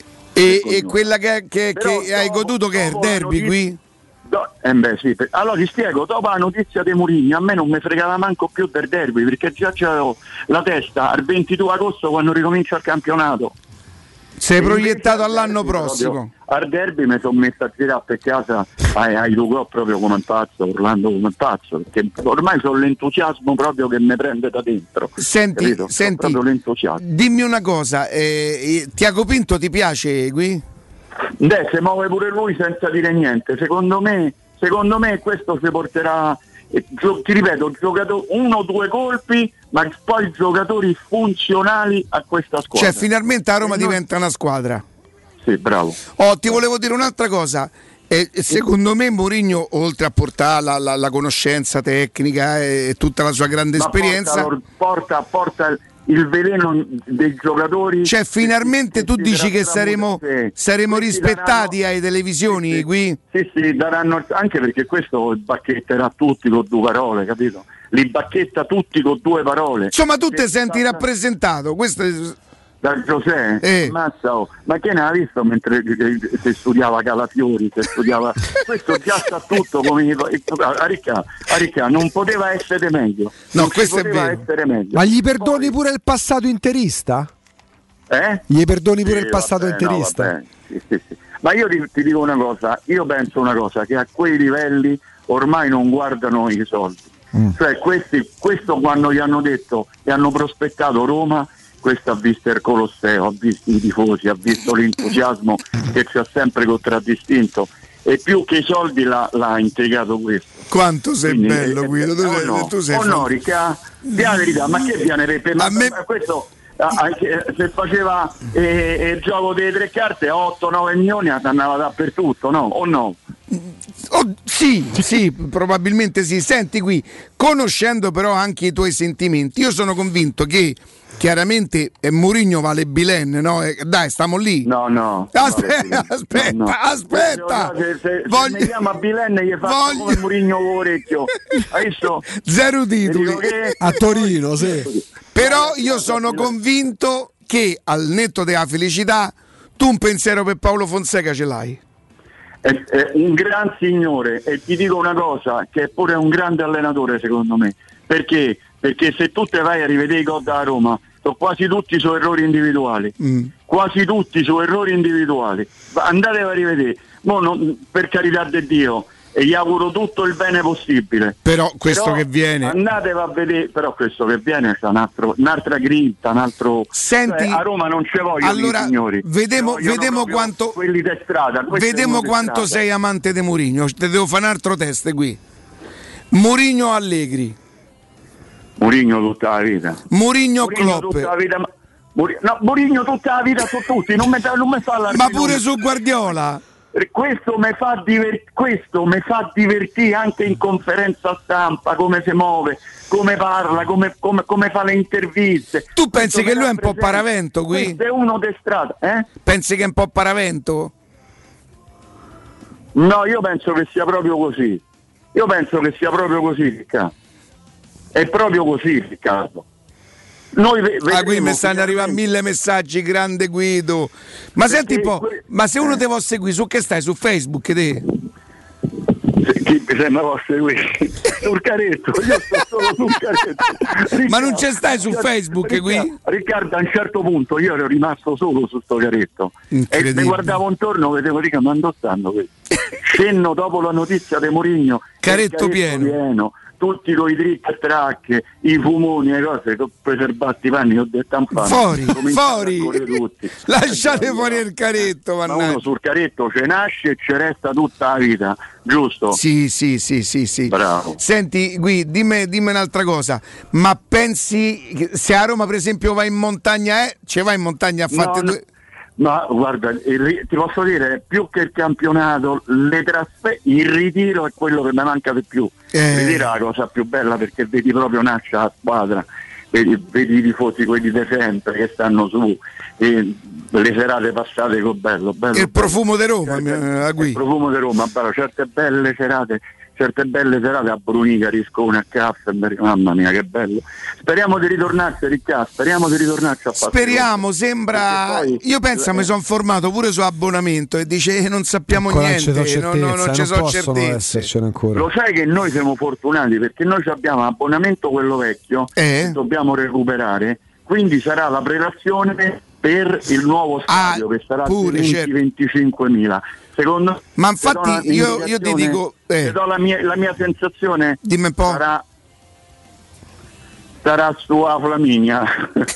E, e quella che, che, che dopo, hai goduto che è il derby notizia, qui? Do, eh beh, sì, per, allora ti spiego, dopo la notizia di Mourinho a me non mi fregava manco più del derby, perché già c'avevo la testa al ventidue agosto quando ricomincia il campionato. Sei proiettato all'anno prossimo. Al derby mi sono messo a girare per casa ai, ai Lugò proprio come un pazzo, urlando come un pazzo, perché ormai sono l'entusiasmo proprio che mi prende da dentro. Senti, senti dimmi una cosa, eh, Tiago Pinto ti piace qui? Beh, si muove pure lui senza dire niente. Secondo me, secondo me questo si porterà, eh, gio- ti ripeto, giocato- uno o due colpi, ma poi giocatori funzionali a questa squadra. Cioè finalmente a Roma e diventa non... una squadra. Sì, bravo. Oh, ti volevo dire un'altra cosa. Eh, secondo me Mourinho, oltre a portare la, la, la conoscenza tecnica e tutta la sua grande ma esperienza, porta, porta, porta il veleno dei giocatori. Cioè finalmente che, tu che dici che saremo, saremo rispettati daranno, ai televisioni sì, sì, qui? Sì, sì, daranno, anche perché questo bacchetterà tutti con due parole, capito? Li bacchetta tutti con due parole. Insomma tu ti senti sta... rappresentato, questo è... Da Giuseppe, eh. Mazza, oh. Ma che ne ha visto mentre si studiava Calafiori, si studiava questo già sa tutto come Aricca, Aricca non poteva essere meglio. No, non questo poteva è vero. Essere meglio. Ma gli perdoni Poi... pure il passato interista? Eh? Gli perdoni pure sì, il passato vabbè, interista? No, sì, sì, sì. Ma io ti, ti dico una cosa, io penso una cosa, che a quei livelli ormai non guardano i soldi. Mm. Cioè questi, questo quando gli hanno detto e hanno prospettato Roma, questo ha visto il Colosseo, ha visto i tifosi, ha visto l'entusiasmo che ci ha sempre contraddistinto, e più che i soldi l'ha, l'ha integrato questo. Quanto sei Quindi, bello eh, Guido, tu oh sei, no, tu sei oh no, Ricca, di la verità, ma che viene ma, a me... ma questo anche se faceva eh, il gioco delle tre carte a otto nove milioni andava dappertutto, no? O no? Oh, sì, sì, probabilmente sì. Senti qui, conoscendo però anche i tuoi sentimenti, io sono convinto che chiaramente eh, Mourinho vale Bilen, no? Eh, dai, stiamo lì. No, no. Aspetta, aspetta, no, no. aspetta. No, se, se, voglio... se mi chiama Bilen gli faccio voglio... come Mourinho con l'orecchio. Hai visto? Zero titoli. Che... A Torino, sì. Però io sono convinto che al netto della felicità tu un pensiero per Paolo Fonseca ce l'hai. È, è un gran signore, e ti dico una cosa, che è pure un grande allenatore secondo me. Perché? Perché se tu te vai a rivedere i gol da Roma, sono quasi tutti su errori individuali, mm. quasi tutti su errori individuali. Andatevi a rivedere. Mo non, per carità di Dio, e gli auguro tutto il bene possibile. Però questo però che viene, andatevi a vedere, però questo che viene c'è un altro, un'altra grinta, un altro. Senti, cioè, a Roma non ce voglio, allora, signori. Vedemo, vedemo quanto quelli di strada, vedemo quanto strada. Sei amante di Mourinho. Te devo fare un altro test qui. Mourinho Allegri. Mourinho tutta la vita. Mourinho Klopp. Tutta la vita, ma... Mourinho, no, Mourinho tutta la vita su tutti, non mi non mi fa la ma pure su Guardiola. Questo mi fa divert- questo mi fa divertire anche in conferenza stampa, come si muove, come parla, come, come, come fa le interviste. Tu pensi questo che lui è un po' paravento qui? Questo è uno de strada, eh? Pensi che è un po' paravento? No, io penso che sia proprio così. Io penso che sia proprio così, Riccardo. È proprio così, Riccardo. Noi ve- ah, qui mi stanno arrivando mille messaggi, grande Guido. Ma perché senti un po', que- ma se uno eh. te vuole seguire, su che stai? Su Facebook te? Chi mi sembra può seguire? Sul caretto, io sto solo sul caretto. Riccardo, ma non ci stai su Facebook Riccardo, qui? Riccardo, a un certo punto io ero rimasto solo su sto caretto e mi guardavo intorno, vedevo, dico, ma dove stanno questi? Scenno dopo la notizia di Mourinho, caretto, caretto pieno. pieno. Tutti con i trick e track, i fumoni e cose, preservati i panni, ho detto infame. Fuori, fuori, lasciate fuori il caretto. Ma uno sul caretto ce nasce e ci resta tutta la vita, giusto? Sì, sì, sì, sì, sì. Bravo. Senti, Gui, dimmi, dimmi un'altra cosa, ma pensi se a Roma per esempio va in montagna, eh? Ci va in montagna a fare no, due... No. Ma guarda, il, ti posso dire, più che il campionato, le trasfer- il ritiro è quello che mi manca di più. Eh. Il ritiro è la cosa più bella perché vedi proprio nasce la squadra, vedi, vedi i tifosi, quelli di sempre che stanno su, e le serate passate con bello, bello. Il profumo di Roma, certe, il profumo di Roma, bello, certe belle serate. Certe belle serate a Brunica, Riscone, a Kassenberg, mamma mia che bello. Speriamo di ritornarci, Riccardo, speriamo di ritornarci a fare. Speriamo, sembra. Poi, io penso, eh, mi sono informato pure su abbonamento e dice eh, non sappiamo ancora niente, non, certezza, non, non, non ci sono certezze. Lo sai che noi siamo fortunati perché noi abbiamo abbonamento quello vecchio, eh? dobbiamo recuperare, quindi sarà la prelazione per il nuovo stadio ah, che sarà pure, di certo. venticinquemila. Secondo ma infatti io, io ti dico eh. ti do la mia, la mia sensazione dimmi un po'. sarà sarà sua Flaminia.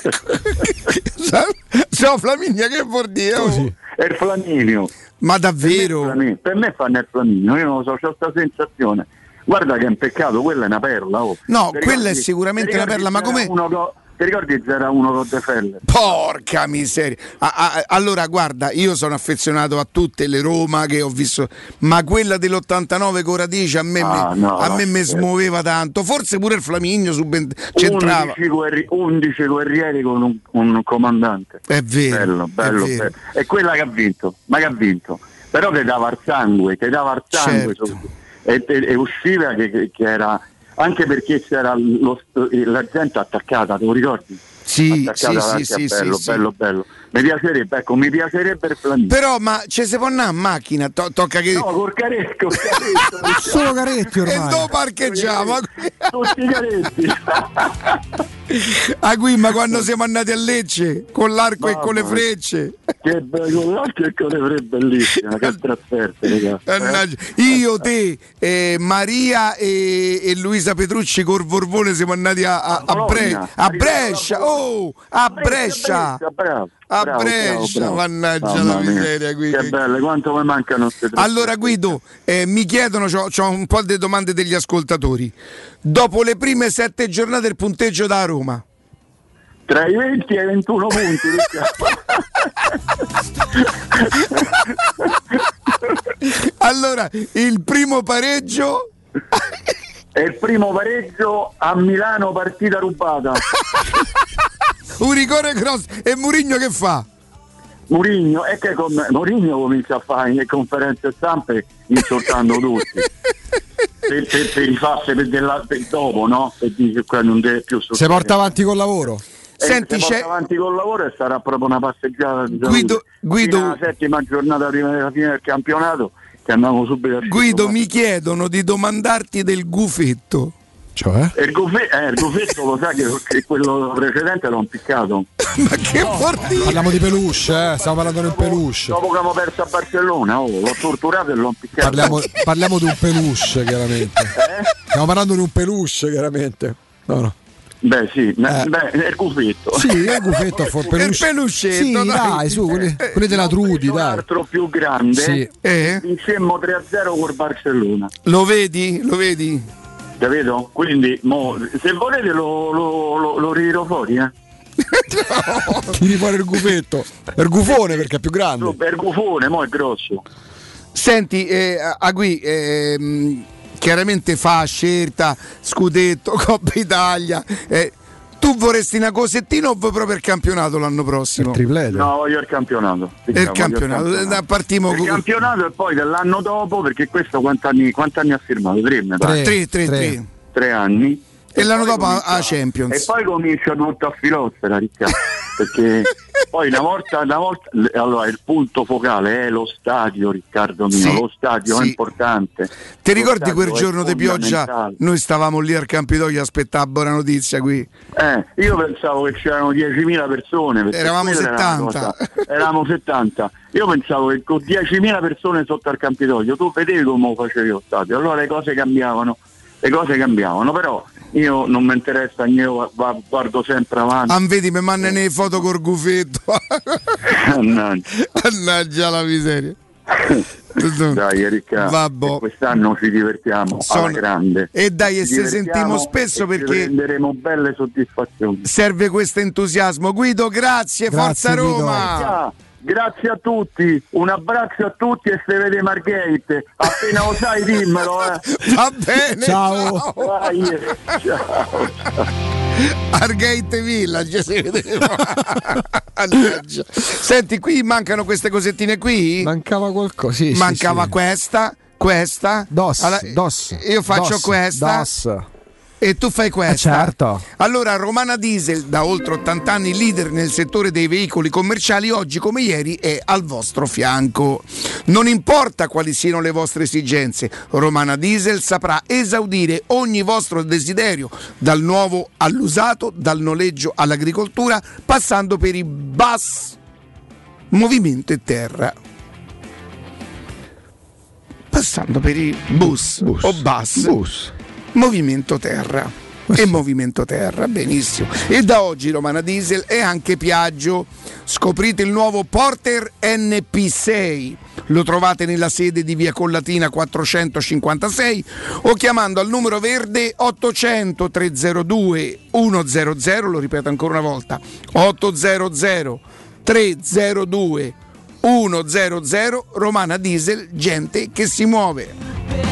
Sua Flaminia che vuol dire? Oh. È il Flaminio. Ma davvero? Per me, per me fanno il Flaminio, io non lo so, ho questa sensazione. Guarda che è un peccato, quella è una perla. Oh. No, ti quella ricordi, è sicuramente una perla, ma come... Uno, ti ricordi zero uno con De Felle? Porca miseria. Ah, ah, allora guarda, io sono affezionato a tutte le Roma che ho visto, ma quella dell'ottantanove con Radice a me, ah, me, no, a me mi smuoveva tanto. Forse pure il Flaminio sub- c'entrava. undici, guerri- undici guerrieri con un, un comandante. È vero. Bello, bello, è vero. bello. È quella che ha vinto, ma che ha vinto. Però che dava il sangue, che dava il sangue. Certo. Su, e, e, e usciva che, che, che era... Anche perché c'era lo, la gente attaccata, te lo ricordi? Sì, sì, sì, sì, bello, sì, bello, sì. bello. Mi piacerebbe, ecco, mi piacerebbe il Flaminio. Però, ma ci si può andare a macchina? To- tocca che. No, col caretto, col caretto. Solo caretti ormai. E dove parcheggiamo? Tutti i caretti. Ah, qui, ma quando siamo andati a Lecce con l'arco Mamma, e con le frecce. Che bello, con l'arco e con le frecce, bellissima, che trasferte, ragazzi. Eh? Io, te, eh, Maria e, e Luisa Petrucci col Vorvone siamo andati a, a, a, Bre- a Brescia. Oh, a Brescia. Brescia, bravo. A bravo, Brescia, bravo, bravo. mannaggia la miseria. Guido. Che belle, quanto mi mancano queste tre. Allora Guido, eh, mi chiedono, c'ho un po' di domande degli ascoltatori. Dopo le prime sette giornate il punteggio da Roma? Tra i venti e i ventuno punti. Allora, il primo pareggio e il primo pareggio a Milano, partita rubata. Un rigore cross. E Mourinho che fa? Mourinho, è che con Mourinho comincia a fare le conferenze stampe insultando tutti. Per, per, per rifarsi per, della, per dopo, no? Per dire che non deve più si porta avanti col lavoro. E Senti, se porta avanti col lavoro e sarà proprio una passeggiata di Guido, Guido la settima giornata prima della fine del campionato che andiamo subito a Guido, mi chiedono di domandarti del gufetto. Cioè? Il, gufe- eh, il gufetto lo sai che, che quello precedente l'ho impiccato. Ma che no, portino! Parliamo di peluche, eh? Stiamo parlando di un peluche. Dopo che abbiamo perso a Barcellona, oh, l'ho torturato e l'ho impiccato. Parliamo, parliamo di un peluche, chiaramente. Eh? Stiamo parlando di un peluche, chiaramente. No, no. Beh sì, eh. beh, è il gufetto. Sì, è il gufetto a for- peluche. Il peluscetto, sì, dai, dai su, quelli, quelli della Trudi, dai. Un altro più grande, sì. eh? Vincemmo tre a zero col Barcellona. Lo vedi? Lo vedi? Capito? Quindi mo, se volete lo, lo, lo, lo ritiro fuori, eh? Tiri fuori il gufetto. Il gufone perché è più grande. No, il gufone, mo è grosso. Senti, eh, Agui, ehm, chiaramente fa scelta, scudetto, Coppa Italia. Eh, tu vorresti una cosettina o vuoi proprio il campionato l'anno prossimo? Il triplete. No, voglio il campionato. Il Diciamo, campionato. il campionato. Partimo il con... campionato e poi dell'anno dopo, perché questo quanti anni, quanti anni ha firmato? Tre, mi pare. Tre, tre, tre, tre. Tre anni. E, e l'anno dopo comincia, a Champions. E poi comincia tutto a filosfera, Riccardo. Perché poi una volta, una volta allora il punto focale è lo stadio, Riccardo mio, sì, lo stadio sì. è importante. Ti Lo ricordi quel giorno di pioggia? fondamentale. Noi stavamo lì al Campidoglio a aspettare buona notizia qui. Eh, io pensavo che c'erano diecimila persone. perché Eravamo quella era la settanta. cosa. Eravamo settanta. Io pensavo che con diecimila persone sotto al Campidoglio tu vedevi come lo facevi lo stadio. Allora le cose cambiavano, le cose cambiavano, però io non mi interessa, io guardo sempre avanti. Ah, vedi, mi mandano le foto col gufetto. Mannaggia la miseria. Dai Riccardo, Vabbò. quest'anno ci divertiamo Sono... alla grande. E dai, e ci se sentiamo spesso e perché ci prenderemo belle soddisfazioni. Serve questo entusiasmo. Guido, grazie, grazie Forza Roma. Guido. Grazie a tutti, un abbraccio a tutti e se vede Margate, appena lo sai dimmelo, eh. Va bene, ciao. Ciao. Vai, ciao. Argate Village si vedeva. Senti, qui mancano queste cosettine qui? Mancava qualcosa, sì, Mancava sì, sì. questa, questa. Dos, allora, dos, io faccio dos, questa. Dos. E tu fai questa? Eh certo. Allora, Romana Diesel, da oltre ottanta anni leader nel settore dei veicoli commerciali, oggi come ieri è al vostro fianco. Non importa quali siano le vostre esigenze, Romana Diesel saprà esaudire ogni vostro desiderio, dal nuovo all'usato, dal noleggio all'agricoltura, passando per i bus, movimento e terra. Passando per i bus, bus. o bus. Bus. Movimento terra e movimento terra, benissimo. E da oggi Romana Diesel è anche Piaggio. Scoprite il nuovo Porter N P sei. Lo trovate nella sede di via Collatina quattrocentocinquantasei o chiamando al numero verde ottocento trecentodue centodue, lo ripeto ancora una volta, ottocento trecentodue centodue. Romana Diesel, gente che si muove.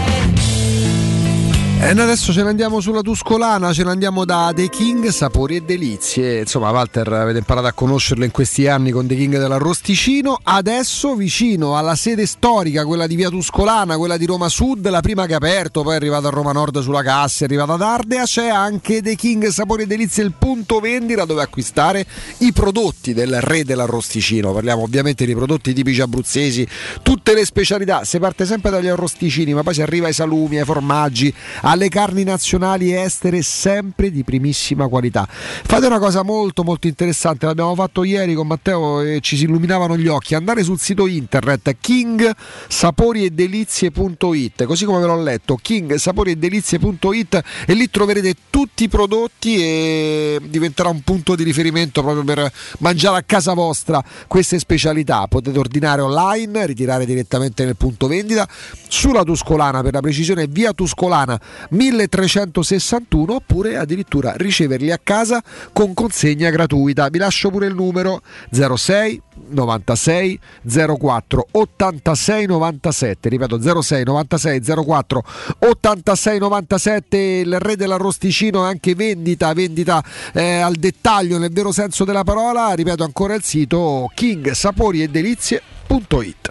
E noi adesso ce ne andiamo sulla Tuscolana, ce ne andiamo da The King, sapori e delizie. Insomma, Walter, avete imparato a conoscerlo in questi anni con The King dell'Arrosticino. Adesso vicino alla sede storica, quella di via Tuscolana, quella di Roma Sud, la prima che ha aperto, poi è arrivata a Roma Nord sulla Cassa, è arrivata ad Ardea, c'è anche The King sapori e delizie, il punto vendita dove acquistare i prodotti del re dell'Arrosticino. Parliamo ovviamente di prodotti tipici abruzzesi, tutte le specialità. Si parte sempre dagli arrosticini, ma poi si arriva ai salumi, ai formaggi, alle carni nazionali e estere, sempre di primissima qualità. Fate una cosa molto molto interessante, l'abbiamo fatto ieri con Matteo e ci si illuminavano gli occhi: andare sul sito internet king sapori e delizie punto it, così come ve l'ho letto, king sapori e delizie punto it, e lì troverete tutti i prodotti e diventerà un punto di riferimento proprio per mangiare a casa vostra queste specialità. Potete ordinare online, ritirare direttamente nel punto vendita sulla Tuscolana, per la precisione via Tuscolana milletrecentosessantuno, oppure addirittura riceverli a casa con consegna gratuita. Vi lascio pure il numero: zero sei novantasei zero quattro ottantasei novantasette, ripeto zero sei novantasei zero quattro ottantasei novantasette. Il re dell'arrosticino è anche vendita, vendita eh, al dettaglio nel vero senso della parola. Ripeto ancora il sito king sapori e delizie punto it.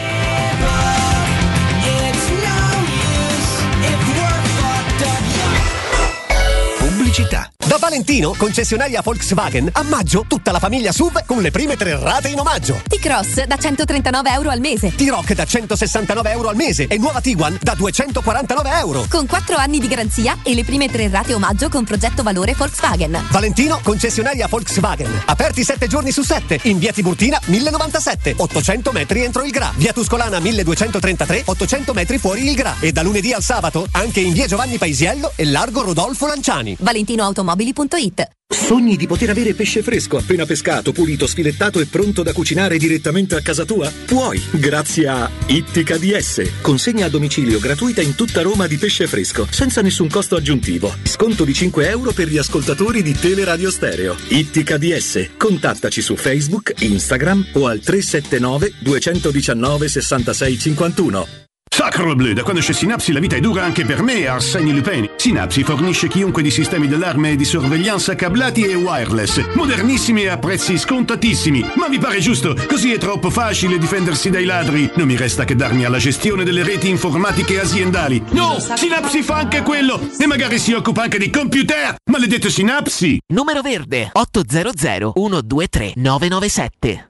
Pubblicità. Da Valentino, concessionaria Volkswagen, a maggio tutta la famiglia S U V con le prime tre rate in omaggio. T-Cross da centotrentanove euro al mese. T-Roc da centosessantanove euro al mese e nuova Tiguan da duecentoquarantanove euro. Con quattro anni di garanzia e le prime tre rate omaggio con progetto valore Volkswagen. Valentino, concessionaria Volkswagen. Aperti sette giorni su sette. In via Tiburtina millenovantasette, ottocento metri entro il Gra. Via Tuscolana milleduecentotrentatré, ottocento metri fuori il Gra. E da lunedì al sabato anche in via Giovanni Paisiello e largo Rodolfo Lanciani. valentinoautomobili punto it. Sogni di poter avere pesce fresco appena pescato, pulito, sfilettato e pronto da cucinare direttamente a casa tua? Puoi, grazie a Ittica D S. Consegna a domicilio gratuita in tutta Roma di pesce fresco, senza nessun costo aggiuntivo. Sconto di cinque euro per gli ascoltatori di Teleradio Stereo. Ittica D S. Contattaci su Facebook, Instagram o al tre sette nove due uno nove sessantasei cinquantuno. Sacre bleu, da quando c'è Synapsi la vita è dura anche per me, Arsène Lupin. Synapsi fornisce chiunque di sistemi d'allarme e di sorveglianza cablati e wireless, modernissimi e a prezzi scontatissimi. Ma vi pare giusto? Così è troppo facile difendersi dai ladri. Non mi resta che darmi alla gestione delle reti informatiche aziendali. No, Synapsi fa anche quello e magari si occupa anche di computer. Maledetto Synapsi! Numero verde otto zero zero uno due tre nove nove sette.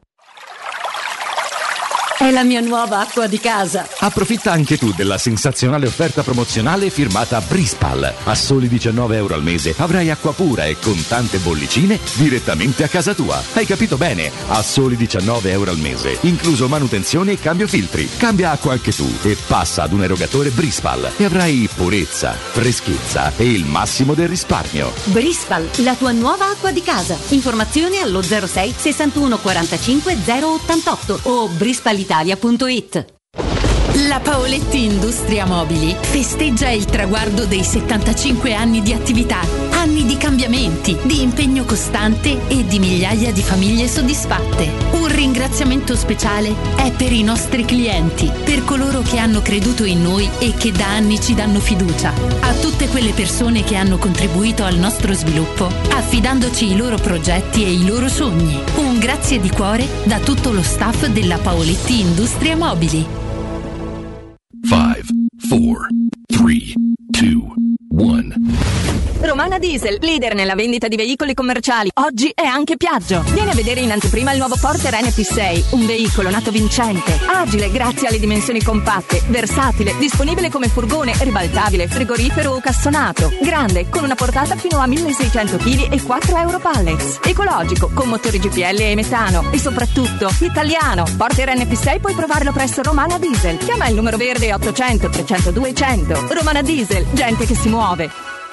È la mia nuova acqua di casa. Approfitta anche tu della sensazionale offerta promozionale firmata Brispal. A soli diciannove euro al mese avrai acqua pura e con tante bollicine direttamente a casa tua. Hai capito bene? A soli diciannove euro al mese, incluso manutenzione e cambio filtri. Cambia acqua anche tu e passa ad un erogatore Brispal e avrai purezza, freschezza e il massimo del risparmio. Brispal, la tua nuova acqua di casa. Informazioni allo zero sei sessantuno quarantacinque zero ottantotto o brispal italia punto it. La Paoletti Industria Mobili festeggia il traguardo dei settantacinque anni di attività, anni di cambiamenti, di impegno costante e di migliaia di famiglie soddisfatte. Un ringraziamento speciale è per i nostri clienti, per coloro che hanno creduto in noi e che da anni ci danno fiducia, a tutte quelle persone che hanno contribuito al nostro sviluppo, affidandoci i loro progetti e i loro sogni. Un grazie di cuore da tutto lo staff della Paoletti Industria Mobili. five, four, three, two, one. Romana Diesel, leader nella vendita di veicoli commerciali. Oggi è anche Piaggio. Vieni a vedere in anteprima il nuovo Porter N P sei, un veicolo nato vincente, agile grazie alle dimensioni compatte, versatile, disponibile come furgone, ribaltabile, frigorifero o cassonato, grande, con una portata fino a milleseicento chili e quattro euro pallets, ecologico, con motori G P L e metano e soprattutto italiano. Porter N P sei puoi provarlo presso Romana Diesel. Chiama il numero verde ottocento trecentodue cento. Romana Diesel, gente che si muove.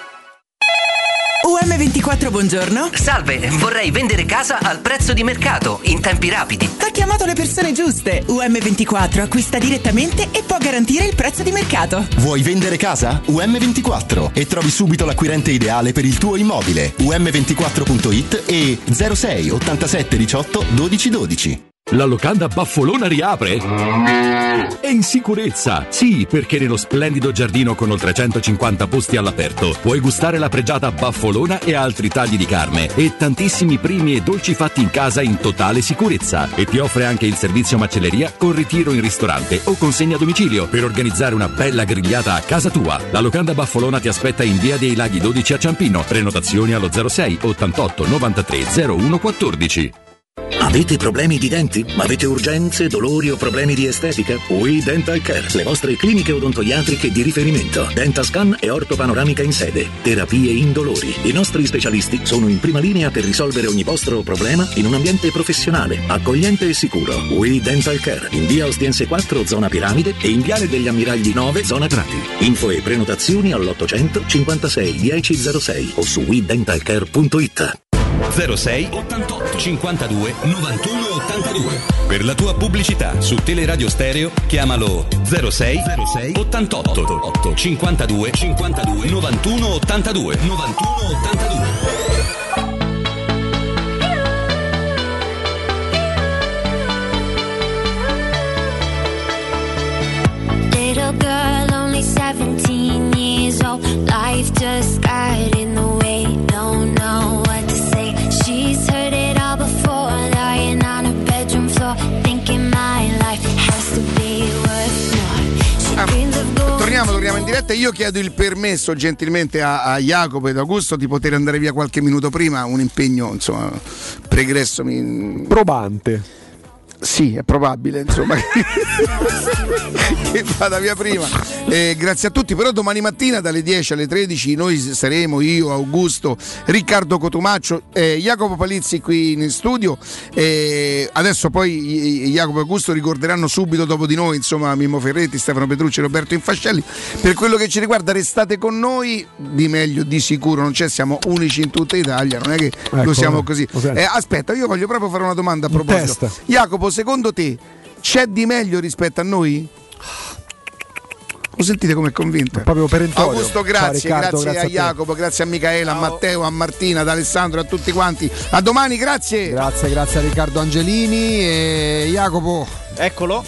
U M ventiquattro, buongiorno. Salve, vorrei vendere casa al prezzo di mercato, in tempi rapidi. Ha chiamato le persone giuste. U M ventiquattro acquista direttamente e può garantire il prezzo di mercato. Vuoi vendere casa? U M ventiquattro e trovi subito l'acquirente ideale per il tuo immobile. U M ventiquattro punto it e zero sei ottantasette diciotto dodici dodici. La locanda Baffolona riapre? È in sicurezza! Sì, perché nello splendido giardino con oltre centocinquanta posti all'aperto puoi gustare la pregiata Baffolona e altri tagli di carne e tantissimi primi e dolci fatti in casa in totale sicurezza. E ti offre anche il servizio macelleria con ritiro in ristorante o consegna a domicilio per organizzare una bella grigliata a casa tua. La locanda Baffolona ti aspetta in via dei Laghi dodici a Ciampino. Prenotazioni allo zero sei ottantotto novantatré zero uno quattordici. Avete problemi di denti? Avete urgenze, dolori o problemi di estetica? We Dental Care, le vostre cliniche odontoiatriche di riferimento. Dentascan e ortopanoramica in sede. Terapie indolori. I nostri specialisti sono in prima linea per risolvere ogni vostro problema in un ambiente professionale, accogliente e sicuro. We Dental Care, in via Ostiense quattro, zona Piramide e in viale degli Ammiragli nove, zona Prati. Info e prenotazioni all'ottocento cinquantasei dieci zero sei o su we dental care punto it. zero sei ottantotto cinquantadue novantuno ottantadue. Per la tua pubblicità su Teleradio Stereo chiamalo zero sei ottantotto cinquantadue cinquantadue novantuno ottantadue novantuno ottantadue. Little girl, only seventeen years old. Life just got in the way. Don't know what to say. She's heard it all before, lying on her bedroom floor, thinking my life has to be worth more. She dreams of gold. Torniamo, torniamo in diretta. Io chiedo il permesso gentilmente a, a Jacopo ed Augusto di poter andare via qualche minuto prima. Un impegno, insomma, pregresso. Mi... probante. Sì, è probabile, insomma, che vada via prima. Eh, grazie a tutti, però domani mattina dalle dieci alle tredici noi saremo, io, Augusto, Riccardo Cotumaccio, eh, Jacopo Palizzi qui in studio. Eh, adesso poi Jacopo e Augusto ricorderanno subito dopo di noi, insomma, Mimmo Ferretti, Stefano Petrucci, Roberto Infascelli. Per quello che ci riguarda, restate con noi, di meglio di sicuro non c'è, siamo unici in tutta Italia, non è che ecco, lo siamo così. Eh, aspetta, io voglio proprio fare una domanda a proposito. Jacopo, secondo te c'è di meglio rispetto a noi? Lo sentite come è convinto? Proprio perentorio. Augusto, grazie, Ciao, Riccardo, grazie, grazie a, a Jacopo, grazie a Micaela, Ciao. a Matteo, a Martina, ad Alessandro, a tutti quanti. A domani, grazie. Grazie, grazie a Riccardo Angelini e Jacopo. Eccolo.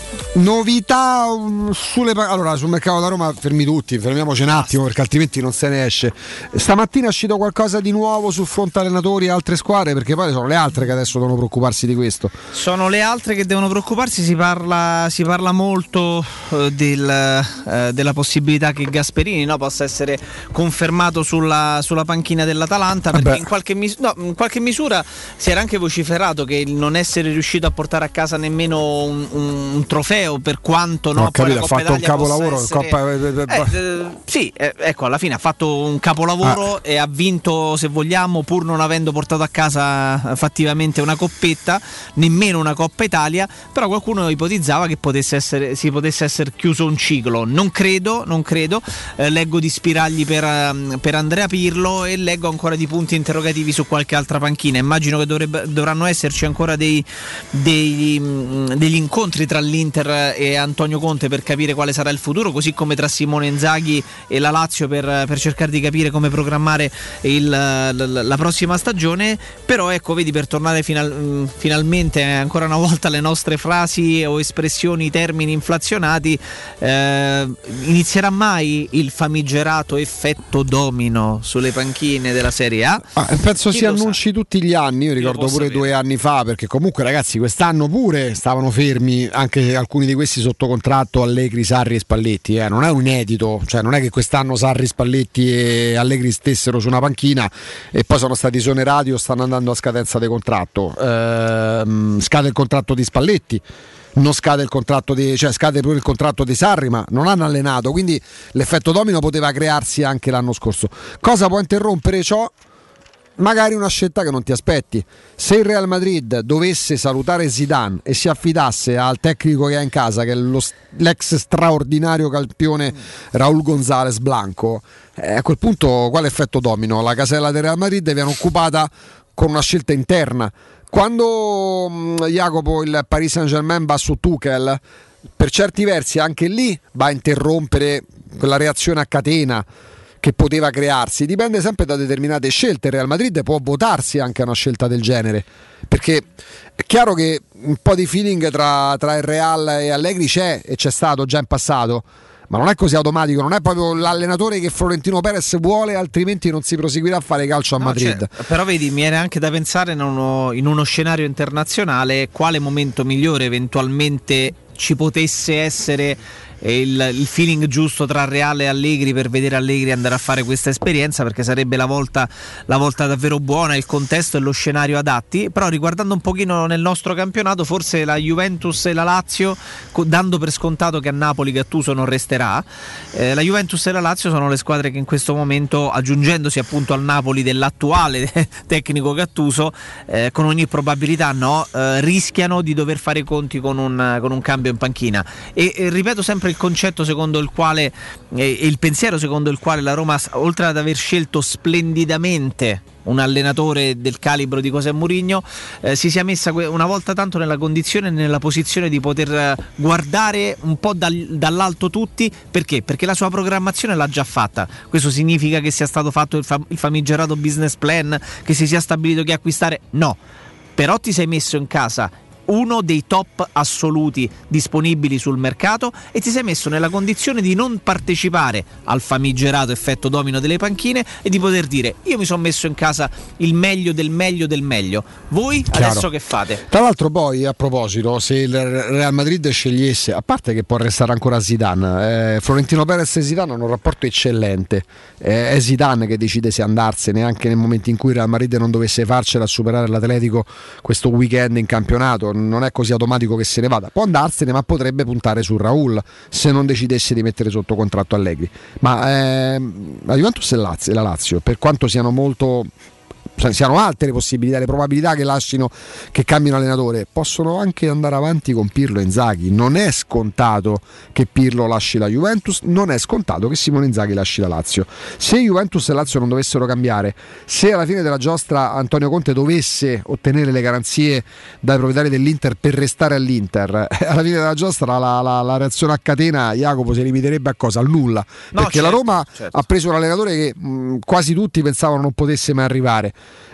Novità sulle allora sul mercato da Roma, fermi tutti, fermiamoci un attimo perché altrimenti non se ne esce. Stamattina è uscito qualcosa di nuovo sul fronte allenatori e altre squadre, perché poi sono le altre che adesso devono preoccuparsi di questo. Sono le altre che devono preoccuparsi, si parla, si parla molto eh, del, eh, della possibilità che Gasperini, no, possa essere confermato sulla, sulla panchina dell'Atalanta, perché in qualche, mis- no, in qualche misura si era anche vociferato che il non essere riuscito a portare a casa nemmeno un, un un trofeo, per quanto no, no poi capito, ha fatto un capolavoro essere... Coppa... eh, eh, sì, eh, ecco, alla fine ha fatto un capolavoro ah. e ha vinto, se vogliamo, pur non avendo portato a casa fattivamente una coppetta, nemmeno una Coppa Italia, però qualcuno ipotizzava che potesse essere, si potesse essere chiuso un ciclo. Non credo, non credo. Eh, leggo di spiragli per, per Andrea Pirlo e leggo ancora di punti interrogativi su qualche altra panchina. Immagino che dovrebbe, dovranno esserci ancora dei, dei, degli incontri tra l'Inter e Antonio Conte per capire quale sarà il futuro, così come tra Simone Inzaghi e la Lazio per, per cercare di capire come programmare il, la, la prossima stagione. Però ecco, vedi, per tornare final, finalmente ancora una volta alle nostre frasi o espressioni, termini inflazionati, eh, inizierà mai il famigerato effetto domino sulle panchine della Serie A? Ah, penso Chi si annunci sa? tutti gli anni, io ricordo io pure sapere. due anni fa, perché comunque ragazzi quest'anno pure stavano fermi anche alcuni di questi sotto contratto, Allegri, Sarri e Spalletti, eh. non è un inedito, cioè non è che quest'anno Sarri, Spalletti e Allegri stessero su una panchina e poi sono stati esonerati o stanno andando a scadenza di contratto. Ehm, scade il contratto di Spalletti, non scade il contratto di, cioè scade pure il contratto di Sarri, ma non hanno allenato, quindi l'effetto domino poteva crearsi anche l'anno scorso. Cosa può interrompere ciò? Magari una scelta che non ti aspetti. Se il Real Madrid dovesse salutare Zidane e si affidasse al tecnico che ha in casa, che è lo, l'ex straordinario campione Raúl González Blanco, eh, a quel punto quale effetto domino? La casella del Real Madrid viene occupata con una scelta interna. Quando mh, Jacopo il Paris Saint-Germain va su Tuchel, per certi versi anche lì va a interrompere quella reazione a catena che poteva crearsi. Dipende sempre da determinate scelte. Il Real Madrid può votarsi anche a una scelta del genere, perché è chiaro che un po' di feeling tra, tra il Real e Allegri c'è e c'è stato già in passato, ma non è così automatico, non è proprio l'allenatore che Florentino Perez vuole, altrimenti non si proseguirà a fare calcio a no, Madrid. Cioè, però vedi, mi viene anche da pensare in uno, in uno scenario internazionale quale momento migliore eventualmente ci potesse essere il, il feeling giusto tra Real e Allegri per vedere Allegri andare a fare questa esperienza, perché sarebbe la volta, la volta davvero buona, il contesto e lo scenario adatti. Però riguardando un pochino nel nostro campionato, forse la Juventus e la Lazio, dando per scontato che a Napoli Gattuso non resterà, eh, la Juventus e la Lazio sono le squadre che in questo momento, aggiungendosi appunto al Napoli dell'attuale tecnico Gattuso, eh, con ogni probabilità no, eh, rischiano di dover fare i conti con un, con un cambio in panchina. E, e ripeto sempre il concetto secondo il quale e il pensiero secondo il quale la Roma, oltre ad aver scelto splendidamente un allenatore del calibro di José Mourinho, eh, si sia messa una volta tanto nella condizione e nella posizione di poter guardare un po' dal, dall'alto tutti. Perché? Perché la sua programmazione l'ha già fatta. Questo significa che sia stato fatto il, fam- il famigerato business plan, che si sia stabilito chi acquistare? No, però ti sei messo in casa uno dei top assoluti disponibili sul mercato e ti sei messo nella condizione di non partecipare al famigerato effetto domino delle panchine e di poter dire: io mi sono messo in casa il meglio del meglio del meglio, voi Chiaro. Adesso che fate? Tra l'altro poi, a proposito, se il Real Madrid scegliesse, a parte che può restare ancora Zidane, eh, Florentino Perez e Zidane hanno un rapporto eccellente, eh, è Zidane che decide se andarsene anche nel momento in cui il Real Madrid non dovesse farcela a superare l'Atletico questo weekend in campionato. Non è così automatico che se ne vada, può andarsene, ma potrebbe puntare su Raul se non decidesse di mettere sotto contratto Allegri. Ma ehm, la Juventus e Lazio, la Lazio, per quanto siano molto siano alte le possibilità, le probabilità che lasciano, che cambino allenatore, possono anche andare avanti con Pirlo e Inzaghi. Non è scontato che Pirlo lasci la Juventus, non è scontato che Simone Inzaghi lasci la Lazio. Se Juventus e Lazio non dovessero cambiare, se alla fine della giostra Antonio Conte dovesse ottenere le garanzie dai proprietari dell'Inter per restare all'Inter, alla fine della giostra la, la, la reazione a catena, Jacopo, si limiterebbe a cosa? Al nulla, no, perché certo, la Roma certo. ha preso un allenatore che mh, quasi tutti pensavano non potesse mai arrivare.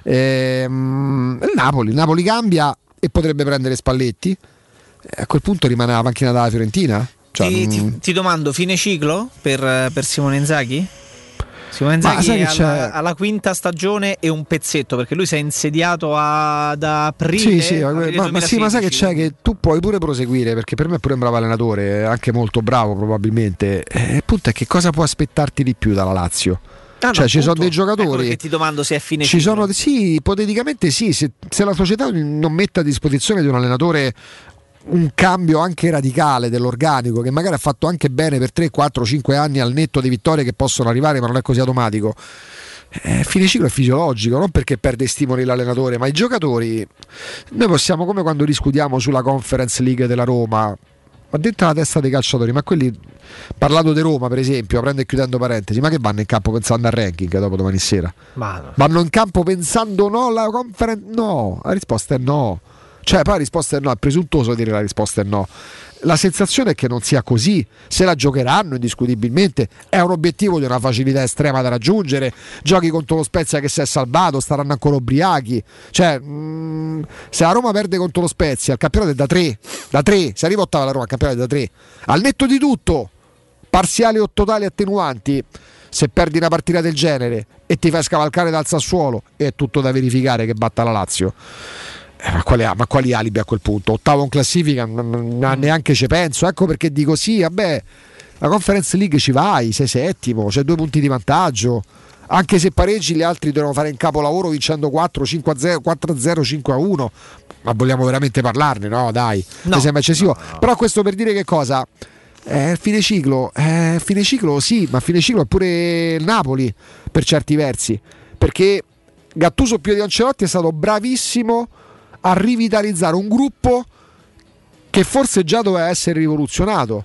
Ehm, il Napoli, il Napoli cambia e potrebbe prendere Spalletti, e a quel punto rimane la panchina della Fiorentina. Cioè, ti, ti, ti domando, fine ciclo per, per Simone Inzaghi? Simone Inzaghi è alla, alla quinta stagione e un pezzetto, perché lui si è insediato ad aprile. Sì, sì, aprile ma, ma, sì, ma sai che c'è, che tu puoi pure proseguire, perché per me è pure un bravo allenatore, anche molto bravo probabilmente. Il punto è che cosa può aspettarti di più dalla Lazio? Ah, cioè no, ci appunto, sono dei giocatori ecco che ti domando se è fine ci ciclo. sono, sì, ipoteticamente sì, se, se la società non mette a disposizione di un allenatore un cambio anche radicale dell'organico, che magari ha fatto anche bene per tre, quattro, cinque anni al netto di vittorie che possono arrivare, ma non è così automatico, eh, fine ciclo è fisiologico, non perché perde stimoli l'allenatore, ma i giocatori, noi possiamo, come quando discutiamo sulla Conference League della Roma, ma dentro la testa dei calciatori, ma quelli, parlando di Roma per esempio, aprendo e chiudendo parentesi, ma che vanno in campo pensando al ranking dopo domani sera? Ma no. Vanno in campo pensando no, la conference no, la risposta è no. Cioè poi la risposta è no, è presuntuoso dire la risposta è no. La sensazione è che non sia così, se la giocheranno indiscutibilmente, è un obiettivo di una facilità estrema da raggiungere, giochi contro lo Spezia che si è salvato, staranno ancora ubriachi, cioè mh, se la Roma perde contro lo Spezia il campionato è da tre, da tre, se arriva ottava la Roma il campionato è da tre, al netto di tutto, parziali o totali attenuanti, se perdi una partita del genere e ti fai scavalcare dal Sassuolo è tutto da verificare che batta la Lazio. Eh, ma, quali, ma quali alibi a quel punto? Ottavo in classifica, non, non neanche ci penso. Ecco perché dico sì, vabbè, la Conference League ci vai, sei settimo, c'è due punti di vantaggio. Anche se pareggi, gli altri devono fare in capolavoro vincendo quattro, cinque a zero, quattro a zero, cinque a uno. Ma vogliamo veramente parlarne? No, dai, no, mi sembra eccessivo. no, no. Però questo per dire che cosa? Eh, fine ciclo, eh, fine ciclo sì, ma fine ciclo è pure il Napoli per certi versi. Perché Gattuso più di Ancelotti è stato bravissimo a rivitalizzare un gruppo che forse già doveva essere rivoluzionato,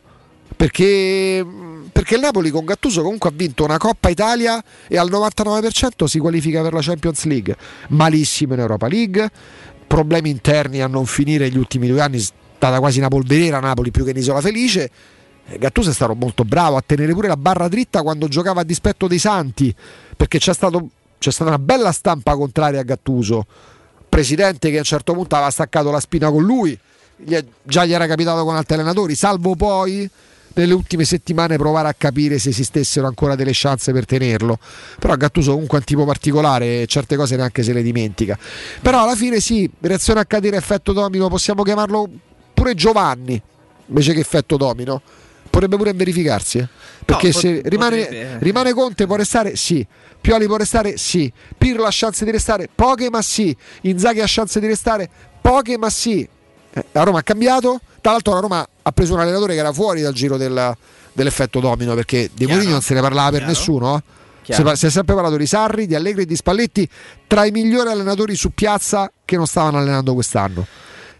perché, perché il Napoli con Gattuso comunque ha vinto una Coppa Italia e al novantanove per cento si qualifica per la Champions League, malissimo in Europa League, problemi interni a non finire gli ultimi due anni, è stata quasi una polveriera Napoli più che un'isola felice. Gattuso è stato molto bravo a tenere pure la barra dritta quando giocava a dispetto dei Santi, perché c'è, stato, c'è stata una bella stampa contraria a Gattuso, presidente che a un certo punto aveva staccato la spina con lui, gli è, già gli era capitato con altri allenatori, salvo poi nelle ultime settimane provare a capire se esistessero ancora delle chance per tenerlo. Però Gattuso comunque è un tipo particolare, certe cose neanche se le dimentica. Però alla fine sì, reazione a cadere, effetto domino, possiamo chiamarlo pure Giovanni invece che effetto domino, potrebbe pure verificarsi, eh? Perché no, se pot- rimane, potrebbe... rimane Conte può restare? Sì. Pioli può restare? Sì. Pirlo ha chance di restare? Poche ma sì. Inzaghi ha chance di restare? Poche ma sì. Eh, la Roma ha cambiato, tra l'altro la Roma ha preso un allenatore che era fuori dal giro del, dell'effetto domino, perché di Mourinho non se ne parlava per Chiaro. nessuno, eh? si, si è sempre parlato di Sarri, di Allegri e di Spalletti, tra i migliori allenatori su piazza che non stavano allenando quest'anno.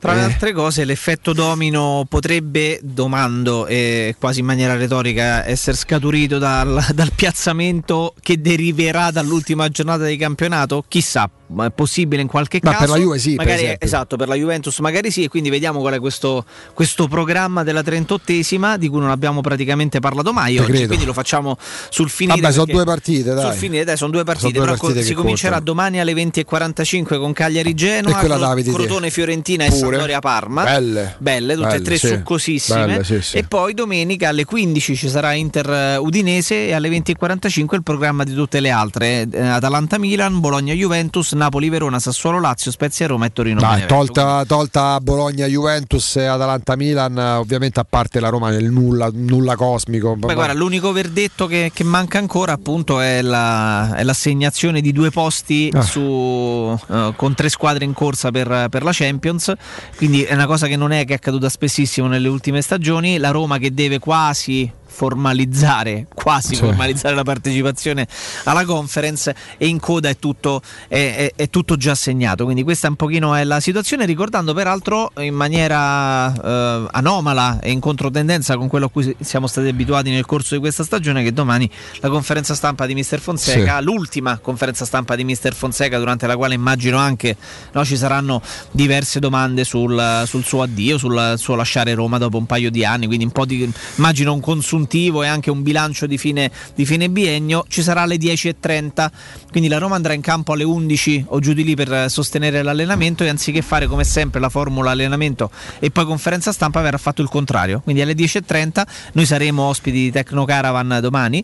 Tra le Eh. altre cose, l'effetto domino potrebbe, domando eh, quasi in maniera retorica, essere scaturito dal, dal piazzamento che deriverà dall'ultima giornata di campionato? Chissà, ma è possibile in qualche Ma caso. per la Juve sì, per magari, esempio. esatto, per la Juventus magari sì, e quindi vediamo qual è questo, questo programma della trentottesima di cui non abbiamo praticamente parlato mai Te oggi, credo. quindi lo facciamo sul finire. Vabbè, sono perché- due partite, dai. Sul finire, dai, sono due partite, Sono due però partite co- si che comincerà contano. domani alle venti e quarantacinque con Cagliari Genoa, E quella Cro- Davide, te. Crotone Fiorentina e Pure. Sampdoria Parma. Belle. Belle, tutte e Belle, tre sì. succosissime. Belle, sì, sì. E poi domenica alle quindici ci sarà Inter eh, Udinese e alle venti e quarantacinque il programma di tutte le altre: eh, Atalanta Milan, Bologna Juventus, Napoli Verona, Sassuolo Lazio, Spezia Roma e Torino Dai, Benevento. tolta, tolta Bologna, Juventus e Atalanta Milan, ovviamente a parte la Roma nel nulla, nulla cosmico. Beh, guarda, l'unico verdetto che, che manca ancora appunto è, la, è l'assegnazione di due posti Ah. su, eh, con tre squadre in corsa per, per la Champions, quindi è una cosa che non è che è accaduta spessissimo nelle ultime stagioni. La Roma che deve quasi formalizzare quasi Sì. formalizzare la partecipazione alla Conference, e in coda è tutto, è, è- è tutto già segnato, quindi questa un pochino è la situazione, ricordando peraltro in maniera eh, anomala e in controtendenza con quello a cui siamo stati abituati nel corso di questa stagione, che domani la conferenza stampa di mister Fonseca, Sì. l'ultima conferenza stampa di mister Fonseca, durante la quale immagino anche no, ci saranno diverse domande sul, sul suo addio, sul suo lasciare Roma dopo un paio di anni, quindi un po' di, immagino un consuntivo e anche un bilancio di fine, di fine biennio. Ci sarà alle dieci e trenta, quindi la Roma andrà in campo alle undici o giù di lì per sostenere l'allenamento, e anziché fare come sempre la formula allenamento e poi conferenza stampa verrà fatto il contrario, quindi alle dieci e trenta noi saremo ospiti di Tecno Caravan domani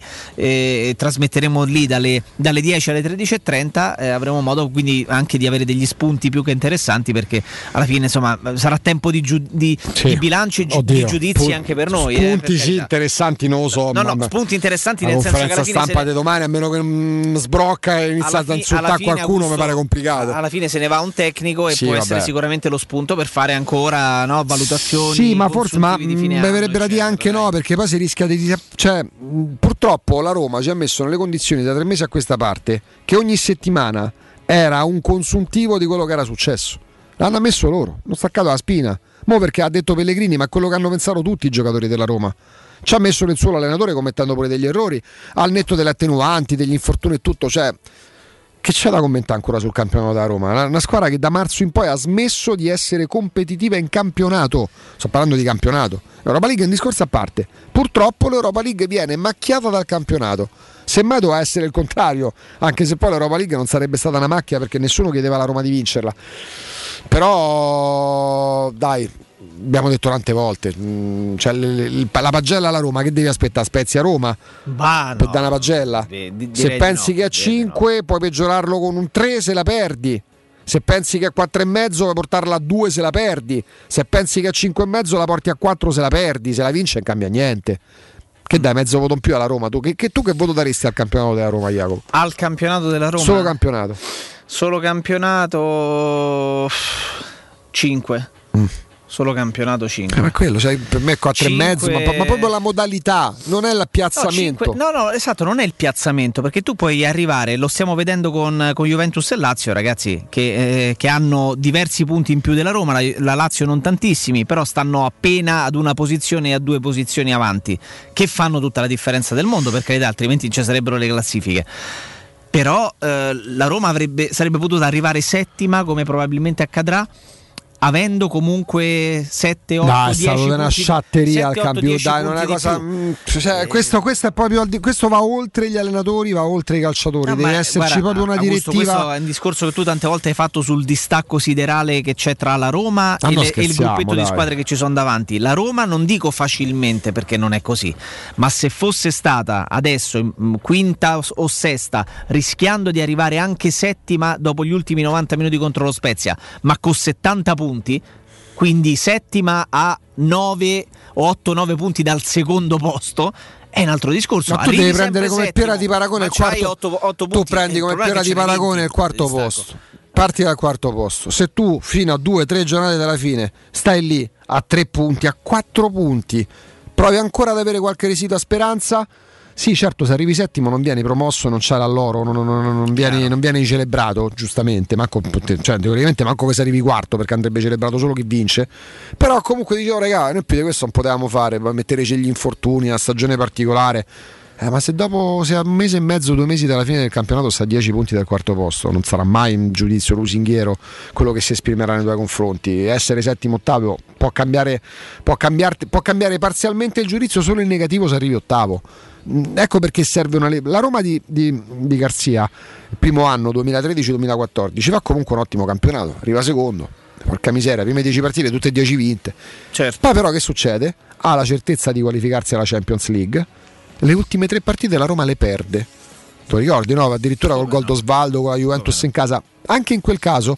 e trasmetteremo lì dalle, dalle dieci alle tredici e trenta, eh, avremo modo quindi anche di avere degli spunti più che interessanti, perché alla fine insomma sarà tempo di, giu- di, Sì. di bilanci e gi- Oddio, di giudizi pu- anche per noi, eh, spunti per sì, carità. interessanti non lo so. No, no, ma- spunti interessanti la nel senso che alla conferenza fine stampa se ne- di domani, a meno che non sbrocca e inizia alla a fi- insultare alla fine, qualcuno, Augusto, mi pare complicato. alla fine se ne va un tecnico e Sì, può vabbè. essere sicuramente lo spunto per fare ancora no, valutazioni. Sì, ma forse ma consuntivi di fine mi anno, verrebbe da dire anche no, perché poi si rischia di cioè mh, purtroppo la Roma ci ha messo nelle condizioni da tre mesi a questa parte che ogni settimana era un consuntivo di quello che era successo. L'hanno messo loro, non staccato la spina. Mo perché ha detto Pellegrini, ma è quello che hanno pensato tutti i giocatori della Roma. Ci ha messo nel suo allenatore commettendo pure degli errori, al netto delle attenuanti, degli infortuni e tutto, cioè che c'è da commentare ancora sul campionato della Roma? Una, una squadra che da marzo in poi ha smesso di essere competitiva in campionato. Sto parlando di campionato. L'Europa League è un discorso a parte. Purtroppo l'Europa League viene macchiata dal campionato. Semmai doveva essere il contrario, anche se poi l'Europa League non sarebbe stata una macchia, perché nessuno chiedeva alla Roma di vincerla. Però dai, abbiamo detto tante volte, mh, cioè, l- l- la pagella alla Roma che devi aspettare? Spezia Roma Ma per no, dare una pagella? di- di- Se direi pensi di no, che a direi di cinque puoi peggiorarlo con un tre se la perdi. Se pensi che a quattro e mezzo puoi portarla a due se la perdi. Se pensi che a cinque e mezzo la porti a quattro se la perdi. Se la vince non cambia niente. Che dai mezzo voto in più alla Roma? Tu che, che, tu che voto daresti al campionato della Roma, Jacopo? Al campionato della Roma? Solo campionato. Solo campionato cinque. Mm. Solo campionato cinque. Eh, ma quello, cioè, per me è quattro e Cinque- mezzo, ma, ma proprio la modalità, non è il piazzamento. No, cinque- no, no, esatto, non è il piazzamento, perché tu puoi arrivare, lo stiamo vedendo con, con Juventus e Lazio, ragazzi, che, eh, che hanno diversi punti in più della Roma, la, la Lazio non tantissimi, però stanno appena ad una posizione e a due posizioni avanti, che fanno tutta la differenza del mondo, per carità, altrimenti ci sarebbero le classifiche. Però eh, la Roma avrebbe, sarebbe potuta arrivare settima, come probabilmente accadrà, avendo comunque sette, otto, Dai, è dieci stato una punti- sciatteria al sette, otto, cambio, dieci dai, non è punti una di cosa. più. mm, Cioè, questo, questo è proprio al di- questo va oltre gli allenatori, va oltre i calciatori. No, Deve ma, esserci guarda, proprio una Augusto, direttiva. questo è un discorso che tu tante volte hai fatto sul distacco siderale che c'è tra la Roma Ah, e, non le- e il scherziamo, gruppetto di dai. squadre che ci sono davanti. La Roma non dico facilmente, perché non è così, ma se fosse stata adesso mm, quinta o sesta, rischiando di arrivare anche settima dopo gli ultimi novanta minuti contro lo Spezia, ma con settanta punti, quindi settima a nove o otto nove punti dal secondo posto, è un altro discorso. Ma tu Arrivi devi sempre prendere come settimo, piera di paragone ma il c'hai quarto. otto- otto Tu punti, prendi il come problema piera è che di ce n'hai paragone venti il quarto di distacco. posto. Parti dal quarto posto. Se tu fino a due o tre giornate dalla fine stai lì a tre punti, a quattro punti, provi ancora ad avere qualche residua speranza, sì, certo, se arrivi settimo non vieni promosso, non c'è l'alloro, non, non, non, vieni, non vieni celebrato, giustamente, manco, cioè, teoricamente manco che se arrivi quarto, perché andrebbe celebrato solo chi vince. Però comunque dicevo, raga, noi più di questo non potevamo fare, metterci gli infortuni, una stagione particolare. Eh, ma se dopo se a un mese e mezzo, due mesi dalla fine del campionato sta a dieci punti dal quarto posto, non sarà mai un giudizio lusinghiero quello che si esprimerà nei tuoi confronti. Essere settimo, ottavo può cambiare, può cambiarti, può cambiare parzialmente il giudizio solo in negativo se arrivi ottavo. Ecco perché serve una la Roma di, di, di Garzia, il primo anno duemilatredici duemilaquattordici fa comunque un ottimo campionato, arriva secondo, porca miseria, prime dieci partite tutte e dieci vinte. Certo. Poi però che succede? Ha la certezza di qualificarsi alla Champions League. Le ultime tre partite la Roma le perde. Tu ricordi, no? Addirittura col gol d'Osvaldo con la Juventus in casa. Anche in quel caso,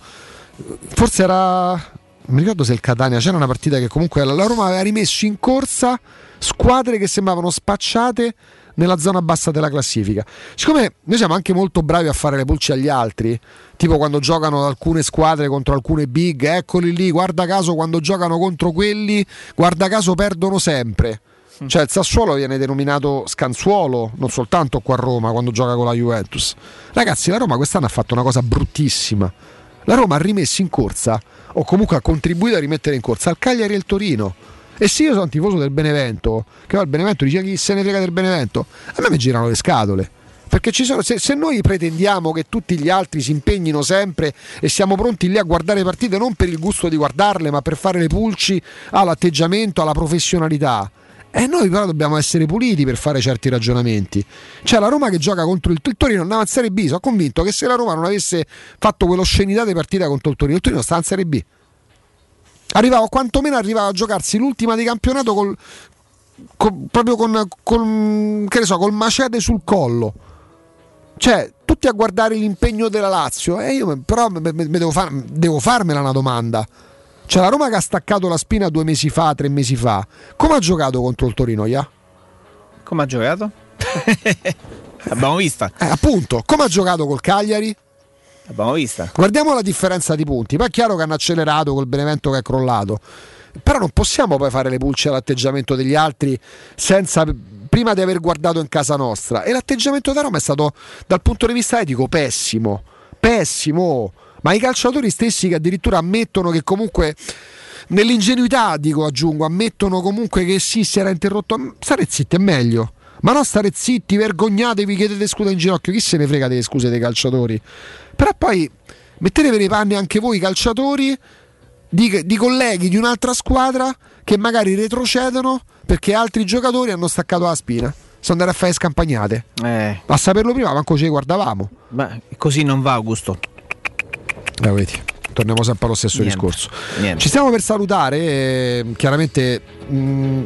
forse era, non mi ricordo se il Catania, c'era una partita che comunque la Roma aveva rimesso in corsa squadre che sembravano spacciate nella zona bassa della classifica. Siccome noi siamo anche molto bravi a fare le pulci agli altri, tipo quando giocano alcune squadre contro alcune big, eccoli lì, guarda caso quando giocano contro quelli, guarda caso perdono sempre. Cioè il Sassuolo viene denominato scanzuolo non soltanto qua a Roma quando gioca con la Juventus. Ragazzi, la Roma quest'anno ha fatto una cosa bruttissima. La Roma ha rimesso in corsa, o comunque ha contribuito a rimettere in corsa, il Cagliari e il Torino. E se io sono tifoso del Benevento, che va il Benevento dice chi se ne frega del Benevento, a me mi girano le scatole. Perché ci sono, se, se noi pretendiamo che tutti gli altri si impegnino sempre e siamo pronti lì a guardare partite non per il gusto di guardarle, ma per fare le pulci all'atteggiamento, alla professionalità, e noi però dobbiamo essere puliti per fare certi ragionamenti. Cioè la Roma che gioca contro il, il Torino andava in Serie B, sono convinto che se la Roma non avesse fatto quell'oscenità di partita contro il Torino, il Torino stava in Serie B, arrivava quantomeno arrivava a giocarsi l'ultima di campionato col, col, proprio con, con che ne so, col macete sul collo. Cioè tutti a guardare l'impegno della Lazio, e io però me, me, me devo, far, devo farmela una domanda. Cioè la Roma che ha staccato la spina due mesi fa, tre mesi fa, come ha giocato contro il Torino, Ia? Come ha giocato? L'abbiamo vista. Eh, appunto, come ha giocato col Cagliari? L'abbiamo vista. Guardiamo la differenza di punti. Poi è chiaro che hanno accelerato col Benevento che è crollato, però non possiamo poi fare le pulce all'atteggiamento degli altri senza prima di aver guardato in casa nostra. E l'atteggiamento da Roma è stato dal punto di vista etico pessimo, pessimo. Ma i calciatori stessi che addirittura ammettono che comunque nell'ingenuità, dico, aggiungo, ammettono comunque che sì, si era interrotto. Stare zitti è meglio, ma non stare zitti, vergognatevi, chiedete scusa in ginocchio, chi se ne frega delle scuse dei calciatori. Però poi mettetevi nei panni anche voi calciatori di, di colleghi di un'altra squadra che magari retrocedono perché altri giocatori hanno staccato la spina, sono andati a fare scampagnate. eh. A saperlo prima manco ci guardavamo. Beh, così non va, Augusto. Eh, vedi, torniamo sempre allo stesso Niente. discorso. Niente. Ci stiamo per salutare, eh, chiaramente mh,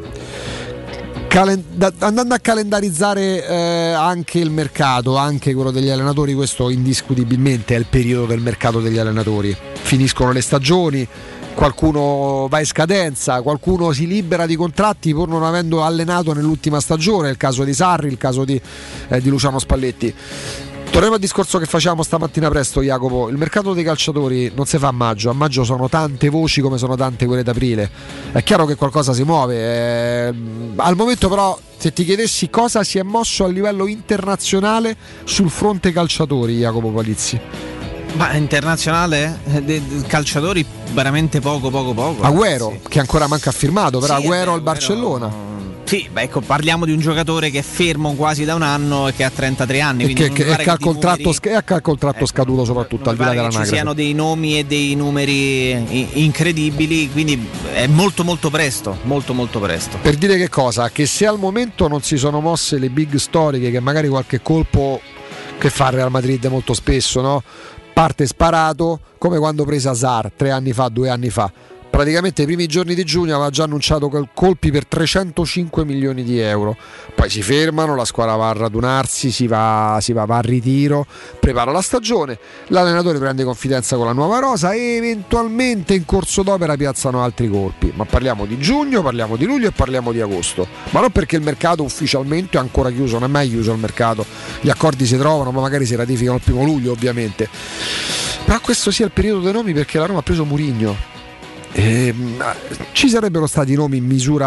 calen- da- andando a calendarizzare eh, anche il mercato, anche quello degli allenatori. Questo indiscutibilmente è il periodo del mercato degli allenatori. Finiscono le stagioni, qualcuno va in scadenza, qualcuno si libera di contratti pur non avendo allenato nell'ultima stagione, il caso di Sarri, il caso di, eh, di Luciano Spalletti. Torniamo al discorso che facciamo stamattina presto, Jacopo. Il mercato dei calciatori non si fa a maggio. A maggio sono tante voci come sono tante quelle d'aprile. È chiaro che qualcosa si muove. Eh, al momento però, se ti chiedessi cosa si è mosso a livello internazionale sul fronte calciatori, Jacopo Palizzi. Ma internazionale? De, de, calciatori veramente poco, poco, poco. Agüero, sì. Che ancora manca firmato, però sì, Agüero beh, al Barcellona. Sì, beh, ecco, parliamo di un giocatore che è fermo quasi da un anno e che ha trentatré anni. E che, che, che, che ha il contratto, numeri... sc- ha il contratto ecco, scaduto soprattutto al di là dell'anagrafe. Ci siano dei nomi e dei numeri incredibili, quindi è molto molto presto, molto molto presto. Per dire che cosa? Che se al momento non si sono mosse le big storiche, che magari qualche colpo che fa il Real Madrid molto spesso, no? Parte sparato, come quando prese Hazard tre anni fa, due anni fa. Praticamente i primi giorni di giugno aveva già annunciato colpi per trecentocinque milioni di euro. Poi si fermano, la squadra va a radunarsi, si va, si va, va a ritiro, prepara la stagione, l'allenatore prende confidenza con la nuova rosa e eventualmente in corso d'opera piazzano altri colpi. Ma parliamo di giugno, parliamo di luglio e parliamo di agosto. Ma non perché il mercato ufficialmente è ancora chiuso, non è mai chiuso il mercato. Gli accordi si trovano, ma magari si ratificano il primo luglio ovviamente. Però questo sia il periodo dei nomi perché la Roma ha preso Mourinho. Eh, ci sarebbero stati nomi in misura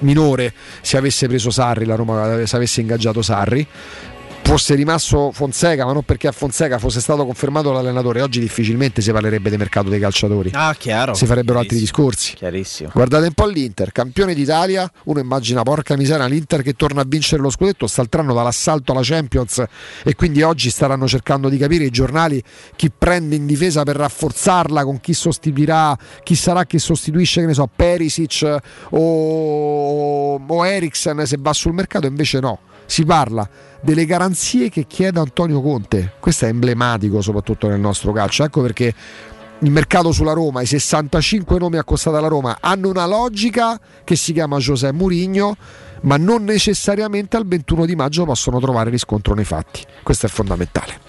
minore se avesse preso Sarri, la Roma se avesse ingaggiato Sarri. Fosse rimasto Fonseca, ma non perché a Fonseca fosse stato confermato l'allenatore, oggi difficilmente si parlerebbe del mercato dei calciatori. Ah, chiaro. Si farebbero altri discorsi. Chiarissimo. Guardate un po' l'Inter, campione d'Italia, uno immagina porca miseria l'Inter che torna a vincere lo scudetto, sta il trano dall'assalto alla Champions e quindi oggi staranno cercando di capire i giornali chi prende in difesa per rafforzarla, con chi sostituirà, chi sarà che sostituisce, che ne so, Perisic o, o Eriksen se va sul mercato, invece no. Si parla delle garanzie che chiede Antonio Conte. Questo è emblematico soprattutto nel nostro calcio. Ecco perché il mercato sulla Roma, i sessantacinque nomi accostati alla Roma hanno una logica che si chiama José Mourinho, ma non necessariamente al ventuno di maggio possono trovare riscontro nei fatti. Questo è fondamentale.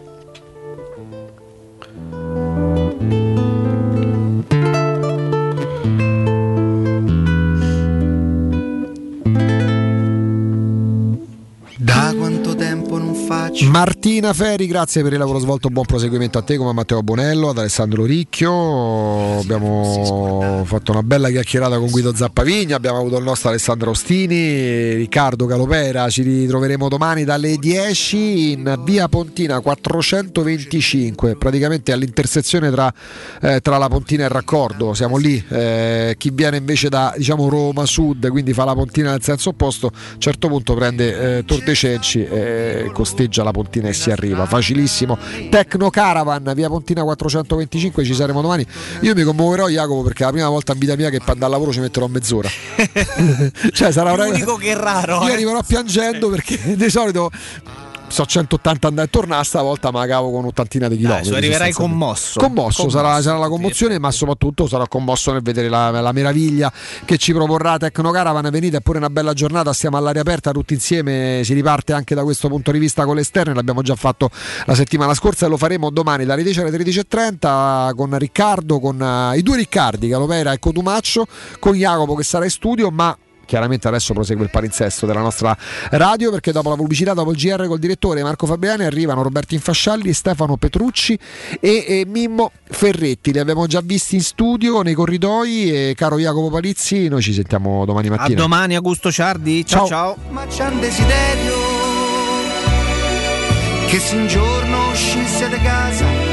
Da quanto tempo non faccio? Martina Feri, grazie per il lavoro svolto, buon proseguimento a te come a Matteo Bonello, ad Alessandro Ricchio. Abbiamo fatto una bella chiacchierata con Guido Zappavigna, abbiamo avuto il nostro Alessandro Ostini, Riccardo Calopera. Ci ritroveremo domani dalle dieci in via Pontina quattrocentoventicinque, praticamente all'intersezione tra, eh, tra la Pontina e il Raccordo. Siamo lì, eh, chi viene invece da, diciamo, Roma Sud, quindi fa la Pontina nel senso opposto, a un certo punto prende eh, Tor de Cenci, eh, costeggia la Pontina e si arriva facilissimo. Tecno Caravan, via Pontina quattrocentoventicinque, ci saremo domani. Io mi commuoverò, Jacopo, perché è la prima volta in vita mia che per andare al lavoro ci metterò mezz'ora. Cioè sarà l'unico che è raro. Io eh. arriverò piangendo perché di solito so centottanta andare e tornare, stavolta me la cavo con un'ottantina di chilometri. Dai, arriverai commosso. Commosso, commosso. Sarà, sarà la commozione, ma soprattutto sarò commosso nel vedere la, la meraviglia che ci proporrà Tecno Caravan. Venite, è pure una bella giornata, stiamo all'aria aperta tutti insieme, si riparte anche da questo punto di vista con l'esterno, l'abbiamo già fatto la settimana scorsa e lo faremo domani dalle dieci alle tredici e trenta con Riccardo, con uh, i due Riccardi, Calopera e Cotumaccio, con Jacopo che sarà in studio, ma chiaramente adesso prosegue il palinsesto della nostra radio, perché dopo la pubblicità, dopo il G R col direttore Marco Fabriani, arrivano Roberto Infascialli, Stefano Petrucci e, e Mimmo Ferretti. Li abbiamo già visti in studio, nei corridoi, e caro Jacopo Palizzi, noi ci sentiamo domani mattina. A domani, Augusto Ciardi, ciao ciao, ciao. Ma c'è un desiderio che se un giorno uscisse da casa